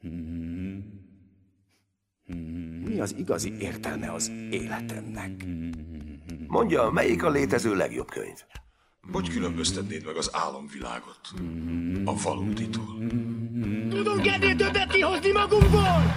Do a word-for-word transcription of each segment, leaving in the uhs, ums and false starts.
Mi az igazi értelme az életemnek? Mondja, melyik a létező legjobb könyv? Hogy különböztetnéd meg az álomvilágot a valóditól? Tudunk ennél többet kihozni magunkból!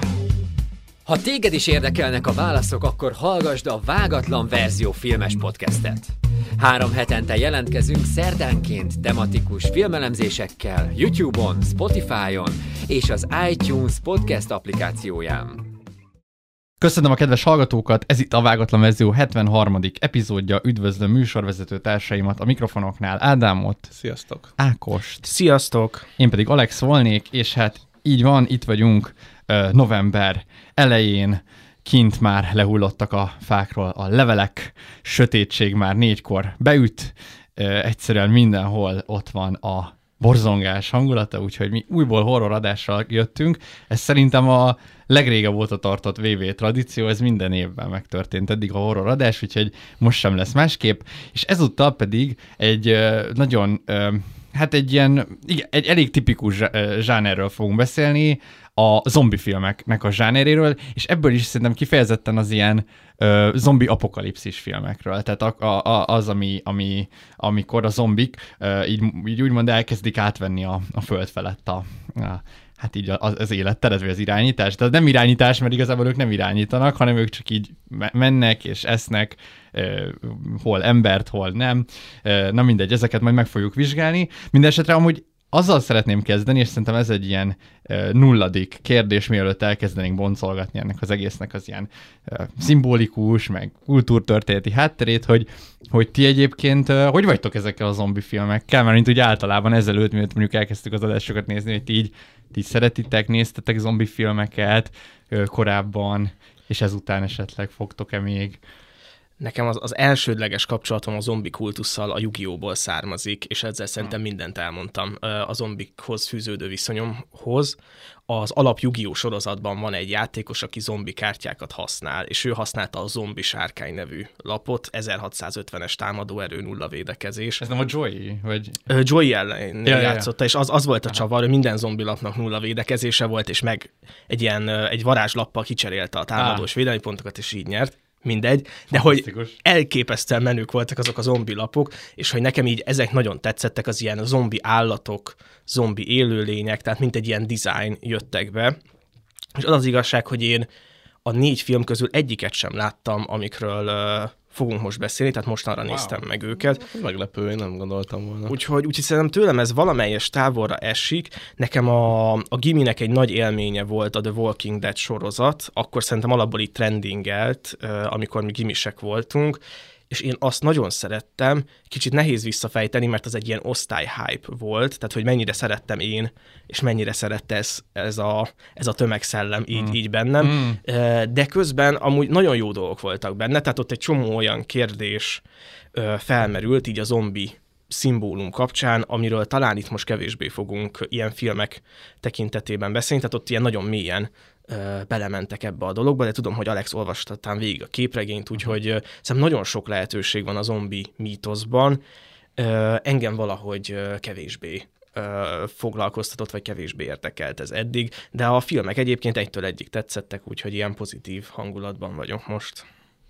Ha téged is érdekelnek a válaszok, akkor hallgasd a Vágatlan Verzió filmes podcastet. Három hetente jelentkezünk szerdánként tematikus filmelemzésekkel YouTube-on, Spotify-on és az iTunes podcast applikációján. Köszönöm a kedves hallgatókat, ez itt a Vágatlan Verzió hetvenharmadik epizódja. Üdvözlöm műsorvezető társaimat, a mikrofonoknál Ádámot. Sziasztok. Ákost. Sziasztok. Én pedig Alex volnék, és hát így van, itt vagyunk uh, november elején, kint már lehullottak a fákról a levelek, sötétség már négykor beüt, uh, egyszerűen mindenhol ott van a borzongás hangulata, úgyhogy mi újból horror adással jöttünk. Ez szerintem a legrégebb óta tartott vé vé tradíció, ez minden évben megtörtént eddig a horror adás, úgyhogy most sem lesz másképp. És ezúttal pedig egy uh, nagyon, uh, hát egy ilyen, igen, egy elég tipikus zsánerről fogunk beszélni, a zombi filmeknek a zsáneréről, és ebből is szerintem kifejezetten az ilyen uh, zombi apokalipszis filmekről. Tehát a, a, az, ami, ami, amikor a zombik uh, így, így úgymond elkezdik átvenni a, a föld felett a, a hát így az, az életteret, vagy az irányítás. Tehát nem irányítás, mert igazából ők nem irányítanak, hanem ők csak így mennek és esznek, uh, hol embert, hol nem. Uh, na mindegy, ezeket majd meg fogjuk vizsgálni. Mindenesetre amúgy azzal szeretném kezdeni, és szerintem ez egy ilyen uh, nulladik kérdés, mielőtt elkezdenénk boncolgatni ennek az egésznek az ilyen uh, szimbolikus, meg kultúrtörténeti hátterét, hogy, hogy ti egyébként uh, hogy vagytok ezekkel a zombi filmekkel, mert mint úgy általában ezelőtt, mielőtt mondjuk elkezdtük az adásokat nézni, hogy ti így, ti így szeretitek, néztetek zombi filmeket uh, korábban, és ezután esetleg fogtok-e még? Nekem az, az elsődleges kapcsolatom a zombi kultusszal a Yu-Gi-Oh!-ból származik, és ezzel szerintem mindent elmondtam a zombikhoz fűződő viszonyomhoz. Az alap Yu-Gi-Oh! Sorozatban van egy játékos, aki zombi kártyákat használ, és ő használta a Zombi Sárkány nevű lapot, ezerhatszázötvenes támadóerő, nulla védekezés. Ez nem a Joey? Vagy... Joey ellen ja, játszotta, és az, az volt a csavar, hogy minden zombi lapnak nulla védekezése volt, és meg egy ilyen egy varázslappal kicserélte a támadós védelmi pontokat, és így nyert. Mindegy, de hogy elképesztően menők voltak azok a zombi lapok, és hogy nekem így ezek nagyon tetszettek, az ilyen zombi állatok, zombi élőlények, tehát mint egy ilyen design jöttek be. És az az igazság, hogy én a négy film közül egyiket sem láttam, amikről uh, fogunk most beszélni, tehát mostanra wow. néztem meg őket. Meglepő, én nem gondoltam volna. Úgyhogy, úgyhogy szerintem tőlem ez valamelyes távolra esik. Nekem a, a giminek egy nagy élménye volt a The Walking Dead sorozat, akkor szerintem alapból itt trendingelt, amikor mi gimisek voltunk, és én azt nagyon szerettem, kicsit nehéz visszafejteni, mert az egy ilyen osztály-hype volt, tehát hogy mennyire szerettem én, és mennyire szerette ez, ez, a, ez a tömegszellem így, mm. így bennem, mm. de közben amúgy nagyon jó dolgok voltak benne, tehát ott egy csomó olyan kérdés felmerült így a zombi szimbólum kapcsán, amiről talán itt most kevésbé fogunk ilyen filmek tekintetében beszélni, tehát ott ilyen nagyon mélyen belementek ebbe a dologba, de tudom, hogy Alex olvastattál végig a képregényt, úgyhogy uh, szerintem nagyon sok lehetőség van a zombi mítoszban. Uh, engem valahogy uh, kevésbé uh, foglalkoztatott, vagy kevésbé érdekelt ez eddig, de a filmek egyébként egytől egyig tetszettek, úgyhogy ilyen pozitív hangulatban vagyok most.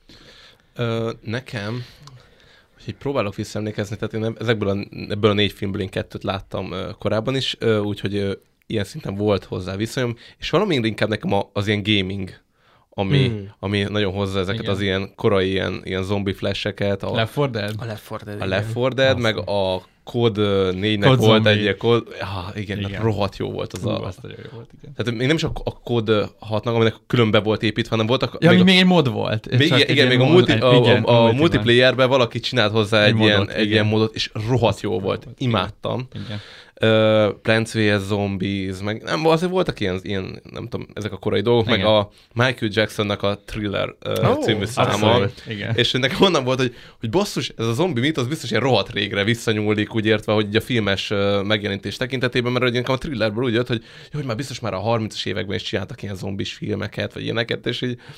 Uh, nekem, hogy próbálok visszaemlékezni, tehát én ezekből a, ebből a négy filmből én kettőt láttam uh, korábban is, uh, úgyhogy uh, ilyen szinten volt hozzá viszonyom, és valami inkább nekem az ilyen gaming, ami, mm. ami nagyon hozza ezeket igen. az ilyen korai ilyen, ilyen zombi flasheket. A Left four Dead? A Left four Dead, A Left four Dead, meg a Code négynek Code volt zombie. Egy ilyen Code... Ah, igen, igen. rohadt jó volt az. Hú, a... azt nagyon jó volt, igen. Tehát még nem is a, a Code hatnak, aminek külön be volt építve, hanem voltak... Ja, még, a... még egy mod volt. Még, igen, igen még a, multi, egy, a, igen, a, a multiplayerben valaki csinált hozzá egy, egy, ilyen, modot, egy ilyen modot, és rohadt jó volt. volt. Imádtam. Igen. Uh, Plants versus. Zombies, meg nem, azért voltak ilyen, ilyen, nem tudom, ezek a korai dolgok, igen. meg a Michael Jacksonnak a Thriller uh, oh, című száma. És nekem onnan volt, hogy, hogy basszus, ez a zombi mit, az biztos ilyen rohadt régre visszanyúlik, úgy értve, hogy a filmes uh, megjelenítés tekintetében, mert nekem a Thrillerből úgy jött, hogy, hogy már biztos már a harmincas években is csináltak ilyen zombis filmeket, vagy ilyeneket, és így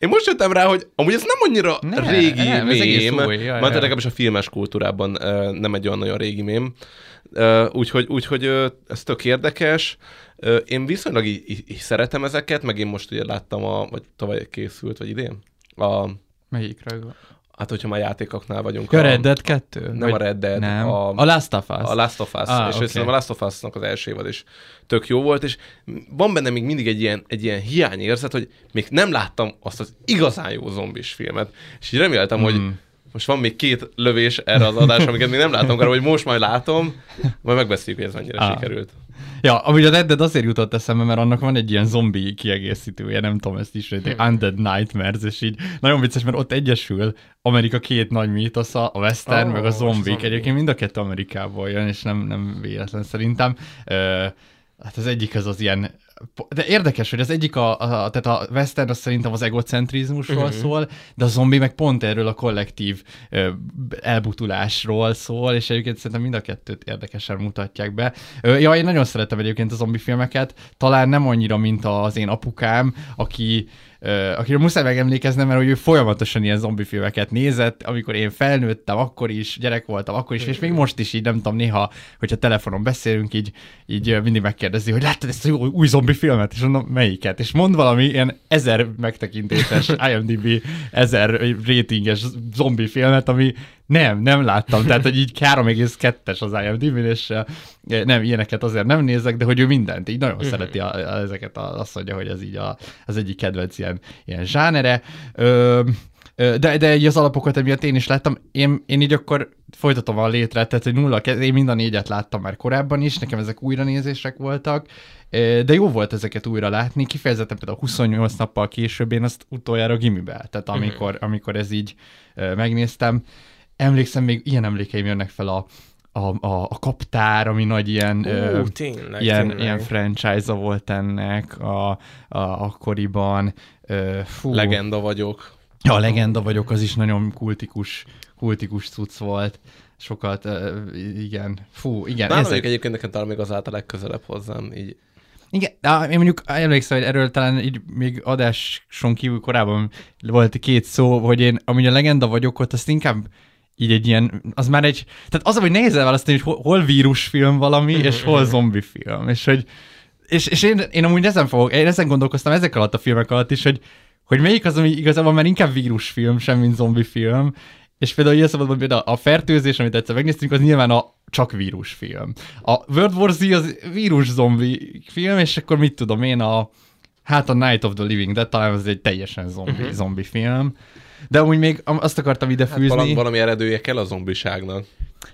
én most jöttem rá, hogy amúgy ez nem annyira ne, régi nem, mém, mert legalábbis a filmes kultúrában uh, nem egy olyan nagyon régi mém. Uh, úgyhogy, úgyhogy uh, ez tök érdekes. Uh, én viszonylag így, így, így szeretem ezeket, meg én most ugye láttam, a, vagy tavaly készült, vagy idén? A, Melyikre? Hát, hogyha már játékoknál vagyunk. A Red Dead kettő? Nem vagy... a Red Dead. Nem. A, a Last of Us. A Last of Us. Ah, és okay. Szerintem a Last of Us-nak az első évad is tök jó volt, és van benne még mindig egy ilyen, egy ilyen hiányérzet, hogy még nem láttam azt az igazán jó zombis filmet. És így reméltem, hmm. hogy most van még két lövés erre az adásra, amiket még nem látom, hogy most majd látom, majd megbeszéljük, hogy ez mennyire ah. sikerült. Ja, amúgy a Red Dead azért jutott eszembe, mert annak van egy ilyen zombi kiegészítője, nem tudom ezt is, hogy Undead Nightmares, és így nagyon vicces, mert ott egyesül Amerika két nagy mítosza, a western, oh, meg a zombik. Zombi. Egyébként mind a kettő Amerikából jön, és nem, nem véletlen szerintem. Uh, hát az egyik az az ilyen, de érdekes, hogy az egyik a, a, tehát a western az szerintem az egocentrizmusról uh-huh. szól, de a zombi meg pont erről a kollektív uh, elbutulásról szól, és egyébként szerintem mind a kettőt érdekesen mutatják be. Uh, ja, én nagyon szeretem egyébként a zombi filmeket, talán nem annyira, mint az én apukám, aki Uh, akiről muszáj megemlékeznem, mert hogy ő folyamatosan ilyen zombi filmeket nézett, amikor én felnőttem, akkor is, gyerek voltam, akkor is, és még most is így, nem tudom, néha, hogyha telefonon beszélünk, így, így mindig megkérdezi, hogy láttad ezt a új, új zombi filmet? És mondom, melyiket? És mond valami ilyen ezer megtekintéses, IMDb ezer ratinges zombi filmet, ami nem, nem láttam, tehát hogy így három egész kettes az IMDb-n, és nem, ilyeneket azért nem nézek, de hogy ő mindent, így nagyon szereti a, a, ezeket, a, azt mondja, hogy ez így a, az egyik kedvenc ilyen, ilyen zsánere. Ö, de, de így az alapokat emiatt én is láttam, én, én így akkor folytatom a létre, tehát hogy nulla, én mind a négyet láttam már korábban is, nekem ezek újranézések voltak, de jó volt ezeket újra látni, kifejezetten például huszonnyolc nappal később én azt utoljára gimibe, tehát amikor, amikor ez így megnéztem, emlékszem, még ilyen emlékeim jönnek fel a, a, a, a Kaptár, ami nagy ilyen, Ó, ö, tényleg, ilyen, tényleg. ilyen franchise-a volt ennek a, a, akkoriban. Ö, fú. Legenda vagyok. Ja, a Legenda vagyok, az is nagyon kultikus, kultikus cucc volt. Sokat, ö, igen, fú, igen. Nálam ezek... egyébként nekem talán még az által legközelebb hozzám, így. Igen, én mondjuk emlékszem, hogy erről talán így még adáson kívül korábban volt két szó, hogy én, amúgy a Legenda vagyok ott, azt inkább így egy ilyen, az már egy, tehát az, hogy nehéz elválasztani, hogy hol, hol vírusfilm valami, és hol zombifilm, és hogy, és, és én, én amúgy ezen fogok, én ezen gondolkoztam ezek alatt a filmek alatt is, hogy, hogy melyik az, ami igazából már inkább vírusfilm, sem mint zombifilm, és például ilyen szabadban például a Fertőzés, amit egyszer megnéztünk, az nyilván a csak vírusfilm. A World War Z az vírus-zombi film, és akkor mit tudom én, a hát a Night of the Living Dead, talán az egy teljesen zombi, uh-huh. zombi film. De amúgy még azt akartam ide fűzni. Hát valami, valami eredője kell a zombiságnak.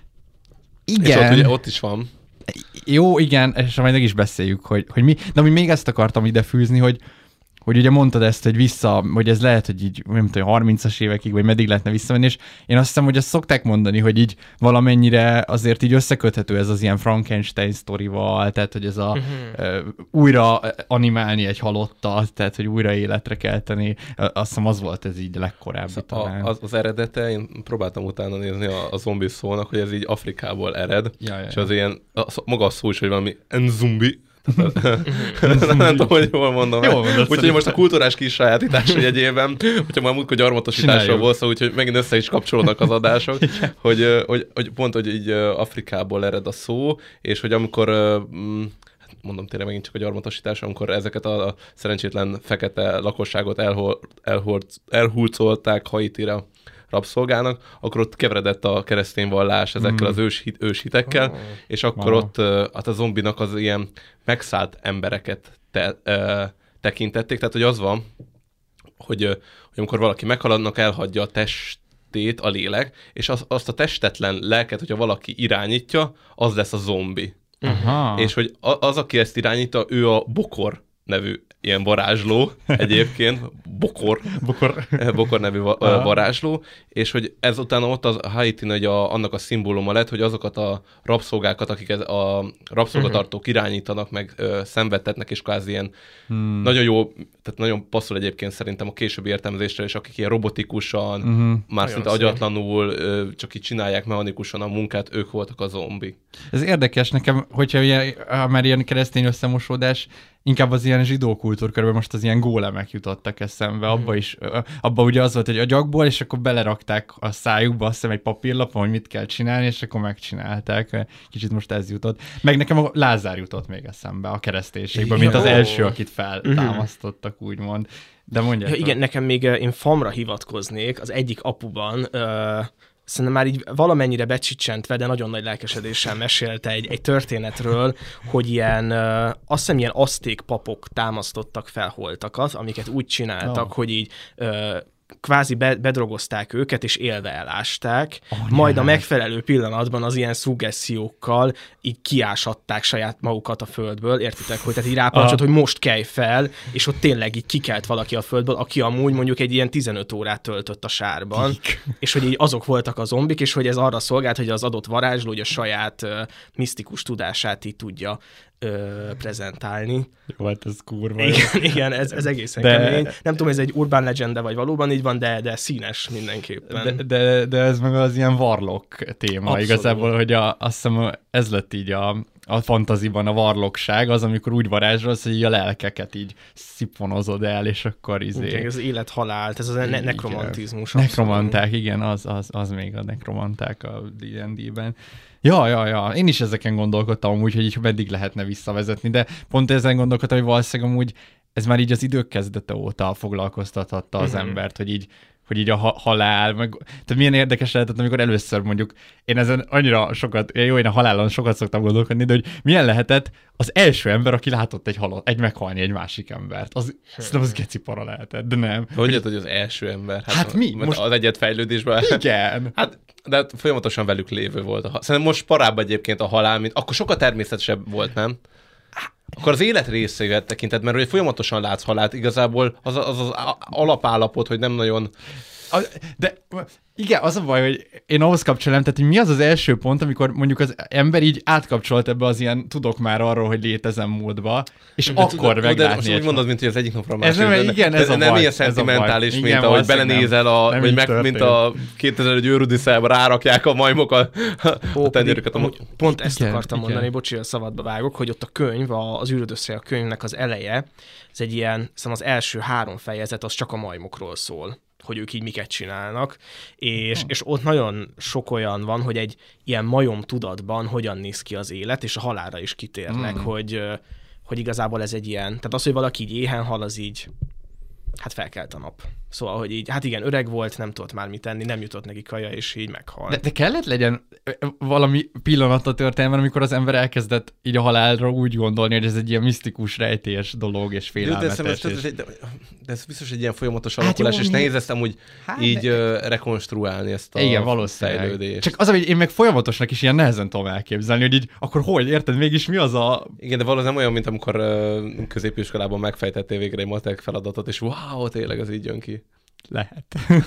Igen. És ott, ugye, ott is van. Jó, igen, és majd meg is beszéljük, hogy, hogy mi, de amúgy még ezt akartam ide fűzni, hogy hogy ugye mondtad ezt, hogy vissza, hogy ez lehet, hogy így, nem tudom, harmincas évekig, vagy meddig lehetne visszamenni, és én azt hiszem, hogy ezt szokták mondani, hogy így valamennyire azért így összeköthető ez az ilyen Frankenstein sztorival, tehát, hogy ez a uh-huh. uh, újra animálni egy halottat, tehát, hogy újra életre kelteni, azt hiszem az volt ez így legkorábbi talán. Az, az eredete, én próbáltam utána nézni a, a zombi szónak, hogy ez így Afrikából ered, ja, ja, és az ja. ilyen, a, maga a szó is, hogy valami enzumbi, nem tudom, hogy jól mondom. Úgyhogy most a kultúrás kis sajátítás jegyében, hogyha már múltkor gyarmatosításról volt szó, úgyhogy megint össze is kapcsolódnak az adások, hogy, hogy, hogy pont, hogy így Afrikából ered a szó, és hogy amikor, mondom tényleg megint csak a gyarmatosítás, amikor ezeket a szerencsétlen fekete lakosságot elhol, elhol, elhurcolták Haitira rabszolgának, akkor ott keveredett a keresztény vallás ezekkel mm. az ős, hit, ős hitekkel, oh. és akkor wow. ott hát a zombinak az ilyen megszállt embereket te, ö, tekintették, tehát hogy az van, hogy, hogy amikor valaki meghal, annak elhagyja a testét a lélek, és az, azt a testetlen lelket, hogyha valaki irányítja, az lesz a zombi. Aha. És hogy az, aki ezt irányítja, ő a Bokor nevű ilyen varázsló egyébként, Bokor, Bokor, Bokor nevű va- varázsló, és hogy ezután ott az Haitin, hogy a, annak a szimbóluma lett, hogy azokat a rabszolgákat, akik ez, a rabszolgatartók irányítanak, meg ö, szenvedtetnek, és kvázi ilyen hmm. nagyon jó, tehát nagyon passzol egyébként szerintem a későbbi értelmezésre, és akik ilyen robotikusan, uh-huh. már szinte agyatlanul, ö, csak így csinálják mechanikusan a munkát, ők voltak a zombik. Ez érdekes nekem, hogyha ugye, már ilyen keresztény összemosódás, inkább az ilyen zsidó kultúrkörben most az ilyen gólemek jutottak eszembe. Abba is, abba ugye az volt, hogy agyagból, és akkor belerakták a szájukba, azt hiszem egy papírlapon, hogy mit kell csinálni, és akkor megcsinálták. Kicsit most ez jutott. Meg nekem a Lázár jutott még eszembe a kereszténységből, mint az első, akit feltámasztottak, úgymond. De mondjátok. Ja, igen, nekem még én famra hivatkoznék, az egyik apuban, ö, szerintem már így valamennyire becsicsentve, de nagyon nagy lelkesedéssel mesélte egy, egy történetről, hogy ilyen, ö, azt hiszem ilyen azték papok támasztottak fel holtakat, amiket úgy csináltak, oh. hogy így ö, kvázi be, bedrogozták őket, és élve elásták, oh, majd a megfelelő pillanatban az ilyen szuggessziókkal így kiásatták saját magukat a földből, értitek, hogy tehát így ráparancsolt, ah. hogy most kelj fel, és ott tényleg így kikelt valaki a földből, aki amúgy mondjuk egy ilyen tizenöt órát töltött a sárban, Tík. és hogy így azok voltak a zombik, és hogy ez arra szolgált, hogy az adott varázsló, hogy a saját uh, misztikus tudását így tudja Ö, prezentálni. Jó, hát ez kurva. Igen, igen ez, ez egészen de... kemény. Nem tudom, ez egy urban legende, vagy valóban így van, de, de színes mindenképpen. De, de, de ez meg az ilyen warlock téma. Abszolút. Igazából, hogy a, azt hiszem ez lett így a, a fantaziban a warlockság, az, amikor úgy varázsolsz, hogy a lelkeket így szipponozod el, és akkor izé... Igen, ez élet-halált, ez az ne- nekromantizmus. Nekromanták, igen, az, az, az még a nekromanták a dé és dé-ben. Ja, ja, ja. Én is ezeken gondolkodtam amúgy, hogy így meddig lehetne visszavezetni, de pont ezen gondolkodtam, hogy valószínűleg amúgy ez már így az idők kezdete óta foglalkoztathatta az mm-hmm. embert, hogy így hogy így a halál, meg, tehát milyen érdekes lehetett, amikor először mondjuk, én ezen annyira sokat, jó, én a halálon sokat szoktam gondolkodni, de hogy milyen lehetett az első ember, aki látott egy halott, egy meghalni egy másik embert. Az, szerintem az geci para lehetett, de nem. Hogy jött, hogy az első ember? Hát, hát mi? Most... Az egyet fejlődésben. Igen. Hát, de hát folyamatosan velük lévő volt. A, szerintem most parább egyébként a halál, mint akkor sokkal természetesebb volt, nem? Akkor az élet részével tekintett, mert hogy folyamatosan látsz halált, igazából az az, az alapállapot, hogy nem nagyon... A, de igen, az a baj, hogy én ahhoz kapcsolom, tehát hogy mi az az első pont, amikor mondjuk az ember így átkapcsolt ebbe az ilyen tudok már arról, hogy létezem módba, és de akkor tudod, meglátni. De most úgy mondod, mint hogy az egyik napra másik. Ez nem, de, igen, ez de, a nem baj, ilyen szentimentális, mint igen, ahogy belenézel, a, nem vagy meg, történt. Mint a kétezer-egy őrudiszelbe rárakják a majmok a, a tenyérüket. A... Pont ezt igen, akartam igen. mondani, bocsi, a szabadba vágok, hogy ott a könyv, az űrödösszel a könyvnek az eleje, ez egy ilyen, az első három fejezet, az csak a majmokról szól, hogy ők így miket csinálnak, és, és ott nagyon sok olyan van, hogy egy ilyen majom tudatban hogyan néz ki az élet, és a halálra is kitérnek, mm. hogy, hogy igazából ez egy ilyen, tehát az, hogy valaki így éhen hal, az így, hát felkelt a nap. Szóval, hogy így, hát igen, öreg volt, nem tudott már mit tenni, nem jutott neki kaja, és így meghalt. De, de kellett legyen valami pillanat a történelmen, amikor az ember elkezdett így a halálra úgy gondolni, hogy ez egy ilyen misztikus, rejtélyes dolog, és félelmetes. De, de, ez, és... de, de ez biztos egy ilyen folyamatos alakulás, hát jó, és nehéz ezt amúgy hát így de... rekonstruálni ezt a igen, fejlődést. Csak az, hogy én meg folyamatosnak is ilyen nehezen tudom elképzelni, hogy így, akkor hogy, érted, mégis mi az a... Igen, de valószínűleg nem olyan, mint amikor uh, középiskolában megfejtettél végre egy matek feladatot, és wow, tényleg ez így jön ki. Lehet.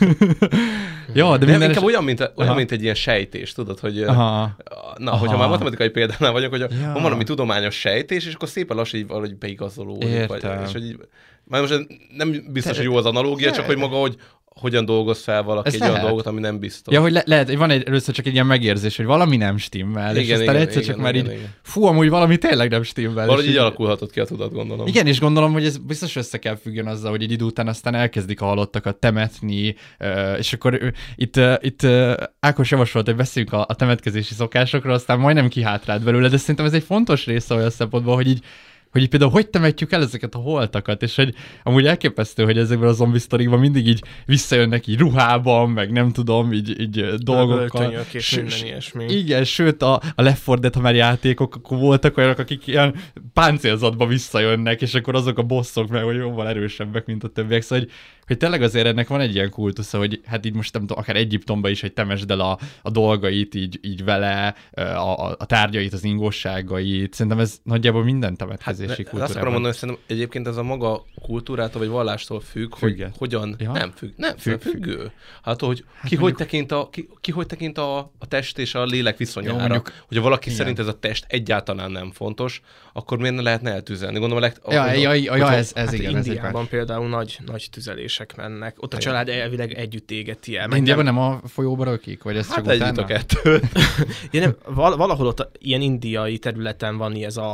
Jó, de minden inkább olyan, mint, olyan mint egy ilyen sejtés, tudod, hogy aha. na, aha. hogyha már matematikai példánál vagyok, hogy ja. van valami tudományos sejtés, és akkor szépen lassan így valahogy beigazolódik. Vagy, és hogy így, már most nem biztos, hogy jó az analógia, csak hogy maga, hogy hogyan dolgoz fel valaki ez egy lehet. Olyan dolgot, ami nem biztos. Ja, hogy le- lehet, van egy, először csak egy ilyen megérzés, hogy valami nem stimmel, igen, és aztán igen, egyszer igen, csak igen, már igen, így, igen. fú, amúgy valami tényleg nem stimmel. Valahogy így alakulhatott ki a tudat, gondolom. Igen, és gondolom, hogy ez biztos össze kell függjön azzal, hogy egy idő után aztán elkezdik a halottakat temetni, és akkor itt, itt Ákos javasolt, hogy beszéljünk a, a temetkezési szokásokról, aztán majdnem kihátrált belőle, de szerintem ez egy fontos része olyan szempontból, hogy így hogy így például hogy temetjük el ezeket a holtakat, és hogy amúgy elképesztő, hogy ezekben a zombi sztorikban mindig így visszajönnek így ruhában, meg nem tudom, így, így dolgokkal. És minden ilyesmi. Igen, sőt a, a Left four Dead, ha már játékok, akkor voltak olyanok, akik ilyen páncélzatba visszajönnek, és akkor azok a bosszok meg, hogy jóval erősebbek, mint a többiek. Szóval, hogy, hogy tényleg azért ennek van egy ilyen kultusza, hogy hát így most nem tudom, akár Egyiptomban is, hogy temesd el a, a dolgait így, így vele, a, a, a tárgyait, az ingosságait. Szerintem ez nagyjából minden temetkezési kultúrában. Azt akarom mondani, hogy szerintem egyébként ez a maga kultúrától vagy vallástól függ, Függet. hogy hogyan... Ja? Nem függ, nem függ, függő. függő. Hát, hogy hát ki, mondjuk... hogy tekint, a, ki, ki hogy tekint a, a test és a lélek viszonyára. Jó, mondjuk... Hogyha valaki igen. szerint ez a test egyáltalán nem fontos, akkor miért ne lehetne eltűzelni? Gondolom, legt... ja, a, ja, ja, ja, ez, ez hát igen. Indiában például nagy, nagy tüzelések mennek. Ott a igen. család elvileg együtt égeti el. Indiában nem a folyóba rökik? Vagy ez hát csak együtt a kettő. ja, nem, val- valahol ott ilyen indiai területen van ez a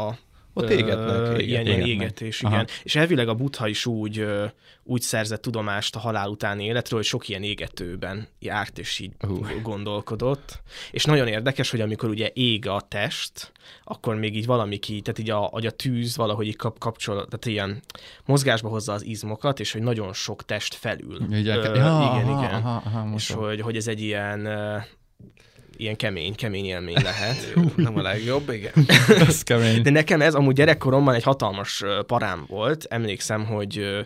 Ott égetnek. Ö, ilyen, ilyen égetés, igen. Aha. És elvileg a Buddha is úgy, ö, úgy szerzett tudomást a halál utáni életről, hogy sok ilyen égetőben járt, és így uh. gondolkodott. És nagyon érdekes, hogy amikor ugye ég a test, akkor még így valami ki, tehát így a, a tűz valahogy így kap, kapcsol, tehát ilyen mozgásba hozza az izmokat, és hogy nagyon sok test felül. Ugye, Ö, ja, igen, aha, igen. Aha, aha, és hogy, hogy ez egy ilyen... Ö, ilyen kemény, kemény élmény lehet. Nem a legjobb, igen. Ez kemény. De nekem ez amúgy gyerekkoromban egy hatalmas parám volt. Emlékszem, hogy,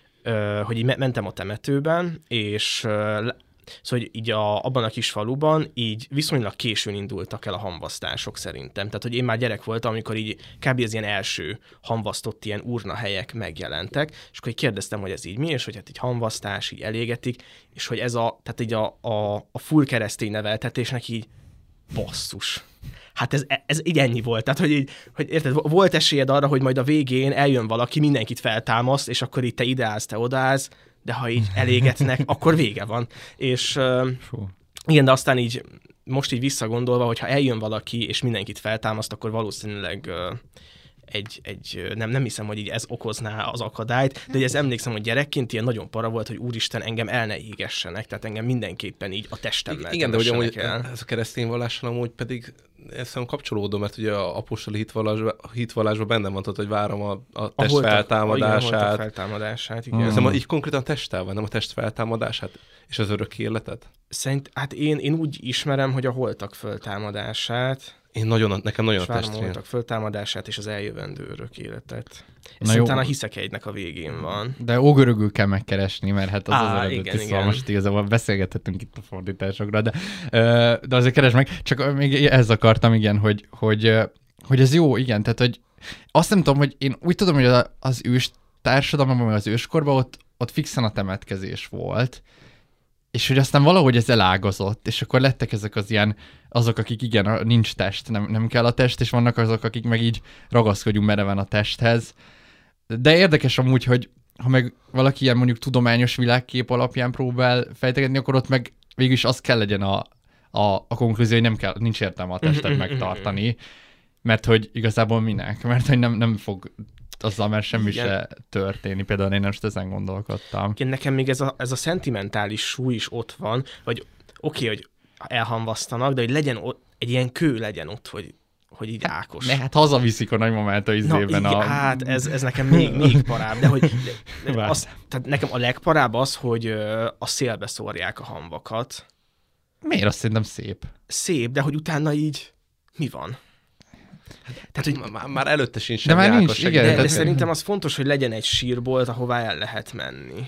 hogy így mentem a temetőben, és szóval így a, abban a kis faluban így viszonylag későn indultak el a hamvasztások szerintem. Tehát, hogy én már gyerek voltam, amikor így kb. Az ilyen első hamvasztott ilyen urnahelyek megjelentek, és akkor így kérdeztem, hogy ez így mi, és hogy hát így hamvasztás, így elégetik, és hogy ez a, tehát így a, a, a full keresztény neveltetésnek így basszus. Hát ez, ez így ennyi volt. Tehát, hogy, így, hogy érted, volt esélyed arra, hogy majd a végén eljön valaki, mindenkit feltámaszt, és akkor itt te ideálsz, te odaállsz, de ha így elégetnek, akkor vége van. És uh, igen, de aztán így most így visszagondolva, hogyha eljön valaki, és mindenkit feltámaszt, akkor valószínűleg uh, egy, egy nem, nem hiszem, hogy így ez okozná az akadályt, de hogy ez emlékszem, hogy gyerekként ilyen nagyon para volt, hogy úristen, engem el ne égessenek, tehát engem mindenképpen így a testemmel. Igen, de hogy amúgy ez a keresztény vallással amúgy pedig ezt kapcsolódom, mert ugye a apostoli hitvallásban, hitvallásban benne van, hogy várom a, a test a feltámadását. A feltámadását, igen. Mm. Szóval így konkrétan a testtel van, nem a test feltámadását és az örök életet? Szerint, hát én, én úgy ismerem, hogy a holtak feltámadását. Én nagyon, nekem nagyon és a testről. A holtak feltámadását és az eljövendő örök életet. Szerintem a hiszek egynek a végén van. De ógörögül kell megkeresni, mert hát az Á, az eredeti igen, szó, most igazából beszélgethetünk itt a fordításokra, de, de azért keresd meg. Csak még ezt akartam, igen, hogy, hogy, hogy ez jó, igen, tehát hogy azt nem tudom, hogy én úgy tudom, hogy az ős társadalomban, meg az őskorban ott, ott fixen a temetkezés volt, és hogy aztán valahogy ez elágazott, és akkor lettek ezek az ilyen, azok, akik igen, nincs test, nem, nem kell a test, és vannak azok, akik meg így ragaszkodjunk mereven a testhez. De érdekes amúgy, hogy ha meg valaki ilyen mondjuk tudományos világkép alapján próbál fejtegetni, akkor ott meg végülis az kell legyen a, a, a konklúzió, hogy nem kell, nincs értelme a testet megtartani, mert hogy igazából minek? Mert hogy nem, nem fog azzal már semmi igen. se történni. Például én most ezen gondolkodtam. Igen, nekem még ez a, ez a szentimentális súly is ott van, vagy oké, okay, hogy elhamvasztanak, de hogy legyen ott, egy ilyen kő legyen ott, hogy, hogy így Ákos. Ne, hát hazaviszik a nagymamát a izében. Na, igen, a... hát ez, ez nekem még, még parább, de hogy de az, tehát nekem a legparább az, hogy a szélbe szórják a hamvakat. Miért? Azt szerintem szép. Szép, de hogy utána így mi van? Tehát, hogy már, már előtte sincs de már nincs, igen, de, de szerintem az fontos, hogy legyen egy sírbolt, ahová el lehet menni.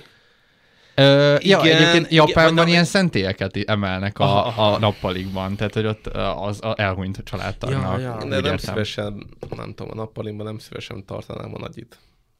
Ö, igen, ja, egyébként Japánban igen, ilyen szentélyeket emelnek a, a nappalikban, tehát hogy ott az, az elhunyt családtagnak. Ja, ja. De nem szívesen, nem tudom, a nappalikban nem szívesen tartanám a nagyit.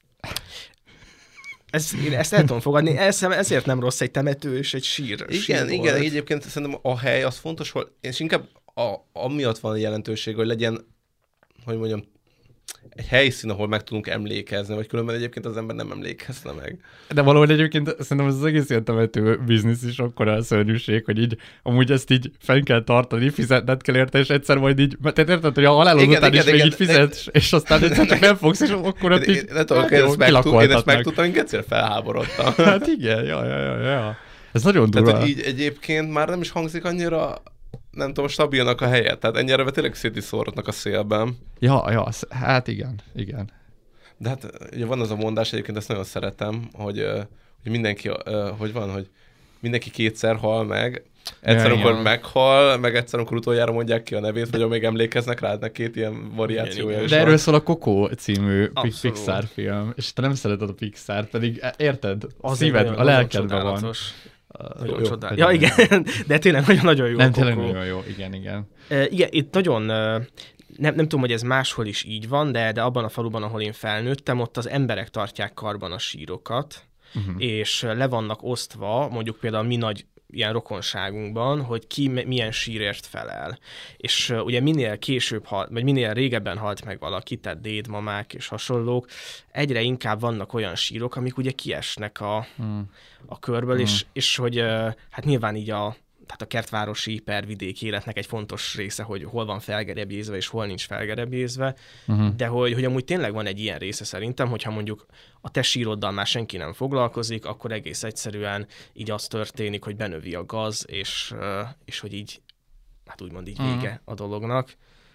Ez, én ezt el tudom fogadni, ezért nem rossz egy temető és egy sír. Igen, sírbolt. igen, egyébként szerintem a hely az fontos, hogy, és inkább a, amiatt van a jelentőség, hogy legyen, hogy mondjam, egy helyszín, ahol meg tudunk emlékezni, vagy különben egyébként az ember nem emlékezne meg. De valahogy egyébként szerintem ez az egész ilyen temető biznisz is akkora a szörnyűség, hogy így amúgy ezt így fenn kell tartani, fizetned kell érte, és egyszer majd így, tehát érted, hogy a halálod igen, után igen, is igen, még igen, így fizet, és aztán egyszer csak nem fogsz, és akkor ott így ne tudom, én ezt megtudtam, én egyszer felháborodtam. Hát igen, ja, ja, ja, ja. Ez nagyon durva. Tehát így egyébként már nem is hangzik annyira, nem tudom, stabilnak a helyet. Tehát ennyire tényleg szétiszóratnak a szélben. Ja, ja, hát igen, igen. De hát ugye van az a mondás, egyébként ezt nagyon szeretem, hogy, hogy mindenki, hogy van, hogy mindenki kétszer hal meg. Egyszer, ja, amikor igen. meghal, meg egyszer, amikor utoljára mondják ki a nevét, vagy még emlékeznek rád, két ilyen variációja is. De erről szól a Coco című Abszolút. Pixar film, és te nem szereted a Pixar, pedig érted, a az szíved, a lelkedben van. Nagyon jó, jó, ja, igen, de tényleg nagyon-nagyon jó. Nem, tényleg nagyon jó, igen, igen. Uh, igen, itt nagyon, uh, nem, nem tudom, hogy ez máshol is így van, de, de abban a faluban, ahol én felnőttem, ott az emberek tartják karban a sírokat, uh-huh. és le vannak osztva, mondjuk például mi nagy ilyen rokonságunkban, hogy ki milyen sírért felel. És uh, ugye minél később halt, vagy minél régebben halt meg valaki, tehát dédmamák és hasonlók, egyre inkább vannak olyan sírok, amik ugye kiesnek a, hmm. a körből, hmm. és, és hogy uh, hát nyilván így a tehát a kertvárosi pervidéki életnek egy fontos része, hogy hol van felgerebjézve, és hol nincs felgerebjézve, uh-huh. de hogy, hogy amúgy tényleg van egy ilyen része szerintem, hogyha mondjuk a te síroddal már senki nem foglalkozik, akkor egész egyszerűen így az történik, hogy benövi a gaz, és, és hogy így, hát úgymond így vége uh-huh. a dolognak.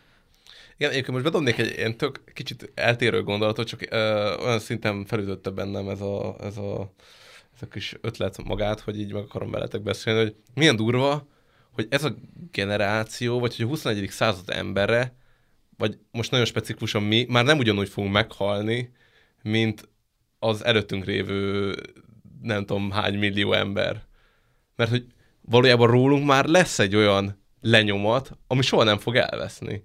Igen, egyébként most bedobnék egy ilyen tök kicsit eltérő gondolatot, csak ö, olyan szinten felütötte bennem ez a, ez a ez a kis ötlet magát, hogy így meg akarom veletek beszélni, hogy milyen durva, hogy ez a generáció, vagy hogy a huszonegyedik század emberre, vagy most nagyon specifikusan mi, már nem ugyanúgy fogunk meghalni, mint az előttünk lévő nem tudom hány millió ember. Mert hogy valójában rólunk már lesz egy olyan lenyomat, ami soha nem fog elveszni.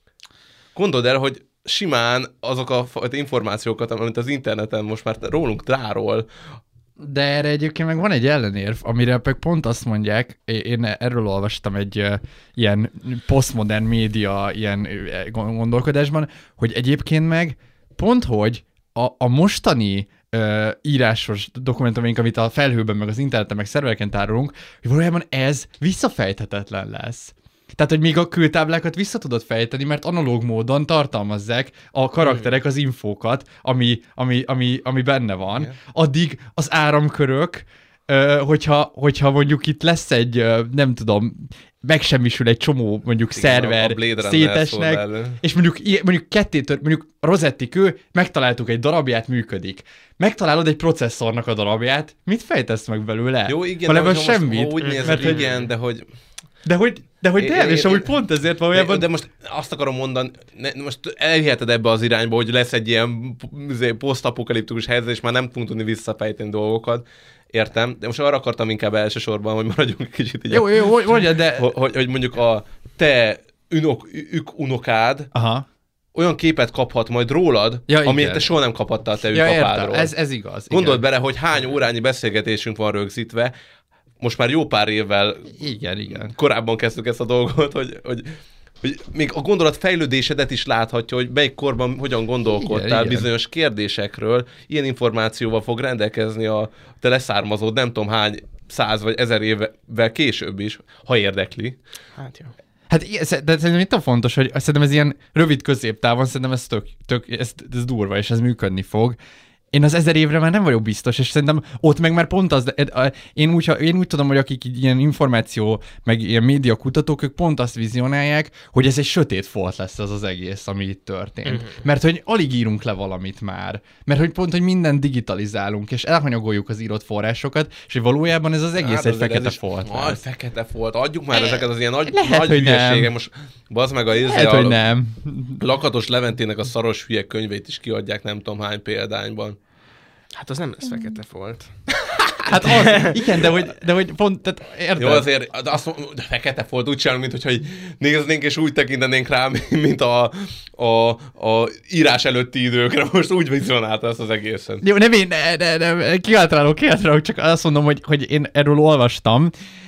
Gondold el, hogy simán azok a információkat, amit az interneten most már rólunk tárol. De erre egyébként meg van egy ellenérv, amire meg pont azt mondják, én erről olvastam egy uh, ilyen posztmodern média ilyen uh, gondolkodásban, hogy egyébként meg pont, hogy a, a mostani uh, írásos dokumentumaink, amit a felhőben, meg az interneten, meg szervereken tárolunk, hogy valójában ez visszafejthetetlen lesz. Tehát, hogy még a kőtáblákat vissza tudod fejteni, mert analóg módon tartalmazzák a karakterek az infókat, ami, ami, ami, ami benne van. Igen. Addig az áramkörök, hogyha, hogyha mondjuk itt lesz egy, nem tudom, megsemmisül egy csomó mondjuk igen, szerver, szétesnek, és mondjuk, mondjuk kettétől, mondjuk a Rosetti kő, megtaláltuk egy darabját, működik. Megtalálod egy processzornak a darabját, mit fejtesz meg belőle? Jó, igen, de semmit, most, úgy nézed, mert, igen, de hogy... De hogy, de hogy nem, és amúgy pont ezért valójában... De most azt akarom mondani, ne, most elhiheted ebbe az irányba, hogy lesz egy ilyen posztapokaliptikus helyzet, és már nem tudunk tudni visszafejteni dolgokat. Értem, de most arra akartam inkább elsősorban, hogy maradjunk egy kicsit így. Jó, jó, hogy, hogy, de... Hogy, hogy mondjuk a te unok, ük unokád Aha. olyan képet kaphat majd rólad, ja, amiért te soha nem kaphattál te ja, ükapádról. Ez, ez igaz. Gondold bele, hogy hány órányi beszélgetésünk van rögzítve, most már jó pár évvel igen, igen. korábban kezdtük ezt a dolgot, hogy, hogy, hogy még a gondolat fejlődésedet is láthatja, hogy melyik korban hogyan gondolkodtál igen, bizonyos igen. kérdésekről. Ilyen információval fog rendelkezni a te leszármazód, nem tudom hány száz vagy ezer évvel később is, ha érdekli. Hát jó. Hát de szerintem itt a fontos, hogy szerintem ez ilyen rövid középtávon, szerintem ez tök, tök ez, ez durva, és ez működni fog. Én az ezer évre már nem vagyok biztos, és szerintem ott meg már pont az, de én úgy, én úgy tudom, hogy akik ilyen információ, meg ilyen média kutatók, ők pont azt vizionálják, hogy ez egy sötét folt lesz az az egész, ami itt történt. Mm-hmm. Mert hogy alig írunk le valamit már. Mert hogy pont, hogy mindent digitalizálunk, és elhanyagoljuk az írott forrásokat, és hogy valójában ez az egész hát egy fekete folt. Aj, fekete folt. Adjuk már e, ezeket az ilyen nagy, lehet, nagy hülyeségek. Most bazd meg a lehet, hogy nem. Lakatos Leventének a szaros hülye könyveit is kiadják nem tudom hány példányban. Hát az nem lesz fekete folt. Hát az, igen, de hogy, de hogy pont, tehát érted? Jó, azért de azt mondom, de fekete folt úgy csinálunk, mint hogyha néznénk és úgy tekintenénk rá, mint a, a, a írás előtti időkre. Most úgy vizionálta ezt az egészen. Jó, nem én, ne, ne, ne, kiáltalálok, kiáltalálok, csak azt mondom, hogy, hogy én erről olvastam.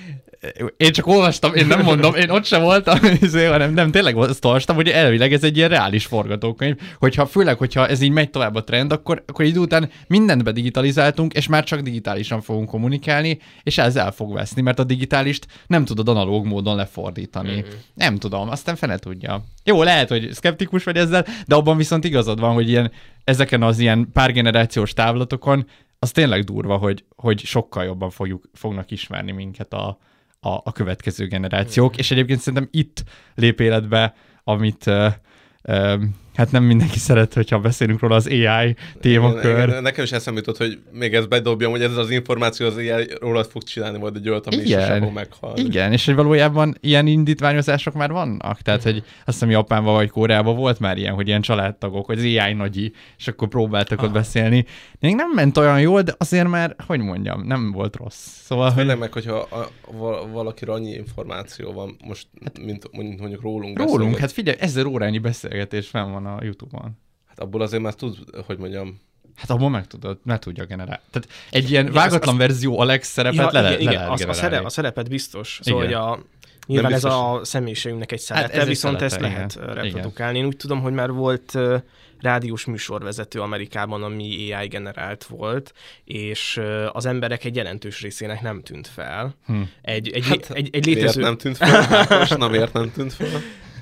Én csak olvastam, én nem mondom, én ott sem voltam, hanem nem, tényleg azt olvastam, hogy elvileg ez egy ilyen reális forgatókönyv, hogyha főleg, hogyha ez így megy tovább a trend, akkor, akkor idő után mindent bedigitalizáltunk, és már csak digitálisan fogunk kommunikálni, és ez el fog veszni, mert a digitálist nem tudod analóg módon lefordítani. Mm-hmm. Nem tudom, aztán fene tudja. Jó, lehet, hogy szkeptikus vagy ezzel, de abban viszont igazad van, hogy ilyen, ezeken az ilyen pár generációs távlatokon az tényleg durva, hogy, hogy sokkal jobban fogjuk, fognak ismerni minket a A, a következő generációk, mm. és egyébként szerintem itt lép életbe, amit uh, uh, hát nem mindenki szeret, hogyha beszélünk róla, az á i témakör. Igen, nekem is eszembe jutott, hogy még ezt bedobjam, hogy ez az információ az á i rólad fog csinálni majd egy olyat, ami is sosem fog meghalni. Igen, és hogy valójában ilyen indítványozások már vannak. Tehát, hogy azt hiszem Japánban vagy Koreában volt már ilyen, hogy ilyen családtagok, vagy az á i nagyi, és akkor próbáltak ah. ott beszélni. Még nem ment olyan jól, de azért már, hogy mondjam, nem volt rossz. Szóval, hogy... meg, hogyha a, a, valakire annyi információ van, most, hát, mint mondjuk rólunk. Rólunk, beszélget. Hát figyelj, ezer órányi beszélgetés fenn van a YouTube-on. Hát abból azért már tud, hogy mondjam... Hát abból meg tudod, meg tudja generálni. Tehát egy ilyen ja, vágatlan az, verzió Alex szerepet ja, le, igen, le igen, lehet az, generálni. A, szerep, a szerepet biztos. Szóval, igen. hogy a, Nyilván ez a személyiségünknek egy szelete, hát viszont ezt lehet igen. reprodukálni. Én úgy tudom, hogy már volt uh, rádiós műsorvezető Amerikában, ami á i generált volt, és uh, az emberek egy jelentős részének nem tűnt fel. Hm. Egy, egy, hát, egy, egy létező... Miért nem tűnt fel? Most nem miért nem tűnt fel?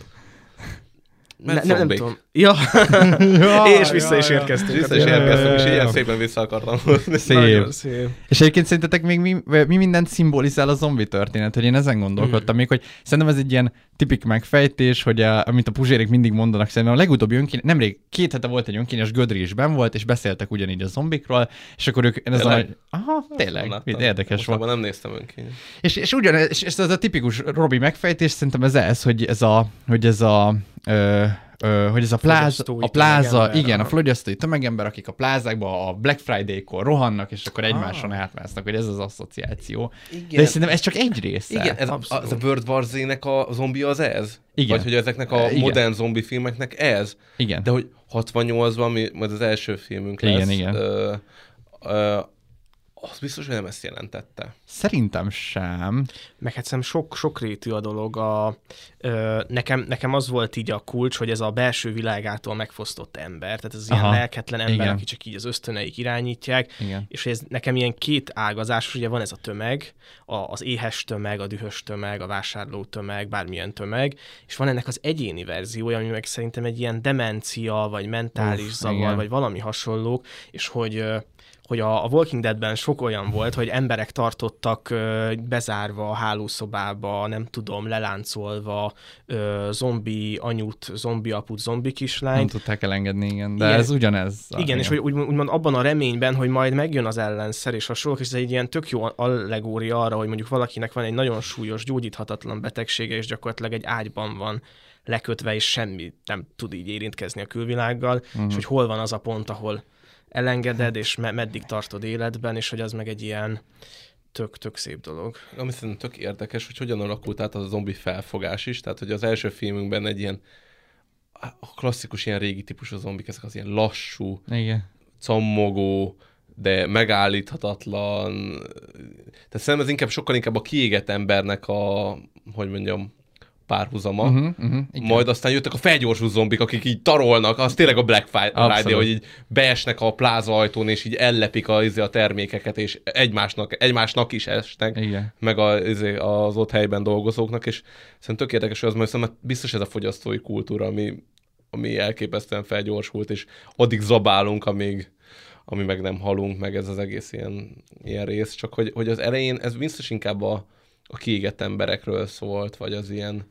Ne, nem, nem tudom. Ja. ja és vissza ja, is érkeztünk. Vissza is érkeztünk, és ilyen szépen vissza akartam hozni. Szép. szép. És egyébként szerintetek még mi, mi mindent szimbolizál a zombi történet, hogy én ezen gondolkodtam hmm. még, hogy szerintem ez egy ilyen tipik megfejtés, hogy a, amit a puzsérik mindig mondanak, szerintem a legutóbbi önkényes, nemrég két hete volt egy önkényes, Gödri is benn volt, és beszéltek ugyanígy a zombikról, és akkor ők... Ez a, aha, tényleg, érdekes volt. Nem néztem önkényes. És, és ugyanez, és ez a tipikus Robi megfejtés, szerintem ez ez, hogy ez a, hogy ez a Ö, ö, hogy ez a pláza, a pláza igen, a fogyasztói tömegember, akik a plázákban a Black Friday-kor rohannak, és akkor egymáson ah. átmásznak, hogy ez az asszociáció. Igen. De szerintem ez csak egy része. Igen, ez a, az a World War Z-nek a zombi az ez? Igen. Vagy hogy ezeknek a igen. modern zombi filmeknek ez? Igen. De hogy hatvannyolcban, mi, majd az első filmünk lesz, igen, igen. Ö, ö, az biztos, hogy nem ezt jelentette. Szerintem sem. Meg hát szerintem sok, sok rétű a dolog. A, ö, nekem, nekem az volt így a kulcs, hogy ez a belső világától megfosztott ember, tehát ez az ilyen lelketlen ember, igen. aki csak így az ösztöneik irányítják, igen. és ez nekem ilyen két ágazás, ugye van ez a tömeg, a, az éhes tömeg, a dühös tömeg, a vásárló tömeg, bármilyen tömeg, és van ennek az egyéni verziója, ami meg szerintem egy ilyen demencia, vagy mentális Uf, zavar, igen. vagy valami hasonlók, és hogy hogy a, a Walking Deadben sok olyan volt, hogy emberek tartottak ö, bezárva a hálószobába, nem tudom, leláncolva ö, zombi anyut, zombi aput, zombi kislányt. Nem tudták elengedni, igen, de igen. ez ugyanez. Igen, igen. és hogy úgy, úgymond abban a reményben, hogy majd megjön az ellenszer és hasonlók, és ez egy ilyen tök jó allegória arra, hogy mondjuk valakinek van egy nagyon súlyos, gyógyíthatatlan betegsége, és gyakorlatilag egy ágyban van lekötve, és semmi nem tud így érintkezni a külvilággal, uh-huh. és hogy hol van az a pont, ahol elengeded, és me- meddig tartod életben, és hogy az meg egy ilyen tök-tök szép dolog. Ami szerintem tök érdekes, hogy hogyan alakult át az a zombi felfogás is, tehát hogy az első filmünkben egy ilyen a klasszikus ilyen régi típusú zombik, ezek az ilyen lassú, igen. cammogó, de megállíthatatlan. Tehát szerintem ez inkább sokkal inkább a kiégett embernek a, hogy mondjam, párhuzama. Uh-huh, uh-huh, Majd aztán jöttek a felgyorsult zombik, akik így tarolnak, az tényleg a Black Friday, hogy így beesnek a pláza ajtón, és így ellepik a, a termékeket, és egymásnak, egymásnak is esnek, igen. meg a, az ott helyben dolgozóknak, és szerintem tök érdekes, hogy az majd szerintem biztos ez a fogyasztói kultúra, ami, ami elképesztően felgyorsult, és addig zabálunk, amíg ami meg nem halunk, meg ez az egész ilyen, ilyen rész, csak hogy, hogy az elején ez biztos inkább a a kiégett emberekről szólt, vagy az ilyen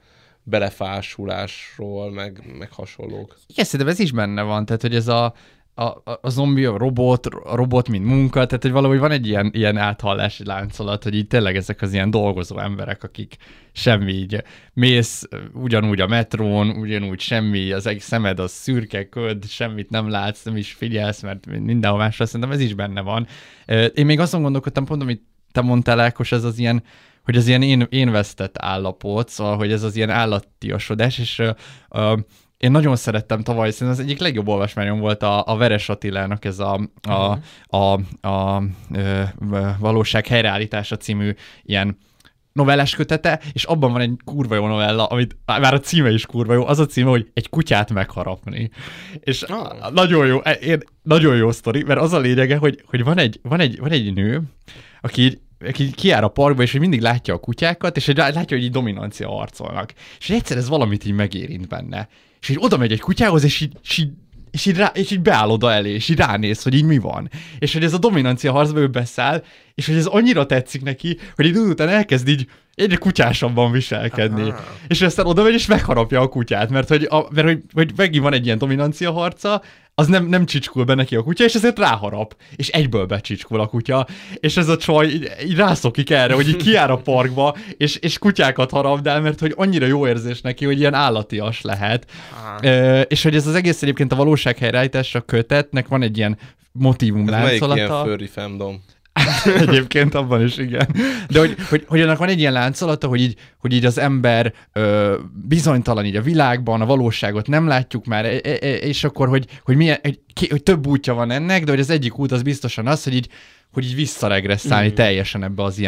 belefásulásról, meg, meg hasonlók. Igen, szerintem ez is benne van, tehát hogy ez a, a, a zombi, a robot, a robot, mint munka, tehát hogy valahogy van egy ilyen, ilyen áthallási láncolat, hogy így tényleg ezek az ilyen dolgozó emberek, akik semmi így mész ugyanúgy a metrón, ugyanúgy semmi, az egész szemed az szürke köd, semmit nem látsz, nem is figyelsz, mert mindenhol másra, szerintem ez is benne van. Én még azon gondolkodtam, pont amit te mondtál, Ákos, ez az ilyen hogy az ilyen én, én vesztett állapot, szóval, hogy ez az ilyen állattiasodás, és uh, uh, én nagyon szerettem tavaly, szerintem az egyik legjobb olvasmányom volt a, a Veres Attilának ez a, a, a, a, a, a valóság helyreállítása című ilyen novellás kötete, és abban van egy kurva jó novella, amit már a címe is kurva jó, az a címe, hogy egy kutyát megharapni. És oh. nagyon jó, én, nagyon jó sztori, mert az a lényege, hogy, hogy van, egy, van, egy, van egy nő, aki így aki kijár a parkba, és hogy mindig látja a kutyákat, és hogy látja, hogy így dominancia harcolnak. És egyszer ez valamit így megérint benne. És így oda megy egy kutyához, és így, és így, és így, rá, és így beáll oda elé, és így ránéz, hogy így mi van. És hogy ez a dominancia harcba ő beszáll, és hogy ez annyira tetszik neki, hogy így után elkezd így egyre kutyásabban viselkedni. Aha. És aztán oda megy, és megharapja a kutyát, mert hogy, a, mert hogy, hogy megint van egy ilyen dominancia harca, az nem, nem csicskul be neki a kutya, és ezért ráharap. És egyből becsicskul a kutya. És ez a csaj így, így rászokik erre, hogy így kijár a parkba, és, és kutyákat harapdál, mert hogy annyira jó érzés neki, hogy ilyen állatias lehet. E, és hogy ez az egész egyébként a valóság helyreállításra kötetnek van egy ilyen motívum láncolata. Ez melyik ilyen furry femdom? Egyébként abban is, igen. De hogy, hogy, hogy annak van egy ilyen láncolata, hogy így, hogy így az ember ö, bizonytalan így a világban, a valóságot nem látjuk már, e, e, és akkor, hogy, hogy, milyen, hogy, hogy több útja van ennek, de hogy az egyik út az biztosan az, hogy így, hogy így visszaregresszálni mm. teljesen ebbe az ilyen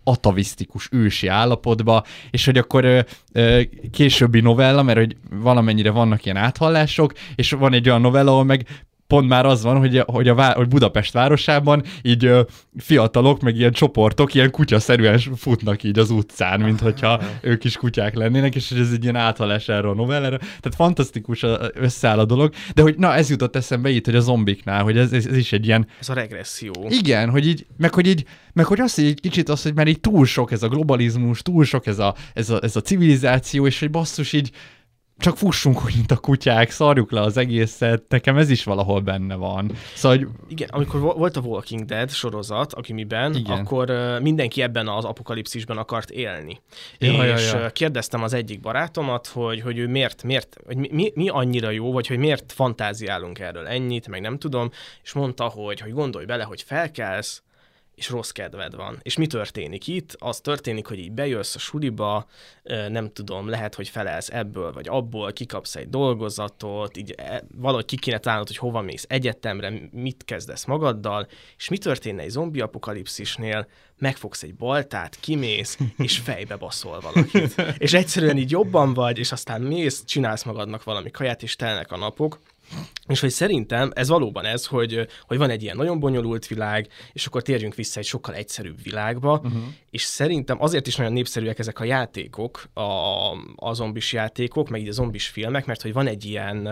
atavisztikus ősi állapotba, és hogy akkor ö, ö, későbbi novella, mert hogy valamennyire vannak ilyen áthallások, és van egy olyan novella, ahol meg pont már az van, hogy, a, hogy, a, hogy Budapest városában így ö, fiatalok, meg ilyen csoportok ilyen kutyaszerűen futnak így az utcán, mint hogyha ők is kutyák lennének, és ez egy ilyen áthallás erre a novellára. Tehát fantasztikus összeáll a dolog, de hogy na, ez jutott eszembe itt, hogy a zombiknál, hogy ez, ez, ez is egy ilyen... Ez a regresszió. Igen, hogy így, meg hogy így, meg hogy azt, hogy egy kicsit az, hogy már így túl sok ez a globalizmus, túl sok ez a, ez a, ez a civilizáció, és hogy basszus így csak fussunk, mint a kutyák, szarjuk le az egészet, nekem ez is valahol benne van. Szóval, hogy... Igen, amikor volt a Walking Dead sorozat, a gimiben, igen. akkor uh, mindenki ebben az apokalipszisben akart élni. Ja, és ja, ja. kérdeztem az egyik barátomat, hogy, hogy ő miért, miért hogy mi, mi annyira jó, vagy hogy miért fantáziálunk erről ennyit, meg nem tudom, és mondta, hogy, hogy gondolj bele, hogy felkelsz, és rossz kedved van. És mi történik itt? Az történik, hogy így bejössz a suliba, nem tudom, lehet, hogy felelsz ebből vagy abból, kikapsz egy dolgozatot, így valahogy ki kéne találnod, hogy hova mész egyetemre, mit kezdesz magaddal, és mi történne egy zombi apokalipszisnél? Megfogsz egy baltát, kimész, és fejbe baszol valakit. És egyszerűen így jobban vagy, és aztán mész, csinálsz magadnak valami kaját, és telnek a napok. És hogy szerintem ez valóban ez, hogy, hogy van egy ilyen nagyon bonyolult világ, és akkor térjünk vissza egy sokkal egyszerűbb világba, uh-huh. és szerintem azért is nagyon népszerűek ezek a játékok, a, a zombis játékok, meg így a zombis filmek, mert hogy van egy ilyen,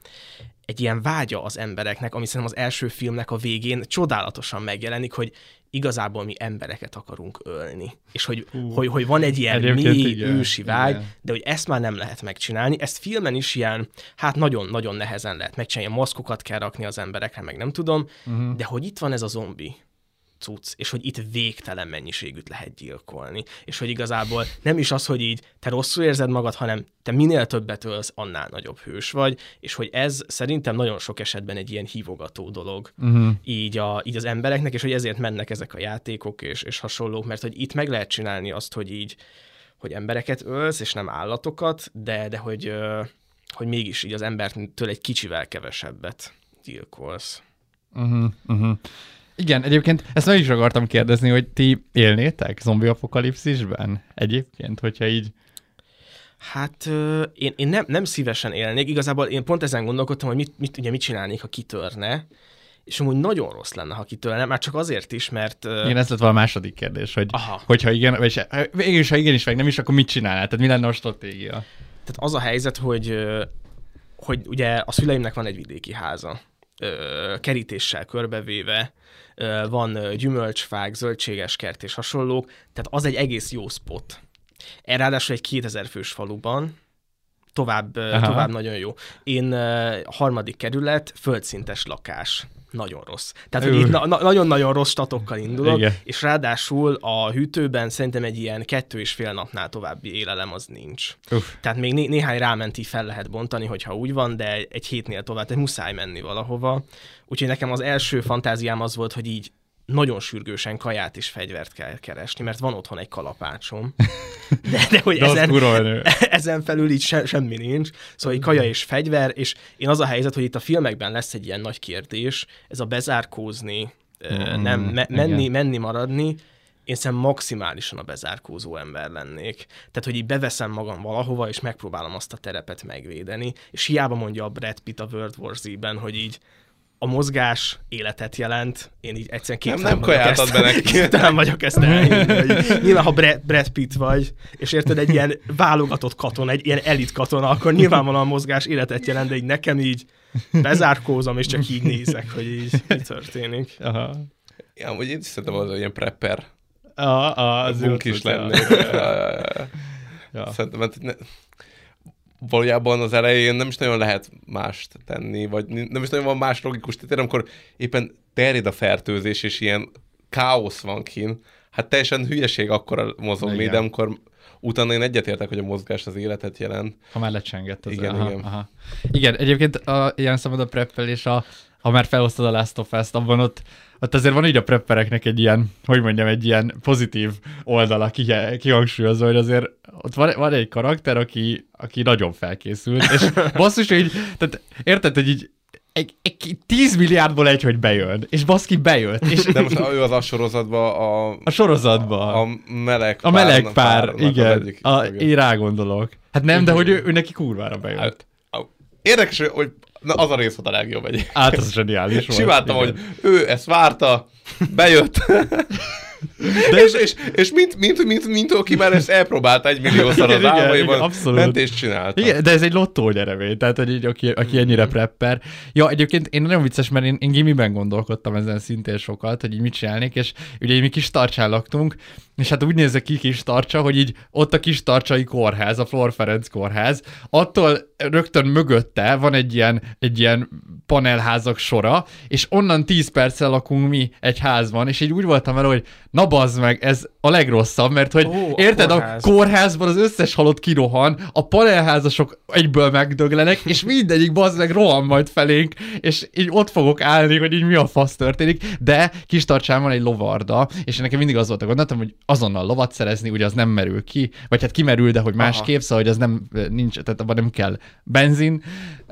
egy ilyen vágya az embereknek, ami szerintem az első filmnek a végén csodálatosan megjelenik, hogy igazából mi embereket akarunk ölni. És hogy, uh, hogy, hogy van egy ilyen mély ősi vágy, igen. de hogy ezt már nem lehet megcsinálni. Ezt filmen is ilyen, hát nagyon-nagyon nehezen lehet megcsinálni. Maszkokat kell rakni az emberekre, meg nem tudom, uh-huh. de hogy itt van ez a zombi cucc, és hogy itt végtelen mennyiségűt lehet gyilkolni. És hogy igazából nem is az, hogy így te rosszul érzed magad, hanem te minél többet ölsz, annál nagyobb hős vagy, és hogy ez szerintem nagyon sok esetben egy ilyen hívogató dolog uh-huh. így, a, így az embereknek, és hogy ezért mennek ezek a játékok és, és hasonlók, mert hogy itt meg lehet csinálni azt, hogy így, hogy embereket ölsz, és nem állatokat, de, de hogy, hogy mégis így az embertől egy kicsivel kevesebbet gyilkolsz. Uh-huh, uh-huh. Igen, egyébként ezt meg is akartam kérdezni, hogy ti élnétek zombi apokalipszisben egyébként, hogyha így... Hát euh, én, én nem, nem szívesen élnék, igazából én pont ezen gondolkodtam, hogy mit, mit, ugye mit csinálnék, ha kitörne, és amúgy nagyon rossz lenne, ha kitörne, már csak azért is, mert... Uh... Igen, ez lett volna a második kérdés, hogy Aha. hogyha igen, vagy végülis, ha igen is, meg nem is, akkor mit csinálnál? Tehát mi lenne a stratégia? Tehát az a helyzet, hogy, hogy ugye a szüleimnek van egy vidéki háza, kerítéssel körbevéve, van gyümölcsfák, zöldséges kert és hasonlók, tehát az egy egész jó spot. Erre ráadásul egy kétezer fős faluban, tovább, tovább nagyon jó. Én harmadik kerület, földszintes lakás. Nagyon rossz. Tehát, hogy itt na- na- nagyon-nagyon rossz statokkal indulok, Igen. és ráadásul a hűtőben szerintem egy ilyen kettő és fél napnál további élelem az nincs. Uf. Tehát még né- néhány rámenti fel lehet bontani, hogyha úgy van, de egy hétnél tovább, tehát muszáj menni valahova. Úgyhogy nekem az első fantáziám az volt, hogy így nagyon sürgősen kaját és fegyvert kell keresni, mert van otthon egy kalapácsom. De, de hogy de ezen, ezen felül így se, semmi nincs. Szóval egy kaja és fegyver, és én az a helyzet, hogy itt a filmekben lesz egy ilyen nagy kérdés, ez a bezárkózni, mm, nem, me, menni, menni, maradni. Én szerintem maximálisan a bezárkózó ember lennék. Tehát, hogy így beveszem magam valahova, és megpróbálom azt a terepet megvédeni. És hiába mondja a Brad Pitt a World War Z-ben, hogy így a mozgás életet jelent, én így egyszerűen képtelen vagyok, ezt, képtelen vagyok ezt elhinni. Nyilván, ha Brad, Brad Pitt vagy, és érted, egy ilyen válogatott katona, egy ilyen elit katona, akkor nyilvánvalóan a mozgás életet jelent, de így nekem így bezárkózom, és csak így nézek, hogy így mi történik. Aha. Ja, hogy én szerintem az ilyen prepper. Ah, ah, az bunk is lennék. Ja. Szerintem, ne... valójában az elején nem is nagyon lehet mást tenni, vagy nem is nagyon van más logikus tétel, amikor éppen terjed a fertőzés, és ilyen káosz van kín. Hát teljesen hülyeség akkora mozogni, de amikor utána én egyetértek, hogy a mozgás az életet jelent. Ha már lecsengett az. Igen, aha, igen. Aha. Igen, egyébként a, ilyen szabad a preppelés, a, ha már felhoztad a Last of Us-t, abban ott, ott azért van így a preppereknek egy ilyen, hogy mondjam, egy ilyen pozitív oldala kihangsúlyozva, hogy azért ott van, van egy karakter, aki, aki nagyon felkészült, és basszus, hogy így, tehát érted, hogy így egy, egy, tíz milliárdból egy, hogy bejön. És baszki bejött. És... De most ő az a sorozatban a... A sorozatban. A, a meleg A meleg pár, pár igen. A, igen. Én rágondolok. Hát nem, de hogy ő, ő neki kurvára bejött. Érdekes, hogy na, az a rész volt a legjobb egyébként. Hát az zseniális volt. Simáltam, hogy ő ezt várta, bejött. De és, és, és mint, mint, mint, mint aki már ezt elpróbálta egy milliószor az álmaiban, ment és csinálta. Igen, de ez egy lottó nyeremény, tehát hogy így, aki, aki ennyire prepper. Ja, egyébként én nagyon vicces, mert én, én gimiben gondolkodtam ezen szintén sokat, hogy így mit csinálnék, és ugye így mi kis Tarcsán laktunk, és hát úgy nézek ki kis Tarcsa, hogy így ott a kis tarcsai kórház, a Flór Ferenc kórház, attól rögtön mögötte van egy ilyen, egy ilyen panelházak sora, és onnan tíz perccel lakunk mi egy házban, és így úgy voltam vele, hogy na bazd meg, ez a legrosszabb, mert hogy Ó, érted, a, kórház. a kórházban az összes halott kirohan, a panelházasok egyből megdöglenek, és mindegyik bazd meg rohan majd felénk, és így ott fogok állni, hogy így mi a fasz történik, de Kis Tarcsán van egy lovarda, és nekem mindig az volt a gondolatom, hogy azonnal lovat szerezni, ugye az nem merül ki, vagy hát kimerül, de hogy másképp, szóval, hogy az nem nincs, tehát abban nem kell benzin,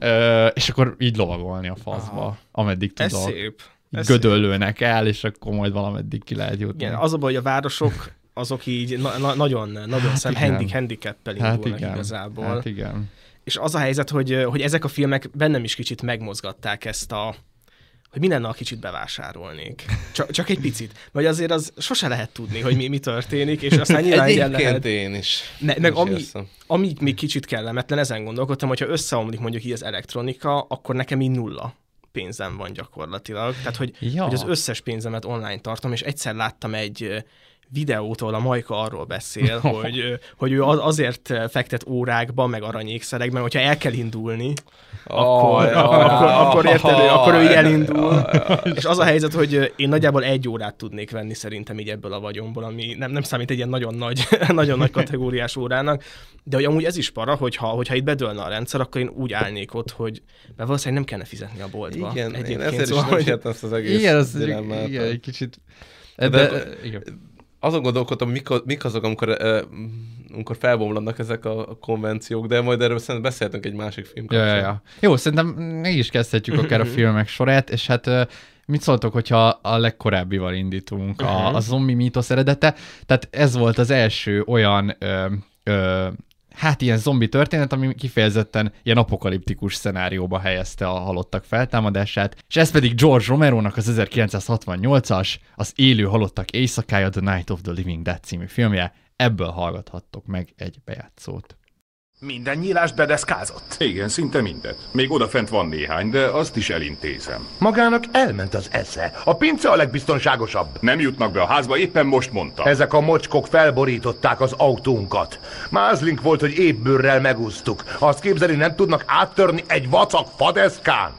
és akkor így lovagolni a faszba, Aha. ameddig tudok. Ez szép. Ez gödöllőnek el, és akkor majd valameddig ki lehet jutni. Igen, az a baj, hogy a városok azok így na- na- nagyon, nagyon hát szem handik, handicappel indulnak hát igazából. Hát igen. És az a helyzet, hogy, hogy ezek a filmek bennem is kicsit megmozgatták ezt a, hogy mi lenne, ha kicsit bevásárolnék. Csak, csak egy picit. Vagy azért az sose lehet tudni, hogy mi, mi történik, és aztán nyilván ilyen lehet. én is. Ne, meg ami, ami még kicsit kellemetlen, ezen gondolkodtam, hogyha összeomlik mondjuk így az elektronika, akkor nekem így nulla pénzem van gyakorlatilag. Tehát, hogy, ja. hogy az összes pénzemet online tartom, és egyszer láttam egy videótól, a Majka arról beszél, hogy, hogy ő azért fektet órákba, meg aranyékszerekben, hogyha el kell indulni, oh, akkor, ja, akkor, ja, akkor érted, ja, akkor ő így elindul. Ja, ja. És az a helyzet, hogy én nagyjából egy órát tudnék venni szerintem így ebből a vagyomból, ami nem, nem számít egy ilyen nagyon nagy, nagyon nagy kategóriás órának, de hogy amúgy ez is para, hogyha, hogyha itt bedőlne a rendszer, akkor én úgy állnék ott, hogy mert valószínűleg nem kellene fizetni a boltba. Igen, én ezért szóval, is nem értem ezt az egész igen, az, igen, egy kicsit... De, de, de, igen. Azon gondolkodtam, mik, mik azok, amikor, uh, amikor felbomlanak ezek a konvenciók, de majd erről szerintem beszéltünk egy másik film kapcsán. Ja, ja, ja. Jó, szerintem meg is kezdhetjük akár a filmek sorát, és hát uh, mit szóltok, hogyha a legkorábbival indítunk, uh-huh. a, a zombi mítosz eredete? Tehát ez volt az első olyan... Ö, ö, hát ilyen zombi történet, ami kifejezetten ilyen apokaliptikus szenárióba helyezte a halottak feltámadását, és ez pedig George Romerónak az ezerkilencszázhatvannyolcas, az Élő halottak éjszakája, The Night of the Living Dead című filmje. Ebből hallgathattok meg egy bejátszót. Minden nyílást bedeszkázott? Igen, szinte mindet. Még odafent van néhány, de azt is elintézem. Magának elment az esze. A pince a legbiztonságosabb. Nem jutnak be a házba, éppen most mondta. Ezek a mocskok felborították az autónkat. Mázlink volt, hogy épp bőrrel megúsztuk. Azt képzeli, nem tudnak áttörni egy vacak fadeszkán?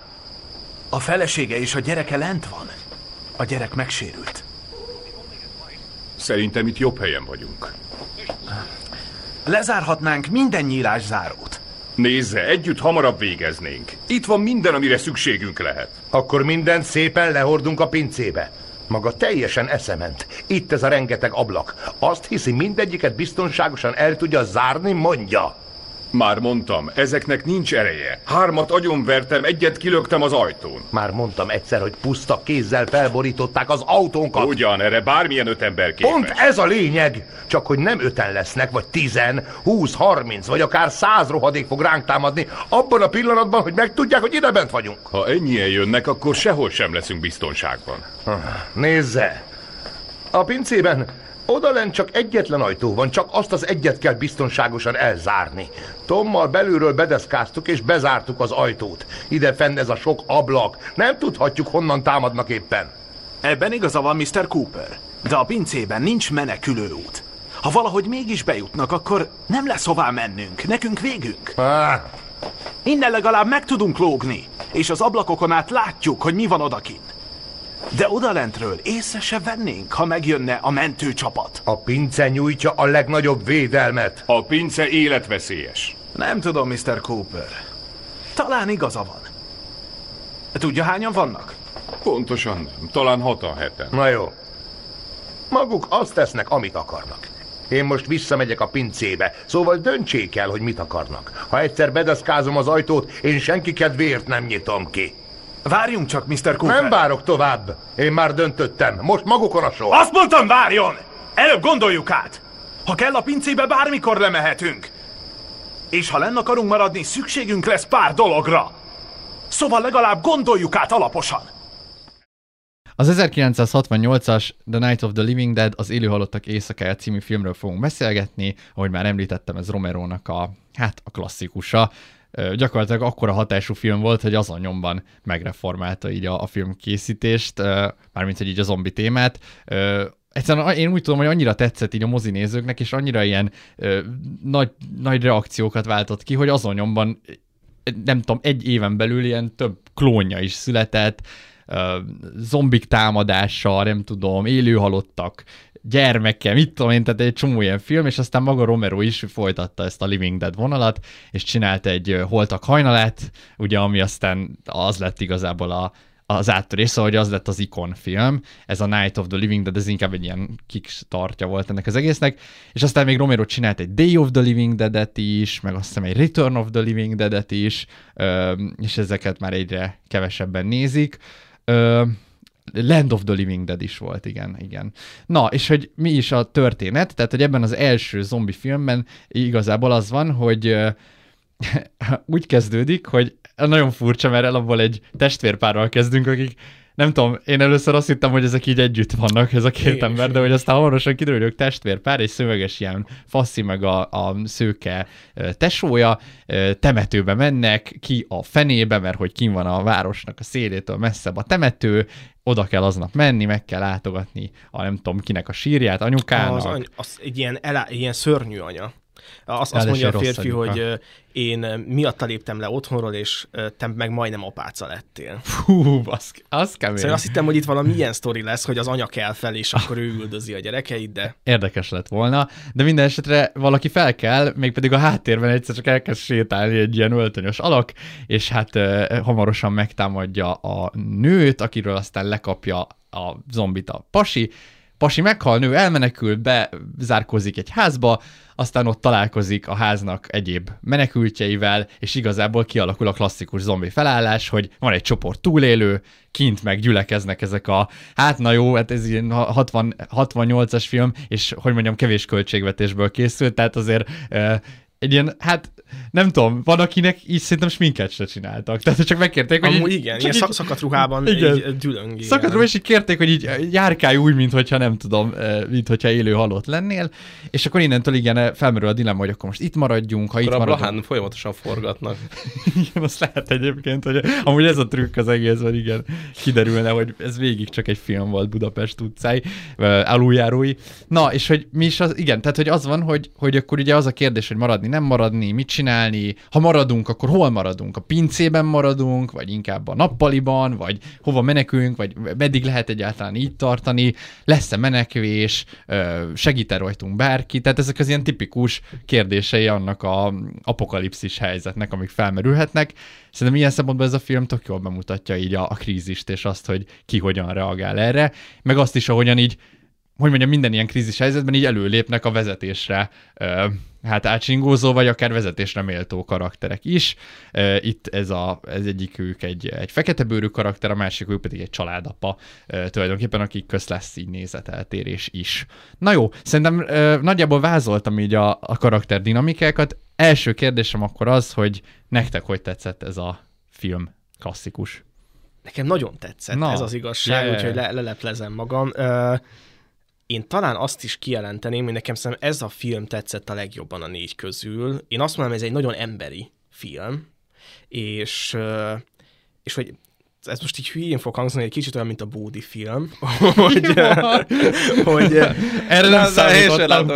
A felesége és a gyereke lent van. A gyerek megsérült. Szerintem itt jobb helyen vagyunk. Lezárhatnánk minden nyílászárót. Nézze, együtt hamarabb végeznénk. Itt van minden, amire szükségünk lehet. Akkor mindent szépen lehordunk a pincébe. Maga teljesen eszement. Itt ez a rengeteg ablak. Azt hiszi, mindegyiket biztonságosan el tudja zárni, mondja. Már mondtam, ezeknek nincs ereje. Hármat agyonvertem, egyet kilöktem az ajtón. Már mondtam egyszer, hogy puszta kézzel felborították az autónkat. Ugyan, erre bármilyen öt ember képes. Pont ez a lényeg! Csak hogy nem öten lesznek, vagy tizen, húsz, harminc, vagy akár száz rohadék fog ránk támadni, abban a pillanatban, hogy megtudják, hogy ide bent vagyunk. Ha ennyien jönnek, akkor sehol sem leszünk biztonságban. Nézze! A pincében odalent csak egyetlen ajtó van, csak azt az egyet kell biztonságosan elzárni. Tommal belülről bedeszkáztuk és bezártuk az ajtót. Ide fenn ez a sok ablak. Nem tudhatjuk, honnan támadnak éppen. Ebben igaza van miszter Cooper, de a pincében nincs menekülő út. Ha valahogy mégis bejutnak, akkor nem lesz hová mennünk. Nekünk végünk. Ah. Innen legalább meg tudunk lógni, és az ablakokon át látjuk, hogy mi van odakin. De odalentről észre se vennénk, ha megjönne a mentőcsapat. A pince nyújtja a legnagyobb védelmet. A pince életveszélyes. Nem tudom, miszter Cooper. Talán igaza van. Tudja, hányan vannak? Pontosan nem. Talán hatan heten. Na jó. Maguk azt tesznek, amit akarnak. Én most visszamegyek a pincébe, szóval döntsék el, hogy mit akarnak. Ha egyszer bedeszkázom az ajtót, én senki kedvéért nem nyitom ki. Várjunk csak, miszter Cooper. Nem várok tovább. Én már döntöttem. Most magukon a sor. Azt mondtam, várjon! Előbb gondoljuk át. Ha kell, a pincébe bármikor lemehetünk. És ha lenn akarunk maradni, szükségünk lesz pár dologra. Szóval legalább gondoljuk át alaposan. Az ezerkilencszázhatvannyolcas The Night of the Living Dead, az Élőhalottak éjszakája című filmről fogunk beszélgetni. Ahogy már említettem, ez Romerónak a, hát a klasszikusa. Ö, gyakorlatilag akkora hatású film volt, hogy azon nyomban megreformálta így a, a filmkészítést, ö, mármint, hogy így a zombi témát. Ö, Egyszerűen én úgy tudom, hogy annyira tetszett így a mozinézőknek, és annyira ilyen ö, nagy, nagy reakciókat váltott ki, hogy azon nyomban, nem tudom, egy éven belül ilyen több klónja is született, ö, zombik támadása, nem tudom, élőhalottak, gyermeke, mit tudom én, tehát egy csomó ilyen film, és aztán maga Romero is folytatta ezt a Living Dead vonalat, és csinált egy Holtak hajnalát, ugye, ami aztán az lett igazából a az áttörés, szóval hogy az lett az ikon film, ez a Night of the Living Dead, ez inkább egy ilyen kickstartja volt ennek az egésznek, és aztán még Romero csinált egy Day of the Living Dead-et is, meg azt hiszem egy Return of the Living Dead-et is, és ezeket már egyre kevesebben nézik. Land of the Living Dead is volt, igen, igen. Na, és hogy mi is a történet, tehát hogy ebben az első zombi filmben igazából az van, hogy úgy kezdődik, hogy nagyon furcsa, mert alapból egy testvérpárral kezdünk, akik, nem tudom, én először azt hittem, hogy ezek így együtt vannak, ez a két én ember, de hogy aztán hamarosan kiderül, hogy testvérpár, egy szöveges ilyen faszi meg a, a szőke tesója, temetőbe mennek, ki a fenébe, mert hogy kin van a városnak a szélétől messzebb a temető, oda kell aznap menni, meg kell látogatni a nem tudom kinek a sírját, anyukának. Az, any, az egy ilyen, elá, ilyen szörnyű anya. Azt, azt mondja a férfi, hogy én miatta léptem le otthonról, és te meg majdnem apáca lettél. Fú, az, az kemény. Szóval azt hittem, hogy itt valami ilyen sztori lesz, hogy az anya kell fel, és akkor ő üldözi a gyerekeit, de... Érdekes lett volna, de minden esetre valaki fel kell, mégpedig a háttérben egyszer csak elkezd sétálni egy ilyen öltönyös alak, és hát uh, hamarosan megtámadja a nőt, akiről aztán lekapja a zombit a pasi. Pasi meghal, nő elmenekül, bezárkózik egy házba, aztán ott találkozik a háznak egyéb menekültjeivel, és igazából kialakul a klasszikus zombi felállás, hogy van egy csoport túlélő, kint meg gyülekeznek ezek a, hát na jó, hát ez ilyen hatvan, hatvannyolcas film, és hogy mondjam, kevés költségvetésből készült, tehát azért e, egy ilyen, hát nem tudom, van akinek így szerintem sminket se csináltak. Tehát csak megkérték, hogy amúgy így, igen, ilyen így, szakadt ruhában így dülöng. Szakadt ruhában, és így kérték, hogy így járkálj úgy, mintha nem tudom, mintha élő halott lennél, és akkor innentől igen, felmerül a dilemma, hogy akkor most itt maradjunk, ha akkor itt a maradunk. Blahán folyamatosan forgatnak. Igen, azt lehet egyébként, hogy amúgy ez a trükk az egészben, igen, kiderülne, hogy ez végig csak egy film volt Budapest utcái, aluljárói. Na, és hogy mi is az, igen, tehát hogy az van, hogy, hogy akkor ugye az a kérdés, hogy maradni, nem maradni, mit csinálni, ha maradunk, akkor hol maradunk? A pincében maradunk, vagy inkább a nappaliban, vagy hova menekülünk, vagy meddig lehet egyáltalán így tartani, lesz-e menekvés, segít-e rajtunk bárki? Tehát ezek az ilyen tipikus kérdései annak a apokalipszis helyzetnek, amik felmerülhetnek. Szerintem ilyen szempontból ez a film tök jól bemutatja így a, a krízist, és azt, hogy ki hogyan reagál erre, meg azt is, ahogyan így, hogy mondjam, minden ilyen krízis helyzetben így előlépnek a vezetésre hát átsingózó, vagy akár vezetésre méltó karakterek is. Itt ez, a, ez egyikük egy, egy feketebőrű karakter, a másikük pedig egy családapa tulajdonképpen, akik közt lesz így nézeteltérés is. Na jó, szerintem nagyjából vázoltam így a, a karakter dinamikákat. Első kérdésem akkor az, hogy nektek hogy tetszett ez a film klasszikus? Nekem nagyon tetszett, Na, ez az igazság, yeah. Úgyhogy le, leleplezem magam. Uh, Én talán azt is kijelenteném, hogy nekem szerintem ez a film tetszett a legjobban a négy közül. Én azt mondom, ez egy nagyon emberi film, és, és hogy ez most így hülyén fog hangzani, egy kicsit olyan, mint a Bódi film, hogy, hogy erre nem számítottam,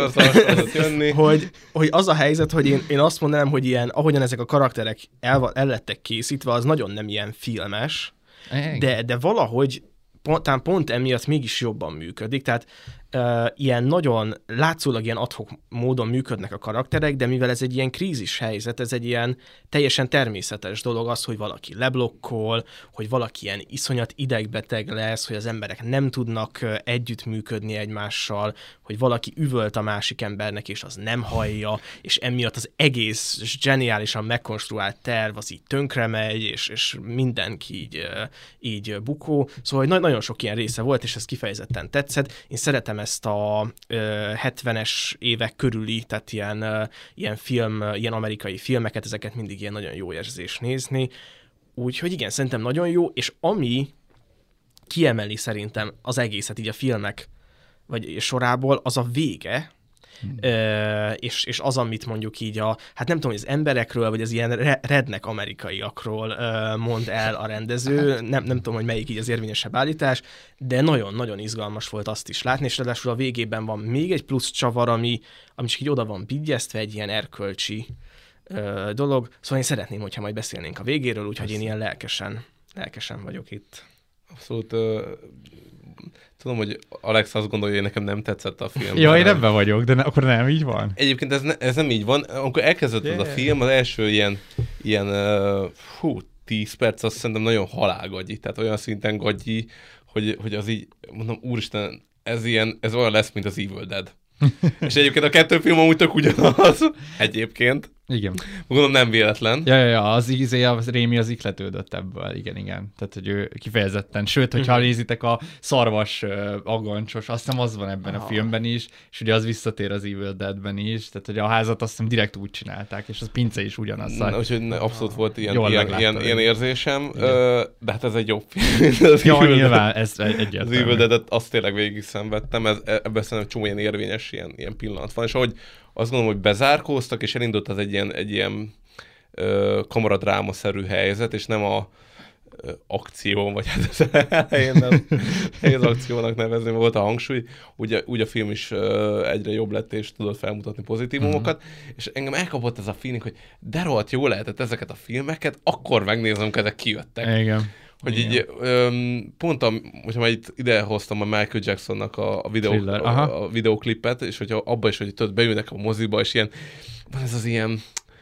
hogy, hogy az a helyzet, hogy én, én azt mondanám, hogy ilyen, ahogyan ezek a karakterek el, el lettek készítve, az nagyon nem ilyen filmes, de, de valahogy pont, pont emiatt mégis jobban működik. Tehát uh, ilyen nagyon, látszólag ilyen ad hoc módon működnek a karakterek, de mivel ez egy ilyen krízis helyzet, ez egy ilyen teljesen természetes dolog az, hogy valaki leblokkol, hogy valaki ilyen iszonyat idegbeteg lesz, hogy az emberek nem tudnak együttműködni egymással, hogy valaki üvölt a másik embernek, és az nem hallja, és emiatt az egész zseniálisan megkonstruált terv az így tönkre megy, és, és mindenki így, így bukó. Szóval hogy nagyon sok ilyen része volt, és ez kifejezetten tetszett. Én szeretem ezt a hetvenes évek körüli, tehát ilyen, ilyen film, ilyen amerikai filmeket, ezeket mindig ilyen nagyon jó érzés nézni. Úgyhogy igen, szerintem nagyon jó, és ami kiemeli szerintem az egészet így a filmek vagy sorából, az a vége, hmm. Ö, és, és az, amit mondjuk így a, hát nem tudom, hogy az emberekről, vagy az ilyen re- rednek amerikaiakról ö, mond el a rendező, nem, nem tudom, hogy melyik így az érvényesebb állítás, de nagyon-nagyon izgalmas volt azt is látni, és ráadásul a végében van még egy plusz csavar, ami, ami csak így oda van bigyeztve, egy ilyen erkölcsi ö, dolog, szóval én szeretném, hogyha majd beszélnénk a végéről, úgyhogy én ilyen lelkesen, lelkesen vagyok itt. Abszolút... Uh... Tudom, hogy Alex azt gondolja, hogy nekem nem tetszett a film. Ja, én ebben vagyok, de ne, akkor nem így van. Egyébként ez, ne, ez nem így van. Amikor elkezdődött yeah. az a film, az első ilyen, ilyen uh, hú, tíz perc, azt szerintem nagyon halálgagyi. Tehát olyan szinten gagyi, hogy, hogy az így, mondom, úristen, ez, ilyen, ez olyan lesz, mint az Evil Dead. És egyébként a kettő film amúgy tök ugyanaz. Egyébként. Igen. Gondolom nem véletlen. Ja, ja, ja, az ízé, a Rémi az ikletődött ebből, igen, igen. Tehát, hogy ő kifejezetten, sőt, hogyha nézitek a szarvas uh, agancsos, azt hiszem az van ebben ah. a filmben is, és ugye az visszatér az Evil Deadben is, tehát, hogy a házat azt hiszem direkt úgy csinálták, és az pince is ugyanaz. Na, úgyhogy abszolút volt ilyen, ilyen, ilyen, ilyen érzésem, uh, de hát ez egy jobb film. Ja, nyilván, ez egyértelmű. Az Evil Deadet azt tényleg végig szenvedtem, ez, ebben szerintem csomó ilyen érvényes ilyen, ilyen pillanat van, és ahogy azt gondolom, hogy bezárkóztak, és elindult az egy ilyen, egy ilyen ö, kamaradráma-szerű helyzet, és nem a ö, akció, vagy hát az elején nem az akciónak nevezni, volt a hangsúly, úgy, úgy a film is ö, egyre jobb lett, és tudott felmutatni pozitívumokat, mm-hmm. és engem elkapott ez a feeling, hogy de rohadt jó lehetett ezeket a filmeket, akkor megnézem, amikor ezek kijöttek. Igen. Hogy igen. így öm, pont, a, hogyha már itt ide hoztam a Michael Jacksonnak a, a, videó, a, a videóklipet, és hogyha abba is, hogy tudod, beülnek a moziba, és ilyen, van ez az ilyen,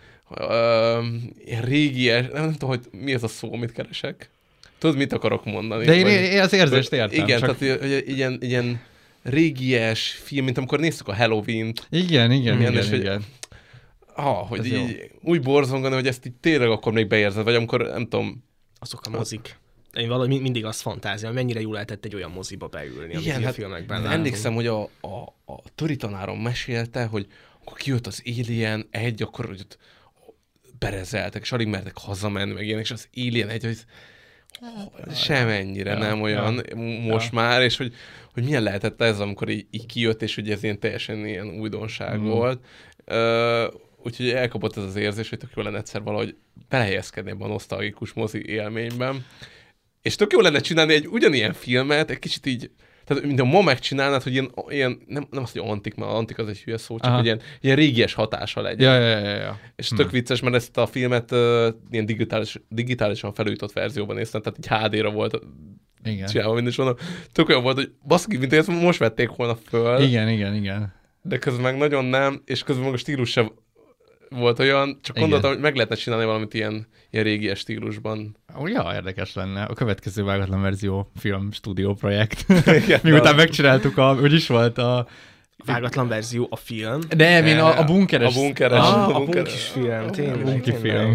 öm, ilyen régi, nem, nem tudom, hogy mi ez a szó, amit keresek. Tudod, mit akarok mondani? De én, vagy, én az érzést értem. Igen, csak... tehát hogy ilyen, ilyen régies film, mint amikor néztük a Halloween-t. Igen, igen, ilyen, igen, és, igen. Hogy, ah, hogy így, úgy borzongani, hogy ezt így tényleg akkor még beérzed, vagy amikor, nem tudom. Azok a mozik. Én valahogy mindig azt fantáziám, hogy mennyire jól lehetett egy olyan moziba beülni, amit igen, a filmekben látunk. Emlékszem, hogy a, a, a Töri tanárom mesélte, hogy akkor kijött az Alien egy, akkor hogy ott berezeltek, és alig mertek hazamenni, meg ilyenek, és az Alien egy, hogy semennyire ja, nem olyan ja, most ja. már, és hogy, hogy milyen lehetett ez, amikor így, így kijött, és hogy ez ilyen teljesen ilyen újdonság mm. volt. Uh, úgyhogy elkapott ez az érzés, hogy tök jó lenne egyszer valahogy belehelyezkedni ebben a nosztalgikus mozi élményben. És tök jó lenne csinálni egy ugyanilyen filmet, egy kicsit így, tehát mint a ma megcsinálnád, hogy ilyen, ilyen nem, nem azt, hogy antik, mert antik az egy hülye szó, csak Aha. hogy ilyen, ilyen régies hatása legyen. Ja, ja, ja, ja. És tök hmm. vicces, mert ezt a filmet uh, ilyen digitális, digitálisan felújított verzióban néztem, tehát így há dé-ra volt igen. csinálva minden, és mondom, tök olyan volt, hogy baszki, mint ezt most vették volna föl. Igen, igen, igen. De közben meg nagyon nem, és közben meg a stílus sem volt olyan, csak igen. gondoltam, hogy meg lehetne csinálni valamit ilyen, ilyen régies stílusban. Ja, érdekes lenne. A következő vágatlan verzió film stúdió projekt. Miután megcsináltuk a, hogy is volt a... Vágatlan verzió a film. Nem, én a, a bunkeres. A bunkeres. Ah, a bunkis film, tényleg. A bunki film.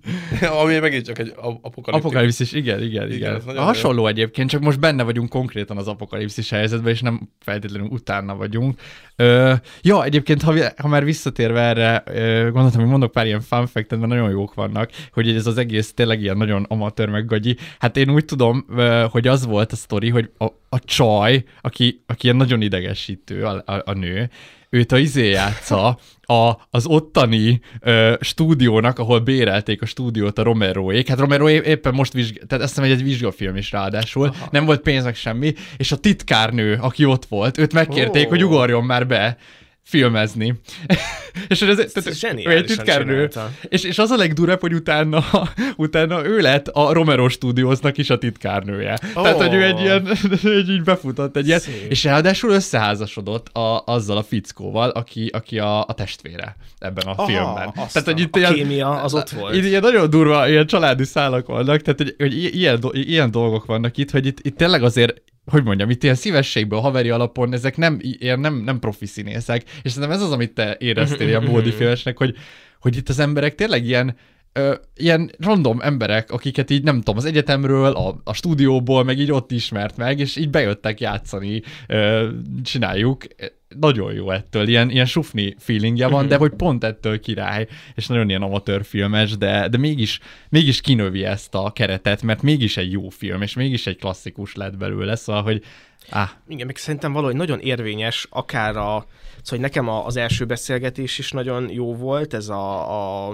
Ami megint csak egy apokaliptikus. Apokalipszis, igen, igen, igen. igen. A hasonló jó. Egyébként, csak most benne vagyunk konkrétan az apokalipszis helyzetben, és nem feltétlenül utána vagyunk. Ö, ja, egyébként, ha, ha már visszatérve erre, ö, gondoltam, hogy mondok pár ilyen fun fact-et, mert nagyon jók vannak, hogy ez az egész tényleg ilyen nagyon amatőr meg gagyi. Hát én úgy tudom, ö, hogy az volt a sztori, hogy a, a csaj, aki, aki ilyen nagyon idegesítő, a, a, a nő, őt a izé játsza a, az ottani ö, stúdiónak, ahol bérelték a stúdiót a Romeroék. Hát Romero éppen most vizsgál, tehát azt hiszem, egy vizsgafilm is ráadásul. Aha. Nem volt pénznek semmi, és a titkárnő, aki ott volt, őt megkérték, oh. hogy ugorjon már be. filmezni. és ez, ez, ez egy titkárnő. És, és az a legdurább, hogy utána, utána ő lett a Romero Studiosnak is a titkárnője. Oh. Tehát, hogy ő egy ilyen, egy így befutott egy ilyen, és ráadásul összeházasodott a, azzal a fickóval, aki, aki a, a testvére ebben a Aha, filmben. Tehát, hogy itt a ilyen, kémia az ott volt. Itt ilyen nagyon durva, ilyen családi szálak vannak, tehát, hogy, hogy ilyen, ilyen dolgok vannak itt, hogy itt, itt tényleg azért hogy mondjam, itt ilyen szívességből, haveri alapon, ezek nem, ilyen nem, nem profi színészek, és szerintem ez az, amit te éreztél ilyen módi filmesnek, hogy, hogy itt az emberek tényleg ilyen, ö, ilyen random emberek, akiket így nem tudom, az egyetemről, a, a stúdióból, meg így ott ismert meg, és így bejöttek játszani, ö, csináljuk. Nagyon jó ettől, ilyen, ilyen sufni feelingje van, de hogy pont ettől király, és nagyon ilyen amatőr filmes, de, de mégis, mégis kinövi ezt a keretet, mert mégis egy jó film, és mégis egy klasszikus lett belőle, szóval, hogy áh. Igen, meg szerintem valahogy nagyon érvényes, akár a, szóval nekem az első beszélgetés is nagyon jó volt, ez a, a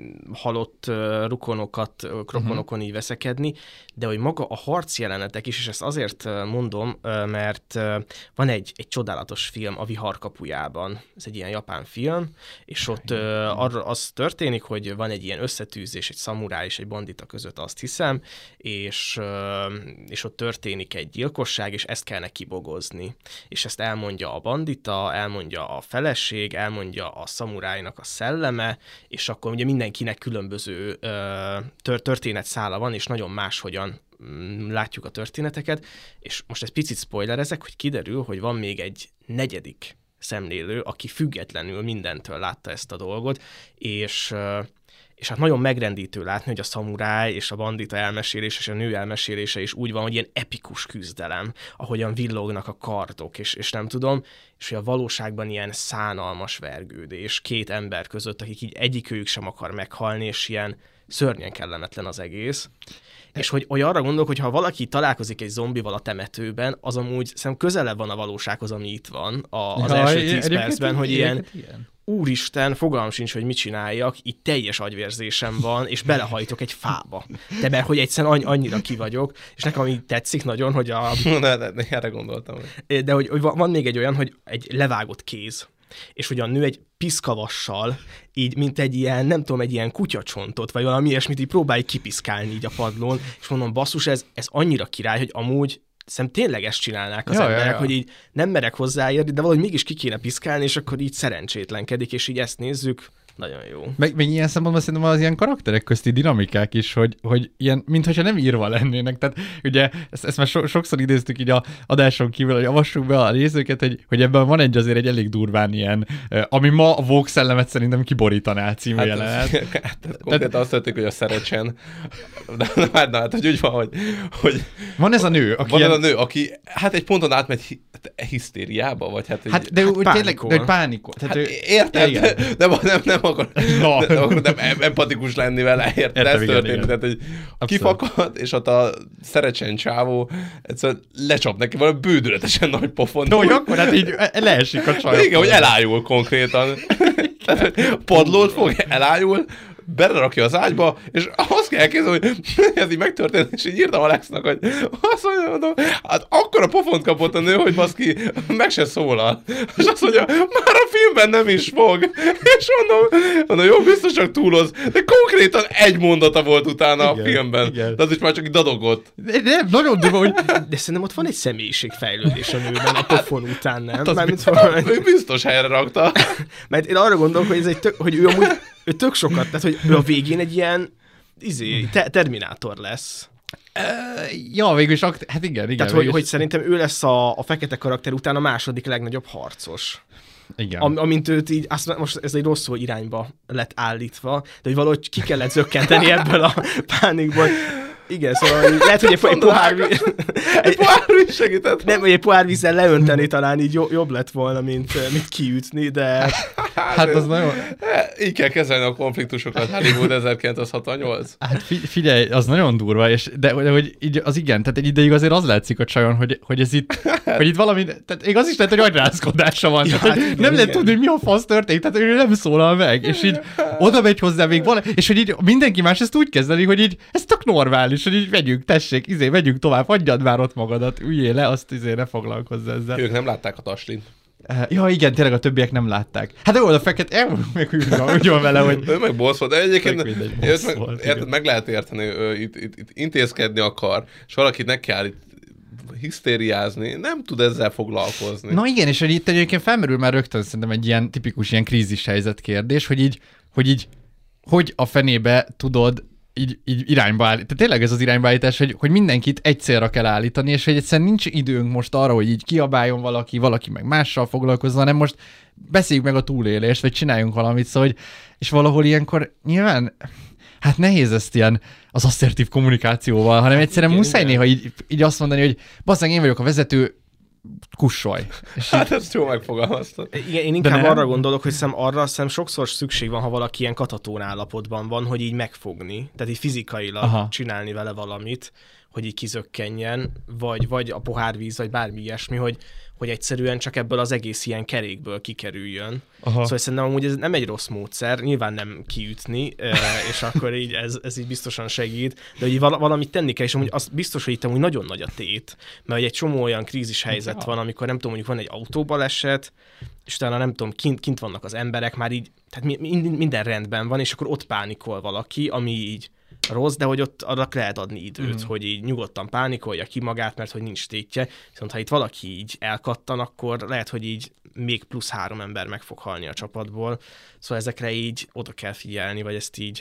halott rukonokat, krokonokon így veszekedni, de hogy maga a harc jelenetek is, és ezt azért mondom, mert van egy, egy csodálatos film a Vihar kapujában, ez egy ilyen japán film, és ott arra az történik, hogy van egy ilyen összetűzés, egy szamuráj és egy bandita között, azt hiszem, és, és ott történik egy gyilkosság, és ezt kellene kibogozni. És ezt elmondja a bandita, elmondja a feleség, elmondja a szamurájnak a szelleme, és akkor ugye mindenkinek különböző tör- történetszála van, és nagyon máshogyan látjuk a történeteket, és most egy picit spoilerezek, hogy kiderül, hogy van még egy negyedik szemlélő, aki függetlenül mindentől látta ezt a dolgot, és, és hát nagyon megrendítő látni, hogy a szamuráj és a bandita elmesélése és a nő elmesélése is úgy van, hogy ilyen epikus küzdelem, ahogyan villognak a kardok, és, és nem tudom, és hogy a valóságban ilyen szánalmas vergődés két ember között, akik így egyikőjük sem akar meghalni, és ilyen szörnyen kellemetlen az egész. És hogy, hogy arra gondolok, hogy ha valaki találkozik egy zombival a temetőben, az amúgy szerintem közelebb van a valósághoz, ami itt van a, az ja, első tíz percben, hogy ilyen, ilyen úristen, fogalmam sincs, hogy mit csináljak, így teljes agyvérzésem van, és belehajtok egy fába. De mert hogy egyszerűen annyira ki vagyok, és nekem ami tetszik nagyon, hogy a... De, de, de erre gondoltam. De hogy, hogy van még egy olyan, hogy egy levágott kéz, és hogy a nő egy piszkavassal, így, mint egy ilyen, nem tudom, egy ilyen kutyacsontot, vagy valami ilyesmit így próbálj kipiszkálni így a padlón, és mondom, basszus, ez, ez annyira király, hogy amúgy szerintem tényleg ezt csinálnák az ja, emberek, ja, ja. hogy így nem merek hozzáérni, de valahogy mégis ki kéne piszkálni, és akkor így szerencsétlenkedik, és így ezt nézzük. Nagyon jó. Meg, meg ilyen szempontból szerintem az ilyen karakterek közti dinamikák is, hogy, hogy ilyen, mintha nem írva lennének. Tehát ugye ezt, ezt már so, sokszor idéztük így a adáson kívül, hogy avassuk be a nézőket, hogy, hogy ebben van egy azért egy elég durván ilyen, ami ma a Vogue szellemet szerintem kiborítaná című hát, jelenet. Hát, konkrétan azt történik, hogy a Szerecsen, de, de hát, hát, hogy úgy van, hogy, hogy van ez a nő, aki van ilyen... ez a nő, aki hát egy ponton átmegy hi, hisztériába, vagy hát egy... Hát de hát, tényleg, de pánikol. Hát, ő... Érted, de, de nem, nem akar, no. de, de, nem empatikus lenni vele, érted? Ez történik, tehát, hogy kifakad, és ott a Szerecsen csávó egyszerűen lecsap neki valami bődületesen nagy pofon. No, hogy akkor hát így leesik a csaj. Igen, hogy elájul konkrétan. Padlót fog, elájul, belerakja az ágyba, és azt kell elképzelni, hogy ez így megtörtént, és így írtam Alexnak, hogy azt mondja, hát akkor a pofont kapott a nő, hogy baszki, meg se szólal. És azt mondja, már a filmben nem is fog. És mondom, mondom jó, biztos csak túloz, de konkrétan egy mondata volt utána igen, a filmben. Igen. De az is már csak így dadogott. De, de nagyon durva, hogy... De szerintem ott van egy személyiségfejlődés a nőben a pofon után, nem? Hát Mármint, hogy... Ő biztos helyre rakta. Mert én arra gondolok, hogy, ez egy tök, hogy ő amúgy ő tök sokat, tehát hogy ő a végén egy ilyen izé, te- Terminátor lesz. Uh, ja, végülis, hát igen, igen. Tehát, hogy, hogy szerintem ő lesz a, a fekete karakter után a második legnagyobb harcos. Igen. Am, amint őt így, azt, most ez egy rosszul irányba lett állítva, de hogy valahogy ki kellett zökkenteni ebből a pánikból. Igen, szóval lehet, hogy egy, egy pohár víz... Egy pohár víz segített. Nem, hogy egy pohár vízzel leönteni talán így jobb lett volna, mint, mint kiütni, de... Hát az nagyon... Így kell kezelni a konfliktusokat. Hollywood ezerkilencszázhatvannyolc. Hát figyelj, az nagyon durva, és de, de hogy így az igen, tehát egy ideig azért az látszik a csajon, hogy, hogy ez itt, hogy itt valami, tehát még az is lehet, hogy agyrázkodása van. Ja, tehát, hát igen, nem lehet tudni, hogy mi a fasz történik, tehát ő nem szólal meg, és így oda megy hozzá még valami, és hogy így mindenki más ezt úgy kezdeli, hogy így ez tök normális, hogy így vegyünk, tessék, izé, vegyünk tovább, hagyjad már ott magadat, üljél le, azt izé ne foglalkozz ezzel. Ők nem látták a taslint. Ja, igen, tényleg a többiek nem látták. Hát jó, a fekete, elmondom meg, úgy van, úgy van vele, hogy... Ő meg boss volt, de egyébként meg, volt, érted, meg lehet érteni, ő, itt, itt, itt intézkedni akar, és valakit ne kell itt hisztériázni, nem tud ezzel foglalkozni. Na igen, és hogy itt egyébként felmerül már rögtön szerintem egy ilyen tipikus ilyen krízis helyzet kérdés, hogy így, hogy így, hogy a fenébe tudod így, így irányba állítani. Tehát tényleg ez az iránybaállítás, hogy, hogy mindenkit egy célra kell állítani, és hogy egyszerűen nincs időnk most arra, hogy így kiabáljon valaki, valaki meg mással foglalkozzon, hanem most beszéljük meg a túlélést, vagy csináljunk valamit, szóval, hogy, és valahol ilyenkor nyilván, hát nehéz ezt ilyen az asszertív kommunikációval, hanem egyszerűen igen, muszáj igen. néha így, így azt mondani, hogy basszeg, én vagyok a vezető, kussolj. Hát ezt jól megfogalmaztad. Igen, én inkább arra gondolok, hogy szem arra szem sokszor szükség van, ha valaki ilyen katatón állapotban van, hogy így megfogni, tehát így fizikailag Aha. csinálni vele valamit, hogy így kizökkenjen, vagy, vagy a pohárvíz, vagy bármi ilyesmi, hogy, hogy egyszerűen csak ebből az egész ilyen kerékből kikerüljön. Aha. Szóval szerintem amúgy ez nem egy rossz módszer, nyilván nem kiütni, és akkor így ez, ez így biztosan segít, de hogy valamit tenni kell, és amúgy az biztos, hogy itt amúgy nagyon nagy a tét, mert egy csomó olyan krízis helyzet van, amikor nem tudom, mondjuk van egy autóbaleset, és utána nem tudom, kint, kint vannak az emberek, már így, tehát minden rendben van, és akkor ott pánikol valaki, ami így rossz, de hogy ott arra lehet adni időt, mm. hogy így nyugodtan pánikolja ki magát, mert hogy nincs tétje. Viszont ha itt valaki így elkattan, akkor lehet, hogy így még plusz három ember meg fog halni a csapatból. Szóval ezekre így oda kell figyelni, vagy ezt így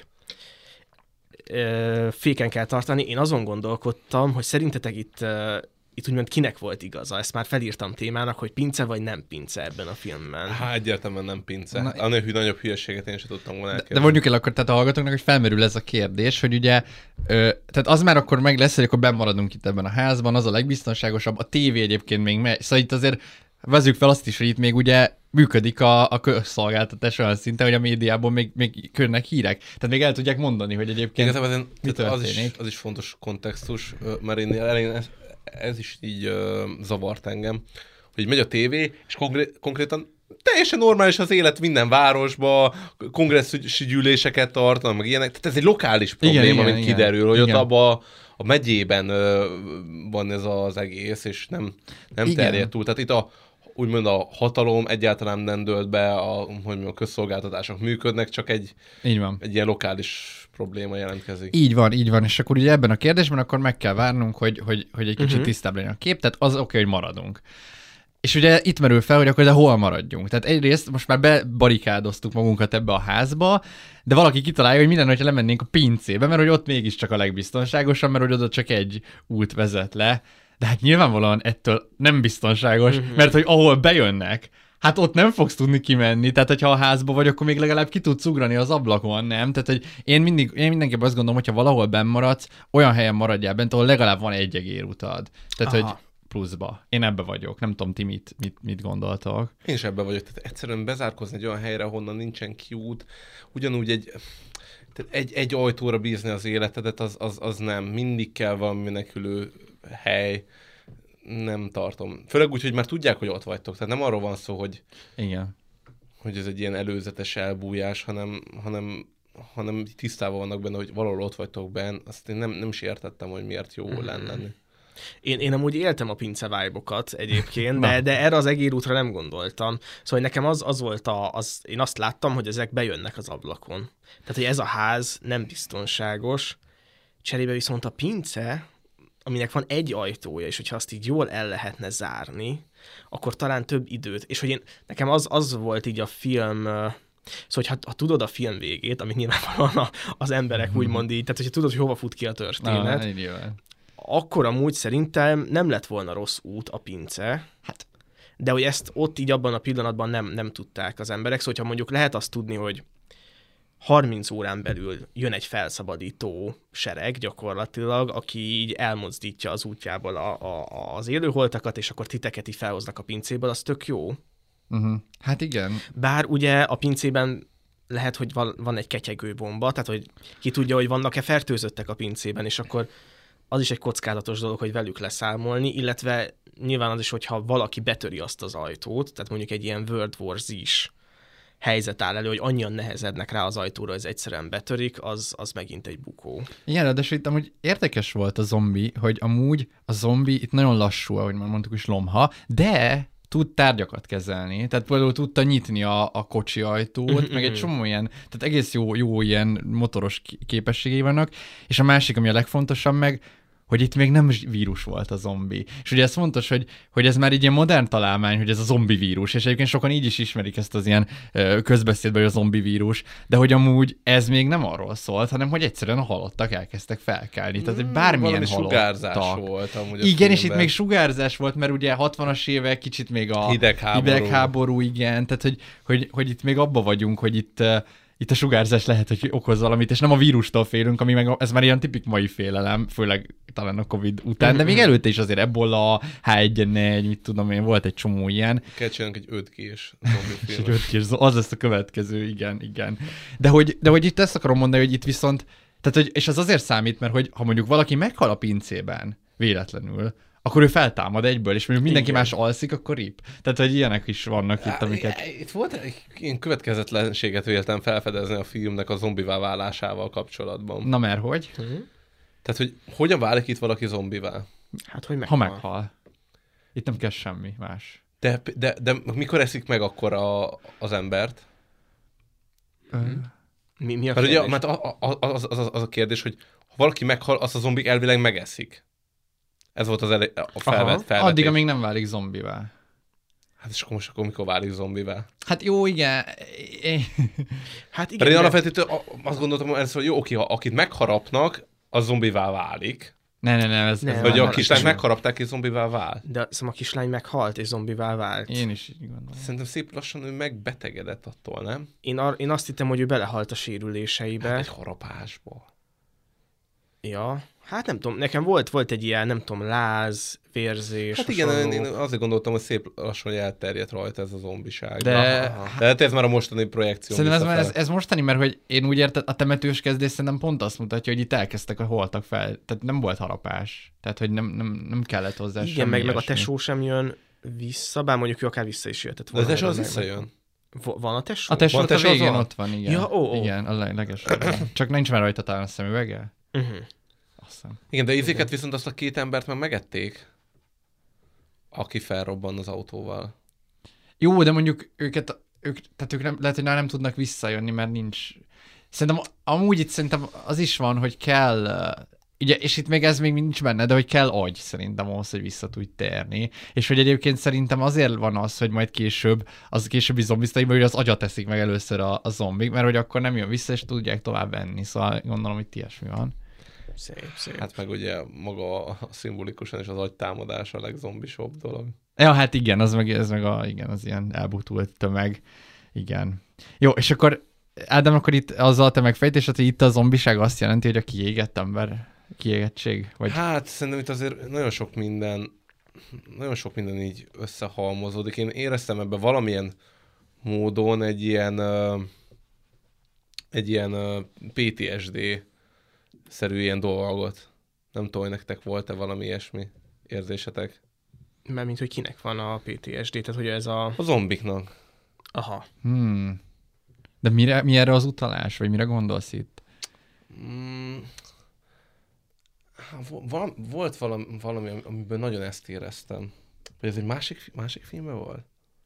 ö, féken kell tartani. Én azon gondolkodtam, hogy szerintetek itt ö, itt úgymond kinek volt igaza? Ezt már felírtam témának, hogy pince vagy nem pince ebben a filmben. Hát egyértelműen nem pince. Na, a nőhű nagyobb hülyeséget én sem tudtam volna elkérni. De, de mondjuk el akkor tehát a hallgatóknak, hogy felmerül ez a kérdés, hogy ugye, ö, tehát az már akkor meg lesz, hogy akkor benn maradunk itt ebben a házban, az a legbiztonságosabb, a tévé egyébként még megy. Szóval itt azért vezzük fel azt is, hogy itt még ugye működik a, a közszolgáltatás olyan szinten, hogy a médiában még, még körnek hírek. Tehát még el tudják mondani, hogy egyébként igen, mi az is, az is fontos kontextus, mert én elején ez is így uh, zavart engem, hogy megy a tévé, és konkré- konkrétan teljesen normális az élet minden városba, kongresszusi gyűléseket tartanak, meg ilyenek. Tehát ez egy lokális probléma, amit kiderül, hogy igen. ott abban a megyében uh, van ez az egész, és nem, nem terjed túl. Tehát itt a úgymond a hatalom egyáltalán nem dölt be, a, hogy mondjam, a közszolgáltatások működnek, csak egy, így van. egy ilyen lokális probléma jelentkezik. Így van, így van, és akkor ugye ebben a kérdésben akkor meg kell várnunk, hogy, hogy, hogy egy kicsit uh-huh. tisztább legyen a kép, tehát az oké, okay, hogy maradunk. És ugye itt merül fel, hogy akkor de hol maradjunk. Tehát egyrészt most már bebarikádoztuk magunkat ebbe a házba, de valaki kitalálja, hogy minden, hogyha lemennénk a pincébe, mert hogy ott mégiscsak a legbiztonságosabb, mert hogy oda csak egy út vezet le. De hát nyilvánvalóan ettől nem biztonságos, uh-huh. mert hogy ahol bejönnek, hát ott nem fogsz tudni kimenni, tehát hogyha a házba vagy, akkor még legalább ki tudsz ugrani az ablakon, nem? Tehát, hogy én, mindig, én mindenképp azt gondolom, hogyha valahol benn maradsz, olyan helyen maradjál bent, ahol legalább van egy egérutad. Tehát, Aha. hogy pluszba. Én ebbe vagyok. Nem tudom, ti mit, mit, mit gondoltok. Én is ebbe vagyok. Tehát egyszerűen bezárkozni egy olyan helyre, honnan nincsen kiút, ugyanúgy egy... Tehát egy, egy ajtóra bízni az életedet, az, az, az nem. Mindig kell valami menekülő hely. Nem tartom. Főleg úgy, hogy már tudják, hogy ott vagytok. Tehát nem arról van szó, hogy, igen. hogy ez egy ilyen előzetes elbújás, hanem, hanem, hanem tisztában vannak benne, hogy valahol ott vagytok benne. Azt én nem, nem is értettem, hogy miért jó mm. lenne lenni. Én, én amúgy éltem a pince vibe-okat egyébként, de, de erre az egérútra nem gondoltam. Szóval nekem az, az volt a, az, én azt láttam, hogy ezek bejönnek az ablakon. Tehát, hogy ez a ház nem biztonságos, cserébe viszont a pince, aminek van egy ajtója, és hogyha azt így jól el lehetne zárni, akkor talán több időt, és hogy én, nekem az, az volt így a film, szóval, hogy ha, ha tudod a film végét, amit nyilvánvalóan az emberek mm-hmm. úgymond így, tehát hogyha tudod, hogy hova fut ki a történet, ah, akkor amúgy szerintem nem lett volna rossz út a pince, hát. De hogy ezt ott így abban a pillanatban nem, nem tudták az emberek, szóval hogyha mondjuk lehet azt tudni, hogy harminc órán belül jön egy felszabadító sereg gyakorlatilag, aki így elmozdítja az útjából a, a, az élőholtakat, és akkor titeket így felhoznak a pincéből, az tök jó. Uh-huh. Hát igen. Bár ugye a pincében lehet, hogy van, van egy ketyegő bomba, tehát hogy ki tudja, hogy vannak-e fertőzöttek a pincében, és akkor az is egy kockázatos dolog, hogy velük leszámolni, illetve nyilván az is, hogyha valaki betöri azt az ajtót, tehát mondjuk egy ilyen World War Z-s helyzet áll elő, hogy annyian nehezednek rá az ajtóra, hogy ez egyszerűen betörik, az, az megint egy bukó. Igen, de itt amúgy érdekes volt a zombi, hogy amúgy a zombi itt nagyon lassú, ahogy már mondtuk is lomha, de tud tárgyakat kezelni, tehát például tudta nyitni a, a kocsi ajtót, meg egy csomó ilyen, tehát egész jó, jó ilyen motoros képességei vannak, és a másik, ami a legfontosabb meg, hogy itt még nem vírus volt a zombi. És ugye ez fontos, hogy, hogy ez már így ilyen modern találmány, hogy ez a zombi vírus, és egyébként sokan így is ismerik ezt az ilyen ö, közbeszédben, hogy a zombi vírus, de hogy amúgy ez még nem arról szólt, hanem hogy egyszerűen a halottak elkezdtek felkelni. Tehát, hogy bármilyen mm, halottak. Volt amúgy. Igen, filmben. És itt még sugárzás volt, mert ugye hatvanas évek kicsit még a hidegháború, hidegháború igen, tehát hogy, hogy, hogy itt még abba vagyunk, hogy itt itt a sugárzás lehet, hogy okoz valamit, és nem a vírustól félünk, ami meg ez már ilyen tipik mai félelem, főleg talán a Covid után, de még előtte is azért ebola, há egy en egy, mit tudom én, volt egy csomó ilyen. Kell csinálnunk egy öt gés zombifilmet. egy öt gés, az lesz a következő, igen, igen. De hogy, de hogy itt ezt akarom mondani, hogy itt viszont, tehát, hogy, és az azért számít, mert hogy ha mondjuk valaki meghal a pincében véletlenül, akkor ő feltámad egyből, és mondjuk mindenki igen. más alszik, akkor rip. Tehát, hogy ilyenek is vannak itt, amiket... Itt volt egy ilyen következetlenséget véltem felfedezni a filmnek a zombivá válásával kapcsolatban. Na mert hogy? Uh-huh. Tehát, hogy hogyan válik itt valaki zombivá? Hát, hogy meghal. Ha meghal. Itt nem kell semmi más. De, de, de mikor eszik meg akkor a, az embert? Uh. Mi, mi a mert kérdés? ugye, mert az, az, az, az a kérdés, hogy ha valaki meghal, azt a zombik elvileg megeszik. Ez volt az elé, a felvet, felvetés. Addig, amíg nem válik zombivá. Hát és akkor most akkor mikor válik zombivá? Hát jó, igen. hát igen. Pedig én alapvetően azt gondoltam, hogy jó, oké, ha akit megharapnak, az zombivá válik. Ne, ne, ne. Ez, nem, ez hogy a kislány megharapták, és zombivá vált. De szóval a kislány meghalt, és zombivá vált. Én is így gondolom. Szerintem szép lassan ő megbetegedett attól, nem? Én, ar- én azt hittem, hogy ő belehalt a sérüléseibe. Hát egy harapásból. Ja, hát nem tudom, nekem volt, volt egy ilyen, nem tudom, láz, vérzés. Hát igen, én, én azért gondoltam, hogy szép lassan elterjedt rajta ez a zombiság. De, de hát ez már a mostani projekció. Szerintem ez, ez, ez mostani, mert hogy én úgy értem, a temetős kezdés szerintem pont azt mutatja, hogy itt elkezdtek a holtak fel. Tehát nem volt harapás. Tehát, hogy nem, nem, nem kellett hozzá igen, semmi meg, meg a ilyesmi. tesó sem jön vissza, bár mondjuk ő akár vissza is jöhetett volna. De a tesó az meg, visszajön. Meg. Van a tesó? A tesó, van, a, tesó a végén van? ott van, igen. Ja, ó, ó. Igen, a legesőbb. Csak nincs már rajta talán a szemüvege. Uh-huh. Igen, de izéket viszont azt a két embert már megették, aki felrobban az autóval. Jó, de mondjuk őket, ők, tehát ők nem, lehet, hogy nem tudnak visszajönni, mert nincs... Szerintem amúgy itt szerintem az is van, hogy kell... Ugye, és itt még ez még nincs benne, de hogy kell agy szerintem ahhoz, hogy vissza tudj térni. És hogy egyébként szerintem azért van az, hogy majd később, az későbbi zombisztaikban, hogy az agyat teszik meg először a, a zombik, mert hogy akkor nem jön vissza, és tudják tovább venni. Szóval gondolom, hogy ilyesmi van. Szép, szép. Hát meg ugye maga a szimbolikusan is az agytámadás a legzombisabb dolog. Ja, hát igen, az meg, ez meg a, igen, az ilyen elbutult tömeg. Igen. Jó, és akkor Ádám, akkor itt azzal te megfejtésed, hogy itt a zombiság azt jelenti, hogy a kiégett ember, kiégettség? Vagy... Hát szerintem itt azért nagyon sok minden, nagyon sok minden így összehalmozódik. Én éreztem ebben valamilyen módon egy ilyen, egy ilyen pé té es dé-szerű ilyen dolgot. Nem tudom, hogy nektek volt-e valami ilyesmi érzésetek? Mert mint hogy kinek van a pé té es dé, tehát hogy ez a... A zombiknak. Aha. Hmm. De mire, mi erre az utalás, vagy mire gondolsz itt? Mm. Val- volt valami, valami, amiben nagyon ezt éreztem. Vagy ez egy másik, másik filmben volt?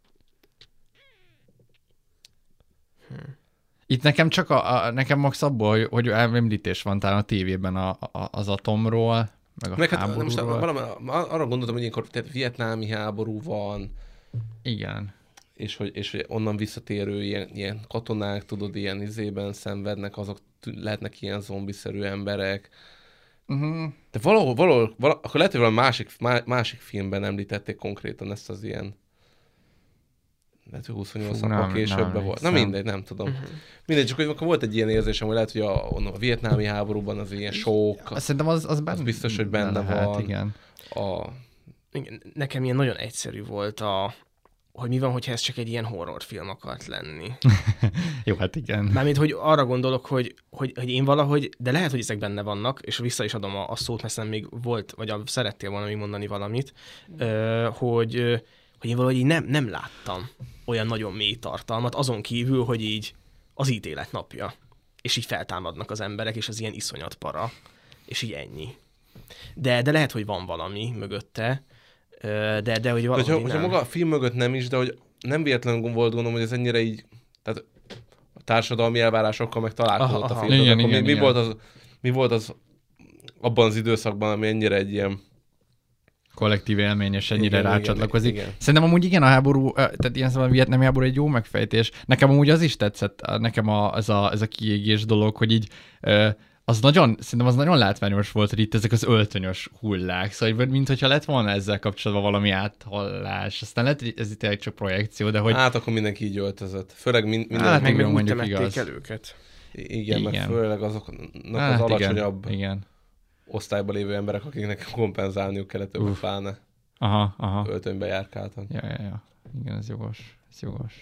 Hmm. Itt nekem csak a, a nekem max abból, hogy, hogy említés van talán a tévében a, a, az atomról, meg a meg háborúról. Hát, most valami, arra gondoltam, hogy ilyenkor tehát vietnámi háború van. Igen. És hogy, és hogy onnan visszatérő ilyen, ilyen katonák, tudod, ilyen izében szenvednek, azok lehetnek ilyen zombiszerű emberek. Uh-huh. De valahol, valahol, valahol, akkor lehet, hogy valami másik, másik filmben említették konkrétan ezt az ilyen, lehet, hogy huszonnyolc nappal későbben volt. Na mindegy, nem tudom. Uh-huh. Mindegy, csak hogy akkor volt egy ilyen érzésem, hogy lehet, hogy a, a vietnámi háborúban az ilyen sok. Szerintem az, az, az biztos, hogy benne van. Hát, igen. A... igen. Nekem ilyen nagyon egyszerű volt a hogy mi van, hogyha ez csak egy ilyen horrorfilm akart lenni. Jó, hát igen. Mármint, hogy arra gondolok, hogy, hogy, hogy én valahogy, de lehet, hogy ezek benne vannak, és vissza is adom a, a szót, mert szerintem még volt, vagy a, szerettél volna még mondani valamit, ö, hogy, ö, hogy én valahogy így nem, nem láttam olyan nagyon mély tartalmat, azon kívül, hogy így az ítélet napja, és így feltámadnak az emberek, és az ilyen iszonyat para, és így ennyi. De, de lehet, hogy van valami mögötte, de, de hogy valahogy hogyha, hogyha maga a film mögött nem is, de hogy nem véletlenül volt gondolom, hogy ez ennyire így, tehát a társadalmi elvárásokkal meg találkozott a film. Igen, igen, mi, igen. Mi, volt az, mi volt az abban az időszakban, ami ennyire egy ilyen kollektív élmény, és ennyire igen, rácsatlakozik. Igen, igen. Szerintem amúgy igen, a háború, tehát ilyen szóval a vietnámi háború egy jó megfejtés. Nekem amúgy az is tetszett, nekem a, ez, a, ez a kiégés dolog, hogy így az nagyon, szerintem az nagyon látványos volt, hogy itt ezek az öltönyös hullák, szóval mint hogyha lett volna ezzel kapcsolatban valami áthallás. Aztán lehet, hogy ez itt csak projekció, de hogy... Hát akkor mindenki így öltözött. Főleg mind, minden... Hát meg, meg úgy temették el őket. Igen, igen, meg főleg azoknak hát, az alacsonyabb igen, igen. osztályban lévő emberek, akiknek kompenzálniuk kellett őket pláne. Aha, aha. Öltönybe járkáltak. Ja, ja, ja. Igen, ez jogos. Ez jogos.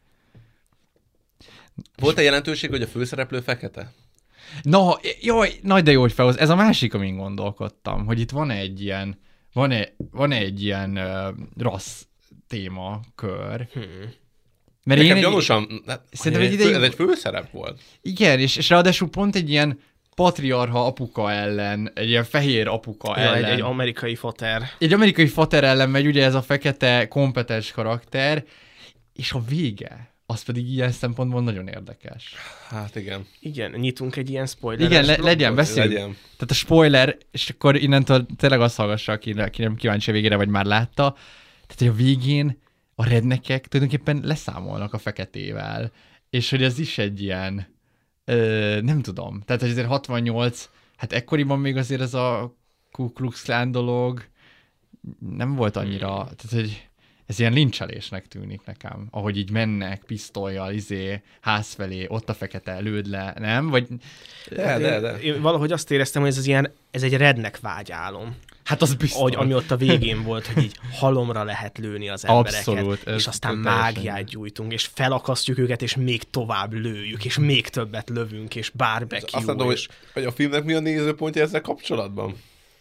Volt-e jelentőség, hogy a főszereplő fekete? No, jaj, nagy de jó, hogy felhoz. Ez a másik, amin gondolkodtam, hogy itt van egy ilyen, van egy, van egy ilyen uh, rassz témakör. Hmm. Mert nekem gyanúsan, hát, szerintem egy idején... ez egy főszerep volt. Igen, és, és ráadásul pont egy ilyen patriarha apuka ellen, egy ilyen fehér apuka ja, ellen. Egy, egy amerikai fater. Egy amerikai fater ellen megy ugye ez a fekete, kompetens karakter, és a vége, az pedig ilyen szempontból nagyon érdekes. Hát igen. Igen, nyitunk egy ilyen spoiler. Igen, le, legyen, beszéljünk. Legyen. Tehát a spoiler, és akkor innentől tényleg azt hallgassa, aki, aki nem kíváncsi a végére, vagy már látta. Tehát, hogy a végén a rednekek tulajdonképpen leszámolnak a feketével, és hogy ez is egy ilyen, ö, nem tudom, tehát hogy azért hatvannyolc, hát ekkoriban még azért ez a Ku Klux Klan dolog nem volt annyira, hmm. tehát hogy ez ilyen lincselésnek tűnik nekem, ahogy így mennek pisztollyal, izé, ház felé, ott a fekete, lőd le, nem? Vagy... De, de, de. Én valahogy azt éreztem, hogy ez, az ilyen, ez egy redneck vágyálom. Hát az biztos. Ahogy, ami ott a végén volt, hogy így halomra lehet lőni az embereket, Abszolút, és aztán mágiát gyújtunk, és felakasztjuk őket, és még tovább lőjük, és még többet lövünk, és barbecue. Azt mondom, és... hogy, hogy a filmnek mi a nézőpontja ezzel kapcsolatban?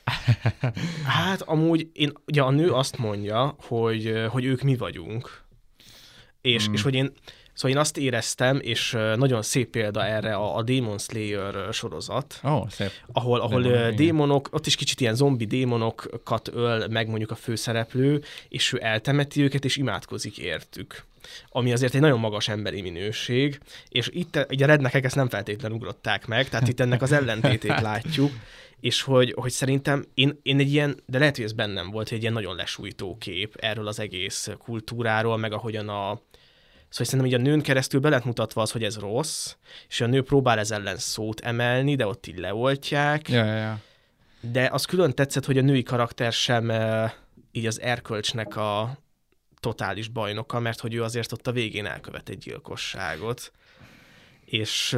Hát amúgy én, ugye a nő azt mondja, hogy, hogy ők mi vagyunk. És, mm. és hogy én, szóval én azt éreztem, és nagyon szép példa erre a, a Demon Slayer sorozat. Oh, szép. Ahol, ahol Demon, démonok, ott is kicsit ilyen zombi démonokat öl meg mondjuk a főszereplő, és ő eltemeti őket, és imádkozik értük. Ami azért egy nagyon magas emberi minőség, és itt ugye a rednekek ezt nem feltétlenül ugrották meg, tehát itt ennek az ellentétét látjuk, és hogy, hogy szerintem én, én egy ilyen, de lehet, hogy ez bennem volt, hogy egy ilyen nagyon lesújtó kép erről az egész kultúráról, meg ahogyan a... Szóval szerintem így a nőn keresztül be lett mutatva az, hogy ez rossz, és a nő próbál ez ellen szót emelni, de ott így leoltják. Ja, ja, ja. De az külön tetszett, hogy a női karakter sem így az erkölcsnek a totális bajnoka, mert hogy ő azért ott a végén elkövet egy gyilkosságot. És...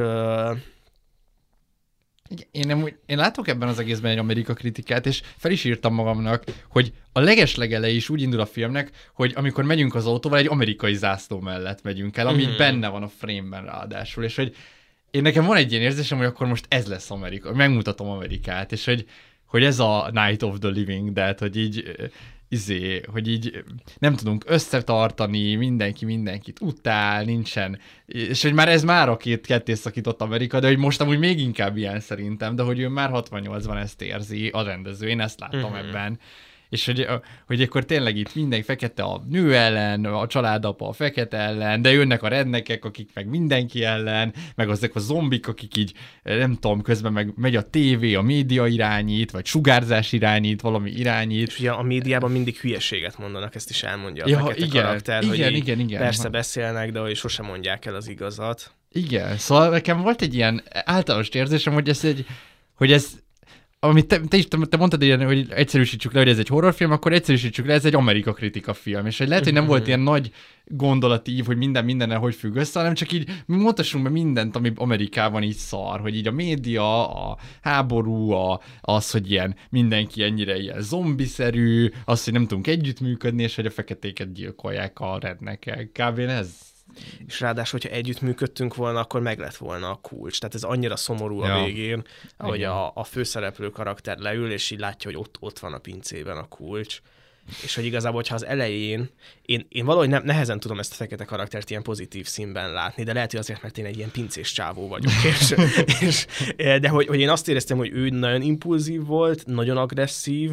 Én, nem, én látok ebben az egészben egy Amerika kritikát, és fel is írtam magamnak, hogy a legeslegele is úgy indul a filmnek, hogy amikor megyünk az autóval, egy amerikai zászló mellett megyünk el, ami mm-hmm. benne van a frame-ben ráadásul, és hogy én nekem van egy ilyen érzésem, hogy akkor most ez lesz Amerika, megmutatom Amerikát, és hogy, hogy ez a Night of the Living Dead, hogy így... izé, hogy így nem tudunk összetartani, mindenki mindenkit utál, nincsen, és hogy már ez már a két ketté szakított Amerika, de hogy most amúgy még inkább ilyen szerintem, de hogy ő már hatvannyolcban ezt érzi, a rendező, én ezt láttam uh-huh. ebben. És hogy, hogy akkor tényleg itt minden fekete a nő ellen, a családapa a fekete ellen, de jönnek a rednekek, akik meg mindenki ellen, meg azok a zombik, akik így, nem tudom, közben meg megy a tévé, a média irányít, vagy sugárzás irányít, valami irányít. És ugye a médiában mindig hülyeséget mondanak, ezt is elmondja a ja, fekete igen, karakter, igen, hogy igen, igen, persze beszélnek, de hogy sosem mondják el az igazat. Igen, szóval nekem volt egy ilyen általános érzésem, hogy ez egy, hogy ez amit te, te is te, te mondtad, hogy egyszerűsítsük le, hogy ez egy horrorfilm, akkor egyszerűsítsük le, ez egy Amerika kritika film. És hogy lehet, hogy nem volt ilyen nagy gondolatív, hogy minden mindennel hogy függ össze, hanem csak így mutassunk be mindent, ami Amerikában így szar, hogy így a média, a háború, a, az, hogy ilyen mindenki ennyire ilyen zombiszerű, az, hogy nem tudunk együttműködni, és hogy a feketéket gyilkolják a rednekek. Kb. Ez... És ráadásul, hogyha együttműködtünk volna, akkor meg lett volna a kulcs. Tehát ez annyira szomorú ja. a végén, ahogy a, a főszereplő karakter leül, és így látja, hogy ott, ott van a pincében a kulcs. És hogy igazából, hogyha az elején, én, én valahogy nem, nehezen tudom ezt a fekete karaktert ilyen pozitív színben látni, de lehet, hogy azért, mert én egy ilyen pincés csávó vagyok. és, és, de hogy, hogy én azt éreztem, hogy ő nagyon impulzív volt, nagyon agresszív,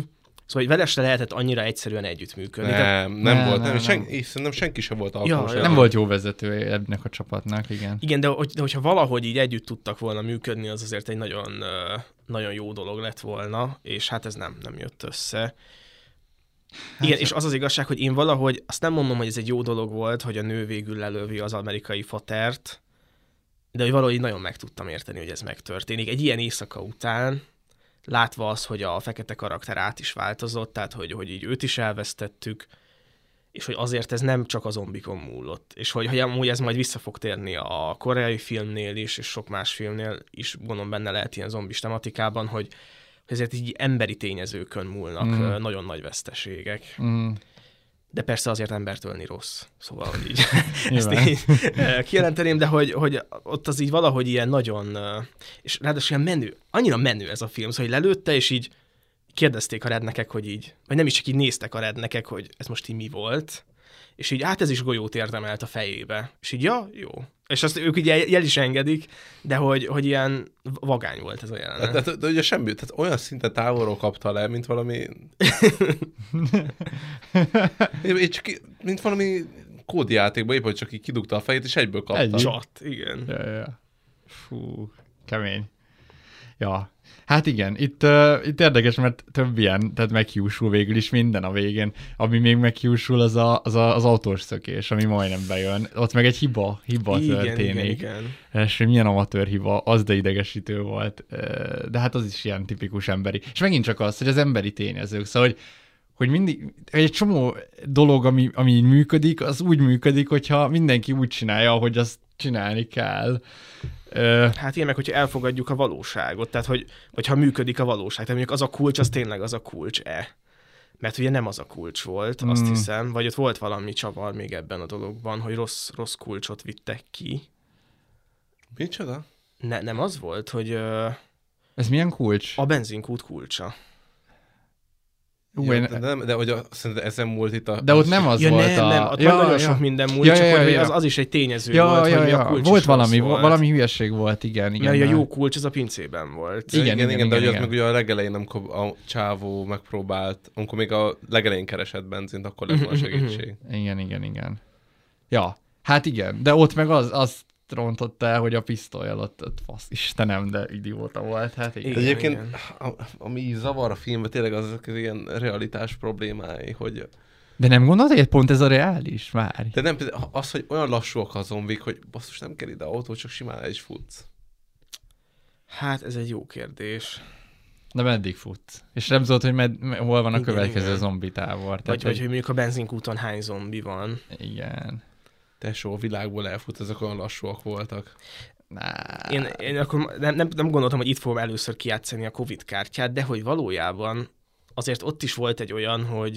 Szóval, hogy vele se lehetett annyira egyszerűen együttműködni. Nem, Tehát... nem, nem volt. nem, Nem, nem. Sen, és szerintem senki sem volt alkalmas. Ja, nem volt jó vezető ennek a csapatnak, igen. Igen, de, hogy, de hogyha valahogy így együtt tudtak volna működni, az azért egy nagyon, nagyon jó dolog lett volna, és hát ez nem, nem jött össze. Hát igen, és az az igazság, hogy én valahogy, azt nem mondom, hogy ez egy jó dolog volt, hogy a nő végül lelövi az amerikai fatert, de hogy valahogy nagyon meg tudtam érteni, hogy ez megtörténik. Egy ilyen éjszaka után, látva az, hogy a fekete karakter át is változott, tehát hogy, hogy így őt is elvesztettük, és hogy azért ez nem csak a zombikon múlott. És hogy, hogy amúgy ez majd vissza fog térni a koreai filmnél is, és sok más filmnél is, gondolom benne lehet ilyen zombis tematikában, hogy, hogy ezért így emberi tényezőkön múlnak mm. nagyon nagy veszteségek. Mm. De persze azért embert ölni rossz. Szóval, hogy így ezt így kijelenteném, de hogy, hogy ott az így valahogy ilyen nagyon, és ráadásul ilyen menő, annyira menő ez a film, szóval hogy lelőtte, és így kérdezték a rednekek, hogy így, vagy nem is csak így néztek a rednekek, hogy ez most így mi volt, és így hát ez is golyót érdemelt a fejébe. És így ja, jó. És azt ők így jel is engedik, de hogy, hogy ilyen vagány volt ez a jelenet. De, de, de ugye semmi, tehát olyan szinten távolról kapta le, mint valami... én csak, mint valami kódjátékban, épp hogy csak így kidugta a fejét, és egyből kapta. Egy csat, igen. Ja, ja. Fú, kemény. Ja. Hát igen, itt, uh, itt érdekes, mert több ilyen, tehát meghiúsul végül is minden a végén. Ami még meghiúsul, az a, az, a, az autós szökés, ami majdnem bejön. Ott meg egy hiba, hiba igen, történik. Igen, igen. És milyen amatőr hiba, az de idegesítő volt. De hát az is ilyen tipikus emberi. És megint csak az, hogy az emberi tényezők, szóval, hogy, hogy mindig, egy csomó dolog, ami, ami így működik, az úgy működik, hogyha mindenki úgy csinálja, ahogy azt csinálni kell. Hát ilyen meg, hogyha elfogadjuk a valóságot, tehát hogy, hogyha működik a valóság, tehát mondjuk az a kulcs, az tényleg az a kulcs-e. Mert ugye nem az a kulcs volt, mm. azt hiszem, vagy ott volt valami csavar még ebben a dologban, hogy rossz, rossz kulcsot vittek ki. Micsoda? Ne, nem az volt, hogy... Uh, Ez milyen kulcs? A benzinkút kulcsa. Ú, ja, én... de, nem, de hogy a, szerintem ezen múlt itt a... De ott nem az ja, volt nem, a... nem, ott ja, nagyon ja. sok minden múlt, ja, csak ja, hogy ja. az, az is egy tényező ja, volt, ja, hogy ja. a kulcs volt valami, volt. valami hülyeség volt, igen. igen Mert a jó kulcs az a pincében volt. Igen, igen, igen, igen, de igen, hogy az meg ugye a legelején, amikor a csávó megpróbált, amikor még a legelején keresett benzint, akkor lett volna segítség. Igen, igen, igen. Ja, hát igen, de ott meg az, az rontott el, hogy a pisztolyal ott, ott fasz, Istenem, de idióta volt. Hát igen. De egyébként, a, ami zavar a filmben, tényleg az, az ilyen realitás problémái, hogy... De nem gondolod, hogy pont ez a reális? Várj. De nem, az, hogy olyan lassúak a zombik, hogy basszus, nem kell ide autó, csak simán el is futsz. Hát ez egy jó kérdés. De meddig futsz? És nem tudod, hogy med, hol van a igen, következő igen. zombi tábor. Vagy, Tehát, vagy hogy mondjuk a benzinkúton hány zombi van. Igen. Tesó, a világból elfut, ezek olyan lassúak voltak. Nah. Én, én akkor nem, nem, nem gondoltam, hogy itt fogom először kijátszani a Covid kártyát, de hogy valójában azért ott is volt egy olyan, hogy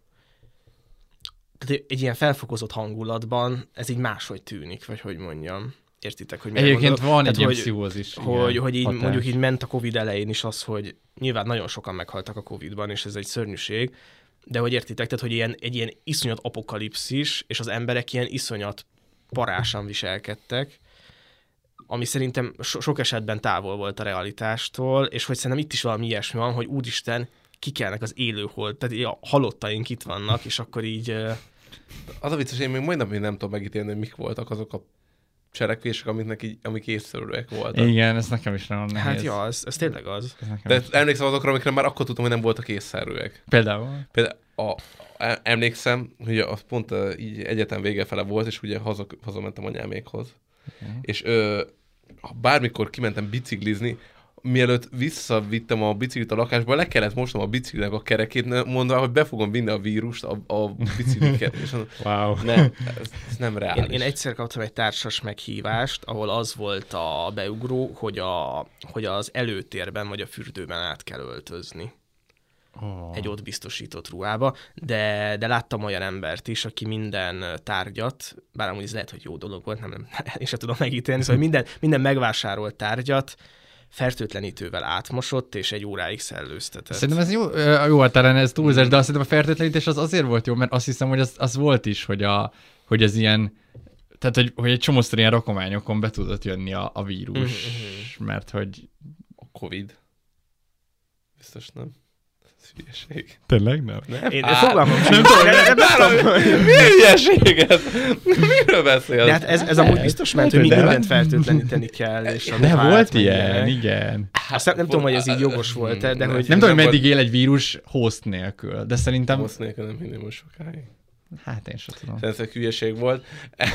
tehát egy ilyen felfokozott hangulatban ez így máshogy tűnik, vagy hogy mondjam. Értitek, hogy mire egyébként gondolok? van egy ilyen hogy, pszichózis. Hogy, hogy így, mondjuk így ment a Covid elején is az, hogy nyilván nagyon sokan meghaltak a Covidban, és ez egy szörnyűség, de hogy értitek, tehát, hogy ilyen, egy ilyen iszonyat apokalipszis, és az emberek ilyen iszonyat parásan viselkedtek, ami szerintem so- sok esetben távol volt a realitástól, és hogy szerintem itt is valami ilyesmi van, hogy úristen, kikelnek az élőhold, tehát a halottaink itt vannak, és akkor így... Az a vicces, én még majdnem még nem tudom megítélni, hogy mik voltak azok a cselekvések, amiknek így, amik észszerűek voltak. Igen, ez nekem is nagyon nehéz. Hát ja, ez, ez tényleg az. De emlékszem azokra, amikre már akkor tudtam, hogy nem voltak észszerűek. Például? Például a, emlékszem, hogy az pont a, így egyetem vége fele volt, és ugye haza, hazamentem anyámékhoz. Okay. És ö, bármikor kimentem biciklizni, mielőtt visszavittem a biciklit a lakásba, le kellett mosnom a biciklinek a kerekét, mondva, hogy be fogom vinni a vírust a, a bicikliket. Wow. Nem, ez, ez nem reális. Én, én egyszer kaptam egy társas meghívást, ahol az volt a beugró, hogy, a, hogy az előtérben vagy a fürdőben át kell öltözni. Oh. Egy ott biztosított ruhába, de, de láttam olyan embert is, aki minden tárgyat, bár amúgy ez lehet, hogy jó dolog volt, nem, nem én sem tudom megítélni, szóval minden, minden megvásárolt tárgyat fertőtlenítővel átmosott, és egy óráig szellőztetett. Szerintem ez jó, jó talán ez túlzás, de azt szerintem a fertőtlenítés az azért volt jó, mert azt hiszem, hogy az, az volt is, hogy, a, hogy ez ilyen, tehát hogy, hogy egy csomószor ilyen rakományokon be tudott jönni a, a vírus, mm-hmm. mert hogy... A Covid. Biztos nem. Hülyeség. Tényleg nem? nem? Én fogalmam sem. Milyen hülyeség ez? Miről beszélsz? De hát ez, ez amúgy biztos, mert hogy mindent fertőtleníteni kell. És a de volt ilyen, igen. Azt nem, nem tudom, hogy ez így jogos volt-e, de hogy... Nem tudom, hogy meddig él egy vírus host nélkül, de szerintem... Host nélkül nem hinném most sokáig. Hát én sem tudom. Szerintem hülyeség volt.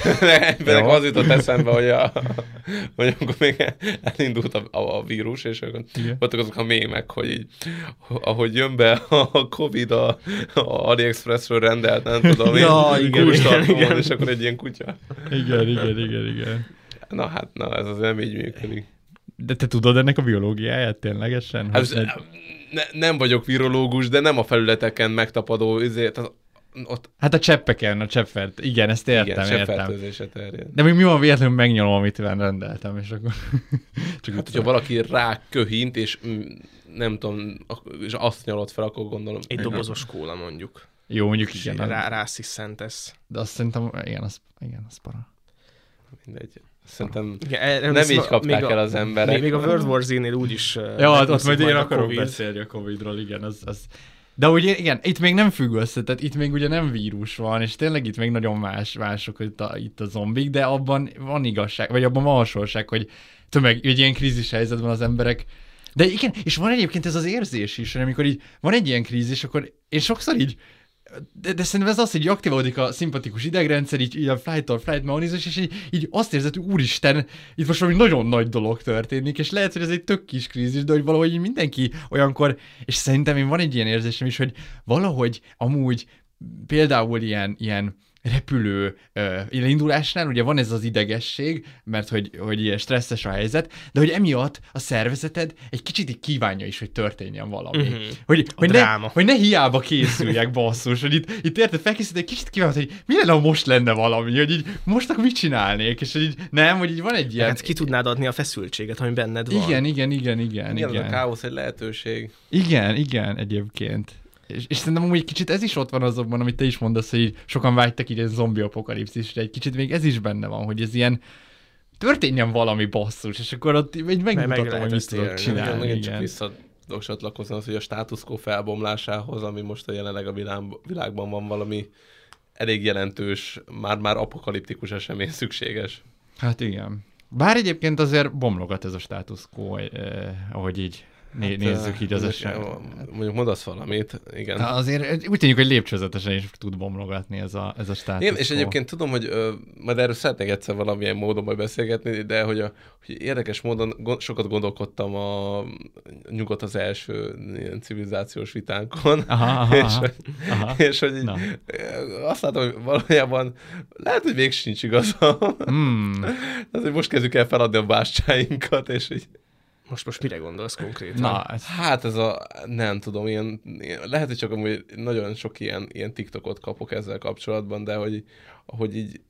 Egyben az jutott eszembe, hogy, a, hogy amikor még elindult a, a, a vírus, és akkor voltak azok a mémek, hogy így, ahogy jön be a Covid a, a AliExpressről rendelt, nem tudom, ja, én igen, igen, igen. és akkor egy ilyen kutya. Igen, igen, igen, igen. Na hát, na, ez az nem így működik. De te tudod ennek a biológiáját ténylegesen? Hát, egy... ne, nem vagyok virológus, de nem a felületeken megtapadó, ezért az ott... Hát a cseppeken, a cseppfert, igen, ezt értem, igen, értem. terjed. De még mi van véletlenül megnyalom, amit rendeltem, és akkor... Csak hát, hogyha valaki rá köhint, és nem tudom, és azt nyalod fel, akkor gondolom... Egy dobozos kóla mondjuk. Jó, mondjuk igen. Rá, rásziszentesz. De azt szerintem, igen, az, igen, az para. Mindegy. Szerintem igen, nem így kapták a, el az emberek. Még, még a World War Z-nél úgyis... Ja, ott, ott majd én akarok COVID. beszélni a Covidról, igen, az... az... De ugye igen, itt még nem függ össze, tehát itt még ugye nem vírus van, és tényleg itt még nagyon más, mások itt a, itt a zombik, de abban van igazság, vagy abban van hasonlóság, hogy tömeg, egy ilyen krízis helyzetben az emberek. De igen, és van egyébként ez az érzés is, hogy amikor így van egy ilyen krízis, akkor én sokszor így, de, de szerintem ez az, hogy így aktiválódik a szimpatikus idegrendszer, így, így a flight-or-flight mechanizmus, és így, így azt érzed, hogy úristen, itt most valami nagyon nagy dolog történik, és lehet, hogy ez egy tök kis krízis, de hogy valahogy így mindenki olyankor, és szerintem én van egy ilyen érzésem is, hogy valahogy amúgy például ilyen, ilyen repülő uh, indulásnál, ugye van ez az idegesség, mert hogy, hogy ilyen stresszes a helyzet, de hogy emiatt a szervezeted egy kicsit így kívánja is, hogy történjen valami. Mm-hmm. Hogy, hogy, ne, hogy ne hiába készüljek, basszus, hogy itt, itt érted, felkészített, egy kicsit kívánod, hogy mi lenne, ha most lenne valami, hogy így most akkor mit csinálnék, és hogy így nem, hogy így van egy ilyen... Hát ki tudnád adni a feszültséget, ami benned van. Igen, igen, igen, igen. Igen, igen. a káosz egy lehetőség. Igen, igen, egyébként. És, és szerintem amúgy egy kicsit ez is ott van azokban, amit te is mondasz, hogy sokan vágytak így egy zombi apokalipszisre, egy kicsit még ez is benne van, hogy ez ilyen történjen valami basszus, és akkor ott így megmutatom, hogy mit tudok csinálni. Igen, csak vissza tudok csatlakozni az, hogy a status quo felbomlásához, ami most a jelenleg a világban van, valami elég jelentős, már-már apokaliptikus esemény szükséges. Hát igen. Bár egyébként azért bomlogat ez a status quo, eh, ahogy így Né- hát, nézzük így az eset. Mondjuk mondasz valamit, igen. Azért úgy tűnik, hogy lépcsőzetesen is tud bomlogatni ez a, ez a státusz. Igen, és egyébként tudom, hogy ö, majd erről szeretnék egyszer valamilyen módon majd beszélgetni, de hogy, a, hogy érdekes módon gond, sokat gondolkodtam a nyugat az első ilyen civilizációs vitánkon, aha, aha, és, aha, hogy, aha. és hogy így, azt látom, hogy valójában lehet, hogy még sincs igaza. Hmm. Az, hogy most kezdjük el feladni a bástyáinkat, és így Most, most mire gondolsz konkrétan? Na, ez... Hát ez a, nem tudom, ilyen, lehet, hogy csak amúgy nagyon sok ilyen, ilyen TikTokot kapok ezzel kapcsolatban, de hogy, hogy így,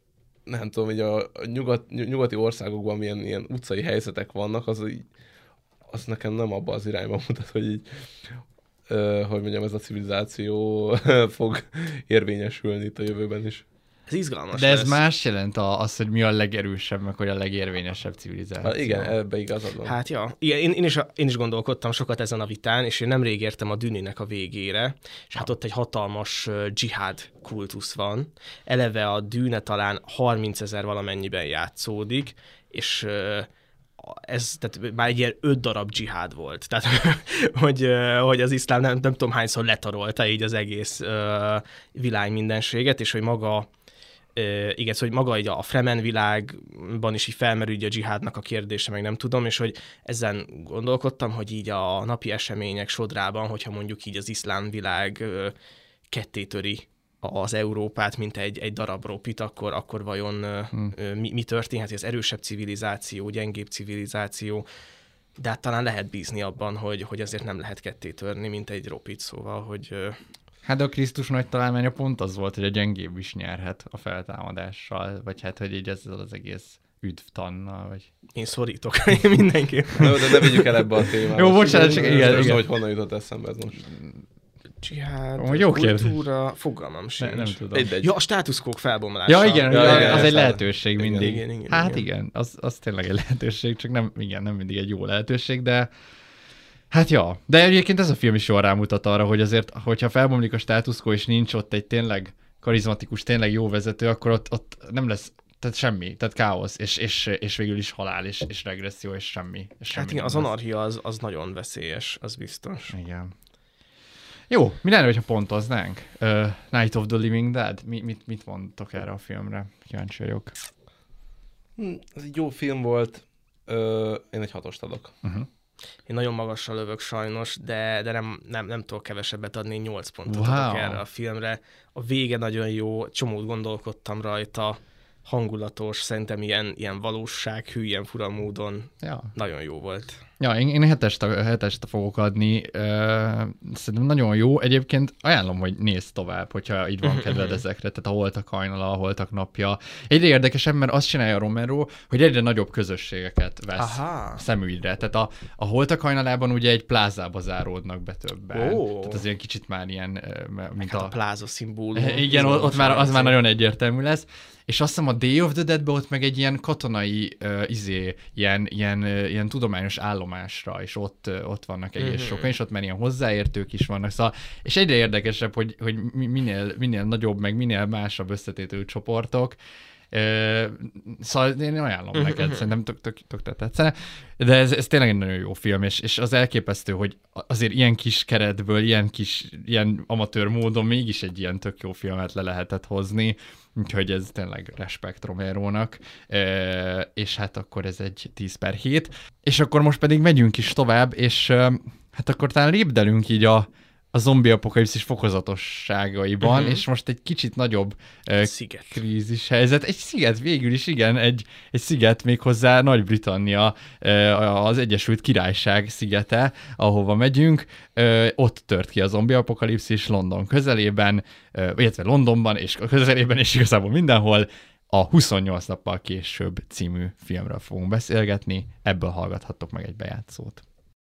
nem tudom, hogy a, a nyugat, nyugati országokban milyen ilyen utcai helyzetek vannak, az, így, az nekem nem abba az irányba mutat, hogy így, ö, hogy mondjam, ez a civilizáció fog érvényesülni itt a jövőben is. Ez izgalmas De ez lesz. Más jelent az, hogy mi a legerősebb, meg hogy a legérvényesebb civilizáció. Ha, igen, ebbe igazad van. Hát ja, igen, én, én, is, én is gondolkodtam sokat ezen a vitán, és én nemrég értem a Dűnének a végére, és hát ott egy hatalmas uh, dzsihád kultusz van. Eleve a Dűne talán harmincezer valamennyiben játszódik, és uh, ez tehát már egy ilyen öt darab dzsihád volt. Tehát, hogy, hogy az iszlám nem, nem tudom hányszor letarolta így az egész uh, világ mindenséget, és hogy maga Uh, igen, szóval, hogy maga így a Fremen világban is így felmerül így a dzsihádnak a kérdése, meg nem tudom, és hogy ezen gondolkodtam, hogy így a napi események sodrában, hogyha mondjuk így az iszlám világ uh, kettétöri az Európát, mint egy, egy darab ropit, akkor, akkor vajon uh, hmm. uh, mi, mi történhet, hogy az erősebb civilizáció, gyengébb civilizáció, de hát talán lehet bízni abban, hogy, hogy azért nem lehet kettétörni, mint egy ropit, szóval, hogy... Uh, Hát a Krisztus nagy találmánya pont az volt, hogy a gyengébb is nyerhet a feltámadással, vagy hát, hogy így ezzel az egész üdvtannal, vagy... Én szorítok, én mindenképpen. No, de ne vigyük el ebbe a témába. Jó, bocsánat, csak igen, igen. igen. Hogy honnan jutott eszembe ez most. Dzsihád, jó kultúra, fogalmam sincs. Ne, nem tudom. Egy, egy. Ja, a státuszkók felbomlása. Ja, igen, ja, ja, igen, az igen, egy lehetőség igen, mindig. Igen, igen, hát igen, igen, az, az tényleg egy lehetőség, csak nem, igen, nem mindig egy jó lehetőség, de Hát ja, de egyébként ez a film is jól rámutat arra, hogy azért, hogyha felbomlik a status quo, és nincs ott egy tényleg karizmatikus, tényleg jó vezető, akkor ott, ott nem lesz tehát semmi, tehát káosz, és, és, és végül is halál, és, és regresszió, és semmi. És semmi hát igen, az anarchia az, az nagyon veszélyes, az biztos. Igen. Jó, mi lenne, hogyha pontoznánk? Uh, Night of the Living Dead? Mi, mit, mit mondtok erre a filmre? Kíváncsi vagyok. Hm, ez egy jó film volt. Uh, én egy hatost adok. Uh-huh. Én nagyon magasra lövök sajnos, de, de nem, nem, nem tudok kevesebbet adni, nyolc pontot wow. adok erre a filmre. A vége nagyon jó, csomót gondolkodtam rajta, hangulatos, szerintem ilyen, ilyen valósághű, ilyen fura módon ja. nagyon jó volt. Ja, én, én hetest, hetest fogok adni. Uh, szerintem nagyon jó. Egyébként ajánlom, hogy nézz tovább, hogyha így van kedved ezekre. Tehát a Holtak hajnala, a Holtak napja. Egyre érdekesebb, mert azt csinálja Romero, hogy egyre nagyobb közösségeket vesz Aha. szemügyre. Tehát a, a Holtak hajnalában ugye egy plázába záródnak be többen. Oh. Tehát az ilyen kicsit már ilyen, mint hát a... a pláza szimbólum. Igen, ott már, az már nagyon egyértelmű lesz. És azt hiszem a Day of the Deadben ott meg egy ilyen katonai uh, izé, ilyen, ilyen, uh, ilyen tudományos állomásra, és ott, uh, ott vannak egész mm-hmm. sokan, és ott már ilyen hozzáértők is vannak. Szóval, és egyre érdekesebb, hogy, hogy minél, minél nagyobb, meg minél másabb összetételű csoportok. Uh, szóval én ajánlom mm-hmm. neked, szerintem tök, tök, tök, tök tetszene. De ez, ez tényleg egy nagyon jó film, és, és az elképesztő, hogy azért ilyen kis keretből, ilyen kis, ilyen amatőr módon mégis egy ilyen tök jó filmet le lehetett hozni. Úgyhogy ez tényleg respekt Romerónak, e, és hát akkor ez egy tíz per hét. És akkor most pedig megyünk is tovább, és e, hát akkor talán lépdelünk így a, a zombi apokalipszis fokozatosságaiban, uh-huh. és most egy kicsit nagyobb e, krízis helyzet. Egy sziget végül is, igen, egy, egy sziget méghozzá Nagy-Britannia, e, az Egyesült Királyság szigete, ahova megyünk. E, ott tört ki a zombi apokalipszis London közelében, e, illetve Londonban és közelében, és igazából mindenhol. A huszonnyolc nappal később című filmről fogunk beszélgetni, ebből hallgathattok meg egy bejátszót.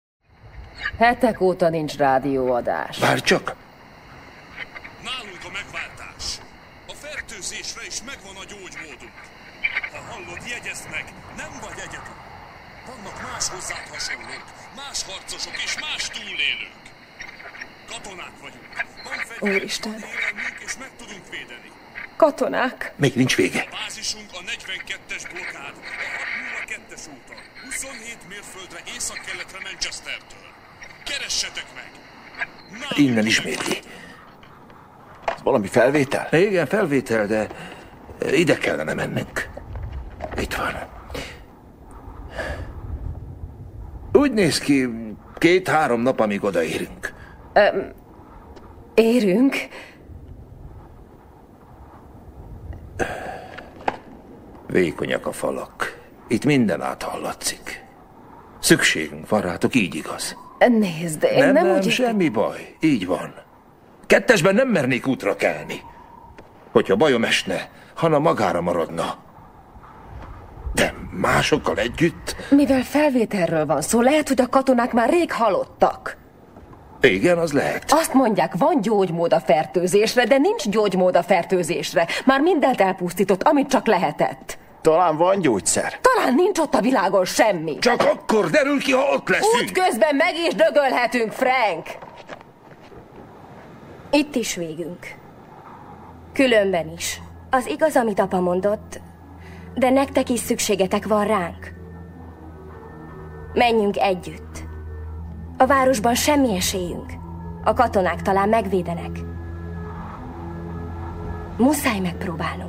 Hetek óta nincs rádióadás. Várj csak! Nálunk a megváltás. A fertőzésre is megvan a gyógymódunk. Ha hallod, jegyezd meg, nem vagy egyedül. Vannak más hozzád hasonlók, más harcosok és más túlélők. Katonák vagyunk. Van fegyver, van élelmünk és meg tudunk védeni. Katonák? Még nincs vége. A bázisunk a negyvenkettes blokád, a hat nulla kettes úton, huszonhét mérföldre észak-keletre Manchestertől. Keressetek meg! Nálunk innen ismétli. Ez valami felvétel? Igen, felvétel, de ide kellene mennünk. Itt van. Úgy néz ki, két-három nap, amíg odaérünk. Um, érünk? Vékonyak a falak. Itt minden áthallatszik. Szükségünk van rátok, így igaz. Nézd, én nem, nem, nem úgy... semmi baj. Így van. Kettesben nem mernék útra kelni. Hogyha bajom esne, Hana magára maradna. De másokkal együtt... Mivel felvételről van szó, lehet, hogy a katonák már rég halottak. Igen, az lehet. Azt mondják, van gyógymód a fertőzésre, de nincs gyógymód a fertőzésre. Már mindent elpusztított, amit csak lehetett. Talán van gyógyszer. Talán nincs ott a világon semmi. Csak akkor derül ki, ha ott leszünk. Útközben meg is dögölhetünk, Frank. Itt is végünk. Különben is. Az igaz, amit apa mondott, de nektek is szükségetek van ránk. Menjünk együtt. A városban semmi esélyünk. A katonák talán megvédenek. Muszáj megpróbálnunk.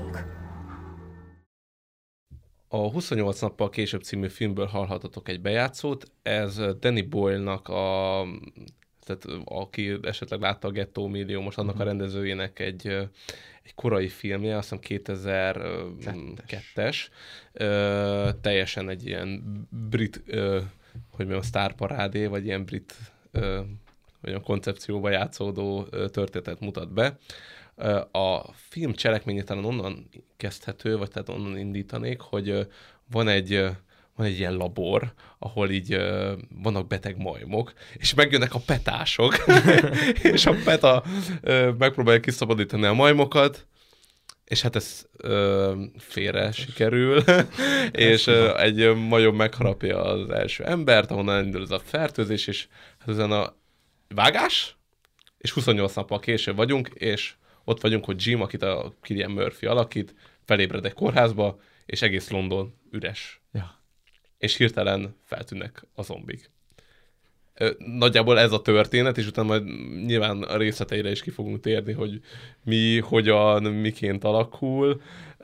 A huszonnyolc nappal később című filmből hallhatatok egy bejátszót. Ez Danny Boyle-nak, a, tehát aki esetleg látta a Ghetto Millió, most annak a rendezőjének egy, egy korai filmje, azt hiszem kétezer-kettes. Ö, teljesen egy ilyen brit, ö, hogy mondjam, sztárparádé, vagy ilyen brit ö, vagy a koncepcióba játszódó ö, történetet mutat be. A film cselekménye talán onnan kezdhető, vagy tehát onnan indítanék, hogy van egy, van egy ilyen labor, ahol így vannak beteg majmok, és megjönnek a petások, és a peta megpróbálja kiszabadítani a majmokat, és hát ez ö, félre sikerül, és ö, egy majom megharapja az első embert, ahonnan indul ez a fertőzés, és hát ezen a vágás, és huszonnyolc nappal később vagyunk, és ott vagyunk, hogy Jim, akit a Cillian Murphy alakít, felébred egy kórházba, és egész London üres. Ja. És hirtelen feltűnnek a zombik. Nagyjából ez a történet, és utána majd nyilván a részleteire is ki fogunk térni, hogy mi, hogyan, miként alakul.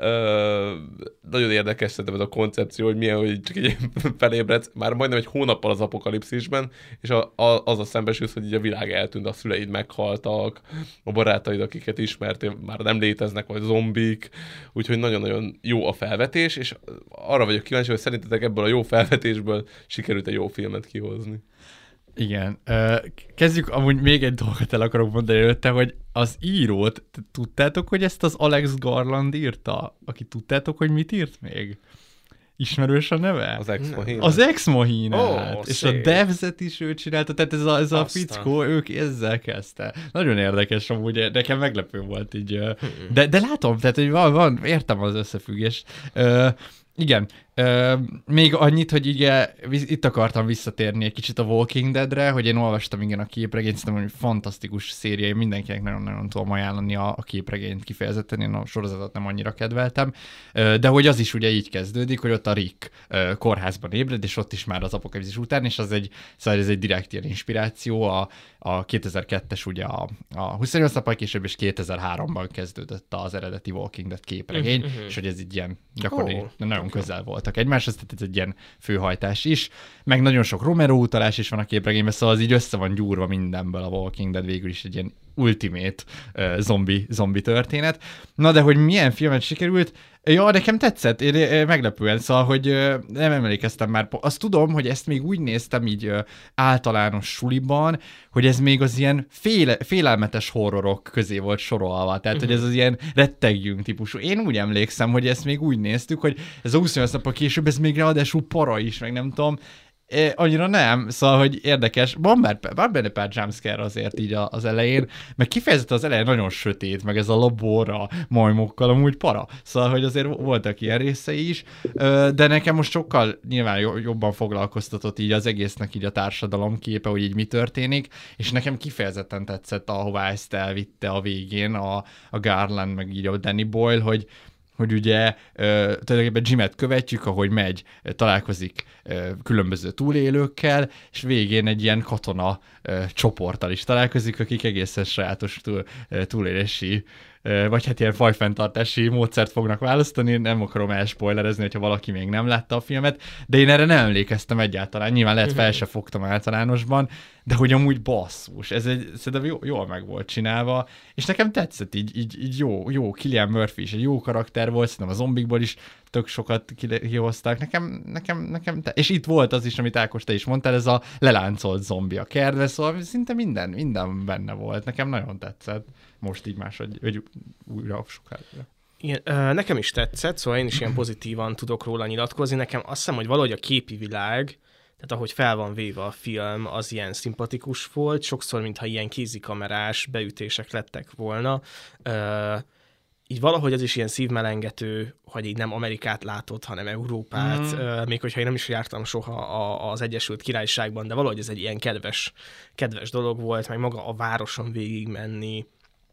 Uh, nagyon érdekes szerintem ez a koncepció, hogy milyen, hogy csak így felébredsz már majdnem egy hónappal az apokalipszisben, és a, a, az a szembesülsz, hogy így a világ eltűnt, a szüleid meghaltak, a barátaid, akiket ismertél, már nem léteznek, vagy zombik, úgyhogy nagyon-nagyon jó a felvetés, és arra vagyok kíváncsi, hogy szerintetek ebből a jó felvetésből sikerült egy jó filmet kihozni. Igen. Kezdjük, amúgy még egy dolgot el akarok mondani előtte, hogy az írót, tudtátok, hogy ezt az Alex Garland írta? Aki tudtátok, hogy mit írt még? Ismerős a neve? Az Ex Machina. Az Ex Machinát. Oh, és szép. a Devs-et is ő csinálta, tehát ez a, ez a fickó, ők ezzel kezdte. Nagyon érdekes amúgy, nekem meglepő volt így. De, de látom, tehát hogy van, van, értem az összefüggést. Uh, igen, Ö, még annyit, hogy ugye itt akartam visszatérni egy kicsit a Walking Deadre, hogy én olvastam igen a képregényt, szerintem, hogy fantasztikus széria, én mindenkinek nagyon-nagyon tudom ajánlani a, a képregényt kifejezetten, én a sorozatot nem annyira kedveltem, ö, de hogy az is ugye így kezdődik, hogy ott a Rick ö, kórházban ébred, és ott is már az apokalipszis után, és az egy, szóval ez egy direkt ilyen inspiráció, a, a kétezer-kettes ugye a, a huszonnyolc nappal később, és kétezer-háromban kezdődött az eredeti Walking Dead képregény, uh-huh. és hogy ez így ilyen gyakorlatilag oh, nagyon okay. közel volt egymáshoz, tehát ez egy ilyen főhajtás is, meg nagyon sok Romero utalás is van a képregényben, szóval az így össze van gyúrva mindenből a Walking Dead, végül is egy ilyen ultimate uh, zombi, zombi történet. Na de hogy milyen filmet sikerült, ja, nekem tetszett, én, én meglepően, szóval, hogy uh, nem emlékeztem már, azt tudom, hogy ezt még úgy néztem így uh, általános suliban, hogy ez még az ilyen féle, félelmetes horrorok közé volt sorolva, tehát, uh-huh. hogy ez az ilyen rettegjünk típusú. Én úgy emlékszem, hogy ezt még úgy néztük, hogy ez a huszonnyolc nappal később, ez még ráadásul para is, meg nem tudom, É, annyira nem, szóval, hogy érdekes. Van, már, van benne pár jumpscare azért így az elején, meg kifejezetten az elején nagyon sötét, meg ez a laborra majmokkal amúgy para. Szóval, hogy azért voltak ilyen részei is, de nekem most sokkal nyilván jobban foglalkoztatott így az egésznek így a társadalom képe, hogy így mi történik, és nekem kifejezetten tetszett, ahová ezt elvitte a végén a, a Garland, meg így a Danny Boyle, hogy hogy ugye ö, tulajdonképpen Jimet követjük, ahogy megy, találkozik ö, különböző túlélőkkel, és végén egy ilyen katona ö, csoporttal is találkozik, akik egészen sajátos túl, ö, túlélési, ö, vagy hát ilyen fajfenntartási módszert fognak választani, nem akarom elspoilerezni, hogyha valaki még nem látta a filmet, de én erre nem emlékeztem egyáltalán, nyilván lehet fel se fogtam általánosban, de hogy amúgy basszus, ez egy, szerintem jó, jól meg volt csinálva, és nekem tetszett, így, így, így jó, jó, Cillian Murphy is egy jó karakter volt, szerintem a zombikból is tök sokat kihozták, nekem, nekem, nekem, te... és itt volt az is, amit Ákos, te is mondtál, ez a leláncolt zombi a kertbe, szóval szinte minden, minden benne volt, nekem nagyon tetszett, most így máshogy, hogy újra sokára. Igen, nekem is tetszett, szóval én is ilyen pozitívan tudok róla nyilatkozni, nekem azt hiszem, hogy valahogy a képi világ, tehát ahogy fel van véve a film, az ilyen szimpatikus volt, sokszor, mintha ilyen kézikamerás beütések lettek volna. Uh, így valahogy az is ilyen szívmelengető, hogy így nem Amerikát látott, hanem Európát, mm. uh, még hogyha én nem is jártam soha a, az Egyesült Királyságban, de valahogy ez egy ilyen kedves, kedves dolog volt, meg maga a városon végig menni,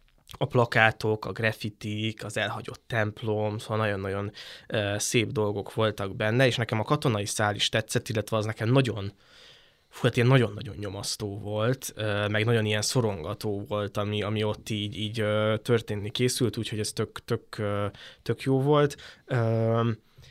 a plakátok, a graffitik, az elhagyott templom, szóval nagyon-nagyon uh, szép dolgok voltak benne, és nekem a katonai szál is tetszett, illetve az nekem nagyon, fú, hát ilyen nagyon-nagyon nyomasztó volt, uh, meg nagyon ilyen szorongató volt, ami, ami ott így, így uh, történni készült, úgyhogy ez tök, tök, uh, tök jó volt. Uh,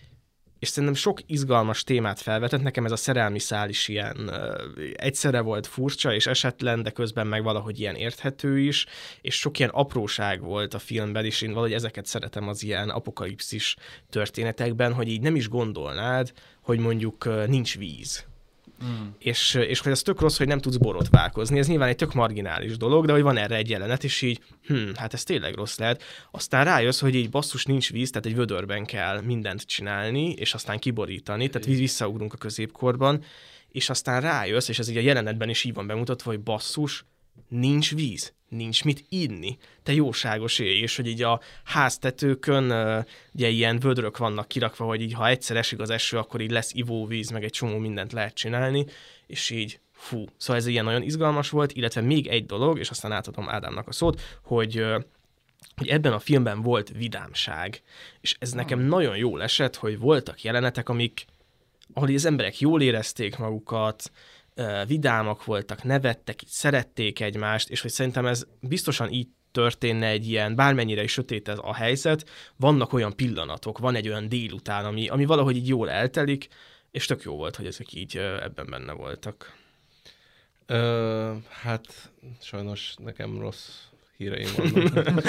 és szerintem sok izgalmas témát felvetett, nekem ez a szerelmi szál is ilyen uh, egyszerre volt furcsa és esetlen, de közben meg valahogy ilyen érthető is, és sok ilyen apróság volt a filmben, és én valahogy ezeket szeretem az ilyen apokalipszis történetekben, hogy így nem is gondolnád, hogy mondjuk uh, nincs víz. Mm. És, és hogy ez tök rossz, hogy nem tudsz borotválkozni. Ez nyilván egy tök marginális dolog, de hogy van erre egy jelenet, és így, hm, hát ez tényleg rossz lehet. Aztán rájössz, hogy így basszus nincs víz, tehát egy vödörben kell mindent csinálni, és aztán kiborítani, tehát visszaugrunk a középkorban, és aztán rájössz, és ez így a jelenetben is így van bemutatva, hogy basszus, nincs víz, nincs mit inni, te jóságos élj, és hogy így a háztetőkön ugye ilyen vödrök vannak kirakva, hogy így ha egyszer esik az eső, akkor így lesz ivóvíz, meg egy csomó mindent lehet csinálni, és így fú. Szóval ez ilyen nagyon izgalmas volt, illetve még egy dolog, és aztán átadom Ádámnak a szót, hogy, hogy ebben a filmben volt vidámság, és ez nekem nagyon jól esett, hogy voltak jelenetek, amik, ahol az emberek jól érezték magukat, vidámak voltak, nevettek, így szerették egymást, és hogy szerintem ez biztosan így történne egy ilyen, bármennyire is sötét ez a helyzet, vannak olyan pillanatok, van egy olyan délután, ami, ami valahogy így jól eltelik, és tök jó volt, hogy ezek így ebben benne voltak. Ö, hát sajnos nekem rossz híreim vannak.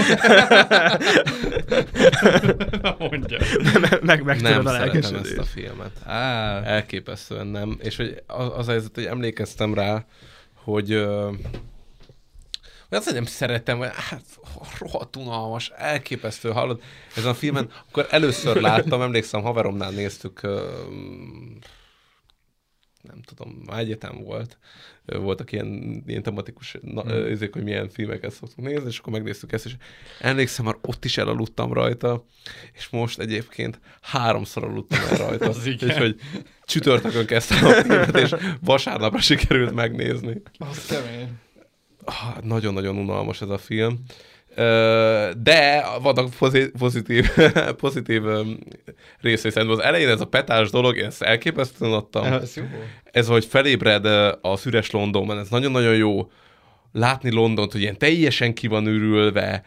Mondja. meg meg nem szeretem ezt a filmet. Á. Elképesztően nem. És hogy az, az a helyzet, hogy emlékeztem rá, hogy ö, azt, hogy nem szeretem, vagy hát rohadt unalmas, elképesztő, hallod? Ezen a filmen, akkor először láttam, emlékszem, haveromnál néztük, ö, nem tudom, már egyetem volt, voltak ilyen, ilyen tematikus hmm. ezek, hogy milyen filmeket szoktunk nézni, és akkor megnéztük ezt, és emlékszem, már ott is elaludtam rajta, és most egyébként háromszor aludtam el rajta. Úgyhogy csütörtökön kezdtem a filmet, és vasárnapra sikerült megnézni. Az kemény. Ah, nagyon-nagyon unalmas ez a film. De vannak pozitív, pozitív részei. Szerintem az elején ez a petás dolog, én ezt elképesztően adtam. Ez, ez, hogy felébred az üres Londonban, ez nagyon-nagyon jó látni Londont, hogy ilyen teljesen ki van ürülve.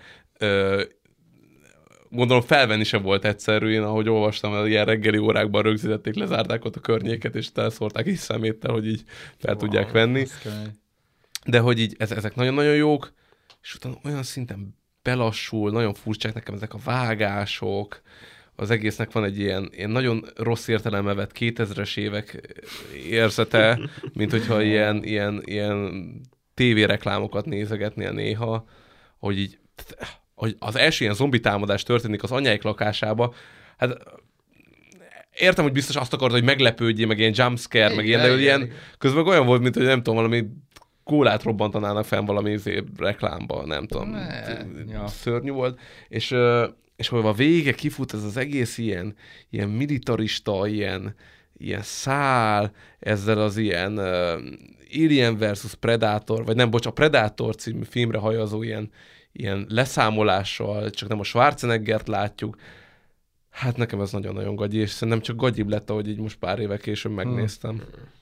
Gondolom felvenni sem volt egyszerű, én ahogy olvastam, ilyen reggeli órákban rögzítették, lezárták ott a környéket, és telszórták is szeméttel, hogy így fel wow, tudják venni. De hogy így ezek nagyon-nagyon jók, és utána olyan szinten belassul, nagyon furcsák nekem ezek a vágások, az egésznek van egy ilyen, ilyen nagyon rossz értelembe vett kétezres évek érzete, mint hogyha ilyen, ilyen, ilyen tévéreklámokat nézegetnél néha, hogy így, hogy az első ilyen zombi támadás történik az anyáik lakásába, hát értem, hogy biztos azt akarod, hogy meglepődjél, meg ilyen jumpscare, meg ilyen, de hogy ilyen, közben olyan volt, mint hogy nem tudom, valami kólát robbantanának fenn valami reklámba, nem tudom, ne, ja. Szörnyű volt, és, és hogy a vége kifut ez az egész ilyen, ilyen militarista, ilyen, ilyen szál, ezzel az ilyen uh, Alien versus Predator, vagy nem, bocs, a Predator című filmre hajazó ilyen, ilyen leszámolással, csak nem a Schwarzeneggert látjuk. Hát nekem ez nagyon-nagyon gagyi, és szerintem csak gagyibb lett, ahogy így most pár éve később megnéztem.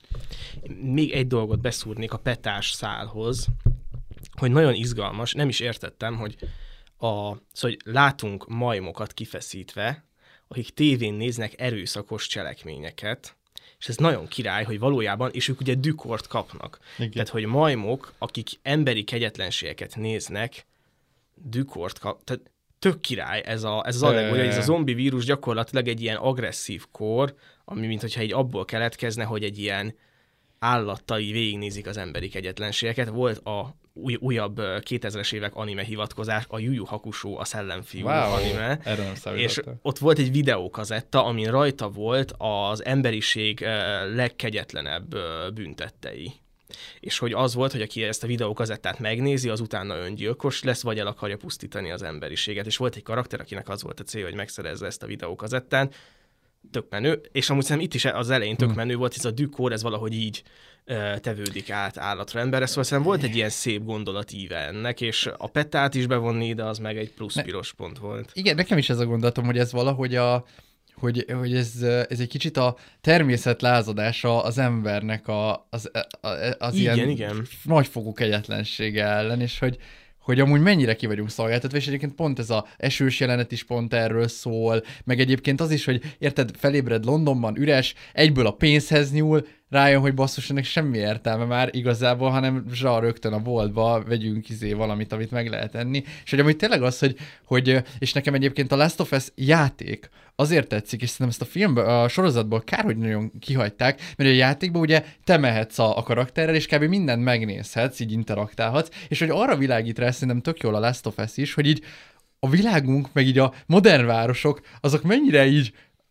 Még egy dolgot beszúrnék a petás szálhoz, hogy nagyon izgalmas, nem is értettem, hogy, a, szóval, hogy látunk majmokat kifeszítve, akik tévén néznek erőszakos cselekményeket, és ez nagyon király, hogy valójában, és ők ugye dükort kapnak. Igen. Tehát, hogy majmok, akik emberi kegyetlenségeket néznek, dükort kap, tehát tök király ez, a, ez az allegória, hogy ez a zombi vírus gyakorlatilag egy ilyen agresszív kor, ami mint hogyha egy abból keletkezne, hogy egy ilyen állattai végignézik az emberi kegyetlenségeket. Volt a új, újabb kétezres évek anime hivatkozás, a Yu Yu Hakusho, a szellemfiú wow, anime. Nem és ott volt egy videókazetta, amin rajta volt az emberiség legkegyetlenebb büntettei. És hogy az volt, hogy aki ezt a videókazettát megnézi, az utána öngyilkos lesz, vagy el akarja pusztítani az emberiséget. És volt egy karakter, akinek az volt a célja, hogy megszerezze ezt a videókazettát. Tök menő, és amúgy szerintem itt is az elején tök menő volt, ez a dükor, ez valahogy így uh, tevődik át állatra emberre, szóval szerintem volt egy ilyen szép gondolatíve ennek, és a petát is bevonni ide, az meg egy plusz ne, piros pont volt. Igen, nekem is ez a gondolatom, hogy ez valahogy a hogy, hogy ez, ez egy kicsit a természet lázadása az embernek a, az, az, az igen, ilyen igen. nagyfokú kegyetlensége ellen, és hogy hogy amúgy mennyire ki vagyunk szolgáltatva, és egyébként pont ez az esős jelenet is pont erről szól, meg egyébként az is, hogy érted, felébred Londonban, üres, egyből a pénzhez nyúl, rájön, hogy basszus, ennek semmi értelme már igazából, hanem zsa rögtön a boltba vegyünk izé valamit, amit meg lehet enni. És hogy amúgy tényleg az, hogy, hogy és nekem egyébként a Last of Us játék azért tetszik, és szerintem ezt a filmben, a sorozatból kár, hogy nagyon kihagyták, mert a játékban ugye te mehetsz a, a karakterrel, és kb. Mindent megnézhetsz, így interaktálhatsz, és hogy arra világít rá szerintem tök jól a Last of Us is, hogy így a világunk, meg így a modern városok, azok mennyire így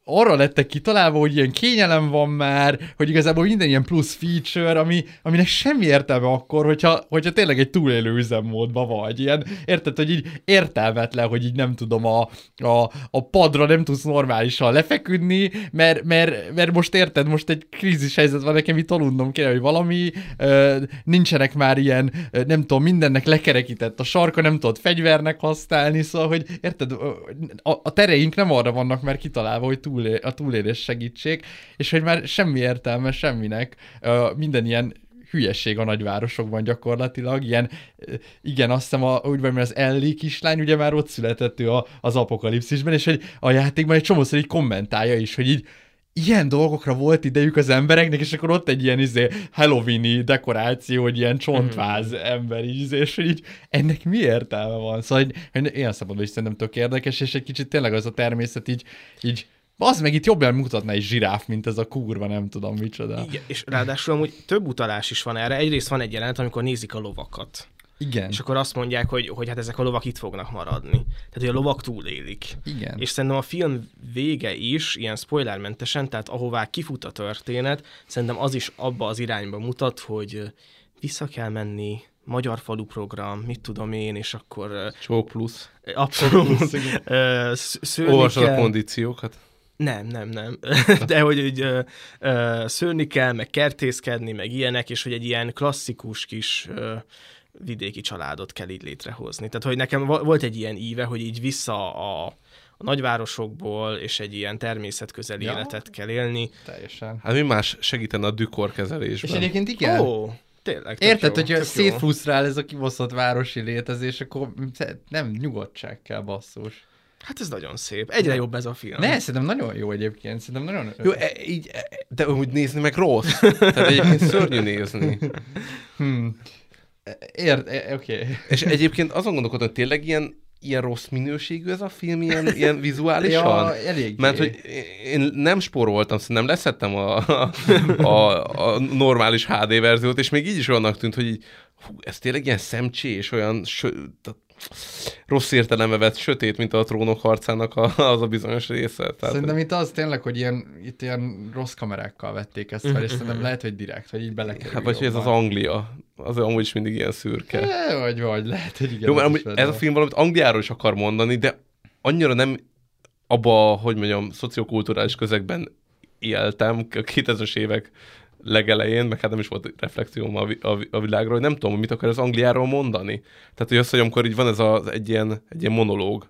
arra lettek kitalálva, hogy ilyen kényelem van már, hogy igazából minden ilyen plusz feature, ami, aminek semmi értelme akkor, hogyha, hogyha tényleg egy túlélő üzemmódban vagy. Ilyen, érted, hogy így értelmetlen, hogy így nem tudom, a, a, a padra nem tudsz normálisan lefeküdni, mert, mert, mert most érted, most egy krízis helyzet van, nekem itt aludnom kéne, hogy valami, ö, nincsenek már ilyen, ö, nem tudom, mindennek lekerekített a sarka, nem tudod fegyvernek használni, szóval, hogy érted, a, a tereink nem arra vannak már kitalálva, hogy túl a túlélés segítség, és hogy már semmi értelme semminek, minden ilyen hülyesség a nagyvárosokban gyakorlatilag, ilyen, igen, azt hiszem, a, úgy vagy, mert az Ellie kislány, ugye már ott született ő a, az apokalipszisben, és hogy a játékban egy csomószor így kommentálja is, hogy így ilyen dolgokra volt idejük az embereknek, és akkor ott egy ilyen izé, Halloween-i dekoráció, hogy ilyen csontváz ember így, és hogy így ennek mi értelme van? Szóval hogy, hogy ilyen szabadban is szerintem tök érdekes, és egy kicsit tényleg az a természet így, így az meg itt jobban mutatna egy zsiráf, mint ez a kurva, nem tudom micsoda. Igen, és ráadásul amúgy több utalás is van erre. Egyrészt van egy jelenet, amikor nézik a lovakat. Igen. És akkor azt mondják, hogy, hogy hát ezek a lovak itt fognak maradni. Tehát, hogy a lovak túlélik. Igen. És szerintem a film vége is, ilyen spoilermentesen, tehát ahová kifut a történet, szerintem az is abba az irányba mutat, hogy vissza kell menni, Magyar Falu Program, mit tudom én, és akkor... Csók plusz. Abszolút. Olvasod a kondíciókat? Nem, nem, nem. De hogy, hogy ö, ö, szőni kell, meg kertészkedni, meg ilyenek, és hogy egy ilyen klasszikus kis ö, vidéki családot kell így létrehozni. Tehát, hogy nekem volt egy ilyen íve, hogy így vissza a, a nagyvárosokból, és egy ilyen természetközeli ja. életet kell élni. Teljesen. Hát mi más segítene a dükorkezelésben? És egyébként igen. Ó, tényleg. Érted, jó, hogyha szétfrusztrál ez a kibaszott városi létezés, akkor nem, nyugodtság kell, basszus. Hát ez nagyon szép. Egyre jobb ez a film. Ne, szerintem nagyon jó egyébként. Szerintem nagyon... Jó, e, így, e, de úgy nézni meg rossz. Tehát egyébként szörnyű nézni. Hmm. Ért, e, oké. Okay. És egyébként azon gondolkodom, hogy tényleg ilyen, ilyen rossz minőségű ez a film, ilyen, ilyen vizuálisan? Ja, eléggé. Mert hogy én nem spóroltam, szerintem leszettem a, a, a, a normális há dé verziót, és még így is olyannak tűnt, hogy így, hú, ez tényleg ilyen szemcsés, olyan sö, rossz értelembe vett sötét, mint a Trónok harcának a, az a bizonyos része. Tehát, szerintem hogy... itt az tényleg, hogy ilyen, itt ilyen rossz kamerákkal vették ezt fel, és szerintem lehet, hogy direkt, hogy így belekerül. Hát vagy hogy ez az Anglia, az amúgy is mindig ilyen szürke. É, vagy vagy, lehet, hogy igen. Jó, mert amúgy ez a film valamit Angliáról is akar mondani, de annyira nem abba, hogy mondjam, szociokulturális közegben éltem a kétezres évek legelején, meg hát nem is volt reflexióm a, a, a világról, hogy nem tudom, hogy mit akar az Angliáról mondani. Tehát, hogy az, hogy amikor így van ez az egy ilyen, egy ilyen monológ,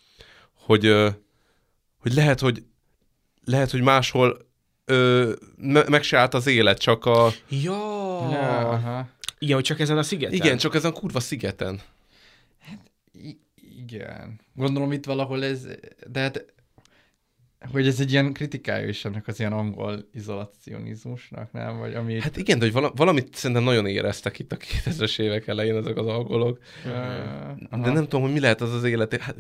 hogy, hogy lehet, hogy lehet, hogy máshol ö, me, meg se állt az élet, csak a... Ja. ja aha. Igen, hogy csak ezen a szigeten. Igen, csak ezen a kurva szigeten. Hát, igen. Gondolom itt valahol ez, de hát hogy ez egy ilyen kritikája is ennek az ilyen angol izolacionizmusnak, nem? Vagy ami... Hát igen, de hogy valamit szerintem nagyon éreztek itt a kétezres évek elején ezek az angolok. Uh, de nem tudom, hogy mi lehet az az élet. Hát,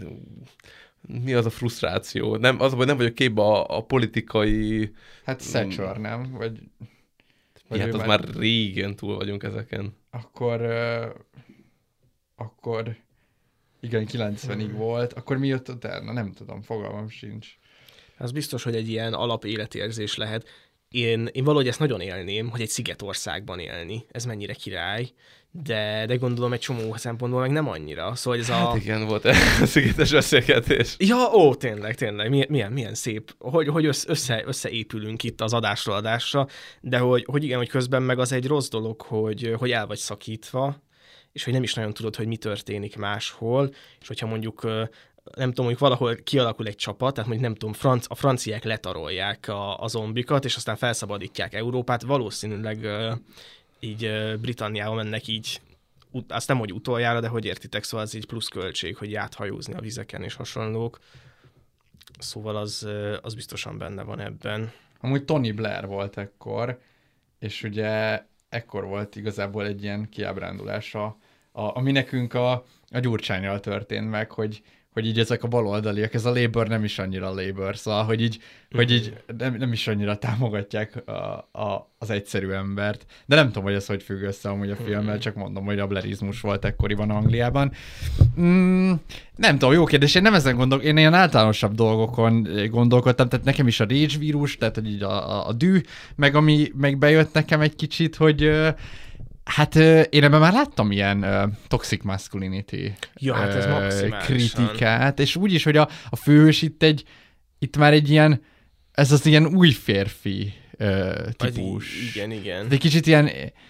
mi az a frusztráció? Nem, az, hogy nem vagyok képbe a, a politikai... Hát Thatcher, nem? Vagy... vagy hát az már... már régen túl vagyunk ezeken. Akkor... Uh, akkor... Igen, kilencvenig hmm. volt. Akkor mi jött utána? Nem tudom, fogalmam sincs. Az biztos, hogy egy ilyen alapéletérzés lehet. Én, én valahogy ezt nagyon élném, hogy egy szigetországban élni. Ez mennyire király. De, de gondolom egy csomó szempontból meg nem annyira. Szóval ez hát a... igen, volt a szigetes beszélgetés. Ja, ó, tényleg, tényleg. Milyen, milyen, milyen szép, hogy, hogy össze, összeépülünk itt az adásról adásra, de hogy, hogy igen, hogy közben meg az egy rossz dolog, hogy, hogy el vagy szakítva, és hogy nem is nagyon tudod, hogy mi történik máshol, és hogyha mondjuk, nem tudom, mondjuk valahol kialakul egy csapat, tehát mondjuk nem tudom, franc, a franciák letarolják a, a zombikat, és aztán felszabadítják Európát, valószínűleg így Britanniába mennek így, azt nem, hogy utoljára, de hogy értitek, szóval az így plusz költség, hogy áthajózni a vizeken és hasonlók. Szóval az, az biztosan benne van ebben. Amúgy Tony Blair volt ekkor, és ugye ekkor volt igazából egy ilyen kiábrándulása, a, ami nekünk a, a Gyurcsánnyal történt meg, hogy, hogy így ezek a baloldaliak, ez a Labour nem is annyira Labour, szóval, hogy így, mm. hogy így nem, nem is annyira támogatják a, a, az egyszerű embert. De nem tudom, hogy ez hogy függ össze amúgy a filmmel, csak mondom, hogy a blarizmus volt ekkoriban Angliában. Mm, nem tudom, jó kérdés, én nem ezen gondolok, én ilyen általánosabb dolgokon gondolkodtam, tehát nekem is a rage vírus, tehát hogy így a, a, a dű, meg ami meg bejött nekem egy kicsit, hogy hát én ebben már láttam ilyen uh, toxic masculinity ja, hát ez uh, kritikát, és úgy is, hogy a, a főhős itt egy, itt már egy ilyen, ez az ilyen új férfi uh, típus. Az, igen, igen. De egy kicsit ilyen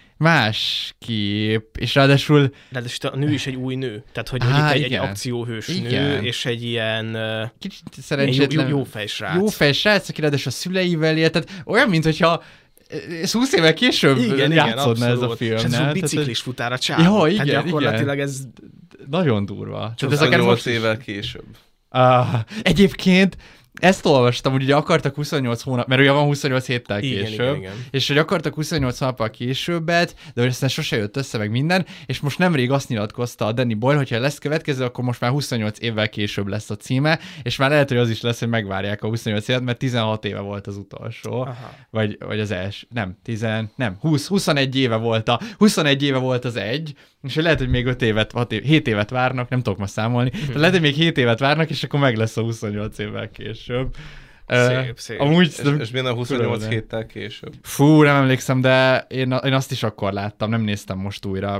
más kép, és ráadásul... Ráadásul a nő is egy új nő, tehát hogy, Há, hogy itt egy, egy akcióhős igen. nő, és egy ilyen, kicsit szerencsétlen, jó, jó fejsrác. Jó fejsrác, aki ráadásul a szüleivel él, tehát olyan, mint hogyha ez húsz évvel később igen, játszódna ez a film. És ez a biciklis futár a csáv. Ja, igen, tehát gyakorlatilag igen. ez... Nagyon durva. Csak ez akár nyolc évvel később. Uh, egyébként ezt olvastam, hogy ugye akartak huszonnyolc hónap, mert ugye van huszonnyolc héttel később, igen, igen, igen. és hogy akartak huszonnyolc hónappal későbbet, de hogy aztán sose jött össze meg minden, és most nemrég azt nyilatkozta a Danny Boyle, hogyha lesz következő, akkor most már huszonnyolc évvel később lesz a címe, és már lehet, hogy az is lesz, hogy megvárják a huszonnyolc évet, mert tizenhat éve volt az utolsó, vagy, vagy az első, nem, tíz, nem, húsz, huszonegy éve volt a, huszonegy éve volt az egy, és lehet, hogy még öt évet, hat év, hét évet várnak, nem tudok ma számolni, de lehet, hogy még hét évet várnak, és akkor meg lesz a huszonnyolc évvel később. Szép, uh, szép. Amúgy, és, és milyen a huszonnyolc héttel később? Fú, nem emlékszem, de én, én azt is akkor láttam, nem néztem most újra,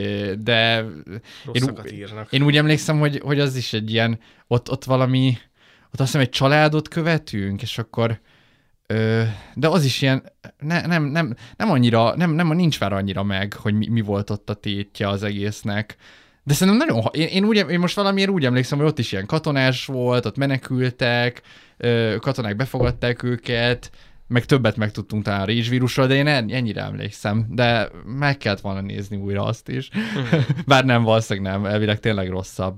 de én, én úgy emlékszem, hogy, hogy az is egy ilyen, ott, ott valami, ott azt hiszem egy családot követünk, és akkor Ö, de az is ilyen, ne, nem, nem, nem annyira, nem, nem, nincs már annyira meg, hogy mi, mi volt ott a tétje az egésznek. De szerintem nagyon, én, én, úgy, én most valamiért úgy emlékszem, hogy ott is ilyen katonás volt, ott menekültek, ö, katonák befogadták őket, meg többet megtudtunk talán a rage vírusról, de én ennyire emlékszem, de meg kellett volna nézni újra azt is. Bár nem, valószínűleg nem, elvileg tényleg rosszabb.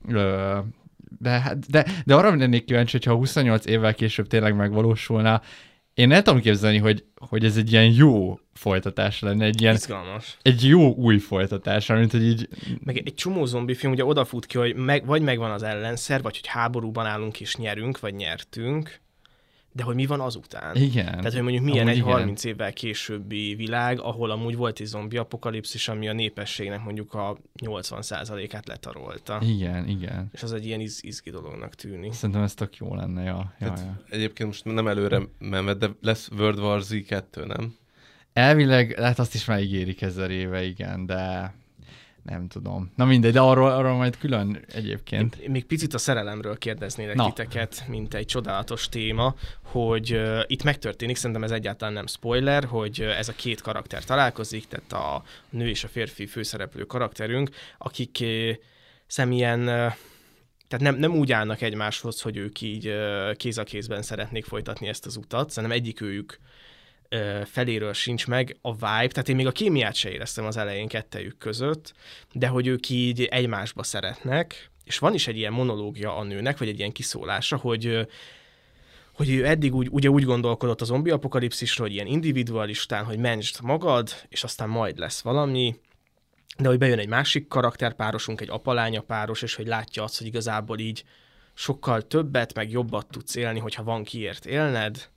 Ö, De, de, de arra lennék kíváncsi, hogyha huszonnyolc évvel később tényleg megvalósulna. Én el tudom képzelni, hogy, hogy ez egy ilyen jó folytatás lenne, egy ilyen izgalmas. Egy jó új folytatás, mint hogy így... Meg egy csomó zombi film ugye odafut ki, hogy meg, vagy megvan az ellenszer, vagy hogy háborúban állunk és nyerünk, vagy nyertünk, de hogy mi van azután. Igen. Tehát, hogy mondjuk milyen amúgy egy igen. harminc évvel későbbi világ, ahol amúgy volt egy zombi apokalipszis, ami a népességnek mondjuk a nyolcvan százalékát letarolta. Igen, igen. És az egy ilyen iz- izgi dolognak tűnik. Szerintem ez tök jó lenne, ja. ja, ja. Egyébként most nem előre menve, de lesz World War Z kettő, nem? Elvileg, hát azt is már ígérik ezer éve, igen, de... Nem tudom. Na mindegy, de arról, arról majd külön egyébként. Én még picit a szerelemről kérdeznélek Na. titeket, mint egy csodálatos téma, hogy uh, itt megtörténik, szerintem ez egyáltalán nem spoiler, hogy uh, ez a két karakter találkozik, tehát a nő és a férfi főszereplő karakterünk, akik uh, személyen, uh, tehát nem, nem úgy állnak egymáshoz, hogy ők így uh, kéz a kézben szeretnék folytatni ezt az utat, szerintem egyik őjük feléről sincs meg a vibe, tehát én még a kémiát se éreztem az elején kettejük között, de hogy ők így egymásba szeretnek, és van is egy ilyen monológia a nőnek, vagy egy ilyen kiszólása, hogy, hogy ő eddig úgy, ugye úgy gondolkodott a zombi apokalipszisről, hogy ilyen individualistán, hogy mentsd magad, és aztán majd lesz valami, de hogy bejön egy másik karakterpárosunk, egy apa-lánya páros, és hogy látja azt, hogy igazából így sokkal többet, meg jobbat tudsz élni, hogyha van kiért élned.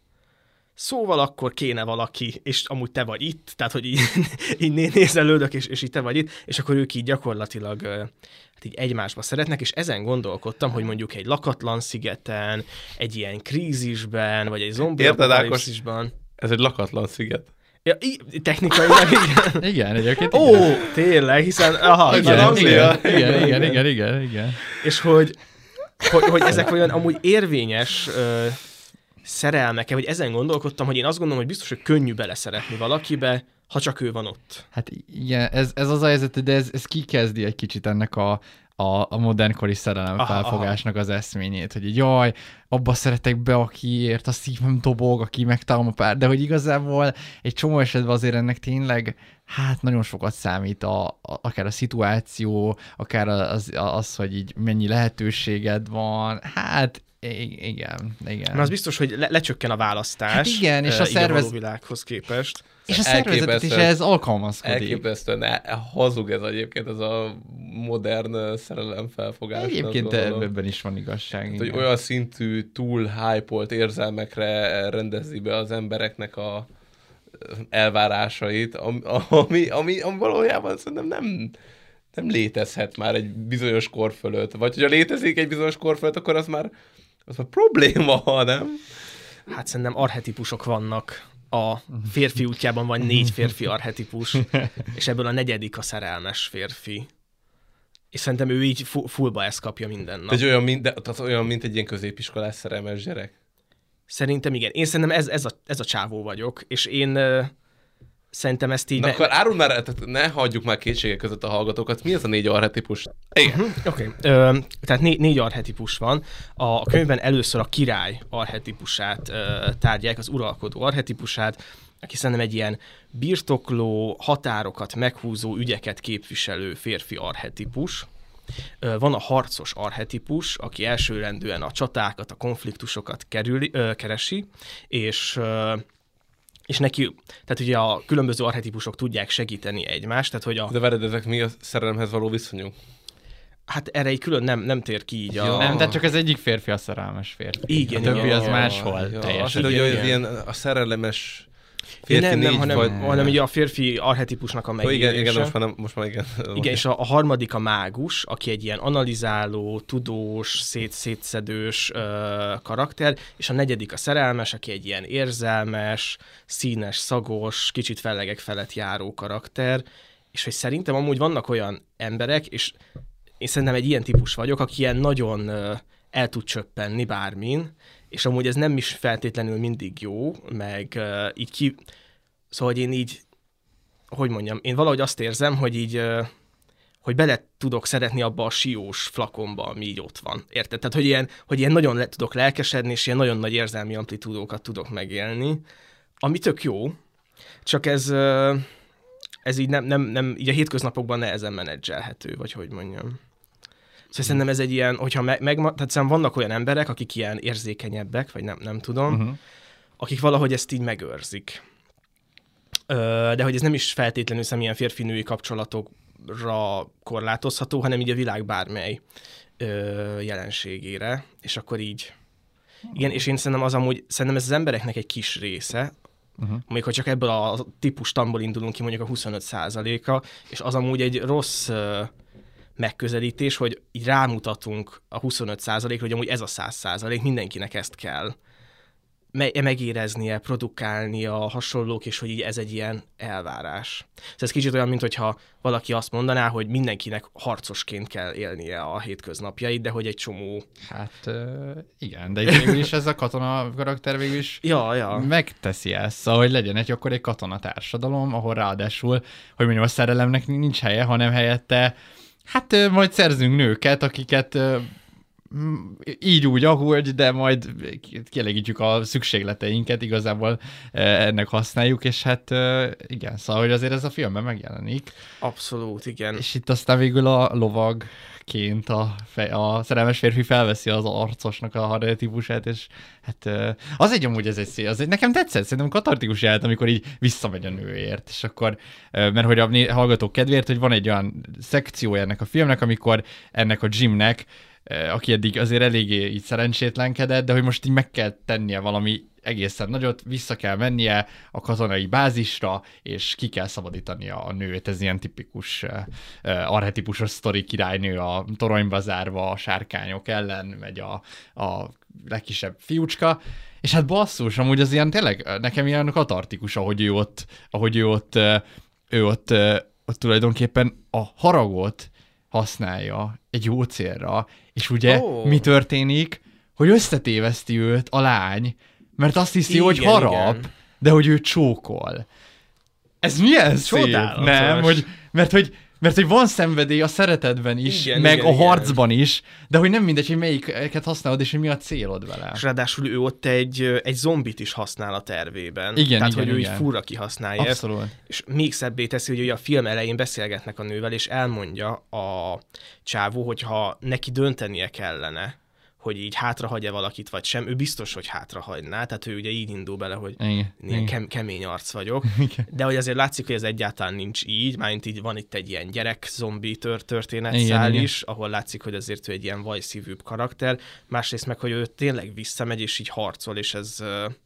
Szóval akkor kéne valaki, és amúgy te vagy itt, tehát hogy így, így nézelődök, és, és így te vagy itt, és akkor ők így gyakorlatilag hát így egymásba szeretnek, és ezen gondolkodtam, hogy mondjuk egy lakatlan szigeten, egy ilyen krízisben, vagy egy zombi apokalipszisban. Ez egy lakatlan sziget. Ja, í- technikailag igen. Igen, egyébként Ó, igen. Tényleg, hiszen aha, igen, igen, igen, igen, igen, igen, igen, igen. És hogy, hogy, hogy ezek olyan amúgy érvényes ö, szerelmek, vagy ezen gondolkodtam, hogy én azt gondolom, hogy biztos, hogy könnyű beleszeretni valakibe, ha csak ő van ott. Hát igen, ez, ez az a helyzet, de ez, ez kikezdi egy kicsit ennek a, a, a modernkori szerelem aha, felfogásnak aha. az eszményét, hogy jaj, abba szeretek be, akiért a szívem dobog, aki megtalálom a pár, de hogy igazából egy csomó esetben azért ennek tényleg hát nagyon sokat számít a, a, akár a szituáció, akár az, az, hogy így mennyi lehetőséged van, hát I- igen, igen. Na az biztos, hogy le- lecsökken a választás. Hát igen, és a szervez... világhoz képest. És a szervezet is ehhez alkalmazkodik. Elképesztően hazug ez egyébként, ez a modern szerelem felfogás. Egyébként ebben is van igazság. Hát, hogy olyan szintű, túl hype-olt érzelmekre rendezi be az embereknek a elvárásait, ami, ami, ami, ami valójában szerintem nem, nem létezhet már egy bizonyos kor fölött. Vagy hogyha létezik egy bizonyos kor fölött, akkor az már, az már probléma, nem? Hát szerintem archetipusok vannak. A férfi útjában van négy férfi archetipus, és ebből a negyedik a szerelmes férfi. És szerintem ő így fullba ezt kapja minden nap. Tehát olyan, mint, de, tehát olyan, mint egy ilyen középiskolás szerelmes gyerek? Szerintem igen. Én szerintem ez, ez, a, ez a csávó vagyok, és én uh, szerintem ezt így... Na ne... akkor árul már, tehát ne hagyjuk már kétségek között a hallgatókat. Mi ez a négy archetipus? Igen. Uh-huh. Oké. Okay. Uh, tehát né- négy archetipus van. A, a könyvben először a király archetipusát uh, tárgyák, az uralkodó archetipusát, aki szerintem egy ilyen birtokló, határokat meghúzó, ügyeket képviselő férfi archetipus. Van a harcos archetipus, aki elsőrendűen a csatákat, a konfliktusokat kerüli, ö, keresi, és, ö, és neki, tehát ugye a különböző archetipusok tudják segíteni egymást. Tehát, hogy a... De vered, ezek mi a szerelemhez való viszonyunk? Hát erre egy külön nem, nem tér ki így a... Ja. Nem, de csak az egyik férfi a szerelmes férfi. Igen, a többi igen, az ja, máshol ja, teljesen. Azt mondja, hogy ilyen a szerelemes... Férfi nem, nem, hanem, vagy... hanem ugye a férfi archetipusnak a megélése. Igen, igen, most már, nem, most már igen. Igen, és a, a harmadik a mágus, aki egy ilyen analizáló, tudós, szét, szétszedős ö, karakter, és a negyedik a szerelmes, aki egy ilyen érzelmes, színes, szagos, kicsit fellegek felett járó karakter, és hogy szerintem amúgy vannak olyan emberek, és én szerintem egy ilyen típus vagyok, aki ilyen nagyon ö, el tud csöppenni bármin, és amúgy ez nem is feltétlenül mindig jó, meg uh, így ki... Szóval, hogy én így, hogy mondjam, én valahogy azt érzem, hogy így, uh, hogy bele tudok szeretni abba a siós flakonba, ami így ott van. Érted? Tehát, hogy ilyen, hogy ilyen nagyon le tudok lelkesedni, és ilyen nagyon nagy érzelmi amplitúdókat tudok megélni, ami tök jó, csak ez, uh, ez így nem, nem, nem, így a hétköznapokban nehezen menedzselhető, vagy hogy mondjam. Szóval szerintem ez egy ilyen, hogyha meg, meg tehát szerintem vannak olyan emberek, akik ilyen érzékenyebbek, vagy nem, nem tudom, uh-huh. akik valahogy ezt így megőrzik. Ö, de hogy ez nem is feltétlenül szerintem ilyen férfi-női kapcsolatokra korlátozható, hanem így a világ bármely ö, jelenségére, és akkor így, igen, és én szerintem az amúgy, szerintem ez az embereknek egy kis része, uh-huh. még ha csak ebből a típustamból indulunk ki, mondjuk a huszonöt százaléka, és az amúgy egy rossz... Ö, megközelítés, hogy így rámutatunk a huszonöt százalékra, hogy amúgy ez a száz százalék, mindenkinek ezt kell me- megéreznie, produkálnia, hasonlók, és hogy így ez egy ilyen elvárás. Szóval ez kicsit olyan, mint hogyha valaki azt mondaná, hogy mindenkinek harcosként kell élnie a hétköznapjait, de hogy egy csomó... Hát igen, de végül is ez a katona karakter végül is ja, ja. megteszi ezt, szóval, hogy legyen egy akkor egy katona társadalom, ahol ráadásul, hogy mondjam, a szerelemnek nincs helye, hanem helyette hát majd szerzünk nőket, akiket így úgy, ahogy, de majd kielégítjük a szükségleteinket, igazából ennek használjuk, és hát igen, szóval, hogy azért ez a filmben megjelenik. Abszolút, igen. És itt aztán végül a lovagként a, fej, a szerelmes férfi felveszi az arcosnak a archetípusát, és hát az egy amúgy ez egy szél, az egy, nekem tetszett, szerintem katartikus jelent, amikor így visszamegy a nőért, és akkor, mert hogy a hallgatók kedvéért, hogy van egy olyan szekciója ennek a filmnek, amikor ennek a Jimnek, aki eddig azért eléggé így szerencsétlenkedett, de hogy most így meg kell tennie valami egészen nagyot, vissza kell mennie a katonai bázisra, és ki kell szabadítania a nőt. Ez ilyen tipikus uh, archetípusos sztori, királynő a toronyba zárva a sárkányok ellen, megy a, a legkisebb fiúcska, és hát basszus, amúgy az ilyen tényleg nekem ilyen katartikus, ahogy ő ott, ahogy ő ott, ő ott, ott tulajdonképpen a haragot használja egy jó célra, és ugye oh. mi történik, hogy összetéveszti őt a lány, mert azt hiszi, igen, hogy harap, igen. de hogy ő csókol. Ez milyen szép, nem? Hogy, mert, hogy, mert hogy van szenvedély a szeretetben is, igen, meg igen, a harcban igen. is, de hogy nem mindegy, hogy melyiket használod, és hogy mi a célod vele. És ráadásul ő ott egy, egy zombit is használ a tervében. Igen, Tehát, igen, hogy ő igen. így furra kihasználja Abszolút. ezt. És még szebbé teszi, hogy ugye a film elején beszélgetnek a nővel, és elmondja a csávó, hogyha neki döntenie kellene, hogy így hátrahagy-e valakit, vagy sem, ő biztos, hogy hátrahagyná, tehát ő ugye így indul bele, hogy igen, ilyen kem- kemény arc vagyok, igen. De hogy azért látszik, hogy ez egyáltalán nincs így, mármint így van itt egy ilyen gyerek zombi tör- történetszál igen, is, igen. ahol látszik, hogy azért ő egy ilyen vajszívűbb karakter, másrészt meg, hogy ő tényleg visszamegy, és így harcol, és ez...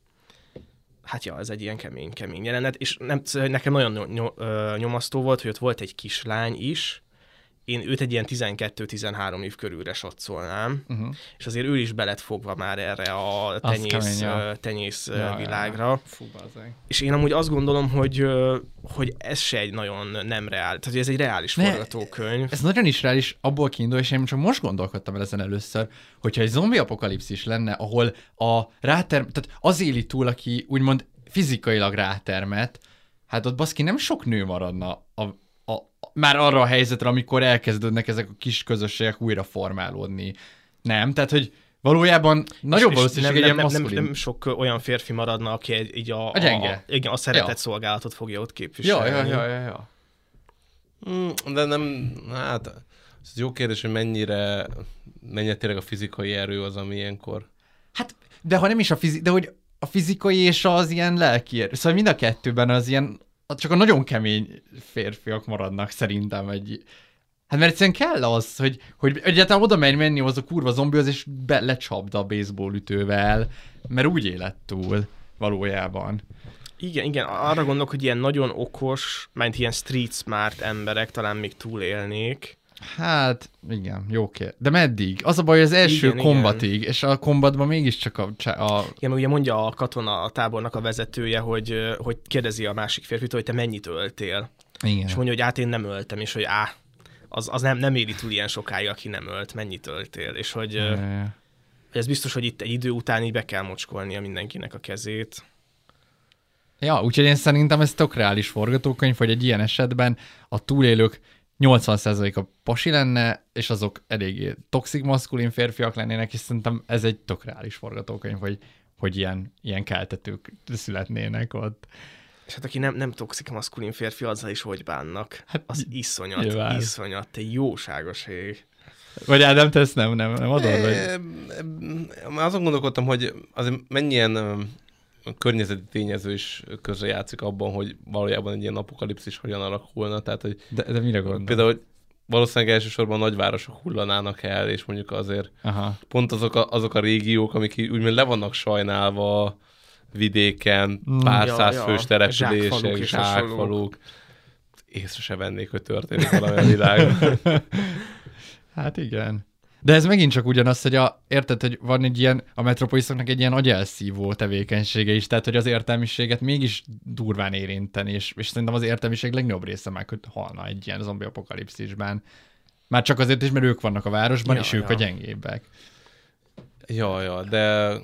Hát ja, ez egy ilyen kemény, kemény jelenet, és nem, nekem nagyon nyomasztó volt, hogy ott volt egy kislány is, én őt egy ilyen tizenkettő-tizenhárom év körülre satszolnám, uh-huh. és azért ő is be lett fogva már erre a tenyész, kemény, tenyész ja, világra. Ja. Fú, és én amúgy azt gondolom, hogy, hogy ez se egy nagyon nem reális, tehát ez egy reális ne, forgatókönyv. Ez nagyon is reális, abból kiindul, és én csak most gondolkodtam el ezen először, hogyha egy zombi apokalipszis lenne, ahol a ráterm, tehát az éli túl, aki úgymond fizikailag rátermet, hát ott baszki nem sok nő maradna a már arra a helyzetre, amikor elkezdődnek ezek a kis közösségek újra formálódni. Nem? Tehát, hogy valójában nagyobb valószínűség egy ilyen maszkulin. Nem, nem sok olyan férfi maradna, aki egy, így a, a, gyenge. a, igen, a szeretett ja. szolgálatot fogja ott képviselni. Ja, ja, ja, ja, ja. Mm, de nem, hát ez jó kérdés, hogy mennyire, mennyire tényleg a fizikai erő az, ami ilyenkor. Hát, de ha nem is a fizikai, de hogy a fizikai és az ilyen lelki erő. Szóval mind a kettőben az ilyen csak a nagyon kemény férfiak maradnak szerintem egy... Hát mert egyszerűen kell az, hogy, hogy egyáltalán oda menj menni az a kurva zombihoz, és be, lecsapd a baseball ütővel, mert úgy élet túl valójában. Igen, igen, arra gondolok, hogy ilyen nagyon okos, mert ilyen street smart emberek talán még túlélnék. Hát, igen, jó kér. De meddig? Az a baj, az első igen, kombatig, igen. És a kombatban mégiscsak a... a... Igen, ugye mondja a katona a tábornak a vezetője, hogy, hogy kérdezi a másik férfit, hogy te mennyit öltél. Igen. És mondja, hogy át én nem öltem, és hogy á, az, az nem, nem éli túl ilyen sokáig, aki nem ölt, mennyit öltél. És hogy, hogy ez biztos, hogy itt egy idő után így be kell mocskolnia mindenkinek a kezét. Ja, úgyhogy én szerintem ez tök reális forgatókönyv, hogy egy ilyen esetben a túlélők nyolcvan százaléka pasi lenne, és azok eléggé toxik maszkulin férfiak lennének, és szerintem ez egy tök reális forgatókönyv, hogy, hogy ilyen, ilyen keltetők születnének ott. És hát aki nem, nem toxik maszkulin férfi, azzal is hogy bánnak. Hát az iszonyat, nyilván. iszonyat, te jóságos ég. Vagy Ádám, te ezt nem, nem, nem adod? Vagy... Azon gondolkodtam, hogy azért mennyien környezeti tényező is közrejátszik abban, hogy valójában egy ilyen apokalipszis hogyan alakulna. Tehát, hogy de, de mire gondol? Például, hogy valószínűleg elsősorban nagyvárosok hullanának el, és mondjuk azért aha. pont azok a, azok a régiók, amik úgymond le vannak sajnálva vidéken, pár ja, száz ja. fős települések, zsákfaluk. Észre se vennék, hogy történik valami a világban. Hát igen. De ez megint csak ugyanaz, hogy a, érted, hogy van egy ilyen, a metropoliszoknak egy ilyen agyelszívó tevékenysége is, tehát hogy az értelmiséget mégis durván érinteni, és, és szerintem az értelmiség legnagyobb része meg, hogy halna egy ilyen zombi apokalipszisben. Már csak azért is, mert ők vannak a városban, ja, és ők ja. a gyengébbek. Ja, ja, de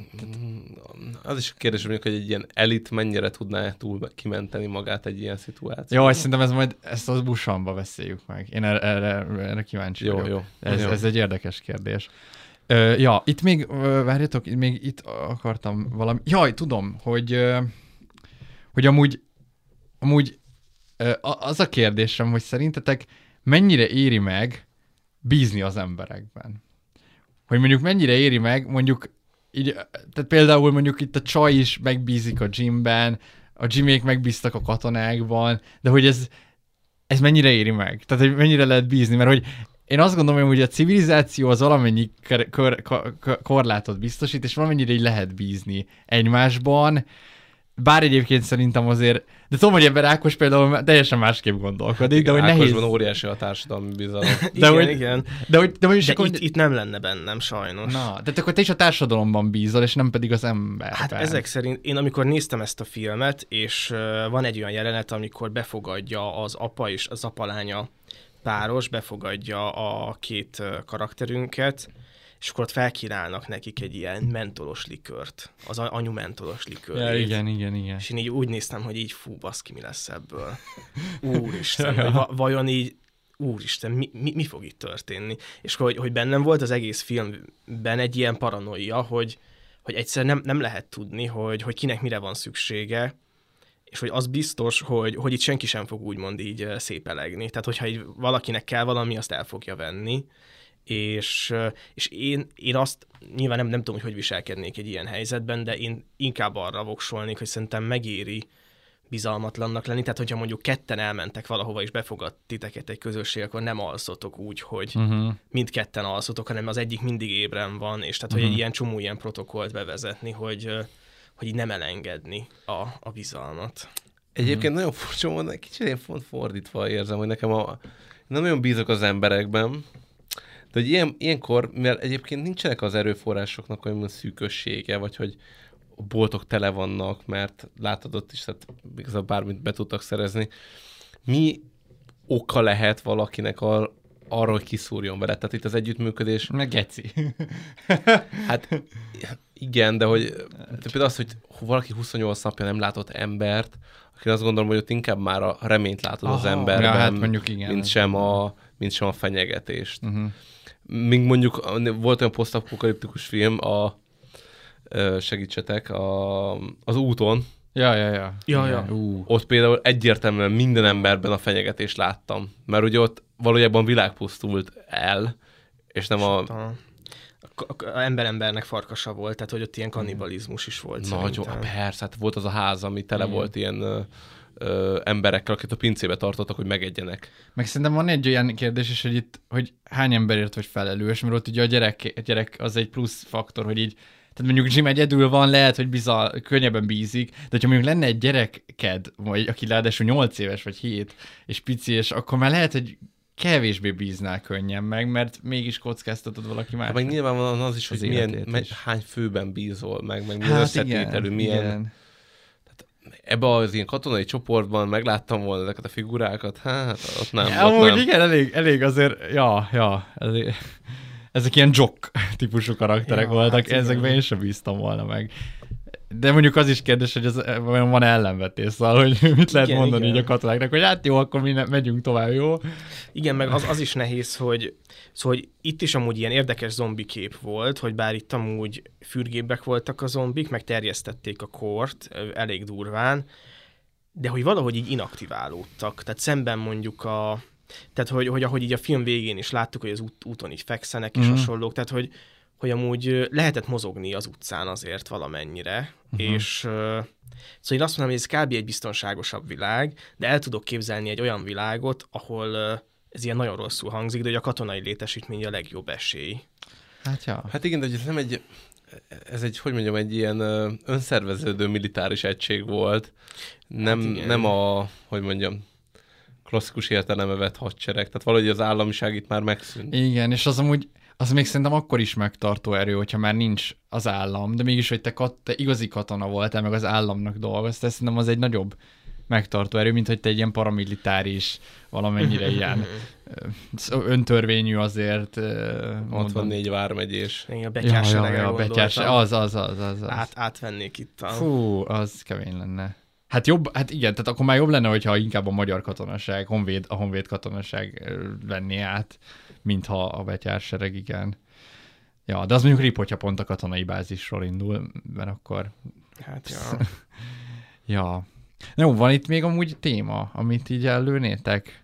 az is kérdés, hogy egy ilyen elit mennyire tudná túl kimenteni magát egy ilyen szituációban. Jó, szerintem ez majd ezt az busanba beszéljük meg. Én erre, erre, erre kíváncsi jó, vagyok. Jó, ez, jó. ez egy érdekes kérdés. Uh, ja, itt még, uh, várjatok, még itt akartam valami... Jaj, tudom, hogy, uh, hogy amúgy, amúgy uh, az a kérdésem, hogy szerintetek mennyire éri meg bízni az emberekben? Hogy mondjuk mennyire éri meg, mondjuk így, tehát például mondjuk itt a csaj is megbízik a gymben, a gymék megbíztak a katonákban, de hogy ez, ez mennyire éri meg? Tehát, hogy mennyire lehet bízni? Mert hogy én azt gondolom, hogy a civilizáció az valamennyi kor, kor, kor, korlátot biztosít, és valamennyire így lehet bízni egymásban, bár egyébként szerintem azért, de tudom, hogy ebben Ákos például teljesen másképp gondolkodik, de hogy nehéz... Ákosban óriási a társadalmi bizalom. de igen, hogy, igen. De, hogy, de, hogy de akkor... itt, itt nem lenne bennem, sajnos. Na, de akkor te is a társadalomban bízol, és nem pedig az emberben. Hát ezek szerint, én amikor néztem ezt a filmet, és uh, van egy olyan jelenet, amikor befogadja az apa és az apalánya páros, befogadja a két uh, karakterünket, és akkor ott felkínálnak nekik egy ilyen mentolos likört. Az anyu mentolos likőr. Ja, igen, igen, igen. És én így úgy néztem, hogy így fú, baszki, mi lesz ebből. Úristen, hogy va- vajon így, úristen, mi, mi, mi fog itt történni? És hogy, hogy bennem volt az egész filmben egy ilyen paranoia, hogy, hogy egyszer nem, nem lehet tudni, hogy, hogy kinek mire van szüksége, és hogy az biztos, hogy, hogy itt senki sem fog úgymond így szépelegni. Tehát, hogyha így valakinek kell valami, azt el fogja venni. és, és én, én azt nyilván nem, nem tudom, hogy hogy viselkednék egy ilyen helyzetben, de én inkább arra voksolnék, hogy szerintem megéri bizalmatlannak lenni. Tehát, hogyha mondjuk ketten elmentek valahova, és befogad titeket egy közösség, akkor nem alszotok úgy, hogy uh-huh. mindketten alszotok, hanem az egyik mindig ébren van, és tehát, uh-huh. hogy egy ilyen csomó ilyen protokollt bevezetni, hogy, hogy így nem elengedni a, a bizalmat. Egyébként uh-huh. nagyon furcsa mondani, kicsit én fordítva érzem, hogy nekem a, nem nagyon bízok az emberekben, de hogy ilyen, ilyenkor, mert egyébként nincsenek az erőforrásoknak olyan szűkössége, vagy hogy a boltok tele vannak, mert látod ott is, tehát igazából bármit be tudtak szerezni. Mi oka lehet valakinek ar- arra, hogy kiszúrjon vele? Tehát itt az együttműködés... Meg geci. Hát igen, de hogy de például az, hogy valaki huszonnyolc napja nem látott embert, akkor azt gondolom, hogy ott inkább már a reményt látod Aha, az emberben, ja, hát mondjuk igen, mint, sem a, mint sem a fenyegetést. Uh-huh. Míg mondjuk volt olyan posztapokaliptikus film, a segítsetek, a, az úton. Ja, ja, ja. ja, ja. Uh. Ott például egyértelműen minden emberben a fenyegetést láttam. Mert ugye ott valójában világ pusztult el, és nem a... a... A ember-embernek farkasa volt, tehát hogy ott ilyen kannibalizmus is volt. Nagyon, persze, hát volt az a ház, ami tele mm. volt ilyen ö, ö, emberekkel, akik a pincébe tartottak, hogy megegyenek. Meg szerintem van egy olyan kérdés is, hogy itt, hogy hány emberért vagy felelős, mert ott ugye a gyerek, a gyerek az egy plusz faktor, hogy így, tehát mondjuk Jim egyedül van, lehet, hogy bizal, könnyebben bízik, de hogyha mondjuk lenne egy gyereked, vagy aki ráadásul nyolc éves, vagy hét, és pici, és akkor már lehet, hogy kevésbé bíznál könnyen meg, mert mégis kockáztatod valaki más. Hát meg nyilván van az is, hogy milyen, me, hány főben bízol meg, meg milyen hát összetételű, igen, milyen... Igen. Tehát ebbe az ilyen katonai csoportban megláttam volna ezeket a figurákat, hát ott nem. Ja, ott amúgy nem. Igen, elég, elég azért, ja, ja, elég, ezek ilyen jock típusú karakterek ja, voltak, hát ezekben igen. Én sem bíztam volna meg. De mondjuk az is kérdés, hogy ez van ellenvetés, szóval, hogy mit lehet igen, mondani igen. így a katonáknak, hogy hát jó, akkor mi ne, megyünk tovább, jó? Igen, meg az, az is nehéz, hogy, szóval, hogy itt is amúgy ilyen érdekes zombi kép volt, hogy bár itt amúgy fürgébbek voltak a zombik, meg terjesztették a kort elég durván, de hogy valahogy így inaktiválódtak. Tehát szemben mondjuk a... Tehát, hogy, hogy ahogy így a film végén is láttuk, hogy az út, úton így fekszenek és mm. hasonlók, tehát, hogy hogy amúgy lehetett mozogni az utcán azért valamennyire, uh-huh. és uh, szóval én azt mondom, hogy ez kb. Egy biztonságosabb világ, de el tudok képzelni egy olyan világot, ahol uh, ez ilyen nagyon rosszul hangzik, de hogy a katonai létesítmény a legjobb esély. Hát ja. Hát igen, de ez nem egy, ez egy, hogy mondjam, egy ilyen uh, önszerveződő militáris egység volt, nem, hát nem a, hogy mondjam, klasszikus értelembe vett hadsereg, tehát valahogy az államiság itt már megszűnt. Igen, és az amúgy az még szerintem akkor is megtartó erő, hogyha már nincs az állam, de mégis, hogy te, kat, te igazi katona voltál, meg az államnak dolgoztál, szerintem az egy nagyobb megtartó erő, mint hogy te egy ilyen paramilitáris, valamennyire ilyen öntörvényű azért. hatvannégy vármegyés. Igen, a betyárseregre ja, ja, betyárs, az, az, az, az, az. Át, átvennék itt a... Fú, az kemény lenne. Hát jobb, hát igen, tehát akkor már jobb lenne, hogyha inkább a magyar katonaság, honvéd, a honvéd katonaság venné át, mintha a betyársereg, igen. Ja, de az mondjuk rip, hogyha pont a katonai bázisról indul, mert akkor... Hát ja. ja. Jó, van itt még amúgy téma, amit így előnétek?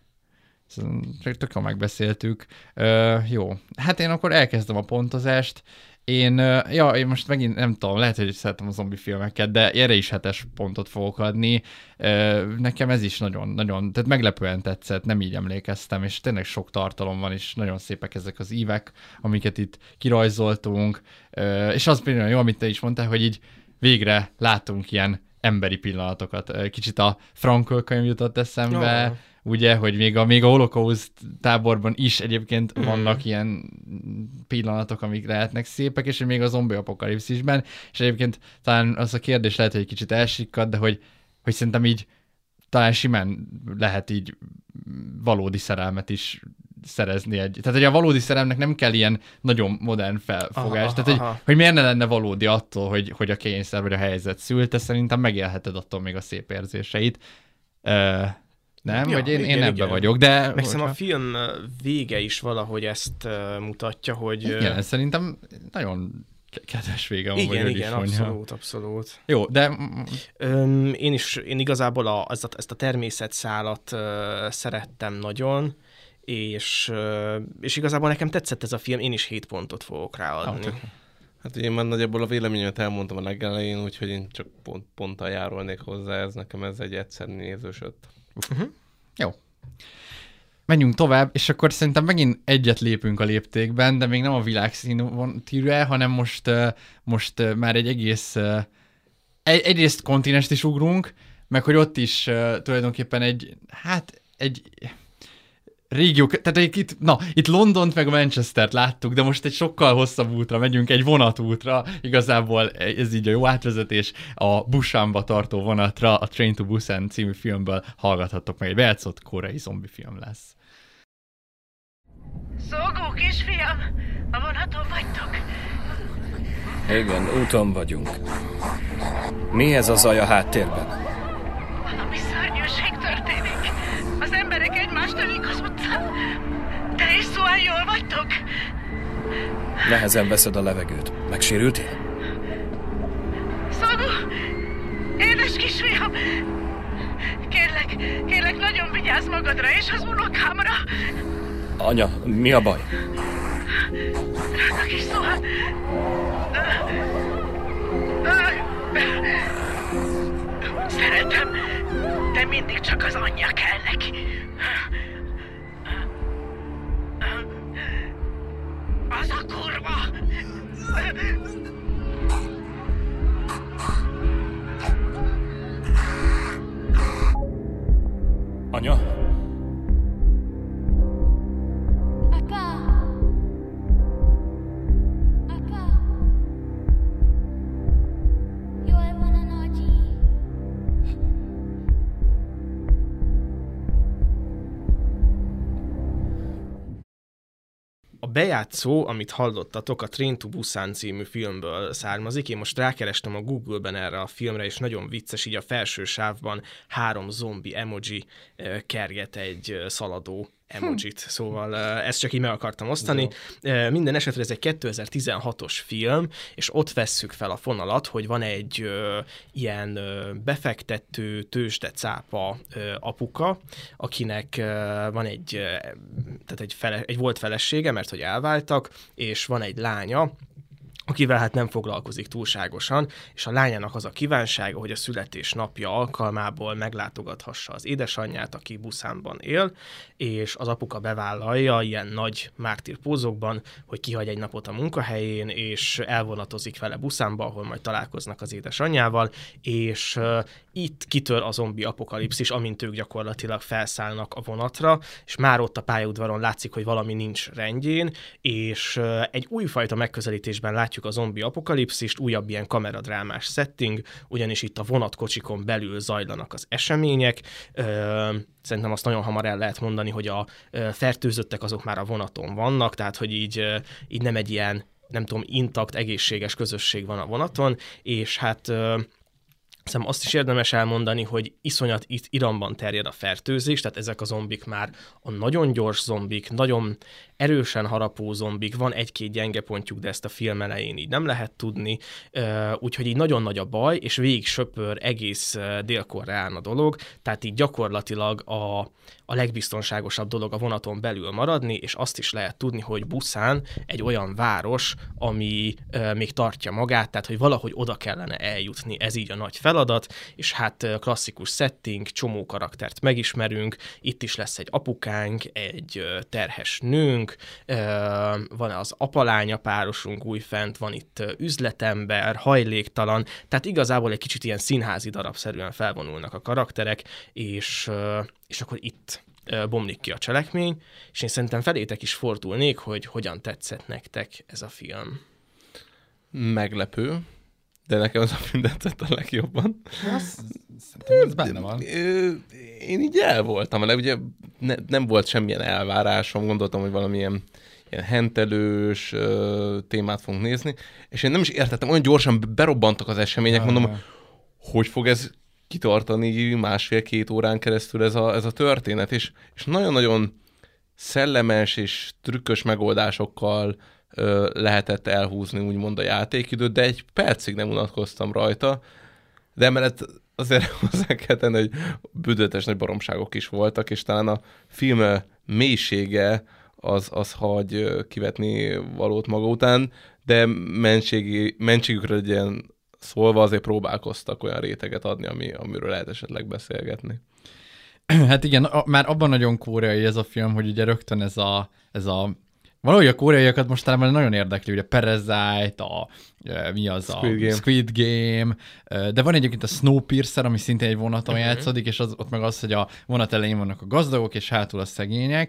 Csak tök jól megbeszéltük. Uh, jó, hát én akkor elkezdem a pontozást. Én, ja, én most megint nem tudom, lehet, hogy szeretem a zombi filmeket, de erre is hetes pontot fogok adni. Nekem ez is nagyon, nagyon, tehát meglepően tetszett, nem így emlékeztem, és tényleg sok tartalom van, és nagyon szépek ezek az ívek, amiket itt kirajzoltunk, és az például jó, amit te is mondtál, hogy így végre látunk ilyen emberi pillanatokat. Kicsit a Frankl könyv jutott eszembe, ja. Ugye, hogy még a, még a holokauszt táborban is egyébként mm. vannak ilyen pillanatok, amik lehetnek szépek, és még a zombi apokalipszisben, és egyébként talán az a kérdés lehet, hogy egy kicsit elsikkad, de hogy, hogy szerintem így talán simán lehet így valódi szerelmet is szerezni egy. Tehát, hogy a valódi szerelmnek nem kell ilyen nagyon modern felfogás. Aha, Tehát, aha. Hogy, hogy miért ne lenne valódi attól, hogy, hogy a kényszer vagy a helyzet szülte, szerintem megélheted attól még a szép érzéseit. Uh, Nem? Ja, vagy én, igen, én ebben igen. vagyok, de... Meg hogyha... a film vége is valahogy ezt uh, mutatja, hogy... Igen, uh... szerintem nagyon kedves vége van. Igen, igen, abszolút, abszolút. Jó, de... Öm, én is, én igazából a, ezt, a, ezt a természetszálat uh, szerettem nagyon, és, és igazából nekem tetszett ez a film, én is hét pontot fogok ráadni. Ah, hát én már nagyjából a véleményemet elmondtam a legelején, úgyhogy én csak pont, ponttal járulnék hozzá, ez nekem ez egy egyszer nézős öt. Uh-huh. Jó. Menjünk tovább, és akkor szerintem megint egyet lépünk a léptékben, de még nem a világszínűre, hanem most, most már egy egész, egy, egyrészt kontinenst is ugrunk, meg hogy ott is tulajdonképpen egy, hát egy régiók, tehát itt, na, itt Londont meg Manchestert láttuk, de most egy sokkal hosszabb útra megyünk, egy vonatútra, igazából ez így a jó átvezetés, a Busanba tartó vonatra, a Train to Busan című filmből hallgathattok meg, egy bejátszott koreai zombi film lesz. Szolgó kisfiam, a vonaton vagytok? Igen, úton vagyunk. Mi ez a zaj a háttérben? Valami szörnyűség történik. Az emberek egymást ölik az utcán. Te és Szuán jól vagytok? Nehezen veszed a levegőt. Megsérültél? Szolgó! Édes kisfiam! Kérlek, kérlek, nagyon vigyázz magadra és az unokámra! Anya, mi a baj? Drága kis Szuán! Szeretem, de mindig csak az anyja kell neki. Az a kurva! Anya? A bejátszó, amit hallottatok, a Train to Busan című filmből származik. Én most rákerestem a Google-ben erre a filmre, és nagyon vicces, így a felső sávban három zombi emoji kerget egy szaladó emojit, hm. Szóval ezt csak így meg akartam osztani. Jó. Minden esetre ez egy kétezer-tizenhatos film, és ott vesszük fel a fonalat, hogy van egy ö, ilyen ö, befektető, tőzsdecápa ö, apuka, akinek ö, van egy, ö, tehát egy, fele, egy volt felesége, mert hogy elváltak, és van egy lánya, akivel hát nem foglalkozik túlságosan, és a lányának az a kívánsága, hogy a születésnapja alkalmából meglátogathassa az édesanyját, aki Busanban él, és az apuka bevállalja ilyen nagy mártírpózokban, hogy kihagy egy napot a munkahelyén, és elvonatozik vele Busanba, ahol majd találkoznak az édesanyjával, és uh, itt kitör a zombi apokalipszis, amint ők gyakorlatilag felszállnak a vonatra, és már ott a pályaudvaron látszik, hogy valami nincs rendjén, és uh, egy újfajta megközelítésben látjuk a zombi apokalipszist, újabb ilyen kameradrámás setting, ugyanis itt a vonatkocsikon belül zajlanak az események. Szerintem azt nagyon hamar el lehet mondani, hogy a fertőzöttek azok már a vonaton vannak, tehát hogy így, így nem egy ilyen, nem tudom, intakt, egészséges közösség van a vonaton, és hát Szerintem azt is érdemes elmondani, hogy iszonyat itt Iranban terjed a fertőzés, tehát ezek a zombik már a nagyon gyors zombik, nagyon erősen harapó zombik, van egy-két gyenge pontjuk, de ezt a film elején így nem lehet tudni, úgyhogy így nagyon nagy a baj, és végig söpör egész Dél-Koreán a dolog, tehát így gyakorlatilag a, a legbiztonságosabb dolog a vonaton belül maradni, és azt is lehet tudni, hogy Busan egy olyan város, ami még tartja magát, tehát hogy valahogy oda kellene eljutni, ez így a nagy feladat, és hát klasszikus setting, csomó karaktert megismerünk, itt is lesz egy apukánk, egy terhes nőnk, van az apalánya párosunk újfent, van itt üzletember, hajléktalan, tehát igazából egy kicsit ilyen színházi darabszerűen felvonulnak a karakterek, és, és akkor itt bomlik ki a cselekmény, és én szerintem felétek is fordulnék, hogy hogyan tetszett nektek ez a film. Meglepő, de nekem az a film tetszett a legjobban. Azt, szerintem ez benne van. Én így el voltam, mert ugye ne, nem volt semmilyen elvárásom, gondoltam, hogy valamilyen ilyen hentelős uh, témát fogunk nézni, és én nem is értettem, olyan gyorsan berobbantak az események, mondom, ah. hogy fog ez kitartani másfél-két órán keresztül ez a, ez a történet, és, és nagyon-nagyon szellemes és trükkös megoldásokkal ö, lehetett elhúzni úgymond a játékidőt, de egy percig nem unatkoztam rajta, de emellett azért hozzá kell tenni, hogy büdötes nagy baromságok is voltak, és talán a film mélysége az, az hagy kivetni valót maga után, de mentségi, mentségükre legyen szólva azért próbálkoztak olyan réteget adni, ami, amiről lehet esetleg beszélgetni. Hát igen, a, már abban nagyon koreai ez a film, hogy ugye rögtön ez a, ez a valahogy a koreaiakat mostanában nagyon érdekli, ugye Parasite, a, mi az Squid a Game. Squid Game, de van egyébként a Snowpiercer, ami szintén egy vonaton uh-huh. játszódik, és az, ott meg az, hogy a vonat elején vannak a gazdagok, és hátul a szegények,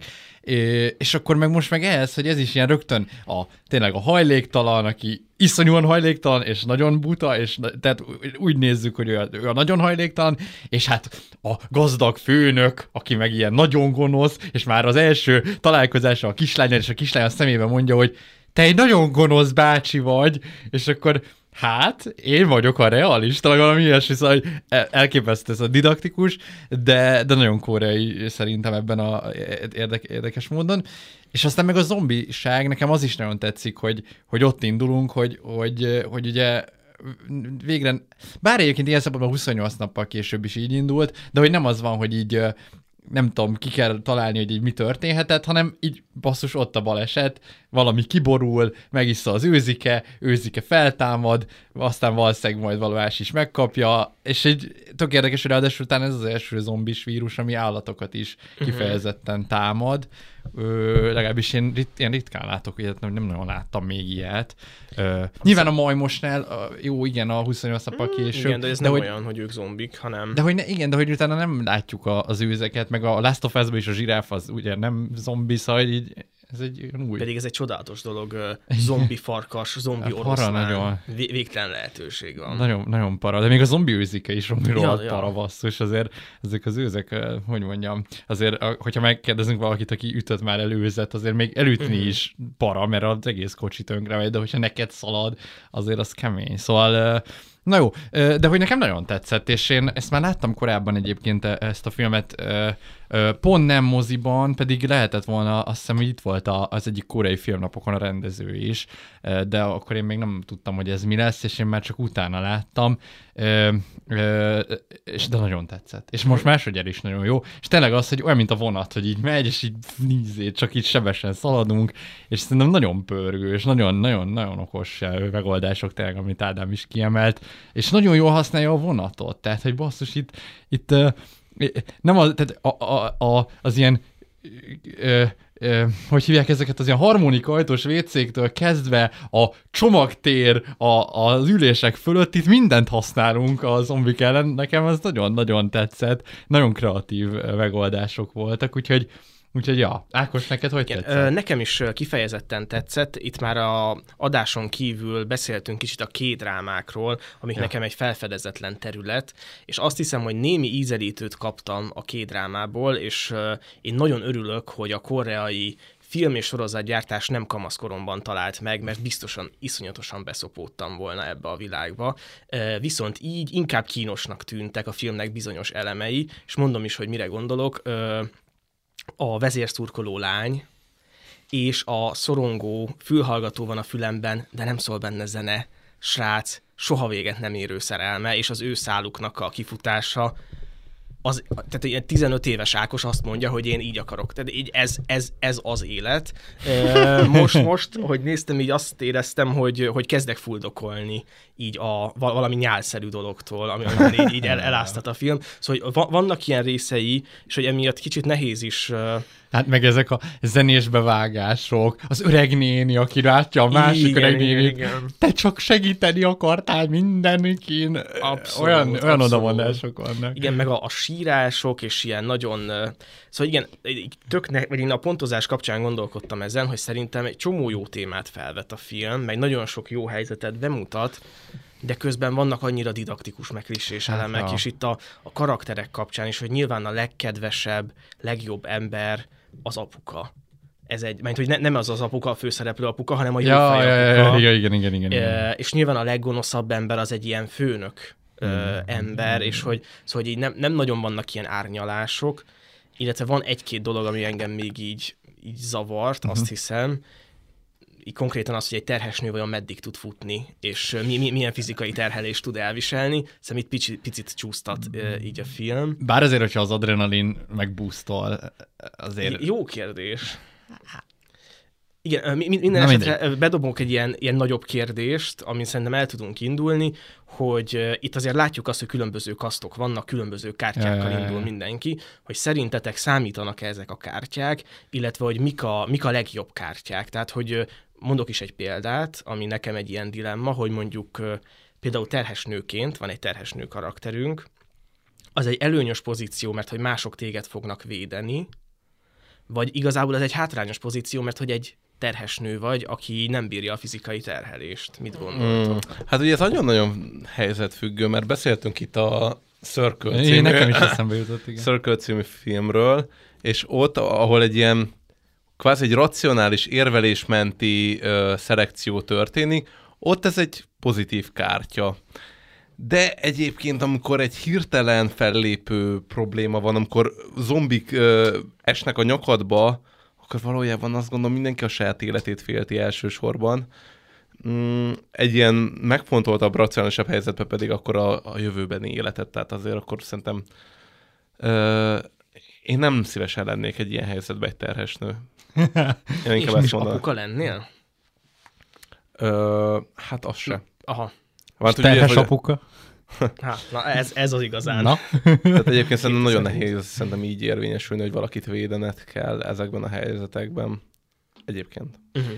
és akkor meg most meg ehhez, hogy ez is ilyen rögtön a, tényleg a hajléktalan, aki iszonyúan hajléktalan, és nagyon buta, és tehát úgy nézzük, hogy ő a, ő a nagyon hajléktalan, és hát a gazdag főnök, aki meg ilyen nagyon gonosz, és már az első találkozása a kislánnyal, és a kislány a szemébe mondja, hogy te egy nagyon gonosz bácsi vagy, és akkor hát, én vagyok a realista, vagy valami ilyesmi, szóval elképesztő ez a didaktikus, de, de nagyon koreai szerintem ebben a érdek, érdekes módon. És aztán meg a zombiság, nekem az is nagyon tetszik, hogy, hogy ott indulunk, hogy, hogy, hogy ugye végre, bár egyébként ilyen szempontból huszonnyolc nappal később is így indult, de hogy nem az van, hogy így nem tudom, ki kell találni, hogy így mi történhetett, hanem így basszus, ott a baleset, valami kiborul, megissza az őzike, őzike feltámad, aztán valószínűleg majd valós is megkapja, és egy tök érdekes, hogy ráadásul után ez az első zombis vírus, ami állatokat is kifejezetten támad. Ö, legalábbis én rit- ilyen ritkán látok, ilyet nem, nem nagyon láttam még ilyet. Ö, nyilván a majmosnál, jó, igen, a huszonnyolc nappal később. Igen, de ez de nem hogy, olyan, hogy ők zombik, hanem... De hogy ne, igen, de hogy utána nem látjuk a, az őzeket, meg a Last of Us-ban is a zsiráf az ugye nem zombi, szóval így ez egy új. Pedig ez egy csodálatos dolog, zombi farkas, zombi oroszlán, vé- végtelen lehetőség van. Nagyon, nagyon para, de még a zombi őzike is zombi rohadt ja, para ja. basszus, azért ezek az őzek, hogy mondjam, azért, hogyha megkérdezünk valakit, aki ütött már előzet, azért még elütni uh-huh. is para, mert az egész kocsi tönkre megy, de hogyha neked szalad, azért az kemény. Szóval na jó, de hogy nekem nagyon tetszett, és én ezt már láttam korábban egyébként ezt a filmet, pont nem moziban, pedig lehetett volna, azt hiszem, hogy itt volt az egyik koreai filmnapokon a rendező is, de akkor én még nem tudtam, hogy ez mi lesz, és én már csak utána láttam, és de nagyon tetszett. És most másodjára is nagyon jó, és tényleg az, hogy olyan, mint a vonat, hogy így megy, és így nézzét, csak így sebesen szaladunk, és szerintem nagyon pörgő, és nagyon-nagyon okos megoldások tényleg, amit Ádám is kiemelt, és nagyon jól használja a vonatot, tehát, hogy basszus, itt, itt nem az, tehát a, a, a, az ilyen ö, ö, hogy hívják ezeket az ilyen harmonika ajtós vécéktől kezdve a csomagtér, a, az ülések fölött, itt mindent használunk a zombik ellen, nekem ez nagyon-nagyon tetszett, nagyon kreatív megoldások voltak, úgyhogy Úgyhogy ja, Ákos, neked hogy Igen, tetszett? Nekem is kifejezetten tetszett. Itt már a adáson kívül beszéltünk kicsit a K-drámákról, amik ja. nekem egy felfedezetlen terület, és azt hiszem, hogy némi ízelítőt kaptam a K-drámából, és én nagyon örülök, hogy a koreai film- és sorozatgyártás nem kamaszkoromban talált meg, mert biztosan iszonyatosan beszopódtam volna ebbe a világba. Viszont így inkább kínosnak tűntek a filmnek bizonyos elemei, és mondom is, hogy mire gondolok. A vezérszurkoló lány, és a szorongó fülhallgató van a fülemben, de nem szól benne zene, srác, soha véget nem érő szerelme, és az ő száluknak a kifutása, az, tehát ilyen tizenöt éves Ákos azt mondja, hogy én így akarok. Tehát így ez, ez, ez az élet. Most, most, hogy néztem, így azt éreztem, hogy, hogy kezdek fuldokolni így a valami nyálszerű dologtól, ami így, így el, eláztat a film. Szóval hogy vannak ilyen részei, és hogy emiatt kicsit nehéz is... Hát meg ezek a zenés bevágások, az öreg néni, aki látja a másik igen, öreg nénit, te csak segíteni akartál mindenkin. Abszolút, olyan, abszolút. Olyan odamondások vannak. Igen, meg a, a sírások, és ilyen nagyon... Szóval igen, tök ne, vagy én a pontozás kapcsán gondolkodtam ezen, hogy szerintem egy csomó jó témát felvet a film, meg nagyon sok jó helyzetet bemutat, de közben vannak annyira didaktikus megklisés elemek, hát, és itt a, a karakterek kapcsán is, hogy nyilván a legkedvesebb, legjobb ember az apuka. Ez egy, mert hogy ne, nem az az apuka, a főszereplő apuka, hanem a jó ja, fej ja, apuka. Ja, igen, igen, igen, igen. E, és nyilván a leggonoszabb ember az egy ilyen főnök mm. e, ember, mm. és hogy, szóval, hogy így nem, nem nagyon vannak ilyen árnyalások, illetve van egy-két dolog, ami engem még így, így zavart, mm-hmm. azt hiszem. konkrétan az, hogy egy terhes nő vajon meddig tud futni, és mi, mi, milyen fizikai terhelést tud elviselni. Szerintem itt picit, picit csúsztat így a film. Bár azért, hogyha az adrenalin megboostol, azért... Jó kérdés. Igen, minden Na, esetre mindegy. bedobunk egy ilyen, ilyen nagyobb kérdést, amin szerintem el tudunk indulni, hogy itt azért látjuk azt, hogy különböző kasztok vannak, különböző kártyákkal e... indul mindenki, hogy szerintetek számítanak ezek a kártyák, illetve hogy mik a, mik a legjobb kártyák. Tehát, hogy mondok is egy példát, ami nekem egy ilyen dilemma, hogy mondjuk például terhes nőként, van egy terhes nő karakterünk, az egy előnyös pozíció, mert hogy mások téged fognak védeni, vagy igazából ez egy hátrányos pozíció, mert hogy egy terhes nő vagy, aki nem bírja a fizikai terhelést. Mit gondoltok? Mm. Hát ugye ez nagyon-nagyon helyzetfüggő, mert beszéltünk itt a Circle című, nekem is eszembe jutott, igen. Circle című filmről, és ott, ahol egy ilyen kvázi egy racionális érvelésmenti ö, szelekció történik, ott ez egy pozitív kártya. De egyébként, amikor egy hirtelen fellépő probléma van, amikor zombik ö, esnek a nyakadba, akkor valójában azt gondolom, mindenki a saját életét félti elsősorban. Mm, egy ilyen megfontoltabb, racionálisabb helyzetben pedig akkor a, a jövőbeni életet. Tehát azért akkor szerintem ö, én nem szívesen lennék egy ilyen helyzetben egy terhes nő. Én és is apuka lennél? Ö, hát az se. Aha. Van, terhes ugye, apuka? Hát, na ez, ez az igazán. Na. Tehát egyébként szerintem nagyon nehéz szerintem így érvényesülni, hogy valakit védened kell ezekben a helyzetekben. Egyébként. Uh-huh.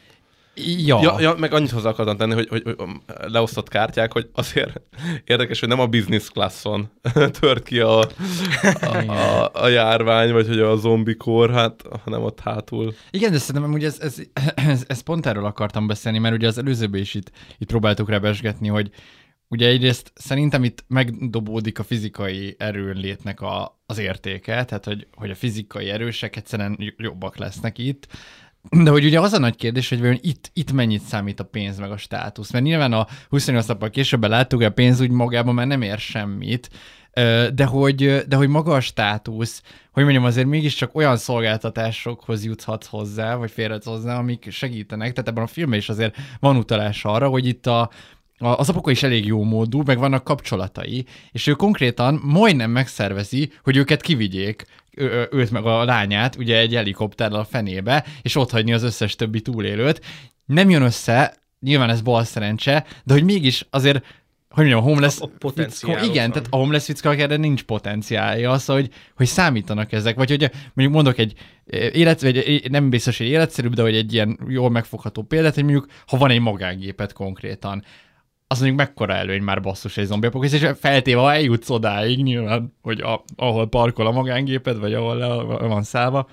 Ja. Ja, ja, meg annyit hozzá akartam tenni, hogy, hogy, hogy leosztott kártyák, hogy azért érdekes, hogy nem a business classon tört ki a, a, a, a járvány, vagy hogy a zombikor, hát, hanem ott hátul. Igen, de szerintem ugye ez, ez, ez, ez pont erről akartam beszélni, mert ugye az előzőben is itt, itt próbáltuk rebesgetni, hogy ugye egyrészt szerintem itt megdobódik a fizikai erőnlétnek a, az értéke, tehát hogy, hogy a fizikai erősek egyszerűen jobbak lesznek itt, de hogy ugye az a nagy kérdés, hogy vajon itt, itt mennyit számít a pénz meg a státusz, mert nyilván a huszonnyolc nappal később láttuk, hogy a pénz úgy magában már nem ér semmit, de hogy, de hogy maga a státusz, hogy mondjam, azért mégiscsak olyan szolgáltatásokhoz juthatsz hozzá, vagy férhetsz hozzá, amik segítenek, tehát ebben a filmben is azért van utalás arra, hogy itt a az apuka is elég jó módú, meg vannak kapcsolatai, és ő konkrétan majdnem megszervezi, hogy őket kivigyék, ő, őt meg a lányát, ugye egy helikopterrel a fenébe, és ott hagyni az összes többi túlélőt. Nem jön össze, nyilván ez bal szerencse, de hogy mégis azért, hogy mondjam, a homeless... A potenciál. Igen, van. Tehát a homeless vicca erre nincs potenciálja az, hogy, hogy számítanak ezek, vagy hogy mondjuk mondok egy élet, vagy nem biztos, hogy életszerűbb, de hogy egy ilyen jól megfogható példát, hogy mondjuk, ha van egy magángépet konkrétan, az mondjuk mekkora előny már basszus egy zombi apokalipszis, és feltéve, ha eljutsz odáig nyilván, hogy a, ahol parkol a magángéped, vagy ahol le van szállva.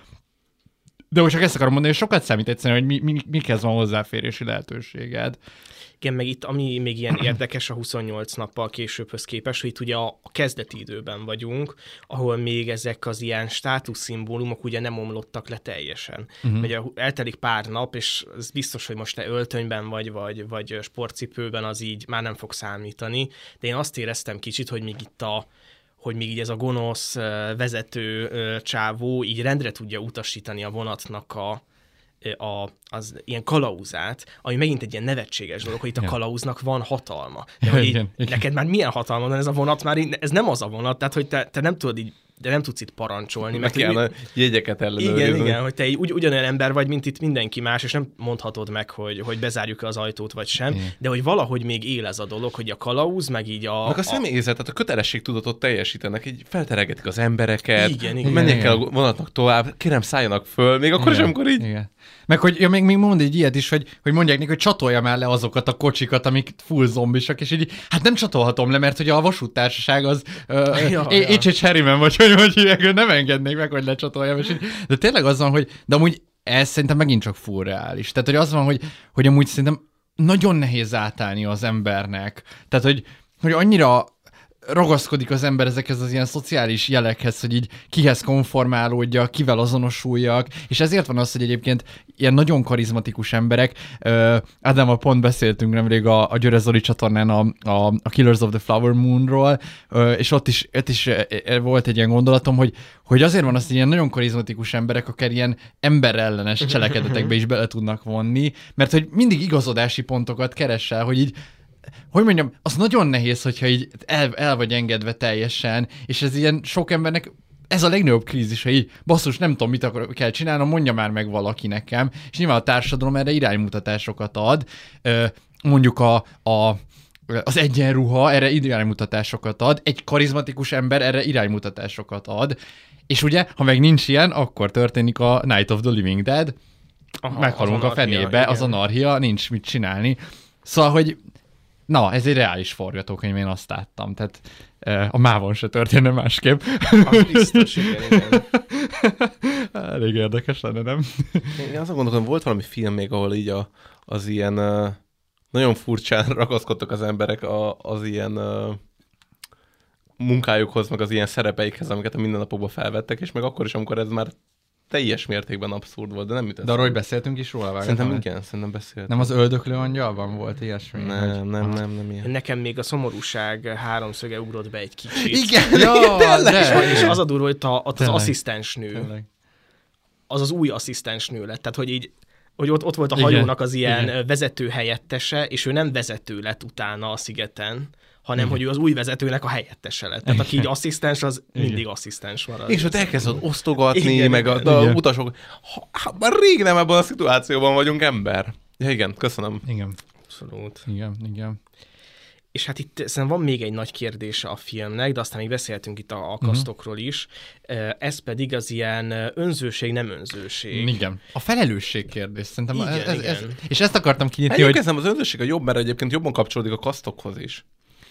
De most csak ezt akarom mondani, hogy sokat számít egyszerűen, hogy mi, mi, mikhez van hozzáférési lehetőséged. Igen, meg itt, ami még ilyen érdekes a huszonnyolc nappal későbbhöz képest, hogy itt ugye a kezdeti időben vagyunk, ahol még ezek az ilyen státuszszimbólumok ugye nem omlottak le teljesen. Uh-huh. Ugye eltelik pár nap, és ez biztos, hogy most te öltönyben vagy, vagy, vagy sportcipőben, az így már nem fog számítani. De én azt éreztem kicsit, hogy még itt a hogy még így ez a gonosz vezető csávó így rendre tudja utasítani a vonatnak a A, az ilyen kalauzát, ami megint egy ilyen nevetséges dolog, hogy itt a kalauznak van hatalma. De hogy így, neked már milyen hatalma van ez a vonat, már így, ez nem az a vonat, tehát hogy te, te nem tudod így, de nem tudsz itt parancsolni. Meg kell jegyeket ellenőrizni. Igen, igen, hogy te így ugy, ugyanolyan ember vagy, mint itt mindenki más, és nem mondhatod meg, hogy, hogy bezárjuk az ajtót, vagy sem, igen. De hogy valahogy még él ez a dolog, hogy a kalauz, meg így a... Meg a személyzet, tehát a kötelességtudatot teljesítenek, így felteregetik az embereket, igen, igen, menjek el a vonatnak tovább, kérem szálljanak föl, még akkor sem, amikor így... Igen. Meg hogy ja, még, még mond egy ilyet is, hogy, hogy mondják neki, hogy csatoljam el le azokat a kocsikat, amik full zombisak, és így, hát nem csatolhatom le, mert hogy a vasúttársaság az uh, ja, ja. H H Harryman, vagy hogy, hogy hívják, nem engednék meg, hogy lecsatoljam, és így, de tényleg az van, hogy, de amúgy ez szerintem megint csak full reális. Tehát, hogy az van, hogy, hogy amúgy szerintem nagyon nehéz átállni az embernek. Tehát, hogy, hogy annyira ragaszkodik az ember ezekhez az ilyen szociális jelekhez, hogy így kihez konformálódjak, kivel azonosuljak, és ezért van az, hogy egyébként ilyen nagyon karizmatikus emberek, uh, Ádámmal pont beszéltünk nemrég a, a Győre Zoli csatornán a, a, a Killers of the Flower Moonról, uh, és ott is, ott is uh, volt egy ilyen gondolatom, hogy, hogy azért van az, hogy ilyen nagyon karizmatikus emberek akár ilyen emberellenes cselekedetekbe is bele tudnak vonni, mert hogy mindig igazodási pontokat keresel, hogy így hogy mondjam, az nagyon nehéz, hogyha így el, el vagy engedve teljesen, és ez ilyen sok embernek, ez a legnagyobb krízis, hogy így, basszus, nem tudom, mit akar, kell csinálnom, mondja már meg valaki nekem, és nyilván a társadalom erre iránymutatásokat ad, mondjuk a, a, az egyenruha erre iránymutatásokat ad, egy karizmatikus ember erre iránymutatásokat ad, és ugye, ha meg nincs ilyen, akkor történik a Night of the Living Dead, Aha, meghalunk a fenébe, igen. Az anarchia, nincs mit csinálni. Szóval, hogy na, ez egy reális forgatókönyv, én azt láttam, tehát a mávon se történne másképp. Az biztos, igen, igen. Elég érdekes lenne, nem? Én azt gondolom, volt valami film még, ahol így a, az ilyen uh, nagyon furcsán ragaszkodtak az emberek a, az ilyen uh, munkájukhoz, meg az ilyen szerepeikhez, amiket a mindennapokban felvettek, és meg akkor is, amikor ez már teljes mértékben abszurd volt, de nem jutott. De arról, hogy beszéltünk is róla? Szerintem van, igen, szerintem beszéltünk. Nem az öldöklő angyalban volt ilyesmi? Nem, hogy... nem, nem, nem ilyen. Nekem még a szomorúság háromszöge ugrott be egy kicsit. Igen, ja, de. És az a durva, hogy a, az asszisztensnő, az az új asszisztensnő lett. Tehát, hogy így, hogy ott, ott volt a hajónak az ilyen igen. vezető helyettese, és ő nem vezető lett utána a szigeten, hanem, igen. hogy ő az új vezetőnek a helyettese lett. Tehát aki így asszisztens, az igen. mindig asszisztens marad. És ott elkezdett osztogatni, igen, meg a, a utasok. Ha, már rég nem ebben a szituációban vagyunk, ember. Ja, igen, köszönöm. Igen. Abszolút. Igen, igen. És hát itt szerintem van még egy nagy kérdése a filmnek, de aztán még beszéltünk itt a, a kasztokról is. Ez pedig az ilyen önzőség, nem önzőség. Igen. A felelősség kérdés. Szerintem igen, ez, igen. Ez, és ezt akartam kinyitni, hogy... Egyébként az önzőség a jobb, mert egyébként jobban kapcsolódik a kasztokhoz is.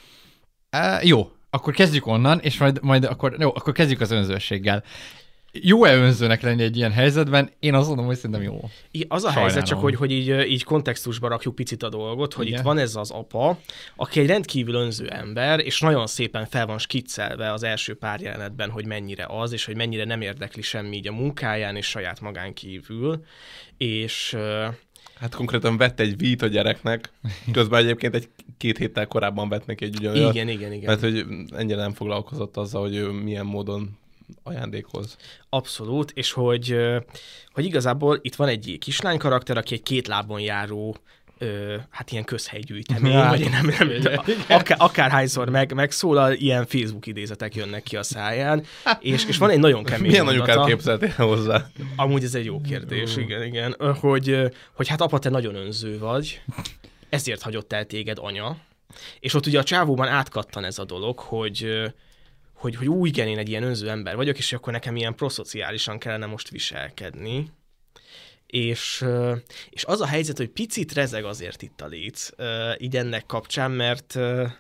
Uh, jó, akkor kezdjük onnan, és majd, majd akkor, jó, akkor kezdjük az önzőséggel. Jó-e önzőnek lenni egy ilyen helyzetben? Én azt mondom, hogy szerintem jó. I, az a Sajnálom. helyzet, csak hogy, hogy így, így kontextusba rakjuk picit a dolgot, hogy igen. itt van ez az apa, aki egy rendkívül önző ember, és nagyon szépen fel van skiccelve az első pár jelenetben, hogy mennyire az, és hogy mennyire nem érdekli semmi így a munkáján, és saját magán kívül. És... Hát konkrétan vett egy vít a gyereknek, közben egyébként egy két héttel korábban vett neki egy ugyanolyat. Igen, igen, igen. Mert hogy ennyire nem foglalkozott azzal, hogy ő milyen módon ajándékhoz. Abszolút, és hogy, hogy igazából itt van egy kislány karakter, aki egy két lábon járó Ö, hát ilyen közhelygyűjtemény, ja, vagy én nem, nem akár, akárhányszor meg, megszólal, ilyen Facebook idézetek jönnek ki a száján, és, és van egy nagyon kemény Milyen anyukát képzeltél hozzá? Amúgy ez egy jó kérdés, igen, igen, hogy, hogy hát apa, te nagyon önző vagy, ezért hagyott el téged anya, és ott ugye a csávóban átkattan ez a dolog, hogy hogy, hogy úgy igen, én egy ilyen önző ember vagyok, és akkor nekem ilyen proszociálisan kellene most viselkedni. És, és az a helyzet, hogy picit rezeg azért itt a léc, így ennek kapcsán, mert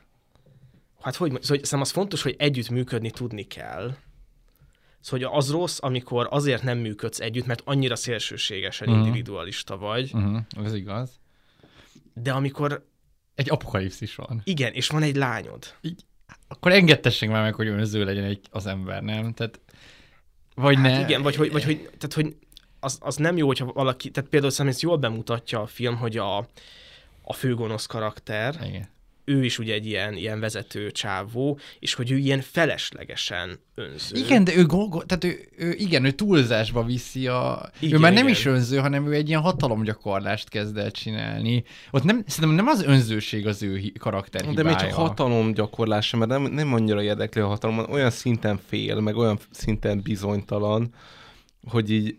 hát hogy, szóval szerintem az fontos, hogy együtt működni tudni kell. Szóval az rossz, amikor azért nem működsz együtt, mert annyira szélsőségesen uh-huh. individualista vagy. Uh-huh. Ez igaz. De amikor... Egy apokalipszis van. Igen, és van egy lányod. Így, akkor engedtessék már meg, hogy önző legyen egy, az ember, nem? Tehát, vagy hát ne... Igen, vagy hogy... Vagy, hogy, tehát, hogy Az, az nem jó, hogyha valaki, tehát például szerintem jól bemutatja a film, hogy a, a főgonosz karakter, igen. ő is ugye egy ilyen, ilyen vezető csávó, és hogy ő ilyen feleslegesen önző. Igen, de ő, golgo, tehát ő, ő, igen, ő túlzásba viszi a... Igen, ő már nem igen. is önző, hanem ő egy ilyen hatalomgyakorlást kezd el csinálni. Ott nem, szerintem nem az önzőség az ő karakter hibája. De még csak hatalomgyakorlás sem, mert nem, nem annyira érdekli a hatalom, olyan szinten fél, meg olyan szinten bizonytalan, hogy így...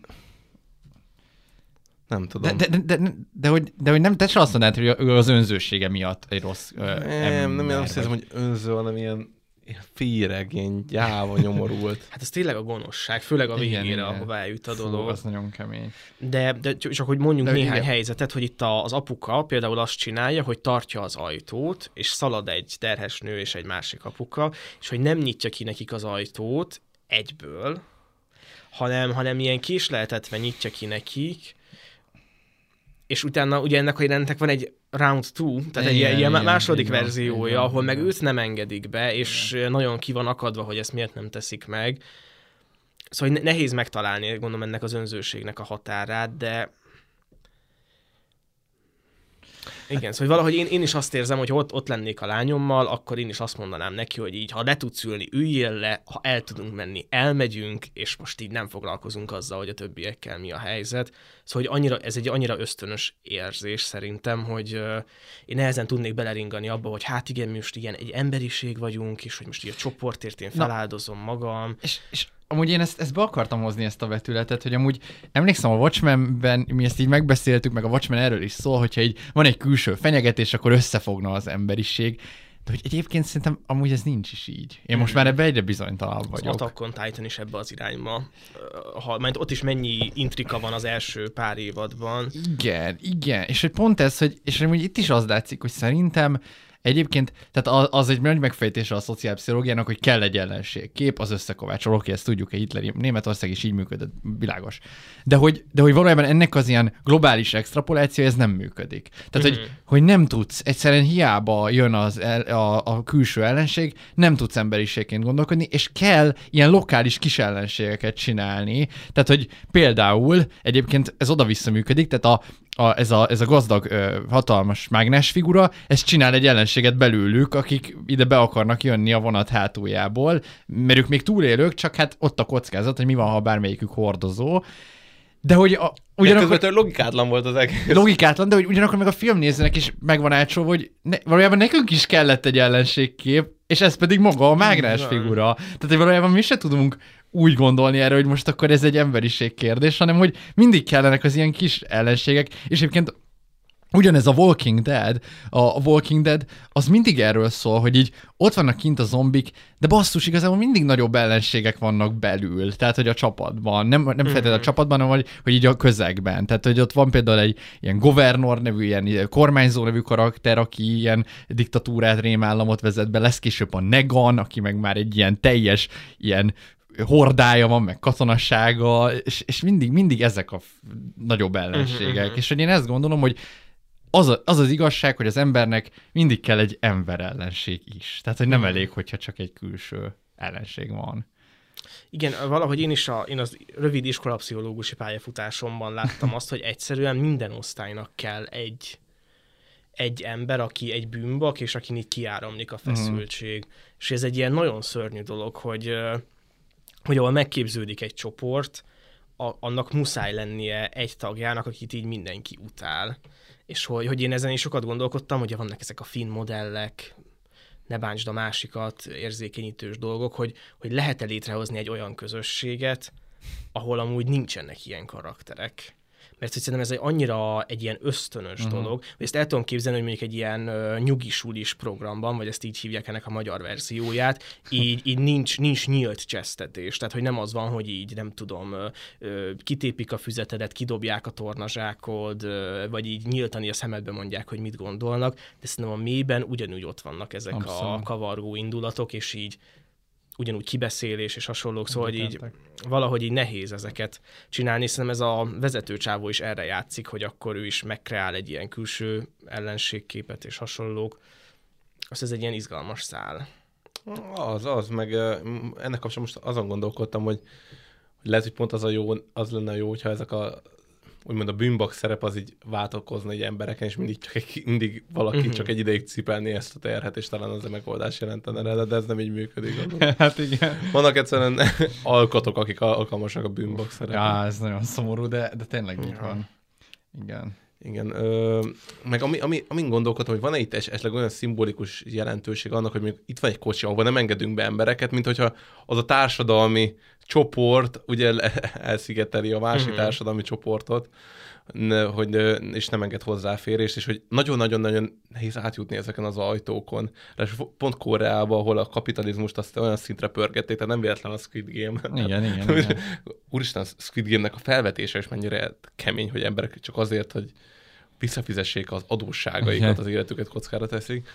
Nem tudom. De, de, de, de, de, hogy, de hogy nem, te se azt mondanád, hogy ő az önzősége miatt egy rossz ö, nem, ember. Nem, nem azt hiszem, hogy önző, hanem ilyen, ilyen féregény, gyáva, nyomorult. Hát ez tényleg a gonoszság, főleg a végére, igen, ahová eljut a dolog. Fú, az nagyon kemény. De, de csak hogy mondjunk de, néhány igen. helyzetet, hogy itt az apuka például azt csinálja, hogy tartja az ajtót, és szalad egy terhes nő és egy másik apuka, és hogy nem nyitja ki nekik az ajtót egyből, hanem, hanem ilyen késleltetve nyitja ki nekik, és utána ugye ennek a jelenetnek van egy round two, tehát igen, egy ilyen igen, második igen, verziója, igen, ahol igen. meg őt nem engedik be, és igen. nagyon ki van akadva, hogy ezt miért nem teszik meg. Szóval nehéz megtalálni, gondolom, ennek az önzőségnek a határát, de igen, szóval valahogy én, én is azt érzem, hogy ott, ott lennék a lányommal, akkor én is azt mondanám neki, hogy így, ha le tudsz ülni, üljél le, ha el tudunk menni, elmegyünk, és most így nem foglalkozunk azzal, hogy a többiekkel mi a helyzet. Szóval hogy annyira, ez egy annyira ösztönös érzés szerintem, hogy uh, én nehezen tudnék beleringani abba, hogy hát igen, mi most ilyen egy emberiség vagyunk, és hogy most így a csoportért én feláldozom magam. És, és amúgy én ezt, ezt be akartam hozni, ezt a vetületet, hogy amúgy emlékszem a Watchmenben, mi ezt így megbeszéltük, meg a Watchmen erről is szól, hogyha így van egy külső fenyegetés, akkor összefogna az emberiség. De hogy egyébként szerintem amúgy ez nincs is így. Én most már ebbe egyre bizonytalanabb vagyok. Az Attack on Titan is ebbe az irányba. Ha, mert ott is mennyi intrika van az első pár évadban. Igen, igen. És hogy pont ez, hogy, és hogy itt is az látszik, hogy szerintem egyébként, tehát az egy nagy megfejtése a szociálpszichológiának, hogy kell egy ellenségkép, az összekovácsol. Oké, ezt tudjuk, hogy Hitler, Németország is így működött, világos. De hogy, de hogy valójában ennek az ilyen globális extrapoláció, ez nem működik. Tehát, mm-hmm. hogy, hogy nem tudsz, egyszerűen hiába jön az el, a, a külső ellenség, nem tudsz emberiségként gondolkodni, és kell ilyen lokális kis ellenségeket csinálni. Tehát, hogy például egyébként ez oda-vissza működik, tehát a A, ez, a, ez a gazdag, ö, hatalmas mágnes figura, ez csinál egy ellenséget belőlük, akik ide be akarnak jönni a vonat hátuljából, mert ők még túlélők, csak hát ott a kockázat, hogy mi van, ha bármelyikük hordozó. De hogy a, ugyanakkor... De logikátlan volt az egész. Logikátlan, de hogy ugyanakkor meg a filmnézőnek is megvan átsolva, hogy ne, valójában nekünk is kellett egy ellenségkép, és ez pedig maga a mágnes figura. Tehát, hogy valójában mi se tudunk úgy gondolni erre, hogy most akkor ez egy emberiség kérdés, hanem hogy mindig kellenek az ilyen kis ellenségek, és egyébként ugyanez a Walking Dead, a Walking Dead, az mindig erről szól, hogy így ott vannak kint a zombik, de basszus, igazából mindig nagyobb ellenségek vannak belül, tehát hogy a csapatban, nem, nem feltétlenül a csapatban, hanem hogy, hogy így a közegben, tehát hogy ott van például egy ilyen governor nevű, ilyen kormányzó nevű karakter, aki ilyen diktatúrát, rémállamot vezet be, lesz később a Negan, aki meg már egy ilyen teljes, ilyen hordája van, meg katonassága, és, és mindig, mindig ezek a f- nagyobb ellenségek. Uh-huh. És hogy én ezt gondolom, hogy az, a, az az igazság, hogy az embernek mindig kell egy ember ellenség is. Tehát, hogy nem uh-huh. elég, hogyha csak egy külső ellenség van. Igen, valahogy én is a, én az rövid iskolapszichológusi pályafutásomban láttam azt, hogy egyszerűen minden osztálynak kell egy egy ember, aki egy bűnbak, és akin így kiáramlik a feszültség. Uh-huh. És ez egy ilyen nagyon szörnyű dolog, hogy hogy ahol megképződik egy csoport, a, annak muszáj lennie egy tagjának, akit így mindenki utál. És hogy, hogy én ezen is sokat gondolkodtam, hogy vannak ezek a finn modellek, ne bántsd a másikat, érzékenyítős dolgok, hogy, hogy lehet-e létrehozni egy olyan közösséget, ahol amúgy nincsenek ilyen karakterek. Mert hogy szerintem ez egy annyira egy ilyen ösztönös uh-huh. dolog, hogy ezt el tudom képzelni, hogy mondjuk egy ilyen uh, nyugisulis programban, vagy ezt így hívják ennek a magyar verzióját, így, így nincs, nincs nyílt csesztetés. Tehát, hogy nem az van, hogy így nem tudom, uh, uh, kitépik a füzetedet, kidobják a tornazsákod, uh, vagy így nyíltan a szemedbe mondják, hogy mit gondolnak, de szerintem a mélyben ugyanúgy ott vannak ezek Abszolút. a kavargó indulatok, és így ugyanúgy kibeszélés és hasonlók, szóval hogy így valahogy így nehéz ezeket csinálni. Szerintem ez a vezetőcsávó is erre játszik, hogy akkor ő is megkreál egy ilyen külső ellenségképet és hasonlók. Az ez egy ilyen izgalmas szál. Az, az, meg ennek kapcsán most azon gondolkodtam, hogy lehet, hogy pont az, a jó, az lenne jó, hogyha ezek a úgymond a bűnbak szerep az így váltakozna egy embereken, és mindig, csak egy, mindig valaki uh-huh. csak egy ideig cipelni ezt a terhet, és talán az a megoldás jelentene rá, de ez nem így működik. Hát igen. Vannak egyszerűen alkatok, akik alkalmasak a bűnbak szerepre. Ja, ez nagyon szomorú, de, de tényleg így van. Igen. Igen, ö, meg ami, ami, amin gondolkodtam, hogy van-e itt esetleg olyan szimbolikus jelentőség annak, hogy mondjuk itt van egy kocsi, ahol nem engedünk be embereket, mint hogyha az a társadalmi csoport ugye elszigeteli a másik uh-huh. társadalmi csoportot, hogy, és nem enged hozzáférést, és hogy nagyon-nagyon-nagyon nehéz átjutni ezeken az ajtókon. És pont Koreában, ahol a kapitalizmust azt olyan szintre pörgették, tehát nem véletlen a Squid Game. Igen, igen, igen. Úristen, a Squid Game-nek a felvetése is mennyire kemény, hogy emberek csak azért, hogy visszafizessék az adósságaikat, az életüket kockára teszik.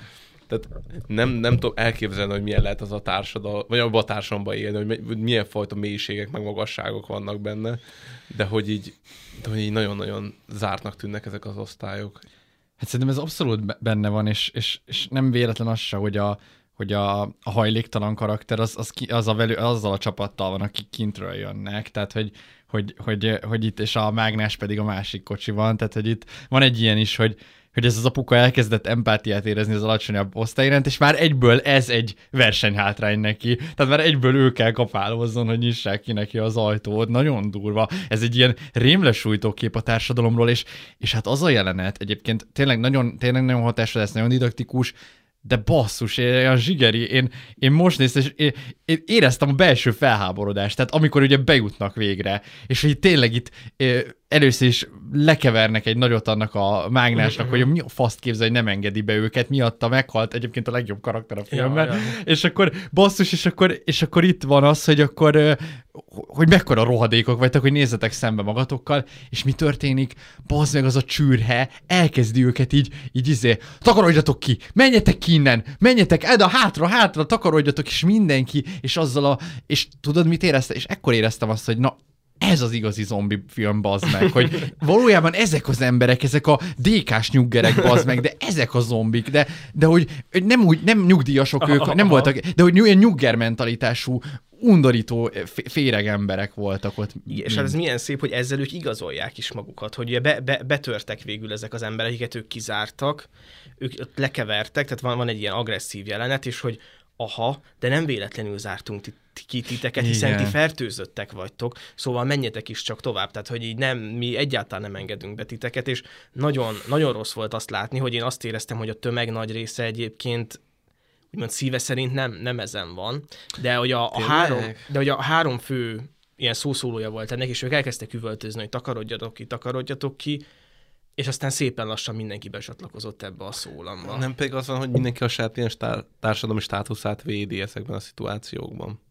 Tehát nem, nem tudom elképzelni, hogy milyen lehet az a társadalom, vagy abban a társadalomban élni, hogy milyen fajta mélységek, meg magasságok vannak benne, de hogy így, de hogy így nagyon-nagyon zártnak tűnnek ezek az osztályok. Hát szerintem ez abszolút benne van, és, és, és nem véletlen az se, hogy a, hogy a, a hajléktalan karakter az, az, ki, az a velő, azzal a csapattal van, akik kintről jönnek, tehát hogy, hogy, hogy, hogy itt, és a mágnás pedig a másik kocsi van, tehát hogy itt van egy ilyen is, hogy hogy ez az apuka elkezdett empátiát érezni az alacsonyabb osztályránt, és már egyből ez egy versenyhátrány neki. Tehát már egyből ő kell kapálózzon, hogy nyissák ki neki az ajtót. Nagyon durva. Ez egy ilyen rémlesújtó kép a társadalomról, és, és hát az a jelenet egyébként tényleg nagyon, tényleg nagyon hatásra lesz, nagyon didaktikus, de basszus, olyan zsigeri, én, én most néztem, és én, én éreztem a belső felháborodást, tehát amikor ugye bejutnak végre, és hogy tényleg itt először is lekevernek egy nagyot annak a mágnásnak, hogy mi a faszt képzel, hogy nem engedi be őket, miatta meghalt egyébként a legjobb karakter a filmben, ja, ja. És akkor basszus, és akkor, és akkor itt van az, hogy akkor hogy mekkora rohadékok vagytok, hogy nézzetek szembe magatokkal, és mi történik? Bazd meg, az a csürhe elkezdi őket így, így izé, takarodjatok ki, menjetek ki innen, menjetek, Eda, hátra, hátra, takarodjatok, és mindenki, és azzal a, és tudod, mit éreztem? És ekkor éreztem azt, hogy na, ez az igazi zombi film, bazd meg, hogy valójában ezek az emberek, ezek a dé ká-s nyuggerek, bazd meg, de ezek a zombik, de, de hogy nem úgy, nem nyugdíjasok ők, aha, nem aha. voltak, de hogy olyan nyugger mentalitású, undorító féreg emberek voltak ott. Igen, és hát ez milyen szép, hogy ezzel ők igazolják is magukat, hogy ugye be, be, betörtek végül ezek az emberek, akiket ők kizártak, ők lekevertek, tehát van, van egy ilyen agresszív jelenet, és hogy aha, de nem véletlenül zártunk ki titeket, hiszen ti fertőzöttek vagytok, szóval menjetek is csak tovább, tehát hogy így nem, mi egyáltalán nem engedünk be titeket, és nagyon, nagyon rossz volt azt látni, hogy én azt éreztem, hogy a tömeg nagy része egyébként úgymond szíve szerint nem, nem ezen van, de hogy a, a három, de hogy a három fő ilyen szószólója volt ennek, és ők elkezdtek üvöltözni, hogy takarodjatok ki, takarodjatok ki, és aztán szépen lassan mindenki becsatlakozott ebbe a szólamba. Nem pedig az van, hogy mindenki a saját ilyen stá- társadalmi státuszát védi ezekben a szituációkban.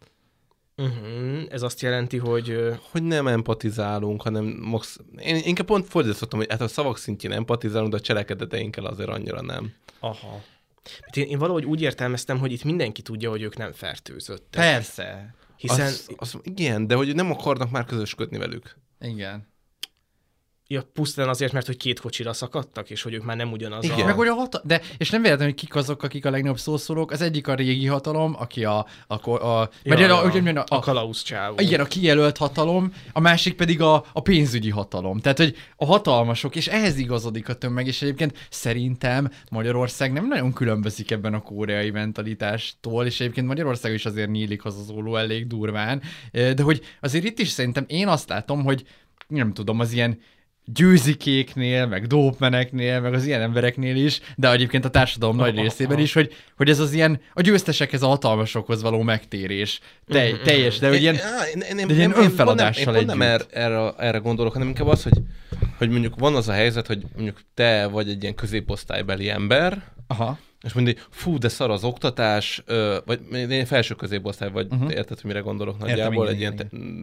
Uh-huh. Ez azt jelenti, hogy... Hogy nem empatizálunk, hanem... Max... Én inkább pont fordítottam, hogy hát a szavak szintjén empatizálunk, de a cselekedeteinkkel azért annyira nem. Aha. Én, én valahogy úgy értelmeztem, hogy itt mindenki tudja, hogy ők nem fertőzöttek. Persze. Hiszen... Az, az, igen, de hogy nem akarnak már közösködni velük. Igen. Ja, pusztán azért, mert hogy két kocsira szakadtak, és hogy ők már nem ugyanaz. Igen. A... Meg hogy a hata... De, és nem véletlenül, hogy kik azok, akik a legnagyobb szószólók. Az egyik a régi hatalom, aki a... a, a, a, ja, ja, a, a, a, a kalausz csávó. Igen, a kijelölt hatalom, a másik pedig a, a pénzügyi hatalom. Tehát, hogy a hatalmasok, és ehhez igazodik a tömeg, és egyébként szerintem Magyarország nem nagyon különbözik ebben a koreai mentalitástól, és egyébként Magyarország is azért nyílik az az óló elég durván, de hogy azért itt is szerintem én azt látom, hogy nem tudom, az ilyen győzikéknél, meg dópmeneknél, meg az ilyen embereknél is, de egyébként a társadalom nagy részében is, hogy, hogy ez az ilyen a győztesekhez, a hatalmasokhoz való megtérés. Te, teljes, de hogy ilyen, én, én, én, de ilyen önfeladással együtt. Én nem erre, erre, erre gondolok, hanem inkább az, hogy, hogy mondjuk van az a helyzet, hogy mondjuk te vagy egy ilyen középosztálybeli ember, aha. és mondjuk, fú, de szar az oktatás, vagy egy felső középosztály, vagy uh-huh. érted, hogy mire gondolok nagyjából, értem, egy ilyen te,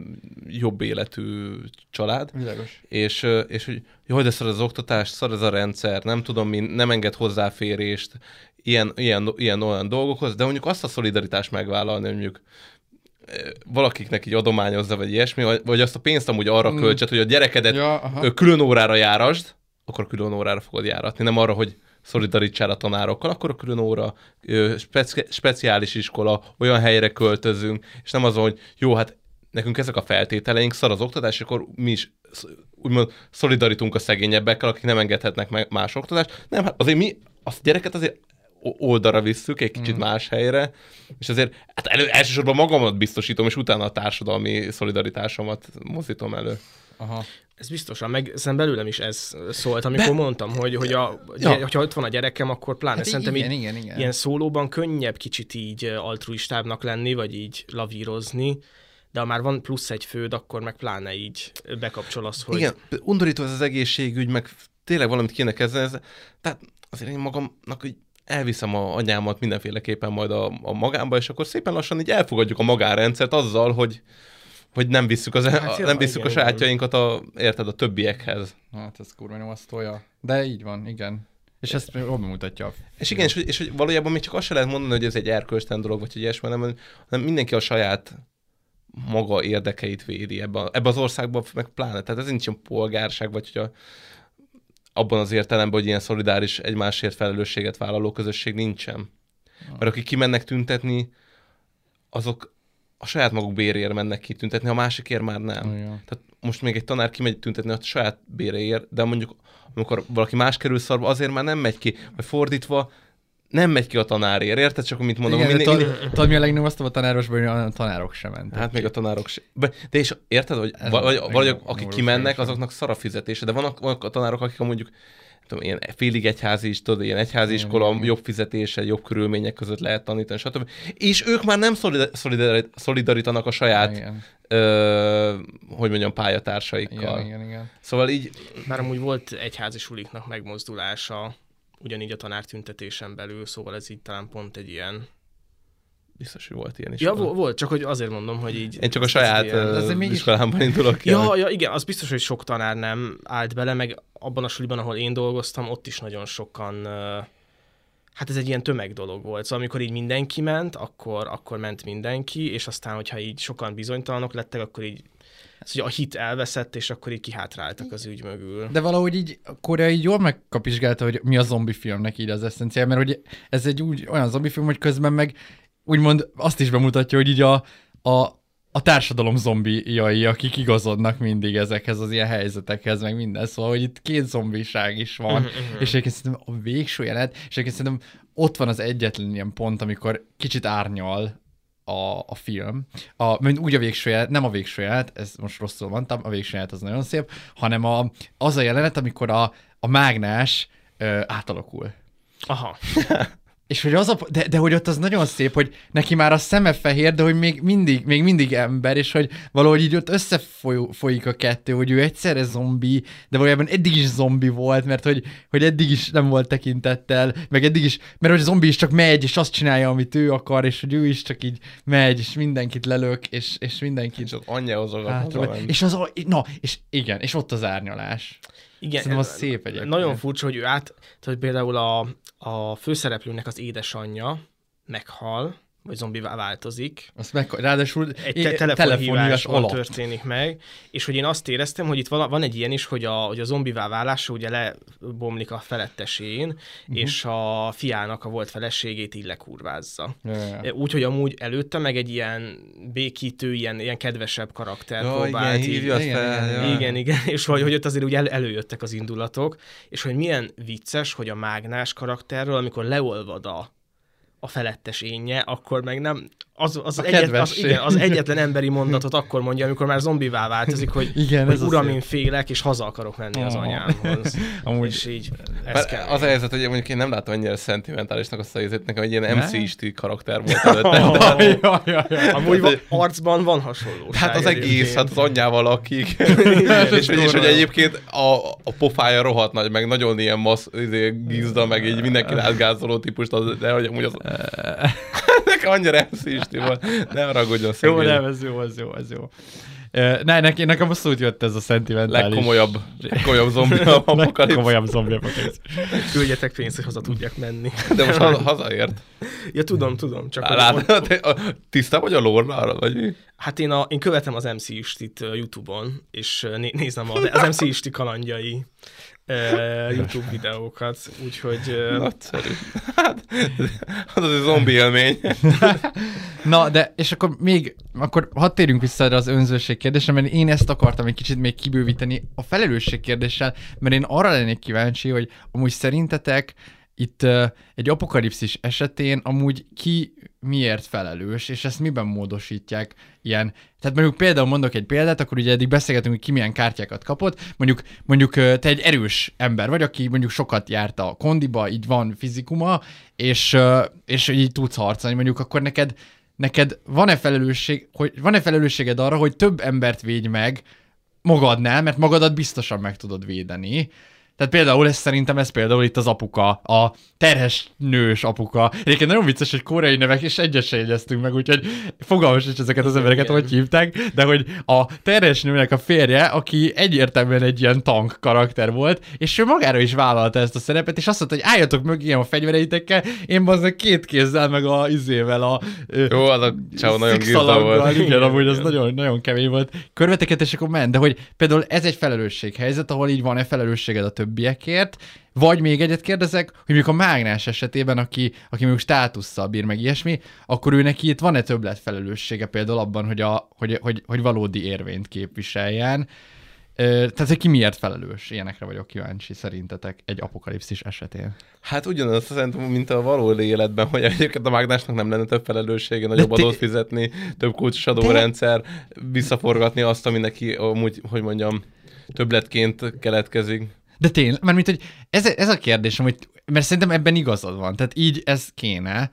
jobb életű család. Világos. És, és hogy jaj, de szar az oktatás, szar ez a rendszer, nem tudom, mi nem enged hozzáférést ilyen, ilyen, ilyen olyan dolgokhoz, de mondjuk azt a szolidaritást megvállalni, hogy mondjuk valakiknek így adományozza, vagy ilyesmi, vagy azt a pénzt amúgy arra mm. költsed, hogy a gyerekedet ja, külön órára járasd, akkor külön órára fogod járatni, nem arra, hogy szolidarítsál a tanárokkal, akkor a külön óra, speci- speciális iskola, olyan helyre költözünk, és nem azon, hogy jó, hát nekünk ezek a feltételeink, szar az oktatás, és akkor mi is úgymond szolidarítunk a szegényebbekkel, akik nem engedhetnek meg más oktatást. Nem, hát azért mi azt a gyereket azért oldalra visszük, egy kicsit mm. más helyre, és azért hát elő, elsősorban magamat biztosítom, és utána a társadalmi szolidaritásomat mozdítom elő. Aha. Ez biztosan, meg szerintem belőlem is ez szólt, amikor Be... mondtam, hogy, hogy a, ja. hogyha ott van a gyerekem, akkor pláne hát szerintem igen, így, igen, igen. ilyen szólóban könnyebb kicsit így altruistábbnak lenni, vagy így lavírozni, de ha már van plusz egy főd, akkor meg pláne így bekapcsol az, hogy... Igen, undorító ez az egészségügy, meg tényleg valamit kéne kezdeni, tehát azért én magamnak így elviszem a anyámat mindenféleképpen majd a, a magámba, és akkor szépen lassan így elfogadjuk a magánrendszert azzal, hogy hogy nem visszük, az, hát, a, nem visszük igen, a sajátjainkat a, érted, a többiekhez. Hát ez kurva nyomasztója. De így van, igen. És ezt jól bemutatja. És igen, és, és hogy valójában még csak azt sem lehet mondani, hogy ez egy erkölcstelen dolog, vagy hogy ilyesmi, hanem, hanem mindenki a saját maga érdekeit védi ebben, ebben az országban, meg pláne. Tehát ez nincs ilyen polgárság, vagy hogy a, abban az értelemben, hogy ilyen szolidáris, egymásért felelősséget vállaló közösség nincsen. Mert akik kimennek tüntetni, azok a saját maguk béréért mennek ki tüntetni, a másikért már nem. Oh, ja. Tehát most még egy tanár kimegy tüntetni a saját béréért, de mondjuk amikor valaki más kerül szarba, azért már nem megy ki, vagy fordítva, nem megy ki a tanárért, érted? Csak amit mondom. Igen, minden, tudod, minden... tudod, mi a legnyomasztóbb a tanárosban, hogy a tanárok sem mentek. Hát még a tanárok sem. De és érted, hogy vagy, vagy akik kimennek, azoknak szara fizetése, de vannak, vannak a tanárok, akik mondjuk tudom, ilyen félig egyházi is, tudod, ilyen egyházi iskola, jobb fizetése, jobb körülmények között lehet tanítani, stb. És ők már nem szolidar- szolidarítanak a saját, ö, hogy mondjam, pályatársaikkal. Igen, igen, igen. Szóval így... Már amúgy volt egyházi suliknak megmozdulása, ugyanígy a tanártüntetésen belül, szóval ez így talán pont egy ilyen... Biztos, hogy volt ilyen is. Ja, volt, csak hogy azért mondom, hogy így... Én csak a saját uh, iskolámban indulok ki. Ja, ja, igen, az biztos, hogy sok tanár nem állt bele, meg abban a suliban, ahol én dolgoztam, ott is nagyon sokan... Uh, hát ez egy ilyen tömegdolog volt. Szóval amikor így mindenki ment, akkor, akkor ment mindenki, és aztán, hogyha így sokan bizonytalanok lettek, akkor így ez, hogy a hit elveszett, és akkor így kihátráltak az ügy mögül. De valahogy így Korea így jól megkapizsgálta, hogy mi a zombi filmnek így az eszenciája, mert hogy ez egy úgy olyan zombi film, hogy közben meg úgymond azt is bemutatja, hogy így a, a, a társadalom zombiai, akik igazodnak mindig ezekhez az ilyen helyzetekhez, meg minden. Szóval, hogy itt két zombiság is van, uh-huh. és egyébként szerintem a végső jelenet, és egyébként szerintem ott van az egyetlen ilyen pont, amikor kicsit árnyal a, a film. A, úgy a végső jelenet, nem a végső jelenet, ez most rosszul mondtam, a végső jelenet az nagyon szép, hanem a, az a jelenet, amikor a, a mágnás ö, átalakul. Aha. És hogy az a, de, de hogy ott az nagyon szép, hogy neki már a szeme fehér, de hogy még mindig, még mindig ember, és hogy valahogy így ott összefolyik a kettő, hogy ő egyszerre zombi, de valójában eddig is zombi volt, mert hogy, hogy eddig is nem volt tekintettel, meg eddig is, mert hogy a zombi is csak megy, és azt csinálja, amit ő akar, és hogy ő is csak így megy, és mindenkit lelök, és, és mindenkit... És az anyjához hát, és az, na, és igen, és ott az árnyalás. Igen, szerintem az szép egyébként. Nagyon furcsa, hogy ő át, hogy például a, a főszereplőnek az édesanyja meghal, vagy zombivá változik. Azt meg, ráadásul egy te- telefonhívásban történik meg, és hogy én azt éreztem, hogy itt vala, van egy ilyen is, hogy a, hogy a zombivá válása ugye lebomlik a felettesén, uh-huh. és a fiának a volt feleségét így lekurvázza. Yeah. Úgyhogy amúgy előtte meg egy ilyen békítő, ilyen, ilyen kedvesebb karakter ja, próbált. Igen, hívja így, fel. Igen, ja. igen, igen, és hogy, hogy ott azért ugye el, előjöttek az indulatok, és hogy milyen vicces, hogy a mágnás karakterről, amikor leolvad a a felettes énje, akkor meg nem, az, az, egyet, az, igen, az egyetlen emberi mondatot akkor mondja, amikor már zombivá változik, hogy, igen, hogy uram, én félek, és haza akarok menni az anyámhoz. Amúgy és így ez kell. Az a helyzet, hogy mondjuk én nem látom ennyire szentimentálisnak azt a helyzet, nekem egy ilyen em cé isti karakter volt előttem. De... ja, ja, ja. Amúgy van, arcban van hasonlóság. Hát az egész, hát az anyjával lakik. és, és hogy egyébként a, a pofája rohadt nagy, meg nagyon ilyen massz, gizda, meg így mindenki átgázoló típust, az, de hogy amúgy az... Nekem annyira em cé isti volt. Ne haragudjon szegény. Jó, nem, ez jó, ez jó, ez jó. Ne, neki, nekem azt úgy jött ez a szentimentális... Legkomolyabb, legkomolyabb zombi apokalipsz. Legkomolyabb zombi apokalipsz. Küldjetek pénzt, hogy haza tudjak menni. De most hazaért. Ja, tudom, tudom. Csak Lát, tisztán vagy a lore-nál, vagy mi? Hát én, a, én követem az em cé istit YouTube-on, és né- nézem az em cé isti kalandjai Uh, YouTube videókat, úgyhogy... Uh... Nagyszerű. Hát, az az egy zombi élmény. Na, de, és akkor még, akkor hadd térjünk vissza erre az önzőség kérdésre, mert én ezt akartam egy kicsit még kibővíteni a felelősség kérdéssel, mert én arra lennék kíváncsi, hogy amúgy szerintetek itt uh, egy apokalipszis esetén amúgy ki miért felelős, és ezt miben módosítják ilyen. Tehát mondjuk például mondok egy példát, akkor ugye eddig beszélgetünk, hogy ki milyen kártyákat kapott. Mondjuk, mondjuk te egy erős ember vagy, aki mondjuk sokat járt a kondiba, így van fizikuma, és, és így tudsz harcolni, mondjuk akkor neked, neked van-e felelősség, hogy van-e felelősséged arra, hogy több embert védj meg magadnál, mert magadat biztosan meg tudod védeni. Tehát például ez szerintem ez például itt az apuka, a terhes nős apuka. Egyébként nagyon vicces, hogy koreai nevek, és egyet se jegyeztünk meg, úgyhogy fogalmas is ezeket az embereket, hogy hívták, de hogy a terhes nőnek a férje, aki egyértelműen egy ilyen tank karakter volt, és ő magára is vállalta ezt a szerepet, és azt mondta, hogy álljatok mögé a fegyvereitekkel, én bazdmeg két kézzel, meg a izével a jó, az a csáó nagyon gizda volt. Igen, amúgy az nagyon, nagyon kemény volt. Körveteket, és akkor ment, de hogy például ez egy felelősséghelyzet, ahol így van-e felelősséged a többiekért, vagy még egyet kérdezek, hogy mondjuk a mágnás esetében, aki, aki mondjuk státusszal bír meg ilyesmi, akkor ő neki itt van-e többlet felelőssége például abban, hogy, a, hogy, hogy, hogy valódi érvényt képviseljen. Tehát, hogy ki miért felelős? Ilyenekre vagyok kíváncsi szerintetek egy apokalipszis esetén. Hát ugyanaz szerintem, mint a való életben, hogy egyébként a mágnásnak nem lenne több felelőssége, nagyobb adót fizetni, több kulcsos adórendszer, visszaforgatni azt, ami neki amúgy, hogy mondjam, többletként keletkezik. De tényleg, mert mint, hogy ez, ez a kérdésem, hogy, mert szerintem ebben igazad van, tehát így ez kéne,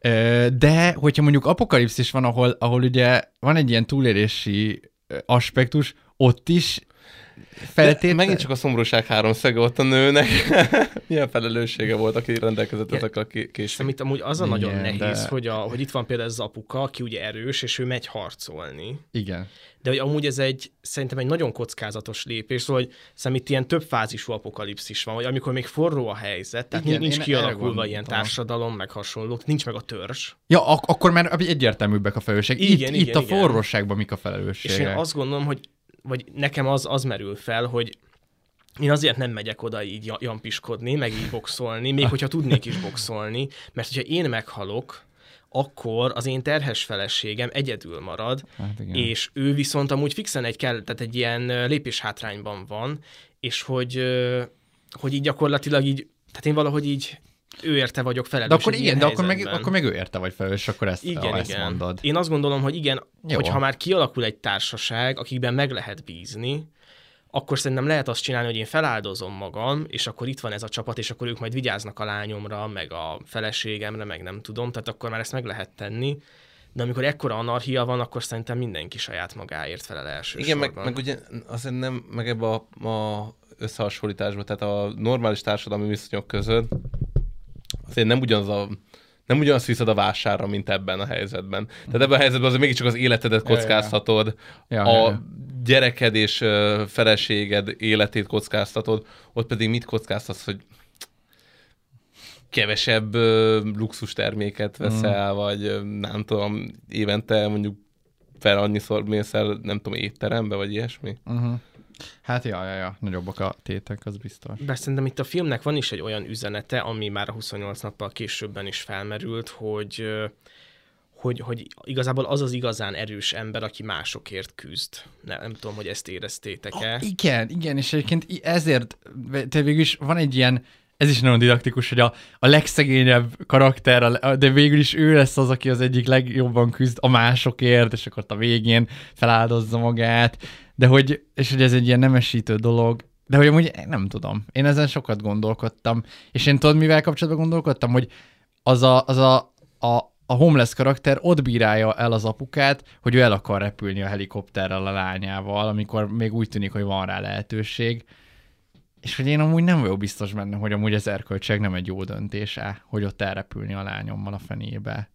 de hogyha mondjuk apokalipszis van, ahol, ahol ugye van egy ilyen túlélési aspektus, ott is feltétlen... Megint csak a szomorúság háromszöge ott a nőnek. Milyen felelőssége volt, aki rendelkezett ezekkel a később. Amit amúgy az a nagyon Igen, nehéz, de... hogy, a, hogy itt van például ez az apuka, aki ugye erős, és ő megy harcolni. Igen. De hogy amúgy ez egy, szerintem egy nagyon kockázatos lépés, szóval, hogy szerintem itt ilyen több fázisú apokalipszis van, vagy amikor még forró a helyzet, tehát igen, nincs kialakulva ilyen társadalom, meg hasonlók, nincs meg a törzs. Ja, ak- akkor már egyértelműbbek a felelősség. Itt, igen, itt igen, a forróságban mik a felelőssége. És én azt gondolom, hogy vagy nekem az, az merül fel, hogy én azért nem megyek oda így jampiskodni, meg így boxolni, még hogyha tudnék is boxolni, mert hogyha én meghalok, akkor az én terhes feleségem egyedül marad, hát és ő viszont amúgy fixen egy, kell, tehát egy ilyen lépéshátrányban van, és hogy, hogy így gyakorlatilag így, tehát én valahogy így ő érte vagyok felelős. De akkor igen, de akkor meg, akkor meg ő érte vagy felelős, akkor ezt, igen, ezt igen. mondod. Én azt gondolom, hogy igen, jó. Hogyha már kialakul egy társaság, akikben meg lehet bízni, akkor szerintem lehet azt csinálni, hogy én feláldozom magam, és akkor itt van ez a csapat, és akkor ők majd vigyáznak a lányomra, meg a feleségemre, meg nem tudom, tehát akkor már ezt meg lehet tenni. De amikor ekkora anarchia van, akkor szerintem mindenki saját magáért felel elsősorban. Igen, meg, meg ugye azért nem, meg ebbe a, a összehasonlításba, tehát a normális társadalmi viszonyok között azért nem ugyanaz a nem ugyanazt viszed a vásárra, mint ebben a helyzetben. Tehát ebben a helyzetben azért mégiscsak az életedet kockáztatod, ja, ja. Ja, a ja. gyereked és uh, feleséged életét kockáztatod, ott pedig mit kockáztatsz, hogy kevesebb uh, luxus terméket veszel, mm. vagy uh, nem tudom, évente mondjuk fel annyiszor mész el, nem tudom, étterembe, vagy ilyesmi. Uh-huh. Hát ja, ja, ja, nagyobbak a tétek, az biztos. De szerintem itt a filmnek van is egy olyan üzenete, ami már a huszonnyolc nappal későbben is felmerült, hogy, hogy, hogy igazából az az igazán erős ember, aki másokért küzd. Nem, nem tudom, hogy ezt éreztétek-e. Oh, igen, igen, és egyébként ezért te végül is van egy ilyen, ez is nagyon didaktikus, hogy a, a legszegényebb karakter, de végül is ő lesz az, aki az egyik legjobban küzd a másokért, és akkor a végén feláldozza magát, de hogy, és hogy ez egy ilyen nemesítő dolog, de hogy amúgy nem tudom, én ezen sokat gondolkodtam, és én tudod, mivel kapcsolatban gondolkodtam, hogy az a, az a, a, a homeless karakter ott bírálja el az apukát, hogy ő el akar repülni a helikopterrel a lányával, amikor még úgy tűnik, hogy van rá lehetőség, és hogy én amúgy nem vagyok biztos benne, hogy amúgy az erkölcség nem egy jó döntése, hogy ott elrepülni a lányommal a fenébe.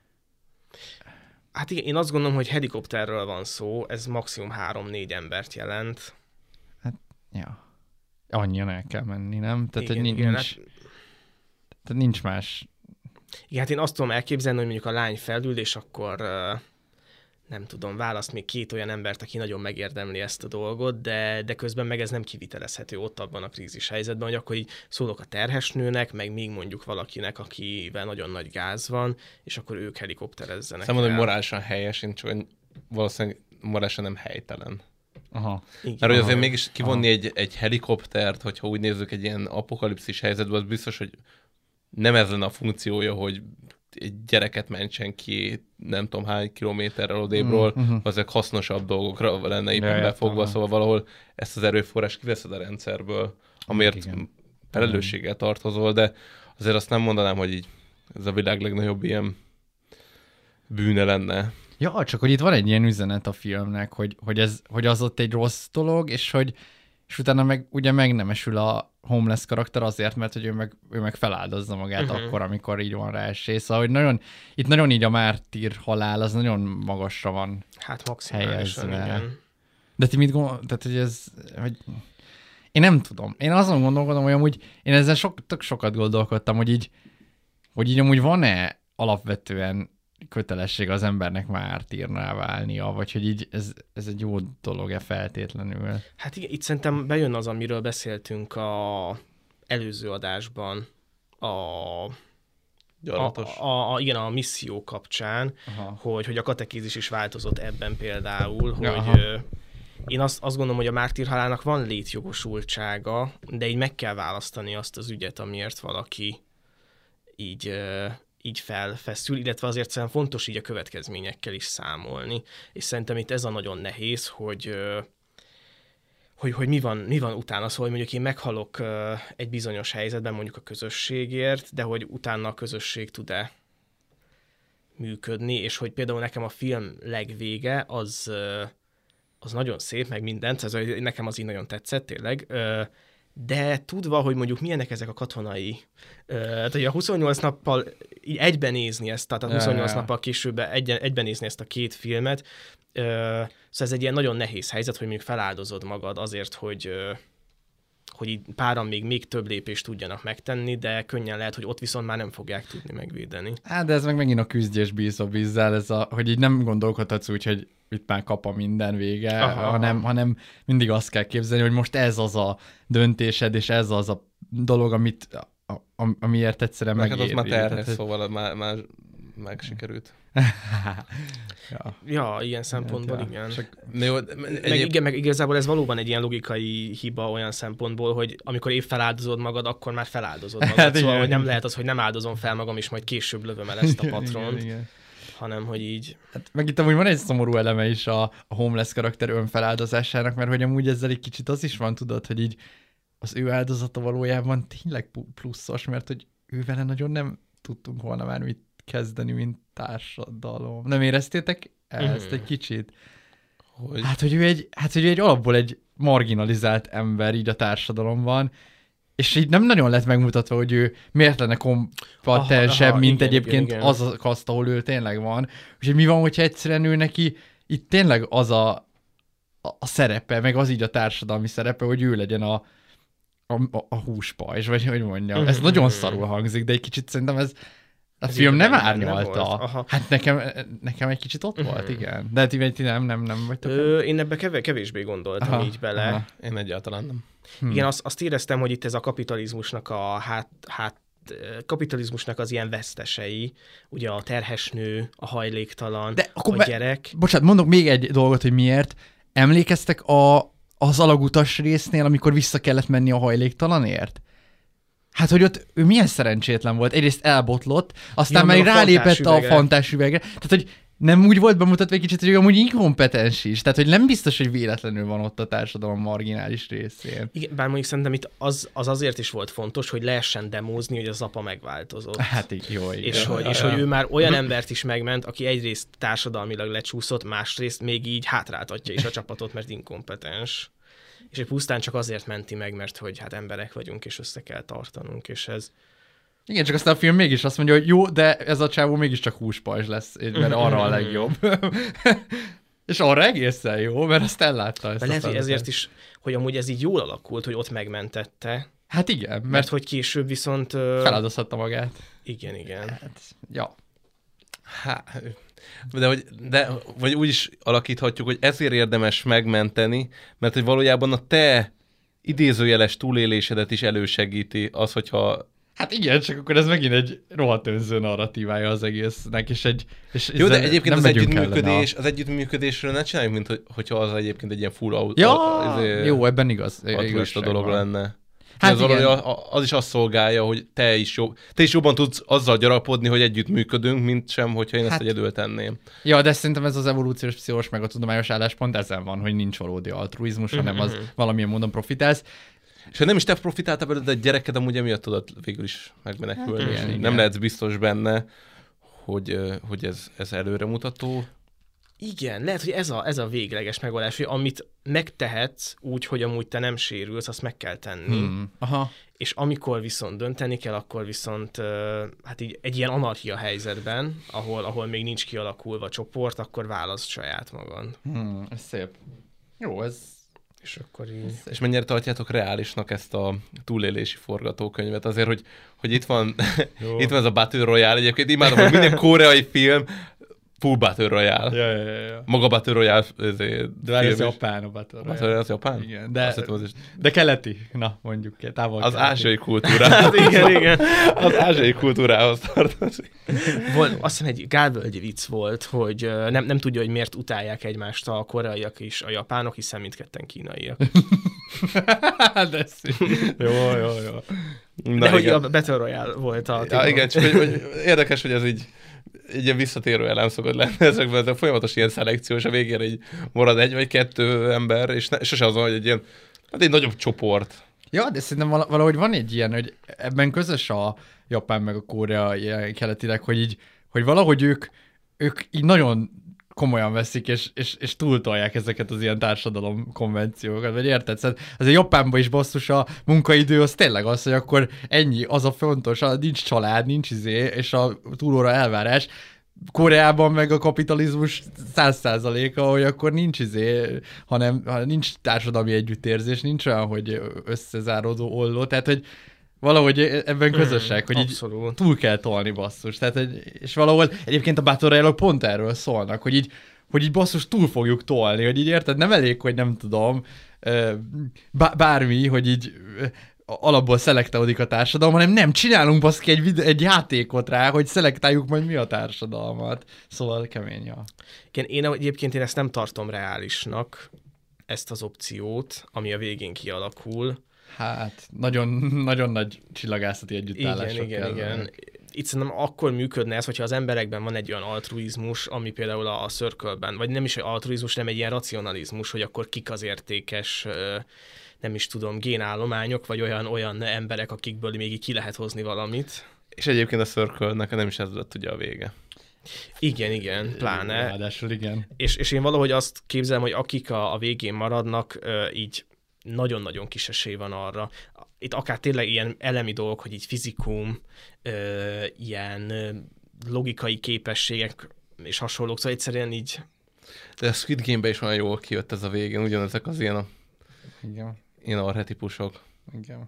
Hát igen, én azt gondolom, hogy helikopterről van szó, ez maximum három-négy embert jelent. Hát, ja. Annyian el kell menni, nem? Tehát, igen, nincs, igen, nincs, hát... tehát nincs más. Igen, hát én azt tudom elképzelni, hogy mondjuk a lány felül, és akkor nem tudom, választ még két olyan embert, aki nagyon megérdemli ezt a dolgot, de, de közben meg ez nem kivitelezhető ott abban a krízis helyzetben, hogy akkor így szólok a terhes nőnek, meg még mondjuk valakinek, akivel nagyon nagy gáz van, és akkor ők helikopterezzenek. Szerintem, hogy morálisan helyes, én csak valószínűleg morálisan nem helytelen. Aha. Igen. Mert hogy azért mégis kivonni egy, egy helikoptert, hogyha úgy nézzük egy ilyen apokalipszis helyzetben, az biztos, hogy nem ez lenne a funkciója, hogy egy gyereket mentsen ki, nem tudom hány kilométerrel odébről, mm-hmm. azok hasznosabb dolgokra lenne éppen ja, befogva, ja, szóval valahol ezt az erőforrást kiveszed a rendszerből, amiért igen. felelősséggel tartozol, de azért azt nem mondanám, hogy így ez a világ legnagyobb ilyen bűne lenne. Ja, csak hogy itt van egy ilyen üzenet a filmnek, hogy, hogy, ez, hogy az ott egy rossz dolog, és hogy, és utána meg ugye megnemesül a homeless karakter azért, mert hogy ő meg, ő meg feláldozza magát uh-huh. akkor, amikor így van rá esély. Szóval, hogy nagyon, itt nagyon így a mártír halál, az nagyon magasra van hát maximálisan, igen. De ti mit gondol, tehát hogy ez, hogy én nem tudom. Én azon gondolkodom, hogy amúgy én ezzel sok, tök sokat gondolkodtam, hogy így, hogy így amúgy van-e alapvetően kötelesség az embernek mártírná válnia, vagy hogy így ez, ez egy jó dolog-e feltétlenül? Hát igen, itt szerintem bejön az, amiről beszéltünk a előző adásban, a, a, a, a, igen, a misszió kapcsán, hogy, hogy a katekézis is változott ebben például, hogy Aha. én azt, azt gondolom, hogy a mártírhalálnak van létjogosultsága, de így meg kell választani azt az ügyet, amiért valaki így... így felfeszül, illetve azért szerintem fontos így a következményekkel is számolni. És szerintem itt ez a nagyon nehéz, hogy, hogy, hogy mi, van, mi van utána. Szóval, hogy mondjuk én meghalok egy bizonyos helyzetben, mondjuk a közösségért, de hogy utána a közösség tud-e működni, és hogy például nekem a film legvége az, az nagyon szép, meg mindent, ez, nekem az így nagyon tetszett tényleg, de tudva, hogy mondjuk milyenek ezek a katonai, tehát hogy a huszonnyolc nappal így egyben nézni ezt, tehát a huszonnyolc ja, ja. nappal később egy, egyben nézni ezt a két filmet, szóval ez egy ilyen nagyon nehéz helyzet, hogy mondjuk feláldozod magad azért, hogy, hogy így páran még, még több lépést tudjanak megtenni, de könnyen lehet, hogy ott viszont már nem fogják tudni megvédeni. Hát, de ez meg megint a küzdés bízó-bízzel, ez a, hogy így nem gondolkodhatsz úgy, hogy itt már kap a minden vége, aha, hanem, aha. hanem mindig azt kell képzelni, hogy most ez az a döntésed, és ez az a dolog, amit, a, a, amiért egyszerűen megéri. Neked az már terhe, tehát, szóval már, már meg sikerült. ja. ja, ilyen szempontból ja, igen. Csak, jó, meg, egyéb... igen. Meg igazából ez valóban egy ilyen logikai hiba olyan szempontból, hogy amikor épp feláldozod magad, akkor már feláldozod magad. Hát szóval, igen. hogy nem lehet az, hogy nem áldozom fel magam, és majd később lövöm el ezt a patront. Igen, igen. hanem hogy így... Hát meg itt amúgy van egy szomorú eleme is a, a homeless karakter önfeláldozásának, mert hogy amúgy ezzel egy kicsit az is van, tudod, hogy így az ő áldozata valójában tényleg pluszos, mert hogy ő vele nagyon nem tudtunk volna már mit kezdeni, mint társadalom. Nem éreztétek ezt egy kicsit? Hogy? Hát, hogy ő egy, hát, hogy ő egy alapból egy marginalizált ember így a társadalomban, és így nem nagyon lett megmutatva, hogy ő miért lenne kompetensebb, mint igen, egyébként igen, igen. az a kaszt, ahol ő tényleg van. Úgyhogy mi van, hogyha egyszerűen ő neki itt tényleg az a, a, a szerepe, meg az így a társadalmi szerepe, hogy ő legyen a, a, a húspajzs, vagy hogy mondjam. Mm-hmm. Ez nagyon szarul hangzik, de egy kicsit szerintem ez a ez film nem árnyalta. Hát nekem, nekem egy kicsit ott mm-hmm. volt, igen. De ti, ti nem, nem, nem vagytok. Ö, én ebbe kev- kevésbé gondoltam aha, így bele. Aha. Én egyáltalán nem. Hmm. Igen, azt, azt éreztem, hogy itt ez a kapitalizmusnak a hát, hát kapitalizmusnak az ilyen vesztesei, ugye a terhes nő, a hajléktalan, de a be, gyerek. Bocsánat, mondok még egy dolgot, hogy miért. Emlékeztek a, az alagutas résznél, amikor vissza kellett menni a hajléktalanért? Hát, hogy ott ő milyen szerencsétlen volt. Egyrészt elbotlott, aztán ja, meg rálépett a fantásüvegre. Tehát, hogy nem úgy volt bemutatva egy kicsit, hogy ő amúgy inkompetens is. Tehát, hogy nem biztos, hogy véletlenül van ott a társadalom marginális részén. Igen, bár mondjuk szerintem itt az, az azért is volt fontos, hogy lehessen demózni, hogy az apa megváltozott. Hát így jó, igen. És, hogy, és hogy ő már olyan embert is megment, aki egyrészt társadalmilag lecsúszott, másrészt még így hátráltatja is a csapatot, mert inkompetens. És hogy pusztán csak azért menti meg, mert hogy hát emberek vagyunk, és össze kell tartanunk, és ez... Igen, csak aztán a film mégis azt mondja, hogy jó, de ez a csávó mégiscsak húspajzs lesz, mert arra a legjobb. És arra egészen jó, mert azt ellátta. Ezt lehet, hogy ezért is, hogy amúgy ez így jól alakult, hogy ott megmentette. Hát igen. Mert, mert hogy később viszont... Feláldozhatta magát. Igen, igen. Hát, ja. Hát... De, hogy, de vagy úgy is alakíthatjuk, hogy ezért érdemes megmenteni, mert hogy valójában a te idézőjeles túlélésedet is elősegíti az, hogyha... Hát igen, csak akkor ez megint egy rohadt önző narratívája az egésznek, és egy... És jó, de egyébként az együttműködés, az együttműködésről ne csináljuk, mint hogy, hogyha az egyébként egy ilyen full out... Ja, az, jó, ebben igaz. Altruista dolog van. Lenne. Hát az, valójában, az is azt szolgálja, hogy te is, jobb, te is jobban tudsz azzal gyarapodni, hogy együtt működünk, mint sem, hogyha én hát, ezt egyedül tenném. Ja, de szerintem ez az evolúciós, pszichós, meg a tudományos álláspont ezen van, hogy nincs valódi altruizmus, mm-hmm. hanem az valamilyen módon profitálsz. És ha nem is te profitáltál belőle, de a gyereked amúgy emiatt tudod végül is megmenekülni. Hát, igen, nem igen. lehetsz biztos benne, hogy, hogy ez, ez előremutató. Igen, lehet, hogy ez a, ez a végleges megoldás, hogy amit megtehetsz úgy, hogy amúgy te nem sérülsz, azt meg kell tenni. Hmm. Aha. És amikor viszont dönteni kell, akkor viszont hát így egy ilyen anarchia helyzetben, ahol, ahol még nincs kialakulva csoport, akkor választ saját magad. Hmm, ez szép. Jó, ez... És akkor így... És mennyire tartjátok reálisnak ezt a túlélési forgatókönyvet? Azért, hogy, hogy itt van itt van ez a Battle Royale, egyébként imádom, hogy minden koreai film full Battle Royale. Ja, ja, ja. Maga Battle Royale ezért de ez japán a Battle Royale. Battle az japán? Igen, de, hittem, az is... de keleti. Na, mondjuk távol az keleti. ázsiai kultúrához. igen, igen. Az ázsiai kultúrához tartozik. Volt, azt hiszem egy gálvölgyi vicc volt, hogy nem, nem tudja, hogy miért utálják egymást a koreaiak és a japánok, hiszen mindketten kínaiak. de szép. Jó, jó, jó. Na, de hogy igen. A Battle Royale volt a... Ja, igen, csak hogy, hogy érdekes, hogy ez így egy ilyen visszatérő elem szokott lenni ezekben, ez folyamatos ilyen szelekció, és a végére így marad egy vagy kettő ember, és ne, sose az, hogy egy ilyen, hát egy nagyobb csoport. Ja, de szerintem valahogy van egy ilyen, hogy ebben közös a Japán meg a Korea keletileg, hogy így, hogy valahogy ők, ők így nagyon komolyan veszik, és, és, és túltolják ezeket az ilyen társadalom konvenciókat, vagy érted? Szóval azért Japánban is basszus a munkaidő, az tényleg az, hogy akkor ennyi, az a fontos, a, nincs család, nincs izé, és a túlóra elvárás. Koreában meg a kapitalizmus száz százaléka, hogy akkor nincs izé, hanem, hanem nincs társadalmi együttérzés, nincs olyan, hogy összezáródó olló, tehát hogy valahogy ebben közösek, hogy abszolút. Így túl kell tolni basszus. Tehát, hogy, és valahol egyébként a Battle Royale-ok pont erről szólnak, hogy így, hogy így basszus túl fogjuk tolni, hogy így érted, nem elég, hogy nem tudom, bármi, hogy így alapból szelektálódik a társadalom, hanem nem csinálunk baszki egy, videó, egy játékot rá, hogy szelektáljuk majd mi a társadalmat. Szóval kemény, ja. Igen, én egyébként én ezt nem tartom reálisnak, ezt az opciót, ami a végén kialakul. Hát, nagyon, nagyon nagy csillagászati együttállások. Igen, igen, igen. Itt szerintem akkor működne ez, hogyha az emberekben van egy olyan altruizmus, ami például a Circle-ben, vagy nem is egy altruizmus, nem egy ilyen racionalizmus, hogy akkor kik az értékes, nem is tudom, génállományok, vagy olyan, olyan emberek, akikből még így ki lehet hozni valamit. És egyébként a Circle-nek nem is ez lett ugye a vége. Igen, igen, pláne. Ráadásul igen. És, és én valahogy azt képzelem, hogy akik a, a végén maradnak, így nagyon-nagyon kis esély van arra. Itt akár tényleg ilyen elemi dolgok, hogy így fizikum, ö, ilyen logikai képességek és hasonlók, szóval egyszerűen így... De a Squid Game-ben is olyan jól kijött ez a végén, ugyanezek az ilyen, a... igen. ilyen arhetipusok. Igen.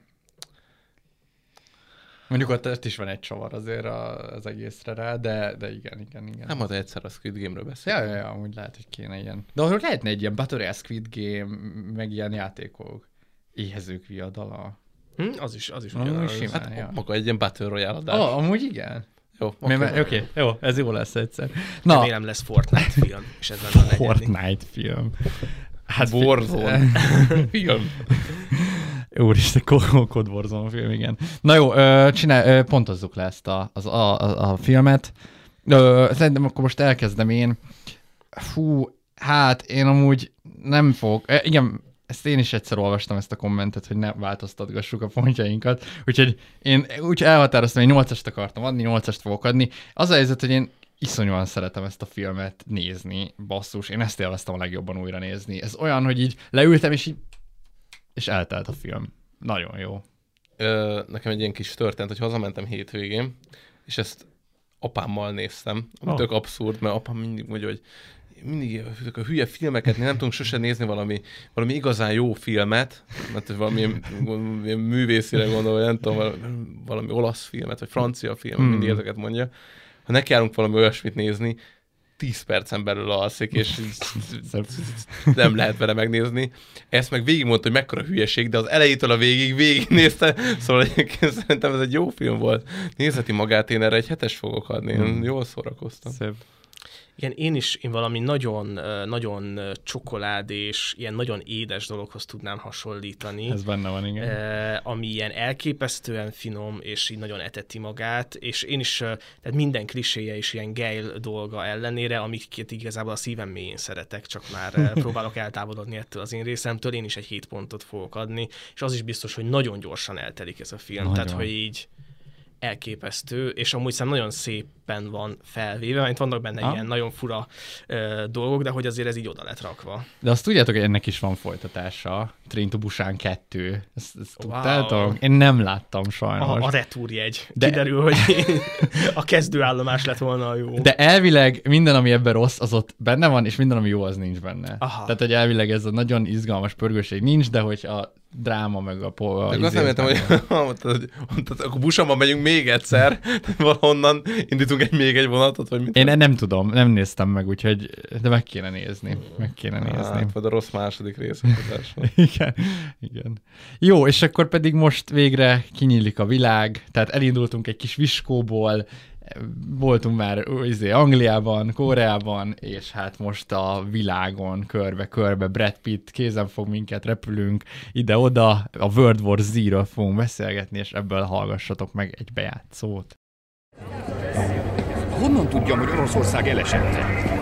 Mondjuk ott is van egy csavar azért az egészre rá, de, de igen, igen, igen. Nem az egyszer a Squid Game-ről beszélni. Ja, ja, ja, amúgy lehet, hogy kéne ilyen. De ahol lehetne egy ilyen Battle Royale Squid Game, meg ilyen játékok. Éhezők viadala. Hm, az is, az is ugyanaz. ugyanaz. Hát ja. Maga egy ilyen Battle Royale adás. Oh, amúgy igen. Jó, oké. Okay. Okay, jó, ez jó lesz egyszer. Na. Remélem lesz Fortnite film, és ez lenne a Fortnite film. Hát Warzone film. Úristen, Code Warzone film, igen. Na jó, csinál, pontozzuk le ezt a, az, a, a, a filmet. Szerintem akkor most elkezdem én. Fú, hát én amúgy nem fog... Igen, ezt én is egyszer olvastam, ezt a kommentet, hogy ne változtatgassuk a pontjainkat. Úgyhogy én úgy elhatároztam, hogy nyolcast akartam adni, nyolcast fogok adni. Az a helyzet, hogy én iszonyúan szeretem ezt a filmet nézni, basszus. Én ezt élveztem a legjobban újra nézni. Ez olyan, hogy így leültem, és így és eltelt a film. Nagyon jó. Ö, nekem egy ilyen kis történt, hogy hazamentem hétvégén, és ezt apámmal néztem. Oh. Tök abszurd, mert apám mindig mondja, hogy mindig a hülye filmeket, nem tudunk sose nézni valami, valami igazán jó filmet, mert valami művészire gondol, nem tudom, valami, valami olasz filmet, vagy francia filmet, hmm. mindig ezeket mondja. Ha nekiállunk valami olyasmit nézni, tíz percen belül alszik, és nem lehet vele megnézni. Ezt meg végigmondta, hogy mekkora hülyeség, de az elejétől a végig végignézte, szóval egyébként szerintem ez egy jó film volt. Nézheti magát, én erre egy hetes fogok adni, én hmm. jól szórakoztam. Szép. Igen, én is én valami nagyon, nagyon csokoládés, ilyen nagyon édes dologhoz tudnám hasonlítani. Ez benne van, igen. Eh, ami ilyen elképesztően finom, és így nagyon eteti magát, és én is, tehát minden kliséje is ilyen Gale dolga ellenére, amiket igazából a szívem mélyén szeretek, csak már próbálok eltávolodni ettől az én részemtől, én is egy hét pontot fogok adni, és az is biztos, hogy nagyon gyorsan eltelik ez a film, nagyon. Tehát, hogy így elképesztő, és amúgy szerintem nagyon szép képen van felvéve, mert vannak benne ha? ilyen nagyon fura ö, dolgok, de hogy azért ez így oda lett rakva. De azt tudjátok, hogy ennek is van folytatása, Train to Busan kettő. Ezt, ezt Wow. tudtátok? Én nem láttam sajnos. A, a retúrjegy. De... Kiderül, hogy a kezdőállomás lett volna a jó. De elvileg minden, ami ebben rossz, az ott benne van, és minden, ami jó, az nincs benne. Aha. Tehát, hogy elvileg ez a nagyon izgalmas pörgőség nincs, de hogy a dráma meg a... a de azt nem értem, hogy akkor Busanban megyünk még egyszer, valahonnan indítunk egy még egy vonatot, vagy mit? Én nem, nem tudom, nem néztem meg, úgyhogy, de meg kéne nézni, meg kéne nézni. Hát, vagy a rossz második rész. igen, igen. Jó, és akkor pedig most végre kinyílik a világ, tehát elindultunk egy kis viskóból, voltunk már izé, Angliában, Koreában, és hát most a világon körbe-körbe Brad Pitt kézen fog minket, repülünk ide-oda, a World War Z-ről fogunk beszélgetni, és ebből hallgassatok meg egy bejátszót. Honnan tudjam, hogy Oroszország elesett?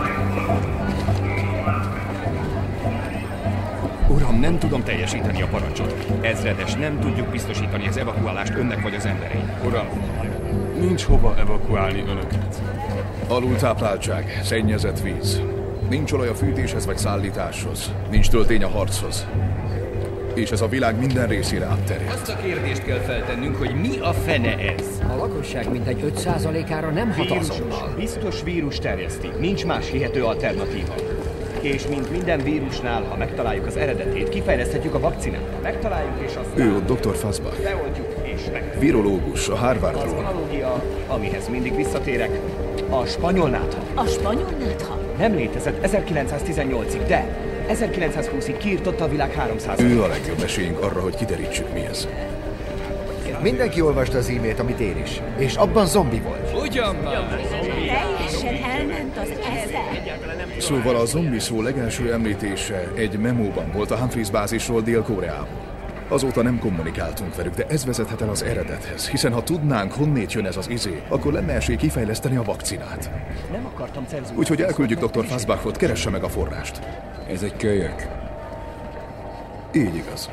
Uram, nem tudom teljesíteni a parancsot. Ezredes, nem tudjuk biztosítani az evakuálást önnek vagy az emberei. Uram, nincs hova evakuálni önöket. Alultápláltság, szennyezett víz. Nincs olaj a fűtéshez vagy szállításhoz. Nincs töltény a harchoz. És ez a világ minden részére átterjed. Azt a kérdést kell feltennünk, hogy mi a fene ez? A lakosság mintegy öt százalékára nem hat azonnal. Biztos vírus terjeszti, nincs más hihető alternatíva. És mint minden vírusnál, ha megtaláljuk az eredetét, kifejleszthetjük a vakcinát. Megtaláljuk és aztán... Ő ott doktor Fazbach. Beoltjuk és meg... Virológus a Harvardról. Az analógia, amihez mindig visszatérek, a spanyol nátha. A spanyol nátha? Nem létezett ezerkilencszáztizennyolcig, de ezerkilencszázhúszig kiirtotta a világ háromszáz. Ő a legjobb esélyünk arra, hogy kiderítsük, mi ez. Mindenki olvasta az e-mailt, amit én is. És abban zombi volt. Ugyan már! Teljesen elment az esze. Szóval a zombi szó legelső említése egy memóban volt a Humphreys bázisról Dél-Koreából. Azóta nem kommunikáltunk velük, de ez vezethet el az eredethez, hiszen ha tudnánk, honnét jön ez az izé, akkor lenne esély kifejleszteni a vakcinát. Nem akartam cenzúrát. Úgyhogy elküldjük doktor Fazbachot, keresse meg a forrást. Ez egy kölyök. Így igaz.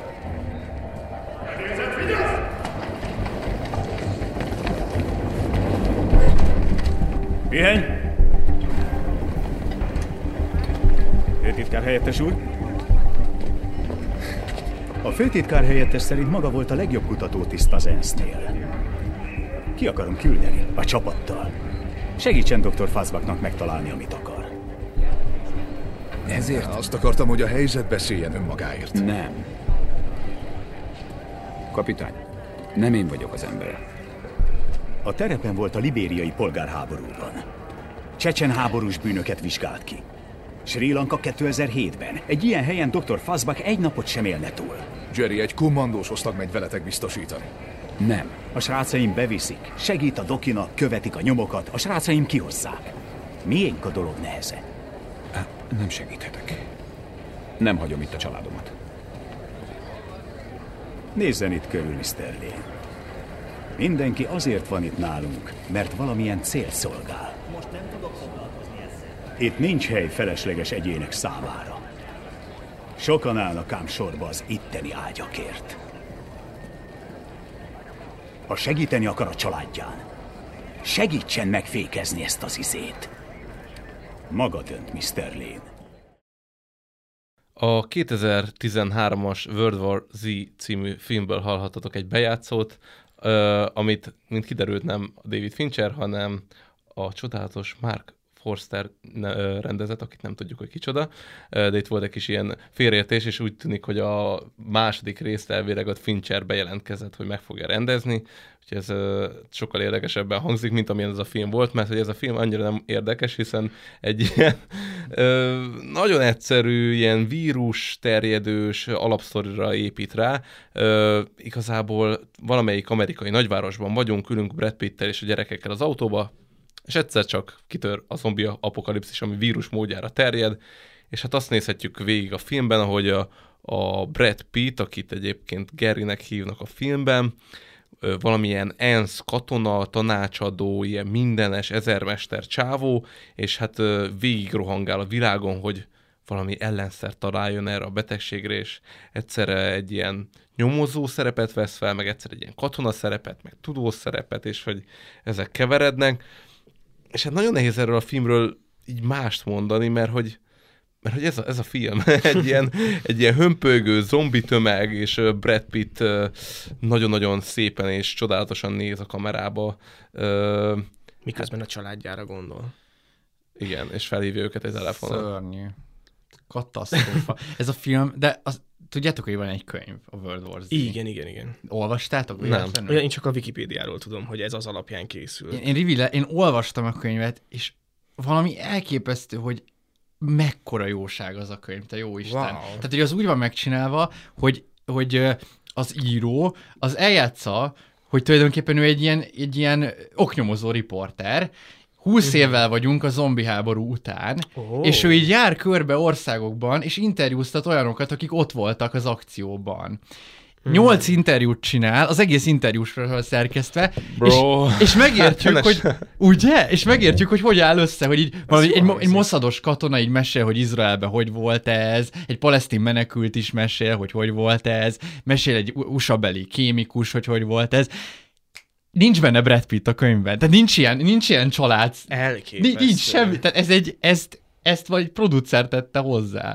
Pihenj! Főtitkár helyettes úr? A főtitkár helyettes szerint maga volt a legjobb kutatótiszt az ENSZ-nél. Ki akarom küldeni? A csapattal. Segítsen doktor Fazbachnak megtalálni, amit akar. Ezért? Azt akartam, hogy a helyzet beszéljen önmagáért. Nem. Kapitány, nem én vagyok az ember. A terepen volt a libériai polgárháborúban. Csecsen háborús bűnöket vizsgált ki. Sri Lanka kétezer-hétben. Egy ilyen helyen doktor Fazbach egy napot sem élne túl. Jerry, egy kommandós osztag megy veletek biztosítani. Nem. A srácaim beviszik. Segít a dokinak, követik a nyomokat. A srácaim kihozzák. Miénk a dolog neheze? Nem segíthetek. Nem hagyom itt a családomat. Nézzen itt körül, miszter Lane. Mindenki azért van itt nálunk, mert valamilyen cél szolgál. Most nem tudok foglalkozni ezzel. Itt nincs hely felesleges egyének számára. Sokan állnak ám sorba az itteni ágyakért. Ha segíteni akar a családján, segítsen megfékezni ezt az izét. Maga dönt, miszter Lane. A kétezer-tizenhármas World War Z című filmből hallhattatok egy bejátszót, Uh, amit, mint kiderült, nem David Fincher, hanem a csodálatos Mark Forster rendezett, akit nem tudjuk, hogy kicsoda, uh, de itt volt egy kis ilyen félreértés, és úgy tűnik, hogy a második részt elvileg a Fincher bejelentkezett, hogy meg fogja rendezni, úgyhogy ez uh, sokkal érdekesebben hangzik, mint amilyen ez a film volt, mert hogy ez a film annyira nem érdekes, hiszen egy ilyen uh, nagyon egyszerű, ilyen vírus terjedős alapsztorira épít rá. Uh, igazából valamelyik amerikai nagyvárosban vagyunk, ülünk Brad Pittel és a gyerekekkel az autóba, és egyszer csak kitör a zombi apokalipszis, ami vírus módjára terjed, és hát azt nézhetjük végig a filmben, ahogy a, a Brad Pitt, akit egyébként Garynek hívnak a filmben, valamilyen ENSZ katona, tanácsadó, ilyen mindenes, ezermester csávó, és hát végig rohangál a világon, hogy valami ellenszer találjon erre a betegségre, és egyszerre egy ilyen nyomozó szerepet vesz fel, meg egyszer egy ilyen katona szerepet, meg tudós szerepet, és hogy ezek keverednek. és hát nagyon nehéz erről a filmről így mást mondani, mert hogy, mert hogy ez, a, ez a film egy ilyen, egy ilyen hömpölygő zombi tömeg, és Brad Pitt nagyon-nagyon szépen és csodálatosan néz a kamerába. Miközben a családjára gondol. Igen, és felhívja őket egy telefonon. Szörnyű. Katasztrófa. Ez a film, de az, tudjátok, hogy van egy könyv, a World War Z? Igen, igen, igen. Olvastátok? Nem. Olyan, én csak a Wikipédiáról tudom, hogy ez az alapján készül. Én, én, rivile, én olvastam a könyvet, és valami elképesztő, hogy mekkora jóság az a könyv, te jó Isten. Wow. Tehát, hogy az úgy van megcsinálva, hogy, hogy az író az eljátsza, hogy tulajdonképpen ő egy ilyen, egy ilyen oknyomozó riporter, húsz évvel vagyunk a zombi háború után, oh. és ő így jár körbe országokban, és interjúztat olyanokat, akik ott voltak az akcióban. Nyolc hmm. interjút csinál, az egész interjúsról szerkesztve, Bro. és, és megértjük, hogy ugye? És megértjük, hogy hogy áll össze, hogy így valami, egy, egy moszados katona így mesél, hogy Izraelben hogy volt ez, egy palesztin menekült is mesél, hogy hogy volt ez, mesél egy u es á-beli kémikus, hogy hogy volt ez. Nincs benne Brad Pitt a könyvben, tehát nincs ilyen, nincs ilyen család. Elképesztő. Nincs semmi, tehát ez egy, ezt, ezt vagy producer tette hozzá.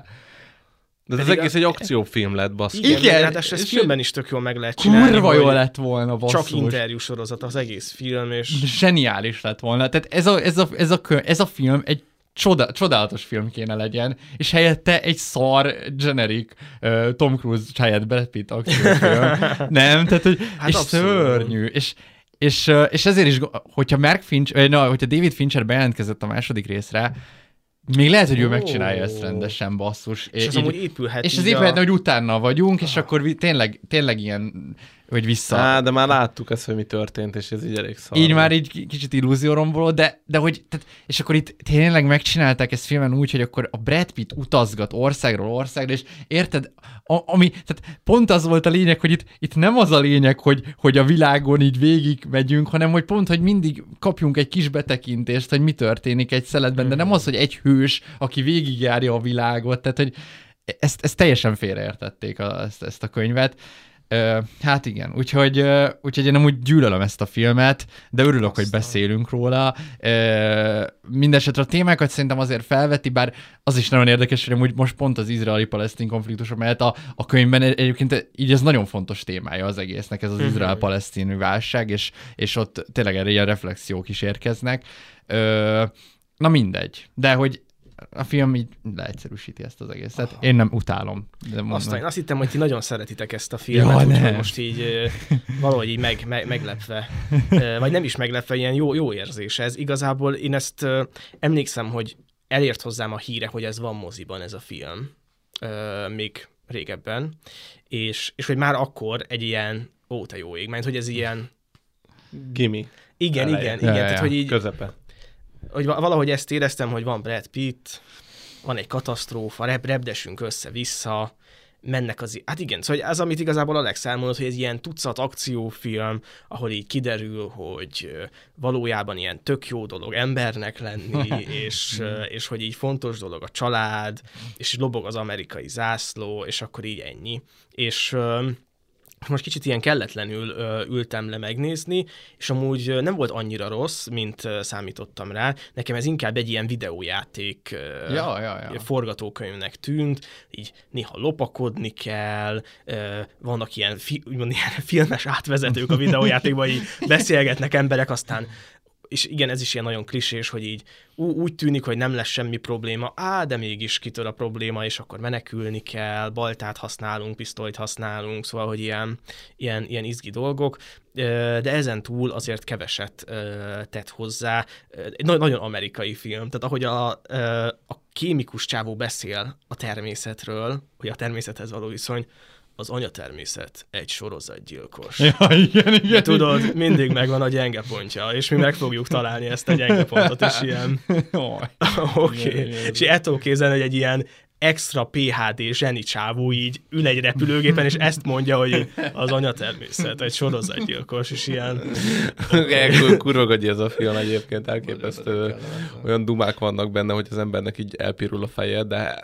De ez az egész egy akciófilm lett, basszus. Igen, Igen ráadásul ez filmben is tök jól meg lehet csinálni. Kurva jól lett volna, basszus. Csak interjú sorozat az egész film, és... Zseniális lett volna. Tehát ez a, ez a, ez a, ez a film egy csoda, csodálatos film kéne legyen, és helyette egy szar, generic uh, Tom Cruise helyett Brad Pitt akciófilm. Nem? Tehát, hogy... Hát és abszolút. Szörnyű. És, és, és ezért is, hogyha Mark Fincher, na, hogyha David Fincher bejelentkezett a második részre, még lehet, hogy ő oh. megcsinálja ezt rendesen, basszus. És ez amúgy épülhet. És az épülhetne, a... hogy utána vagyunk, és ah. akkor tényleg, tényleg ilyen, hogy vissza. Á, de már láttuk ezt, hogy mi történt, és ez így elég szar. Így már így kicsit illúzióromból, de, de hogy, tehát, és akkor itt tényleg megcsinálták ezt filmen úgy, hogy akkor a Brad Pitt utazgat országról országra, és érted, a, ami, tehát pont az volt a lényeg, hogy itt, itt nem az a lényeg, hogy, hogy a világon így végig megyünk, hanem hogy pont, hogy mindig kapjunk egy kis betekintést, hogy mi történik egy szeletben, de nem az, hogy egy hős, aki végigjárja a világot, tehát hogy ezt, ezt teljesen félreértették a, ezt, ezt a könyvet. Uh, hát igen, úgyhogy, uh, úgyhogy én amúgy gyűlölöm ezt a filmet, de örülök, Aztán. hogy beszélünk róla. Uh, Mindenesetre a témákat szerintem azért felveti, bár az is nagyon érdekes, hogy amúgy most pont az izraeli-palesztin konfliktusok mellett a, a könyvben egyébként így ez nagyon fontos témája az egésznek, ez az uh-huh. izrael-palesztin válság, és, és ott tényleg erre ilyen reflexiók is érkeznek. Uh, na mindegy, de hogy a film így leegyszerűsíti ezt az egészet. Én nem utálom. De Aztán én azt hittem, hogy ti nagyon szeretitek ezt a filmet, ja, úgyhogy most így valahogy így meg, meg, meglepve, vagy nem is meglepve, ilyen jó, jó érzés ez. Igazából én ezt emlékszem, hogy elért hozzám a híre, hogy ez van moziban ez a film, még régebben, és, és hogy már akkor egy ilyen, ó, te jó ég, mert hogy ez ilyen... Gimme. Igen, Eleje. igen, igen. Ja, tehát, hogy így, közepe. Hogy valahogy ezt éreztem, hogy van Brad Pitt, van egy katasztrófa, rep, repdesünk össze-vissza, mennek az... Hát igen, szóval az, amit igazából Alex elmondott, hogy ez ilyen tucat akciófilm, ahol így kiderül, hogy valójában ilyen tök jó dolog embernek lenni, és, és hogy így fontos dolog a család, és lobog az amerikai zászló, és akkor így ennyi. És... most kicsit ilyen kelletlenül ö, ültem le megnézni, és amúgy ö, nem volt annyira rossz, mint ö, számítottam rá. Nekem ez inkább egy ilyen videójáték ö, ja, ja, ja. forgatókönyvnek tűnt, így néha lopakodni kell, ö, vannak ilyen, fi, úgymond, ilyen filmes átvezetők a videójátékban, így beszélgetnek emberek, aztán és igen, ez is ilyen nagyon klisés, hogy így ú, úgy tűnik, hogy nem lesz semmi probléma, á, de mégis kitör a probléma, és akkor menekülni kell, baltát használunk, pisztolyt használunk, szóval, hogy ilyen, ilyen, ilyen izgi dolgok, de ezen túl azért keveset tett hozzá. Egy nagyon amerikai film, tehát ahogy a, a kémikus csávó beszél a természetről, hogy a természethez való viszony, az anyatermészet egy sorozatgyilkos. Ja, igen, igen. De tudod, mindig megvan a gyenge pontja, és mi meg fogjuk találni ezt a gyenge pontot, és ilyen... Oké. Okay. És ettől kézen, hogy egy ilyen extra pé há dé zseni csávó így ül egy repülőgépen, és ezt mondja, hogy az anyatermészet egy sorozatgyilkos, és ilyen... Kurva gagyi ez a film egyébként, elképesztő. Olyan dumák vannak benne, hogy az embernek így elpirul a feje, de...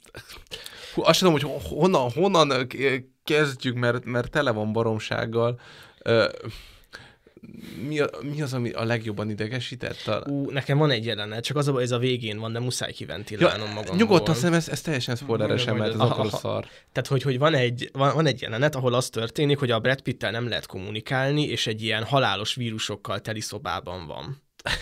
Azt tudom, hogy honnan, honnan kezdjük, mert, mert tele van baromsággal. Mi, a, mi az, ami a legjobban idegesített? A... Ú, nekem van egy jelenet, csak az a baj, ez a végén van, de muszáj kiventilálnom ja, magamból. Nyugodtan szerintem ez, ez teljesen spoileresen, mert ez akkor szar. Tehát, hogy, hogy van, egy, van, van egy jelenet, ahol az történik, hogy a Brad Pittel nem lehet kommunikálni, és egy ilyen halálos vírusokkal teli szobában van.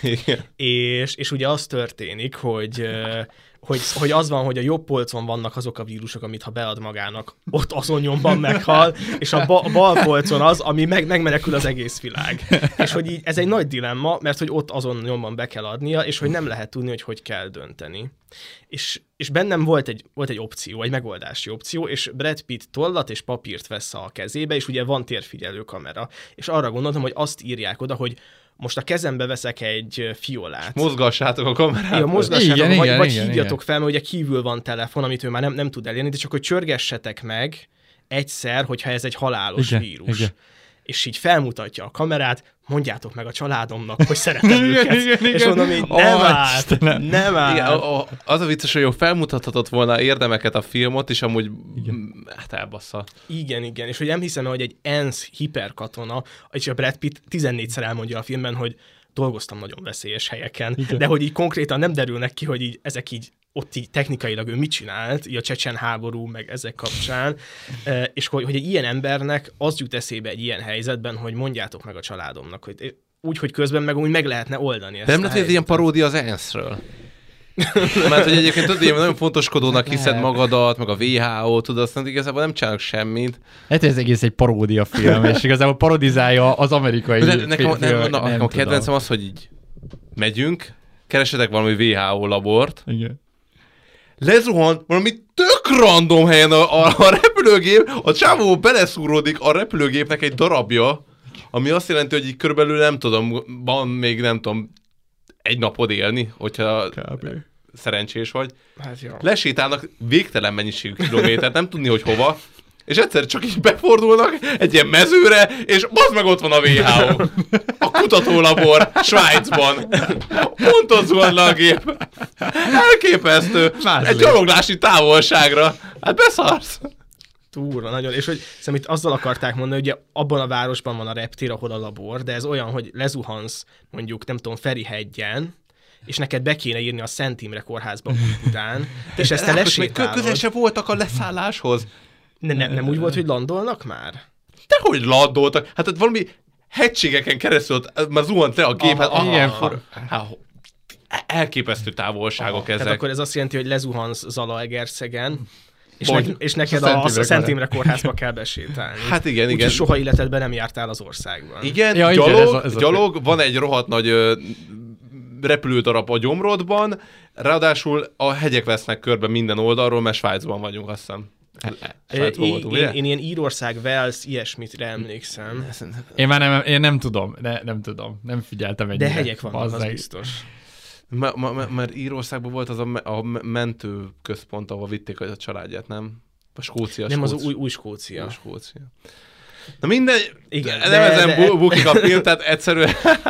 és, és ugye az történik, hogy... Hogy, hogy az van, hogy a jobb polcon vannak azok a vírusok, amit ha bead magának, ott azon nyomban meghal, és a, ba, a bal polcon az, ami meg, megmenekül az egész világ. És hogy így, ez egy nagy dilemma, mert hogy ott azon nyomban be kell adnia, és hogy nem lehet tudni, hogy hogy kell dönteni. És, és bennem volt egy, volt egy opció, egy megoldási opció, és Brad Pitt tollat és papírt vesz a kezébe, és ugye van térfigyelő kamera. És arra gondoltam, hogy azt írják oda, hogy most a kezembe veszek egy fiolát. És mozgassátok a kamerát. Igen, mozgassátok, igen, vagy, igen, vagy igen, hívjatok igen. fel, mert ugye kívül van telefon, amit ő már nem, nem tud elérni, de csak hogy csörgessetek meg egyszer, hogyha ez egy halálos igen, vírus. Igen. És így felmutatja a kamerát, mondjátok meg a családomnak, hogy szeretem őket. Igen, igen, és mondom így, nem oh, áll, nem áll. Igen, a, a, az a vicces, hogy jó, felmutathatott volna érdemeket a filmot, és amúgy igen. hát elbassza. Igen, igen, és hogy nem hiszem, hogy egy ENSZ hiperkatona, és a Brad Pitt tizennégyszer elmondja a filmben, hogy dolgoztam nagyon veszélyes helyeken, igen. de hogy így konkrétan nem derülnek ki, hogy így ezek így ott így technikailag ő mit csinált, így a csecsen háború, meg ezek kapcsán, és hogy, hogy egy ilyen embernek az jut eszébe egy ilyen helyzetben, hogy mondjátok meg a családomnak, hogy úgy, hogy közben meg úgy meg lehetne oldani ezt. De nem lehet, hogy ez ilyen paródia az ENSZ-ről? Mert hogy egyébként tudod, hogy nagyon fontoskodónak hiszed magadat, meg a vé há ó, tudod, aztán igazából nem csinálnak semmit. Hát ez egész egy paródia film, és igazából parodizálja az amerikai de nekem, film. Nem, nem, nem a kedvencem az, hogy így megyünk, keresetek valami vé há ó labort, igen. lezuhan valami tök random helyen a, a, a repülőgép, a csávó beleszúródik a repülőgépnek egy darabja, ami azt jelenti, hogy így körülbelül nem tudom, van még nem tudom, egy napod élni, hogyha Kb. szerencsés vagy. Hát jó. Lesétálnak végtelen mennyiségű kilométert, nem tudni, hogy hova, és egyszer csak így befordulnak egy ilyen mezőre, és bazd meg ott van a vé há ó. A kutatólabor Svájcban. Pont ott zuhan le a gép. Elképesztő. Más egy gyaloglási távolságra. Hát beszarsz. Túra, nagyon. És hogy szerintem itt azzal akarták mondani, hogy ugye abban a városban van a reptér, ahol a labor, de ez olyan, hogy lezuhansz mondjuk, nem tudom, Ferihegyen, és neked be kéne írni a Szent Imre kórházba Újbudán, és ezt te lesétálod. Közel se voltak a leszálláshoz. Ne, ne, nem úgy volt, hogy landolnak már? Dehogy landoltak. Hát valami hegységeken keresztül már zuhant le a gép. Hát, ah, ilyen for... ah, elképesztő távolságok ah, ezek. Tehát akkor ez azt jelenti, hogy lezuhansz Zalaegerszegen, és, ne, és neked a, a Szent Imre kórházba kell besétálni. Hát igen, igen. Úgyhogy soha életedben nem jártál az országban. Igen, ja, gyalog, igen, ez a, ez gyalog, van egy rohadt nagy ö, repülődarab a gyomrodban, ráadásul a hegyek vesznek körbe minden oldalról, mert Svájcban vagyunk, azt hiszem. Svájcban voltunk, én, én ilyen Írország, Wales, ilyesmitre emlékszem. Én már nem, én nem tudom, ne, nem tudom, nem figyeltem ennyire. De hegyek vannak, az, az biztos. Mert ma, ma, ma, Írországban volt az a, a mentő központ, ahol vitték a családját, nem? A Skócia. Nem, Skócia. Az új, új Skócia. Új Skócia. Na mindegy, igen, nem de, ezen de... bukik a film, tehát egyszerűen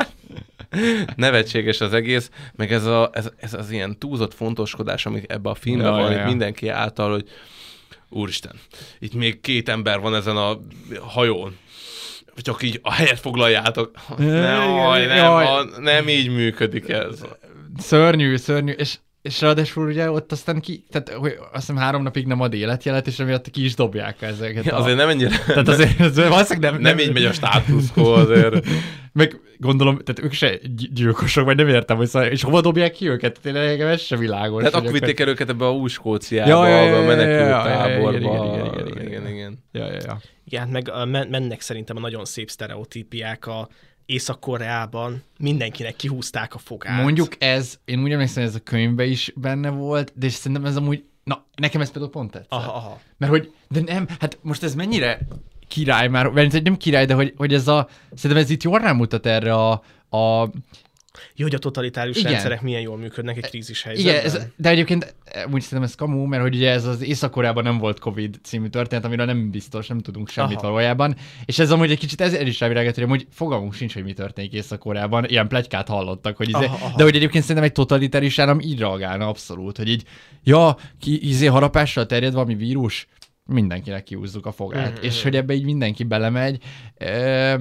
nevetséges az egész, meg ez, a, ez, ez az ilyen túlzott fontoskodás, ami ebben a filmben ja, van, ja. mindenki által, hogy úristen, itt még két ember van ezen a hajón. Csak így a helyet foglaljátok. Nem, jaj, nem, a, nem így működik ez. Szörnyű, szörnyű, és, és ráadásul ugye ott aztán ki, tehát hogy azt hiszem három napig nem ad életjelet, és amiatt ki is dobják ezeket. Ja, a... Azért nem ennyire. Tehát azért, azért valószínűleg nem, nem, nem így megy a státuszkó azért. Meg gondolom, tehát ők se gyilkosok, vagy nem értem, hogy szóval, és hova dobják ki őket? Tényleg ez se világos. Tehát akkor vitték el őket ebbe a új Skóciába, ja, ja, ja, a menekült ja, táborba. Igen, igen, igen, igen, igen. Ja, ja, ja. Igen, meg mennek szerintem a nagyon szép sztereotípiák a Észak-Koreában, mindenkinek kihúzták a fogát. Mondjuk ez, én úgy emlékszem, hogy ez a könyvben is benne volt, de és szerintem ez amúgy, na, nekem ez például pont tetszett. Aha, aha. Mert hogy, de nem, hát most ez mennyire király már, mert nem király, de hogy, hogy ez a, szerintem ez itt jól rámutat erre a, a jó, hogy a totalitárius igen. rendszerek milyen jól működnek egy krízis helyzetben. Igen, ez, de egyébként úgy szerintem ez kamu, mert hogy ugye ez az Észak-Koreában nem volt Covid című történet, amiről nem biztos, nem tudunk semmit aha. valójában. És ez amúgy egy kicsit ez is rávilágít, hogy amúgy fogalmunk sincs, hogy mi történik Észak-Koreában. Ilyen pletykát hallottak, hogy izé, aha, aha. de hogy egyébként szerintem egy totalitárius állam így reagálna abszolút, hogy így, ja, ki, izé harapással terjed valami vírus, mindenkinek kihúzzuk a fogát. Mm-hmm. És hogy ebbe így mindenki belemegy. E-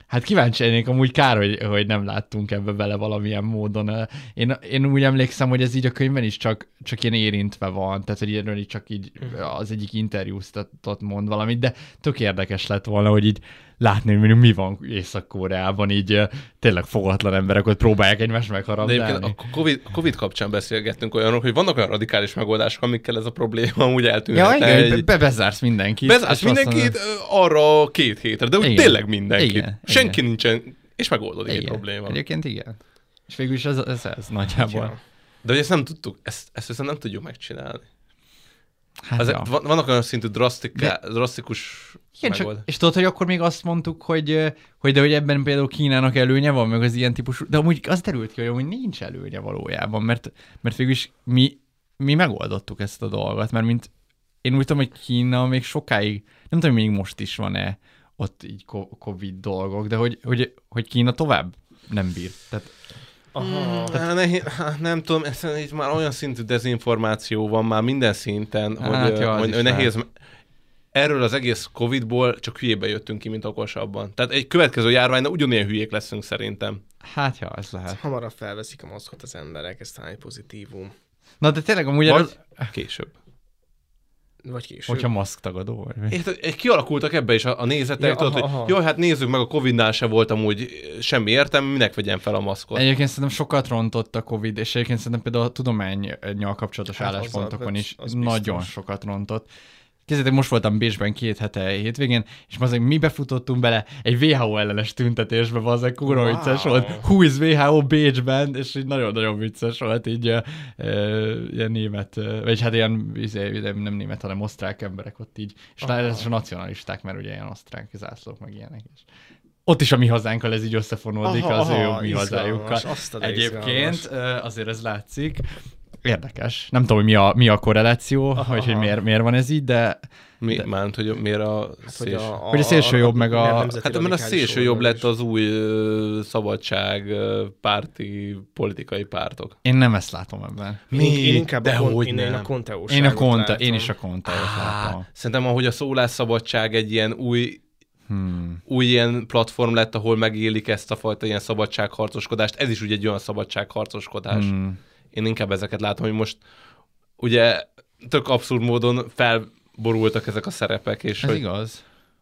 Hát kíváncsi lennék, amúgy kár, hogy, hogy nem láttunk ebbe bele valamilyen módon. Én, én úgy emlékszem, hogy ez így a könyvben is csak, csak ilyen érintve van, tehát hogy erről így csak így az egyik interjúztatott mond valamit, de tök érdekes lett volna, hogy így látni, hogy mi van Észak-Koreában, így tényleg fogatlan emberek ott próbálják egymást megharabdálni. De egyébként a COVID, a COVID kapcsán beszélgettünk olyanok, hogy vannak olyan radikális megoldások, amikkel ez a probléma amúgy eltűnhetne. Ja, igen, be, bezársz mindenkit. Bezársz mindenkit arra két hétre, de úgy igen. tényleg mindenkit. Igen, senki igen. nincsen, és megoldódik egy probléma. Egyébként igen. És végül is ez, ez, ez nagyjából. Ja. De hogy ezt nem tudtuk, ezt, ezt viszont nem tudjuk megcsinálni. Hát az, ja. Vannak olyan szintű drasztiká, de... drasztikus igen, csak, és tudod, hogy akkor még azt mondtuk, hogy, hogy de hogy ebben például Kínának előnye van, meg az ilyen típusú, de amúgy az derült ki, hogy nincs előnye valójában, mert, mert végülis mi, mi megoldottuk ezt a dolgot, mert mint én úgy tudom, hogy Kína még sokáig, nem tudom, még most is van-e ott így Covid dolgok, de hogy, hogy, hogy Kína tovább nem bír. Tehát, aha. Tehát... Ne, nem tudom, ez így már olyan szintű dezinformáció van már minden szinten, hát, hogy, ja, hogy nehéz... Már. Erről az egész Covidból csak hülyébe jöttünk ki, mint okosabban. Tehát egy következő járványnál ugyanilyen hülyék leszünk szerintem. Hát ja, ez lehet. Hamarabb felveszik a maszkot az emberek, ez talán egy pozitívum. Na de tényleg amúgy... Vagy az... később. Vagy később. Hogyha maszktagadó vagy. Érted, kialakultak ebbe is a, a nézetek, ja, tudod, aha, aha. hogy jaj, hát nézzük meg, a Covidnál se volt amúgy semmi értelme, minek vegyen fel a maszkot. Egyébként szerintem sokat rontott a Covid, és egyébként szerintem például a tudománnyal kapcsolatos hát álláspontokon az, is az nagyon sokat rontott. Kézzétek, most voltam Bécsben két hete hétvégén, és azért mi befutottunk bele egy vé há ó ellenes tüntetésbe, az kurva wow. vicces volt. Who is vé há ó Bécsben, és így nagyon-nagyon vicces volt, így uh, ilyen német, uh, vagy hát ilyen, nem német, hanem osztrák emberek ott így, és ráadásul nacionalisták, mert ugye ilyen osztrák zászlók, meg ilyenek is. Ott is a mi hazánkkal ez így összefonódik aha, az aha, ő mi hazájukkal. Egyébként uh, azért ez látszik. Érdekes. Nem tudom, hogy mi a, mi a korreláció, aha, hogy, hogy miért, miért van ez így, de... Mi, de... Mánt, hogy miért a szélső... Hogy a, a, hogy a szélső jobb, meg a... Hát mert a szélső jobb lett az új uh, szabadság uh, párti politikai pártok. Én nem ezt látom ebben. Mi? Én inkább de a, hogy én, én a konteóságot Én a konte, látom. Én is a konteót látom. Szerintem, ahogy a szólásszabadság egy ilyen új... Hmm. új ilyen platform lett, ahol megélik ezt a fajta ilyen szabadságharcoskodást. Ez is ugye egy olyan szabadságharcoskodás. Hmm. Én inkább ezeket látom, hogy most ugye tök abszurd módon felborultak ezek a szerepek. És ez hogy... igaz.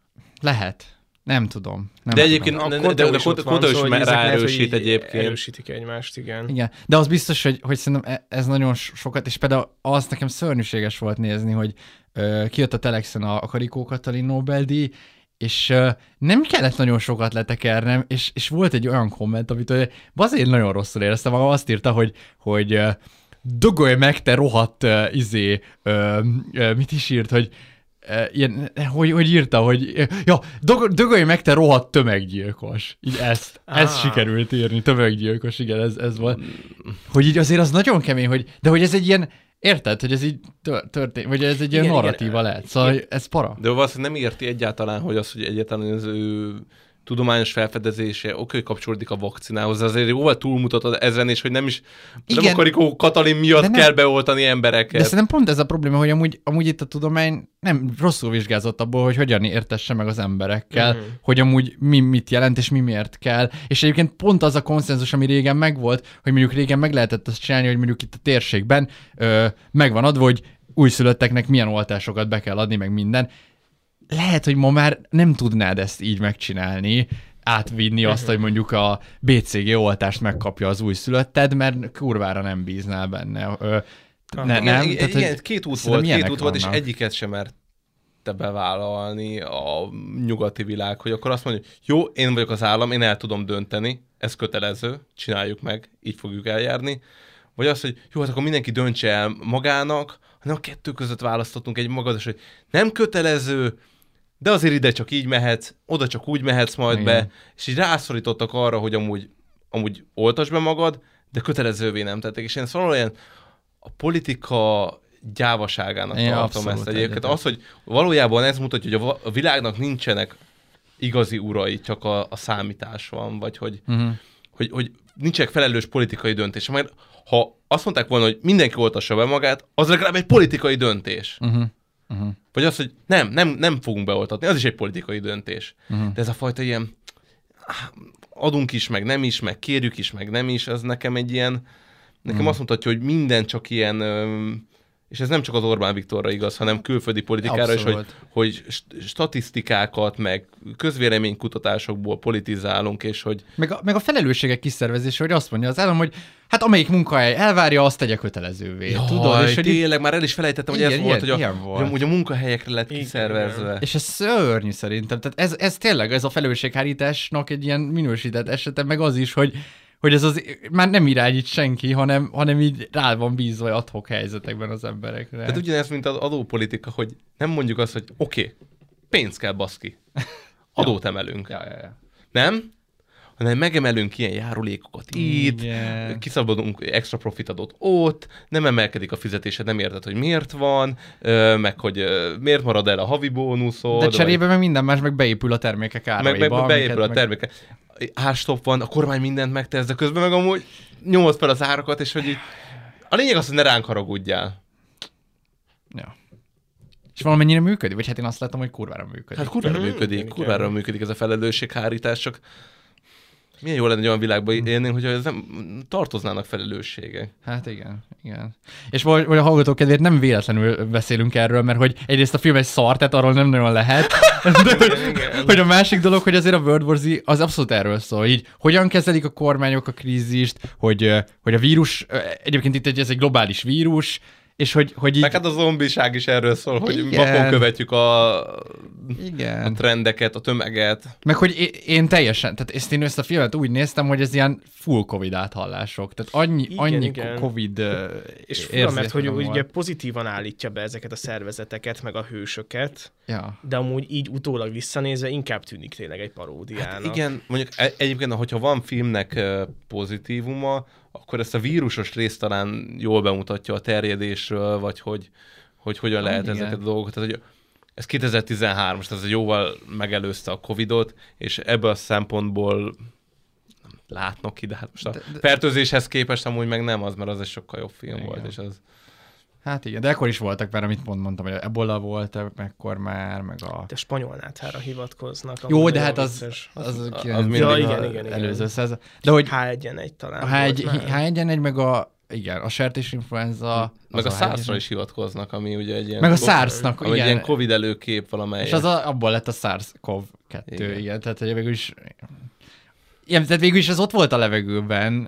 Lehet. Nem tudom. Nem de egyébként a Konta is ráerősít egyébként. Erősítik egymást, igen. Igen. De az biztos, hogy, hogy szerintem ez nagyon sokat, és például az nekem szörnyűséges volt nézni, hogy uh, kijött a Telexen a, a Karikó Katalin Nobel-díj, és uh, nem kellett nagyon sokat letekernem, és, és volt egy olyan komment, amit uh, azért nagyon rosszul éreztem, magam azt írta, hogy, hogy uh, dögölj meg, te rohadt uh, izé, uh, uh, mit is írt, hogy uh, ilyen, hogy, hogy írta, hogy uh, ja, dögölj meg, te rohadt tömeggyilkos. Így ezt, ah. ezt sikerült írni, tömeggyilkos, igen, ez, ez volt. Hogy így azért az nagyon kemény, hogy, de hogy ez egy ilyen, érted, hogy ez így történt, vagy ez egy ilyen narratíva lehet, szóval igen. Ez para. De valószínűleg nem érti egyáltalán, hogy az, hogy egyáltalán az ő tudományos felfedezése oké, okay, kapcsolódik a vakcinához, azért jóval túlmutat ezen, és hogy nem is igen, nem a Karikó Katalin miatt nem, kell beoltani embereket. De szerintem pont ez a probléma, hogy amúgy, amúgy itt a tudomány nem rosszul vizsgázott abból, hogy hogyan értesse meg az emberekkel, uh-huh. hogy amúgy mi mit jelent, és mi miért kell. És egyébként pont az a konszenzus, ami régen megvolt, hogy mondjuk régen meg lehetett azt csinálni, hogy mondjuk itt a térségben ö, megvan adva, hogy újszülötteknek milyen oltásokat be kell adni, meg minden. Lehet, hogy ma már nem tudnád ezt így megcsinálni, átvinni uh-huh. azt, hogy mondjuk a bé cé gé oltást megkapja az újszülötted, mert kurvára nem bíznál benne. Ö, ne, nem? Igen, Tehát, igen, két út volt, két út volt, és egyiket sem merte bevállalni a nyugati világ, hogy akkor azt mondja, hogy jó, én vagyok az állam, én el tudom dönteni, ez kötelező, csináljuk meg, így fogjuk eljárni. Vagy az, hogy jó, hát akkor mindenki döntse el magának, hanem a kettő között választottunk egy magadas, hogy nem kötelező, de azért ide csak így mehetsz, oda csak úgy mehetsz majd igen. be, és így rászorítottak arra, hogy amúgy, amúgy oltasd be magad, de kötelezővé nem tettek. És én szóval olyan a politika gyávaságának én tartom ezt egyébként. Az, hogy valójában ez mutatja, hogy a világnak nincsenek igazi urai, csak a, a számítás van, vagy hogy, uh-huh. hogy, hogy nincsenek felelős politikai döntés. Mert ha azt mondták volna, hogy mindenki oltassa be magát, az legalább egy politikai döntés. Uh-huh. Uh-huh. Vagy az, hogy nem, nem, nem fogunk beoltatni, az is egy politikai döntés. Uh-huh. De ez a fajta ilyen, adunk is, meg nem is, meg kérjük is, meg nem is, ez nekem egy ilyen, nekem Hmm. azt mutatja, hogy minden csak ilyen, és ez nem csak az Orbán Viktorra igaz, hanem külföldi politikára is, hogy, hogy statisztikákat, meg közvéleménykutatásokból politizálunk, és hogy... Meg a, meg a felelősségek kiszervezése, hogy azt mondja az állam, hogy hát amelyik munkahely elvárja, azt tegye kötelezővé. Jaj, tudod? És hogy tényleg, már el is felejtettem, hogy igen, ez volt, ilyen, hogy a, ilyen volt. hogy a, hogy a munkahelyekre lett kiszervezve. És ez szörnyű szerintem. Tehát ez, ez tényleg, ez a felelősséghárításnak egy ilyen minősített esete, meg az is, hogy hogy ez az, már nem irányít senki, hanem, hanem így rá van bízva ad-hoc helyzetekben az emberekre. Tehát ugyanez, mint az adópolitika, hogy nem mondjuk azt, hogy oké, okay, pénzt kell, baszki. Adót ja. emelünk. Ja, ja, ja. Nem? Hanem megemelünk ilyen járulékokat itt, igen. kiszabadulunk extra profitadót ott, nem emelkedik a fizetésed, nem érted, hogy miért van, meg hogy miért marad el a havi bónuszod. De cserébe vagy... meg minden más meg beépül a termékek áraiba. Meg, meg beépül a termékek. Meg... Árstopp van, a kormány mindent megtesz, de közben meg amúgy nyomod fel az árakat, és hogy így... A lényeg az, hogy ne ránk haragudjál. Ja. És valamennyire működik? Vagy hát én azt látom, hogy kurvára működik. Hát kurvára működik, kurvára működik ez a felelősséghárítás, csak milyen jó lenne egy olyan világban élni, hogyha ez nem tartoznának felelősségek. Hát igen, igen. És vagy, vagy a hallgatók kedvéért nem véletlenül beszélünk erről, mert hogy egyrészt a film egy szar, tehát arról nem nagyon lehet. De hogy, hogy a másik dolog, hogy azért a World War Z az abszolút erről szól. Így hogyan kezelik a kormányok a krízist, hogy, hogy a vírus, egyébként itt egy, ez egy globális vírus, és hogy, hogy így... Meg hát a zombiság is erről szól, hogy vakon követjük a... Igen. a trendeket, a tömeget. Meg hogy én, én teljesen, tehát ezt én ezt a filmet úgy néztem, hogy ez ilyen full Covid áthallások. Tehát annyi, igen, annyi igen. Covid uh, és fura, mert hogy ugye pozitívan állítja be ezeket a szervezeteket, meg a hősöket, ja. de amúgy így utólag visszanézve inkább tűnik tényleg egy paródiának. Hát igen, mondjuk egyébként, hogyha van filmnek pozitívuma, akkor ezt a vírusos részt talán jól bemutatja a terjedésről, vagy hogy, hogy hogyan lehet igen. ezeket a dolgokat. Tehát, hogy ez kétezer-tizenhárom, tehát ez jóval megelőzte a Covidot, és ebből a szempontból látnak ki, de hát most a de, de... fertőzéshez képest amúgy meg nem az, mert az egy sokkal jobb film igen. volt, és az... Hát igen, de akkor is voltak már, amit pont mondtam, hogy Ebola volt, mekkor már, meg a... De spanyol náthára hivatkoznak. Jó, de hát az, az, az, az, az ja, igen, igen, igen. előző század. De hogy há egy en egy talán. A há egy en egy meg a igen, a sertésinfluenza... Meg a SARS-ra is hivatkoznak, ami ugye egy ilyen... Meg a SARS-nak, igen. Egy ilyen Covid előkép valamelyik. És az a, abból lett a SARS-CoV kettő, igen. igen. Tehát hogy végül is... Igen, tehát végül is ez ott volt a levegőben,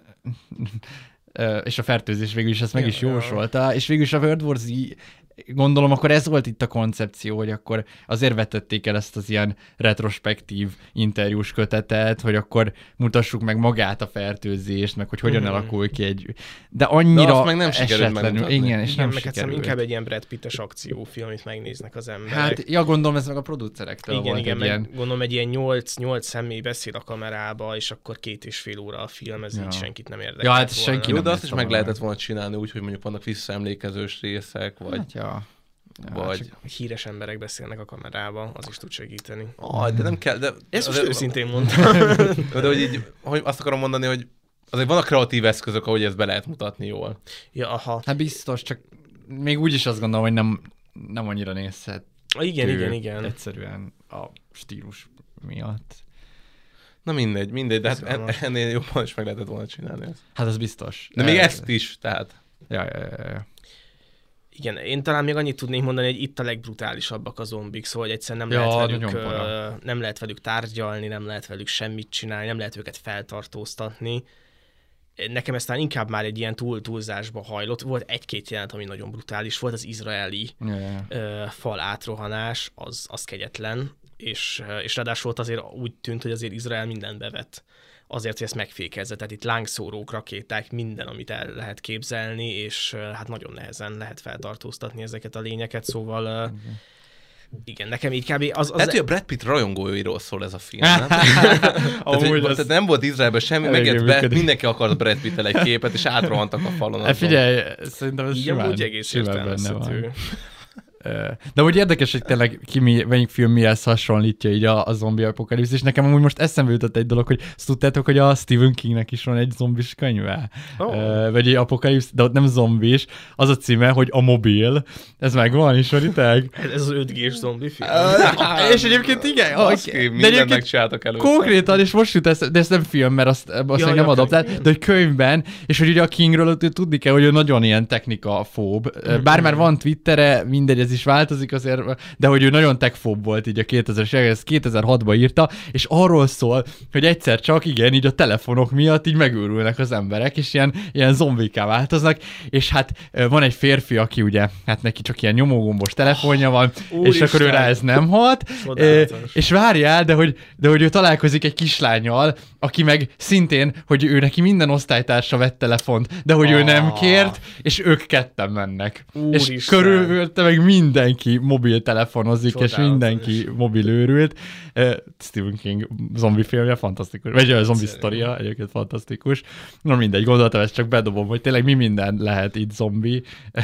és a fertőzés végül is ezt meg ja, is jósolta, és végül is a World War Z, gondolom, akkor ez volt itt a koncepció, hogy akkor azért vetették el ezt az ilyen retrospektív interjús kötetet, hogy akkor mutassuk meg magát a fertőzést, meg hogy hogyan mm. alakul ki egy... De annyira de azt meg nem esetlenül. Igen, és igen, nem meg sikerült. inkább egy ilyen Brad Pitt-es akciófilm, amit megnéznek az emberek. Hát, ja, gondolom, ez meg a producerektől igen, volt igen, egy ilyen... gondolom egy ilyen nyolc személy beszél a kamerába, és akkor két és fél óra a film, ez ja. így senkit nem érdekel. Ja, hát senki nem. Jó, de azt is meg lehetett volna csinálni úgy, hogy mondjuk vannak visszaemlékezős részek, vagy... Hát, ja. Ja, vagy híres emberek beszélnek a kamerába, az is tud segíteni. Ah, de nem kell, de... Ezt most őszintén mondtam. De hogy így, hogy azt akarom mondani, hogy azért vannak kreatív eszközök, ahogy ezt be lehet mutatni jól. Ja, aha. Hát biztos, csak még úgy is azt gondolom, hogy nem, nem annyira nézhet. Igen, igen, igen. Egyszerűen a stílus miatt. Na mindegy, mindegy, de hát ennél jobban is meg lehetett volna csinálni ezt. Hát az biztos. De, de még ezt is, tehát. Ja, ja, ja, ja. Igen, én talán még annyit tudnék mondani, hogy itt a legbrutálisabbak a zombik, szóval egyszerűen nem, ja, lehet velük, ö, nem lehet velük tárgyalni, nem lehet velük semmit csinálni, nem lehet őket feltartóztatni. Nekem ez talán inkább már egy ilyen túl túlzásba hajlott. Volt egy-két jelent, ami nagyon brutális volt, az izraeli ja, ja. Ö, fal átrohanás, az, az kegyetlen, és, és ráadásul azért úgy tűnt, hogy azért Izrael mindent bevet. Azért, hogy ezt megfékezze. Tehát itt lángszórók, rakéták, minden, amit el lehet képzelni, és hát nagyon nehezen lehet feltartóztatni ezeket a lényeket, szóval okay. igen, nekem így kb. Az, az... Lehet, hogy a Brad Pitt rajongóiról szól ez a film, nem? tehát, hogy, az... tehát nem volt Izraelben semmi, megett be, mindenki akart Brad Pitt-tel egy képet, és átrohantak a falon. Hát figyelj, szerintem ez simán, simán benne van. De úgy érdekes, hogy tényleg ki mi, melyik film mihez hasonlítja így a, a zombi apokalipszis. Nekem amúgy most eszembe jutott egy dolog, hogy azt tudtátok, hogy a Stephen Kingnek is van egy zombis könyve. Oh. Uh, vagy egy apokalipsz, de ott nem zombis. Az a címe, hogy A mobil. Ez megvan, ismeritek? Ez az öt gés zombi film. Uh, és egyébként igen. Okay, mindent megcsináltak előtt. Konkrétan, és most jut ezt, de ez nem film, mert azt, azt ja, nem adaptált, de hogy könyvben, és hogy ugye a Kingről tudni kell, hogy ő nagyon ilyen technikafób. Bár már van Twittere, mindegy, ez is változik azért, de hogy ő nagyon techfób volt így a kétezres években, ezt kétezer-hatban írta, és arról szól, hogy egyszer csak igen, így a telefonok miatt így megőrülnek az emberek, és ilyen, ilyen zombiká változnak, és hát van egy férfi, aki ugye, hát neki csak ilyen nyomógombos telefonja van, oh, és akkor ő rá ez nem hat, és várjál, de hogy, de hogy ő találkozik egy kislánnyal, aki meg szintén, hogy ő neki minden osztálytársa vett telefont, de hogy oh. ő nem kért, és ők ketten mennek. Úristen. És körülötte meg mindenki mobiltelefonozik, Csodálatos. És mindenki mobilőrült. Uh, Stephen King zombi filmje fantasztikus, vagy a zombi sztoria egyébként fantasztikus. Na mindegy, gondoltam, ezt csak bedobom, hogy tényleg mi minden lehet itt zombi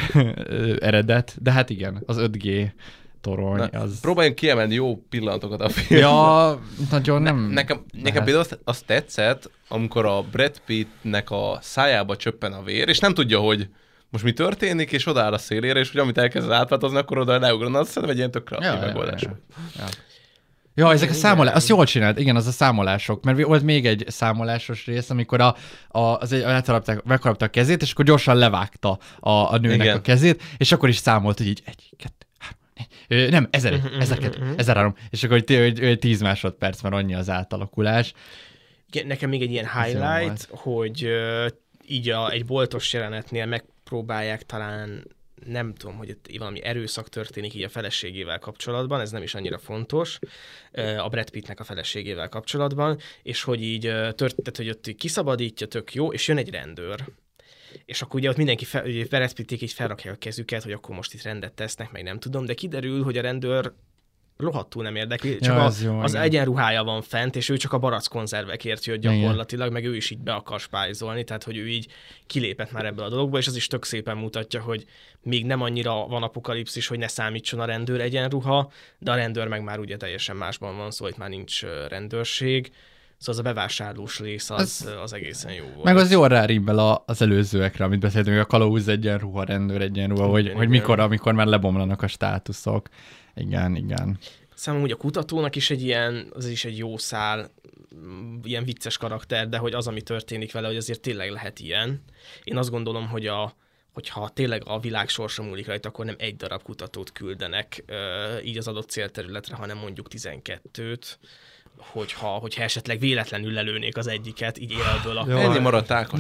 eredet, de hát igen, az öt G torony. Na, az... Próbáljunk kiemelni jó pillanatokat a filmben. Ja, nagyon nem... Ne, nekem nekem például azt, azt tetszett, amikor a Brad Pittnek a szájába csöppen a vér, és nem tudja, hogy most mi történik, és odaáll a szélére, és hogy amit elkezd átváltozni, akkor oda leugrana, azt szerintem egy ilyen tök kreatív ja, megoldás. Ja, ja. Ja, ezek a számolások, azt jól csinált, igen, az a számolások, mert volt még egy számolásos rész, amikor a, a, az egy, megharapta a kezét, és akkor gyorsan levágta a, a nőnek igen. a kezét, és akkor is számolt, hogy így egy, kettő, három, négy, nem, ezer, ezer, kettő, ezer, három, és akkor hogy tíz másodperc, mert annyi az átalakulás. Igen, nekem még egy ilyen highlight, hogy uh, így a, egy boltos jelenetnél megpróbálják talán, nem tudom, hogy itt valami erőszak történik így a feleségével kapcsolatban, ez nem is annyira fontos, a Brad Pittnek a feleségével kapcsolatban, és hogy így történt, hogy ott kiszabadítja, tök jó, és jön egy rendőr. És akkor ugye ott mindenki, fel, ugye Brad Pitték így felrakja a kezüket, hogy akkor most itt rendet tesznek, meg nem tudom, de kiderül, hogy a rendőr rohadtul nem érdekli, csak ja, az, jó, az egyenruhája van fent, és ő csak a barackkonzervekért jött gyakorlatilag, igen. meg ő is így be akar spájzolni, tehát hogy ő így kilépett már ebből a dologból, és az is tök szépen mutatja, hogy még nem annyira van apokalipszis, hogy ne számítson a rendőr egyenruha, de a rendőr meg már ugye teljesen másban van, szóval itt már nincs rendőrség. Szóval az a bevásárlós rész az, az, az egészen jó volt. Meg az jól rárímbel az előzőekre, amit beszéltünk, hogy a kalauz egyenruha, rendőr egyenruha, hogy, igen, hogy mikor, amikor már lebomlanak a státuszok. Igen, igen. Számomra ugye a kutatónak is egy ilyen, az is egy jó szál, ilyen vicces karakter, de hogy az, ami történik vele, hogy azért tényleg lehet ilyen. Én azt gondolom, hogy a, hogyha tényleg a világ sorsa múlik rajta, akkor nem egy darab kutatót küldenek így az adott célterületre, hanem mondjuk tizenkettőt. Hogyha, hogyha esetleg véletlenül lelőnék az egyiket, így élből, akkor... Ennyi maradt Ákos.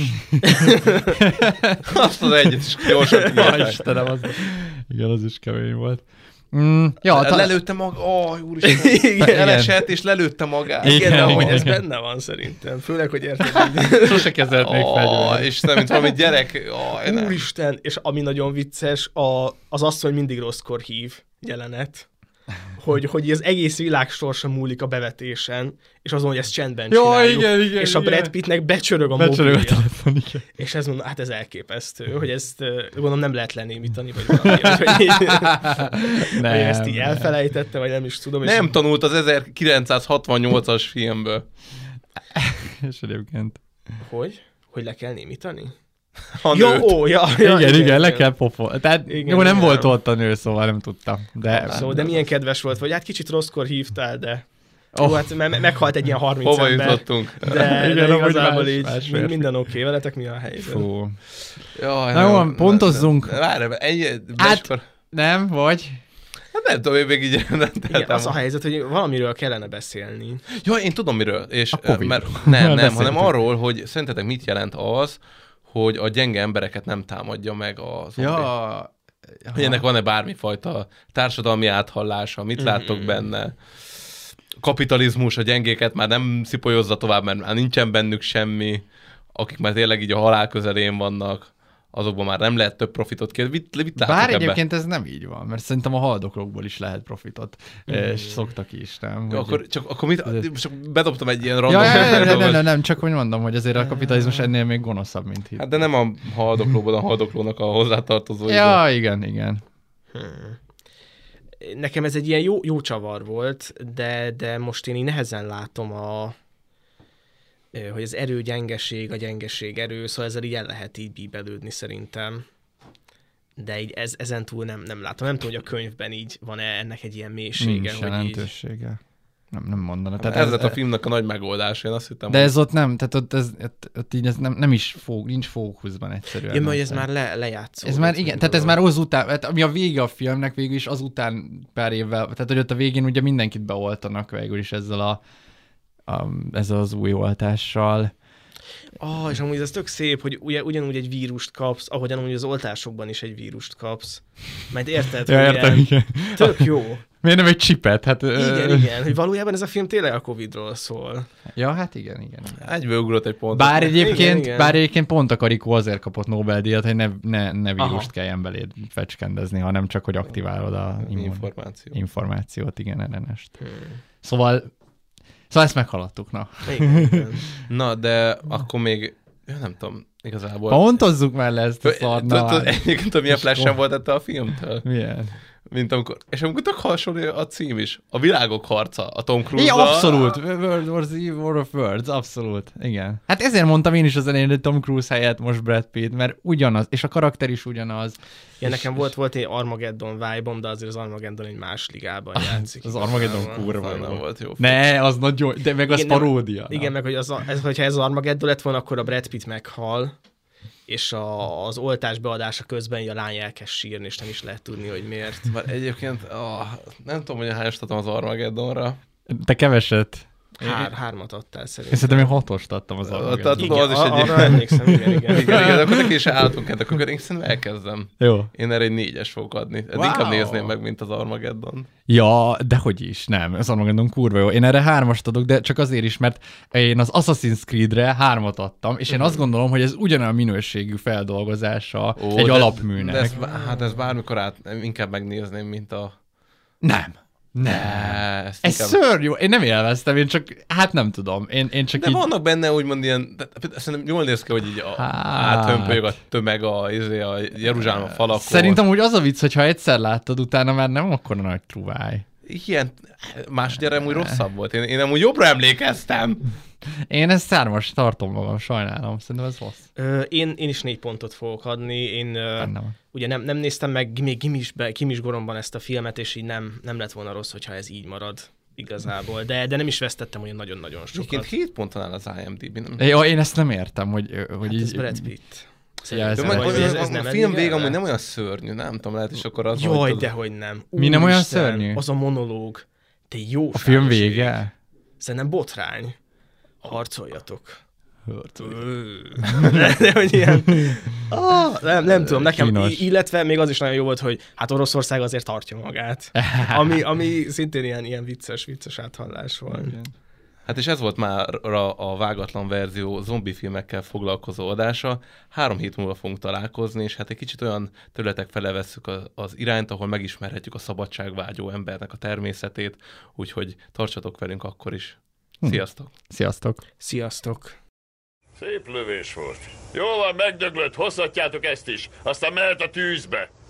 Azt az egyet is gyorsan. Ja, Istenem, az... Igen, az is kemény volt. Mm, ja, talán... Lelőtte maga, oh, úristen, elesett és lelőtte magát. Igen, igen, ahogy ez benne van szerintem. Főleg, hogy érted, hogy... Sose kezelt még oh, fegyvert. Istenem, mint valami gyerek. Oh, úristen, és ami nagyon vicces, a, az asszony mindig rosszkor hív jelenet. Hogy, hogy az egész világ sorsa múlik a bevetésen, és azon, hogy ezt csendben ja, csináljuk. Igen, igen, és a igen. Brad Pittnek becsörög a becsörög mobilja. A telefon, igen. És ez mondom, hát ez elképesztő, hogy ezt gondolom nem lehet lenémítani, vagy valami, hogy, így, nem, hogy ezt így elfelejtette, vagy nem is tudom. Nem és tanult az ezerkilencszázhatvannyolcas filmből. És egyébként. Hogy? Hogy le kell némítani? A ja, ó, ja, ja, igen, igen, igen, le kell popol. Tehát igen, jó, nem igen. volt ott a nő, szóval nem tudtam. De, szóval, de milyen kedves volt, vagy hát kicsit rosszkor hívtál, de oh. jó, hát me- meghalt egy ilyen harminc Hova ember. Hova jutottunk? De, igen, de igazából így más minden oké, okay. Veletek mi a helyzet? Fú. Jaj, na jó, pontozzunk. Várj, egy... Hát, nem, vagy... Hát nem tudom, én még így... Igen, az a helyzet, hogy valamiről kellene beszélni. Jó, én tudom miről. És, mert, nem, nem, hanem arról, hogy szerintetek mit jelent az, hogy a gyenge embereket nem támadja meg a zombi. Ja, hogy ennek van-e bármifajta társadalmi áthallása, mit mm. láttok benne? Kapitalizmus, a gyengéket már nem szipolyozza tovább, mert már nincsen bennük semmi, akik már tényleg így a halál közelén vannak, azokban már nem lehet több profitot kérni. Mit, mit Bár ebbe? Egyébként ez nem így van, mert szerintem a haldoklókból is lehet profitot, mm. és szoktak is, nem? Ja, akkor, csak, akkor mit, csak bedobtam egy ilyen random... Ja, ja, ja, nem, nem, nem, nem, csak hogy mondom, hogy azért a kapitalizmus ennél még gonoszabb, mint hit. Hát de nem a haldoklóban a haldoklónak a hozzátartozó. Ja, igen, igen. Hmm. nekem ez egy ilyen jó, jó csavar volt, de, de most én így nehezen látom a hogy az erő gyengeség, a gyengeség erő, szóval ezzel így el lehet így bíbelődni szerintem. De így ez, ezen túl nem, nem látom. Nem tudom, hogy a könyvben így van-e ennek egy ilyen mélysége. Nincs hogy jelentősége. Így... Nem, nem mondana. Tehát ez, ez lett a filmnek a nagy megoldás, én azt hittem. De hogy... ez ott nem, tehát ott, ez, ott, ott így ez nem, nem is fók, nincs fókuszban egyszerűen. Ja, mert ez már le, lejátszódott. Ez már, igen, tehát ez már azután, hát, ami a vége a filmnek végül is azután pár évvel, tehát hogy ott a végén ugye mindenkit beoltanak végül is ezzel a, a ezzel az új oltással. Ah, oh, és amúgy ez tök szép, hogy ugye, ugyanúgy egy vírust kapsz, ahogyan amúgy az oltásokban is egy vírust kapsz. Mert érted, ja, hogy értem, igen. Tök jó. Miért nem egy csipet? Hát, igen, ö... igen, hogy valójában ez a film tényleg a Covidról szól. Ja, hát igen, igen. Egyből ugrott egy pontot. Bár egyébként, igen, igen. Bár egyébként pont a Karikó azért kapott Nobel-díjat, hogy ne, ne, ne vírust Aha. kelljen beléd fecskendezni, hanem csak, hogy aktiválod a immun... információt. információt, igen, er en est. Hmm. Szóval Szóval ezt meghaladtuk, na. Na, de akkor még, nem tudom, igazából... Pontozzuk már le ezt a szarnal. Egyébként tudom, milyen flash-en volt ettől a filmtől? Milyen? Mint amikor, és amikor tök hasonló a cím is. A világok harca, a Tom Cruise-zal. Ja, abszolút. World War Z, War of Worlds, abszolút. Igen. Hát ezért mondtam én is az elején, hogy Tom Cruise helyett most Brad Pitt, mert ugyanaz, és a karakter is ugyanaz. Ja, nekem és, volt, volt egy Armageddon vibe-om, de azért az Armageddon egy más ligában játszik. Az Armageddon kurva nem volt jó. Ne, az nagyon, de meg az igen, paródia. Igen, meg hogy az, ez, hogyha ez az Armageddon lett volna, akkor a Brad Pitt meghal, és a, az oltás beadása közben a lány elkezd sírni, és nem is lehet tudni, hogy miért. Már egyébként oh, nem tudom, hogy hányostatom az Armageddonra. Te keveset. Hár, hármat adtál szerintem. Én szerintem én hatost adtam az Armageddonra. Igen, az is egy... arra emlékszem, igen, igen. igen, igen, akkor neki is álltunk, akkor én szerintem elkezdem. Jó. Én erre egy négyes fogok adni. Wow. Inkább nézném meg, mint az Armageddon. Ja, dehogy is, nem. Az Armageddon kurva jó. Én erre hármast adok, de csak azért is, mert én az Assassin's Creed-re hármat adtam, és én azt gondolom, hogy ez ugyanolyan minőségű feldolgozása Ó, egy de, alapműnek. De ez, hát ez bármikor át, inkább megnézném, mint a... Nem. Ne, ez inkább... szörnyű. Én nem élveztem, én csak, hát nem tudom. Én, én csak de így... vannak benne úgymond ilyen, de, szerintem jól néz ki, hogy így a, hát... áthömpölyög a tömeg a, a Jeruzsálem falakon. Szerintem úgy az a vicc, hogyha egyszer láttad, utána már nem akkora nagy truváj. Igen, másodjára amúgy rosszabb volt. Én, én amúgy jobbra emlékeztem. Én ezt szármas tartom magam, sajnálom. Szerintem ez rossz. Ö, én, én is négy pontot fogok adni. Én ö, ugye nem, nem néztem meg még gimisbe, gimisgoromban ezt a filmet, és így nem, nem lett volna rossz, hogyha ez így marad igazából. De, de nem is vesztettem olyan nagyon-nagyon sokat. Egyébként hét ponton áll az I M D B. Nem? Ja, én ezt nem értem, hogy, hogy hát így... ez Brad Pitt. Ja, ez ez, ez, ez nem a film vége amúgy nem olyan szörnyű, nem tudom, lehet, és akkor az... Jaj, dehogy nem. Mi nem olyan szörnyű? Az a monológ. Te jó a film vége? Szerintem botrány. Harcoljatok. de, de hogy ilyen... Ah, nem, nem tudom, nekem, Kínos. Illetve még az is nagyon jó volt, hogy hát Oroszország azért tartja magát. Ami, ami szintén ilyen, ilyen vicces, vicces áthallás volt. Igen. Hát és ez volt már a, a vágatlan verzió zombi filmekkel foglalkozó adása. Három hét múlva fogunk találkozni, és hát egy kicsit olyan területek fele vesszük az, az irányt, ahol megismerhetjük a szabadságvágyó embernek a természetét, úgyhogy tartsatok velünk akkor is. Sziasztok! Hm. Sziasztok! Sziasztok! Szép lövés volt. Jól van, megdöglött, hozhatjátok ezt is, aztán mehet a tűzbe.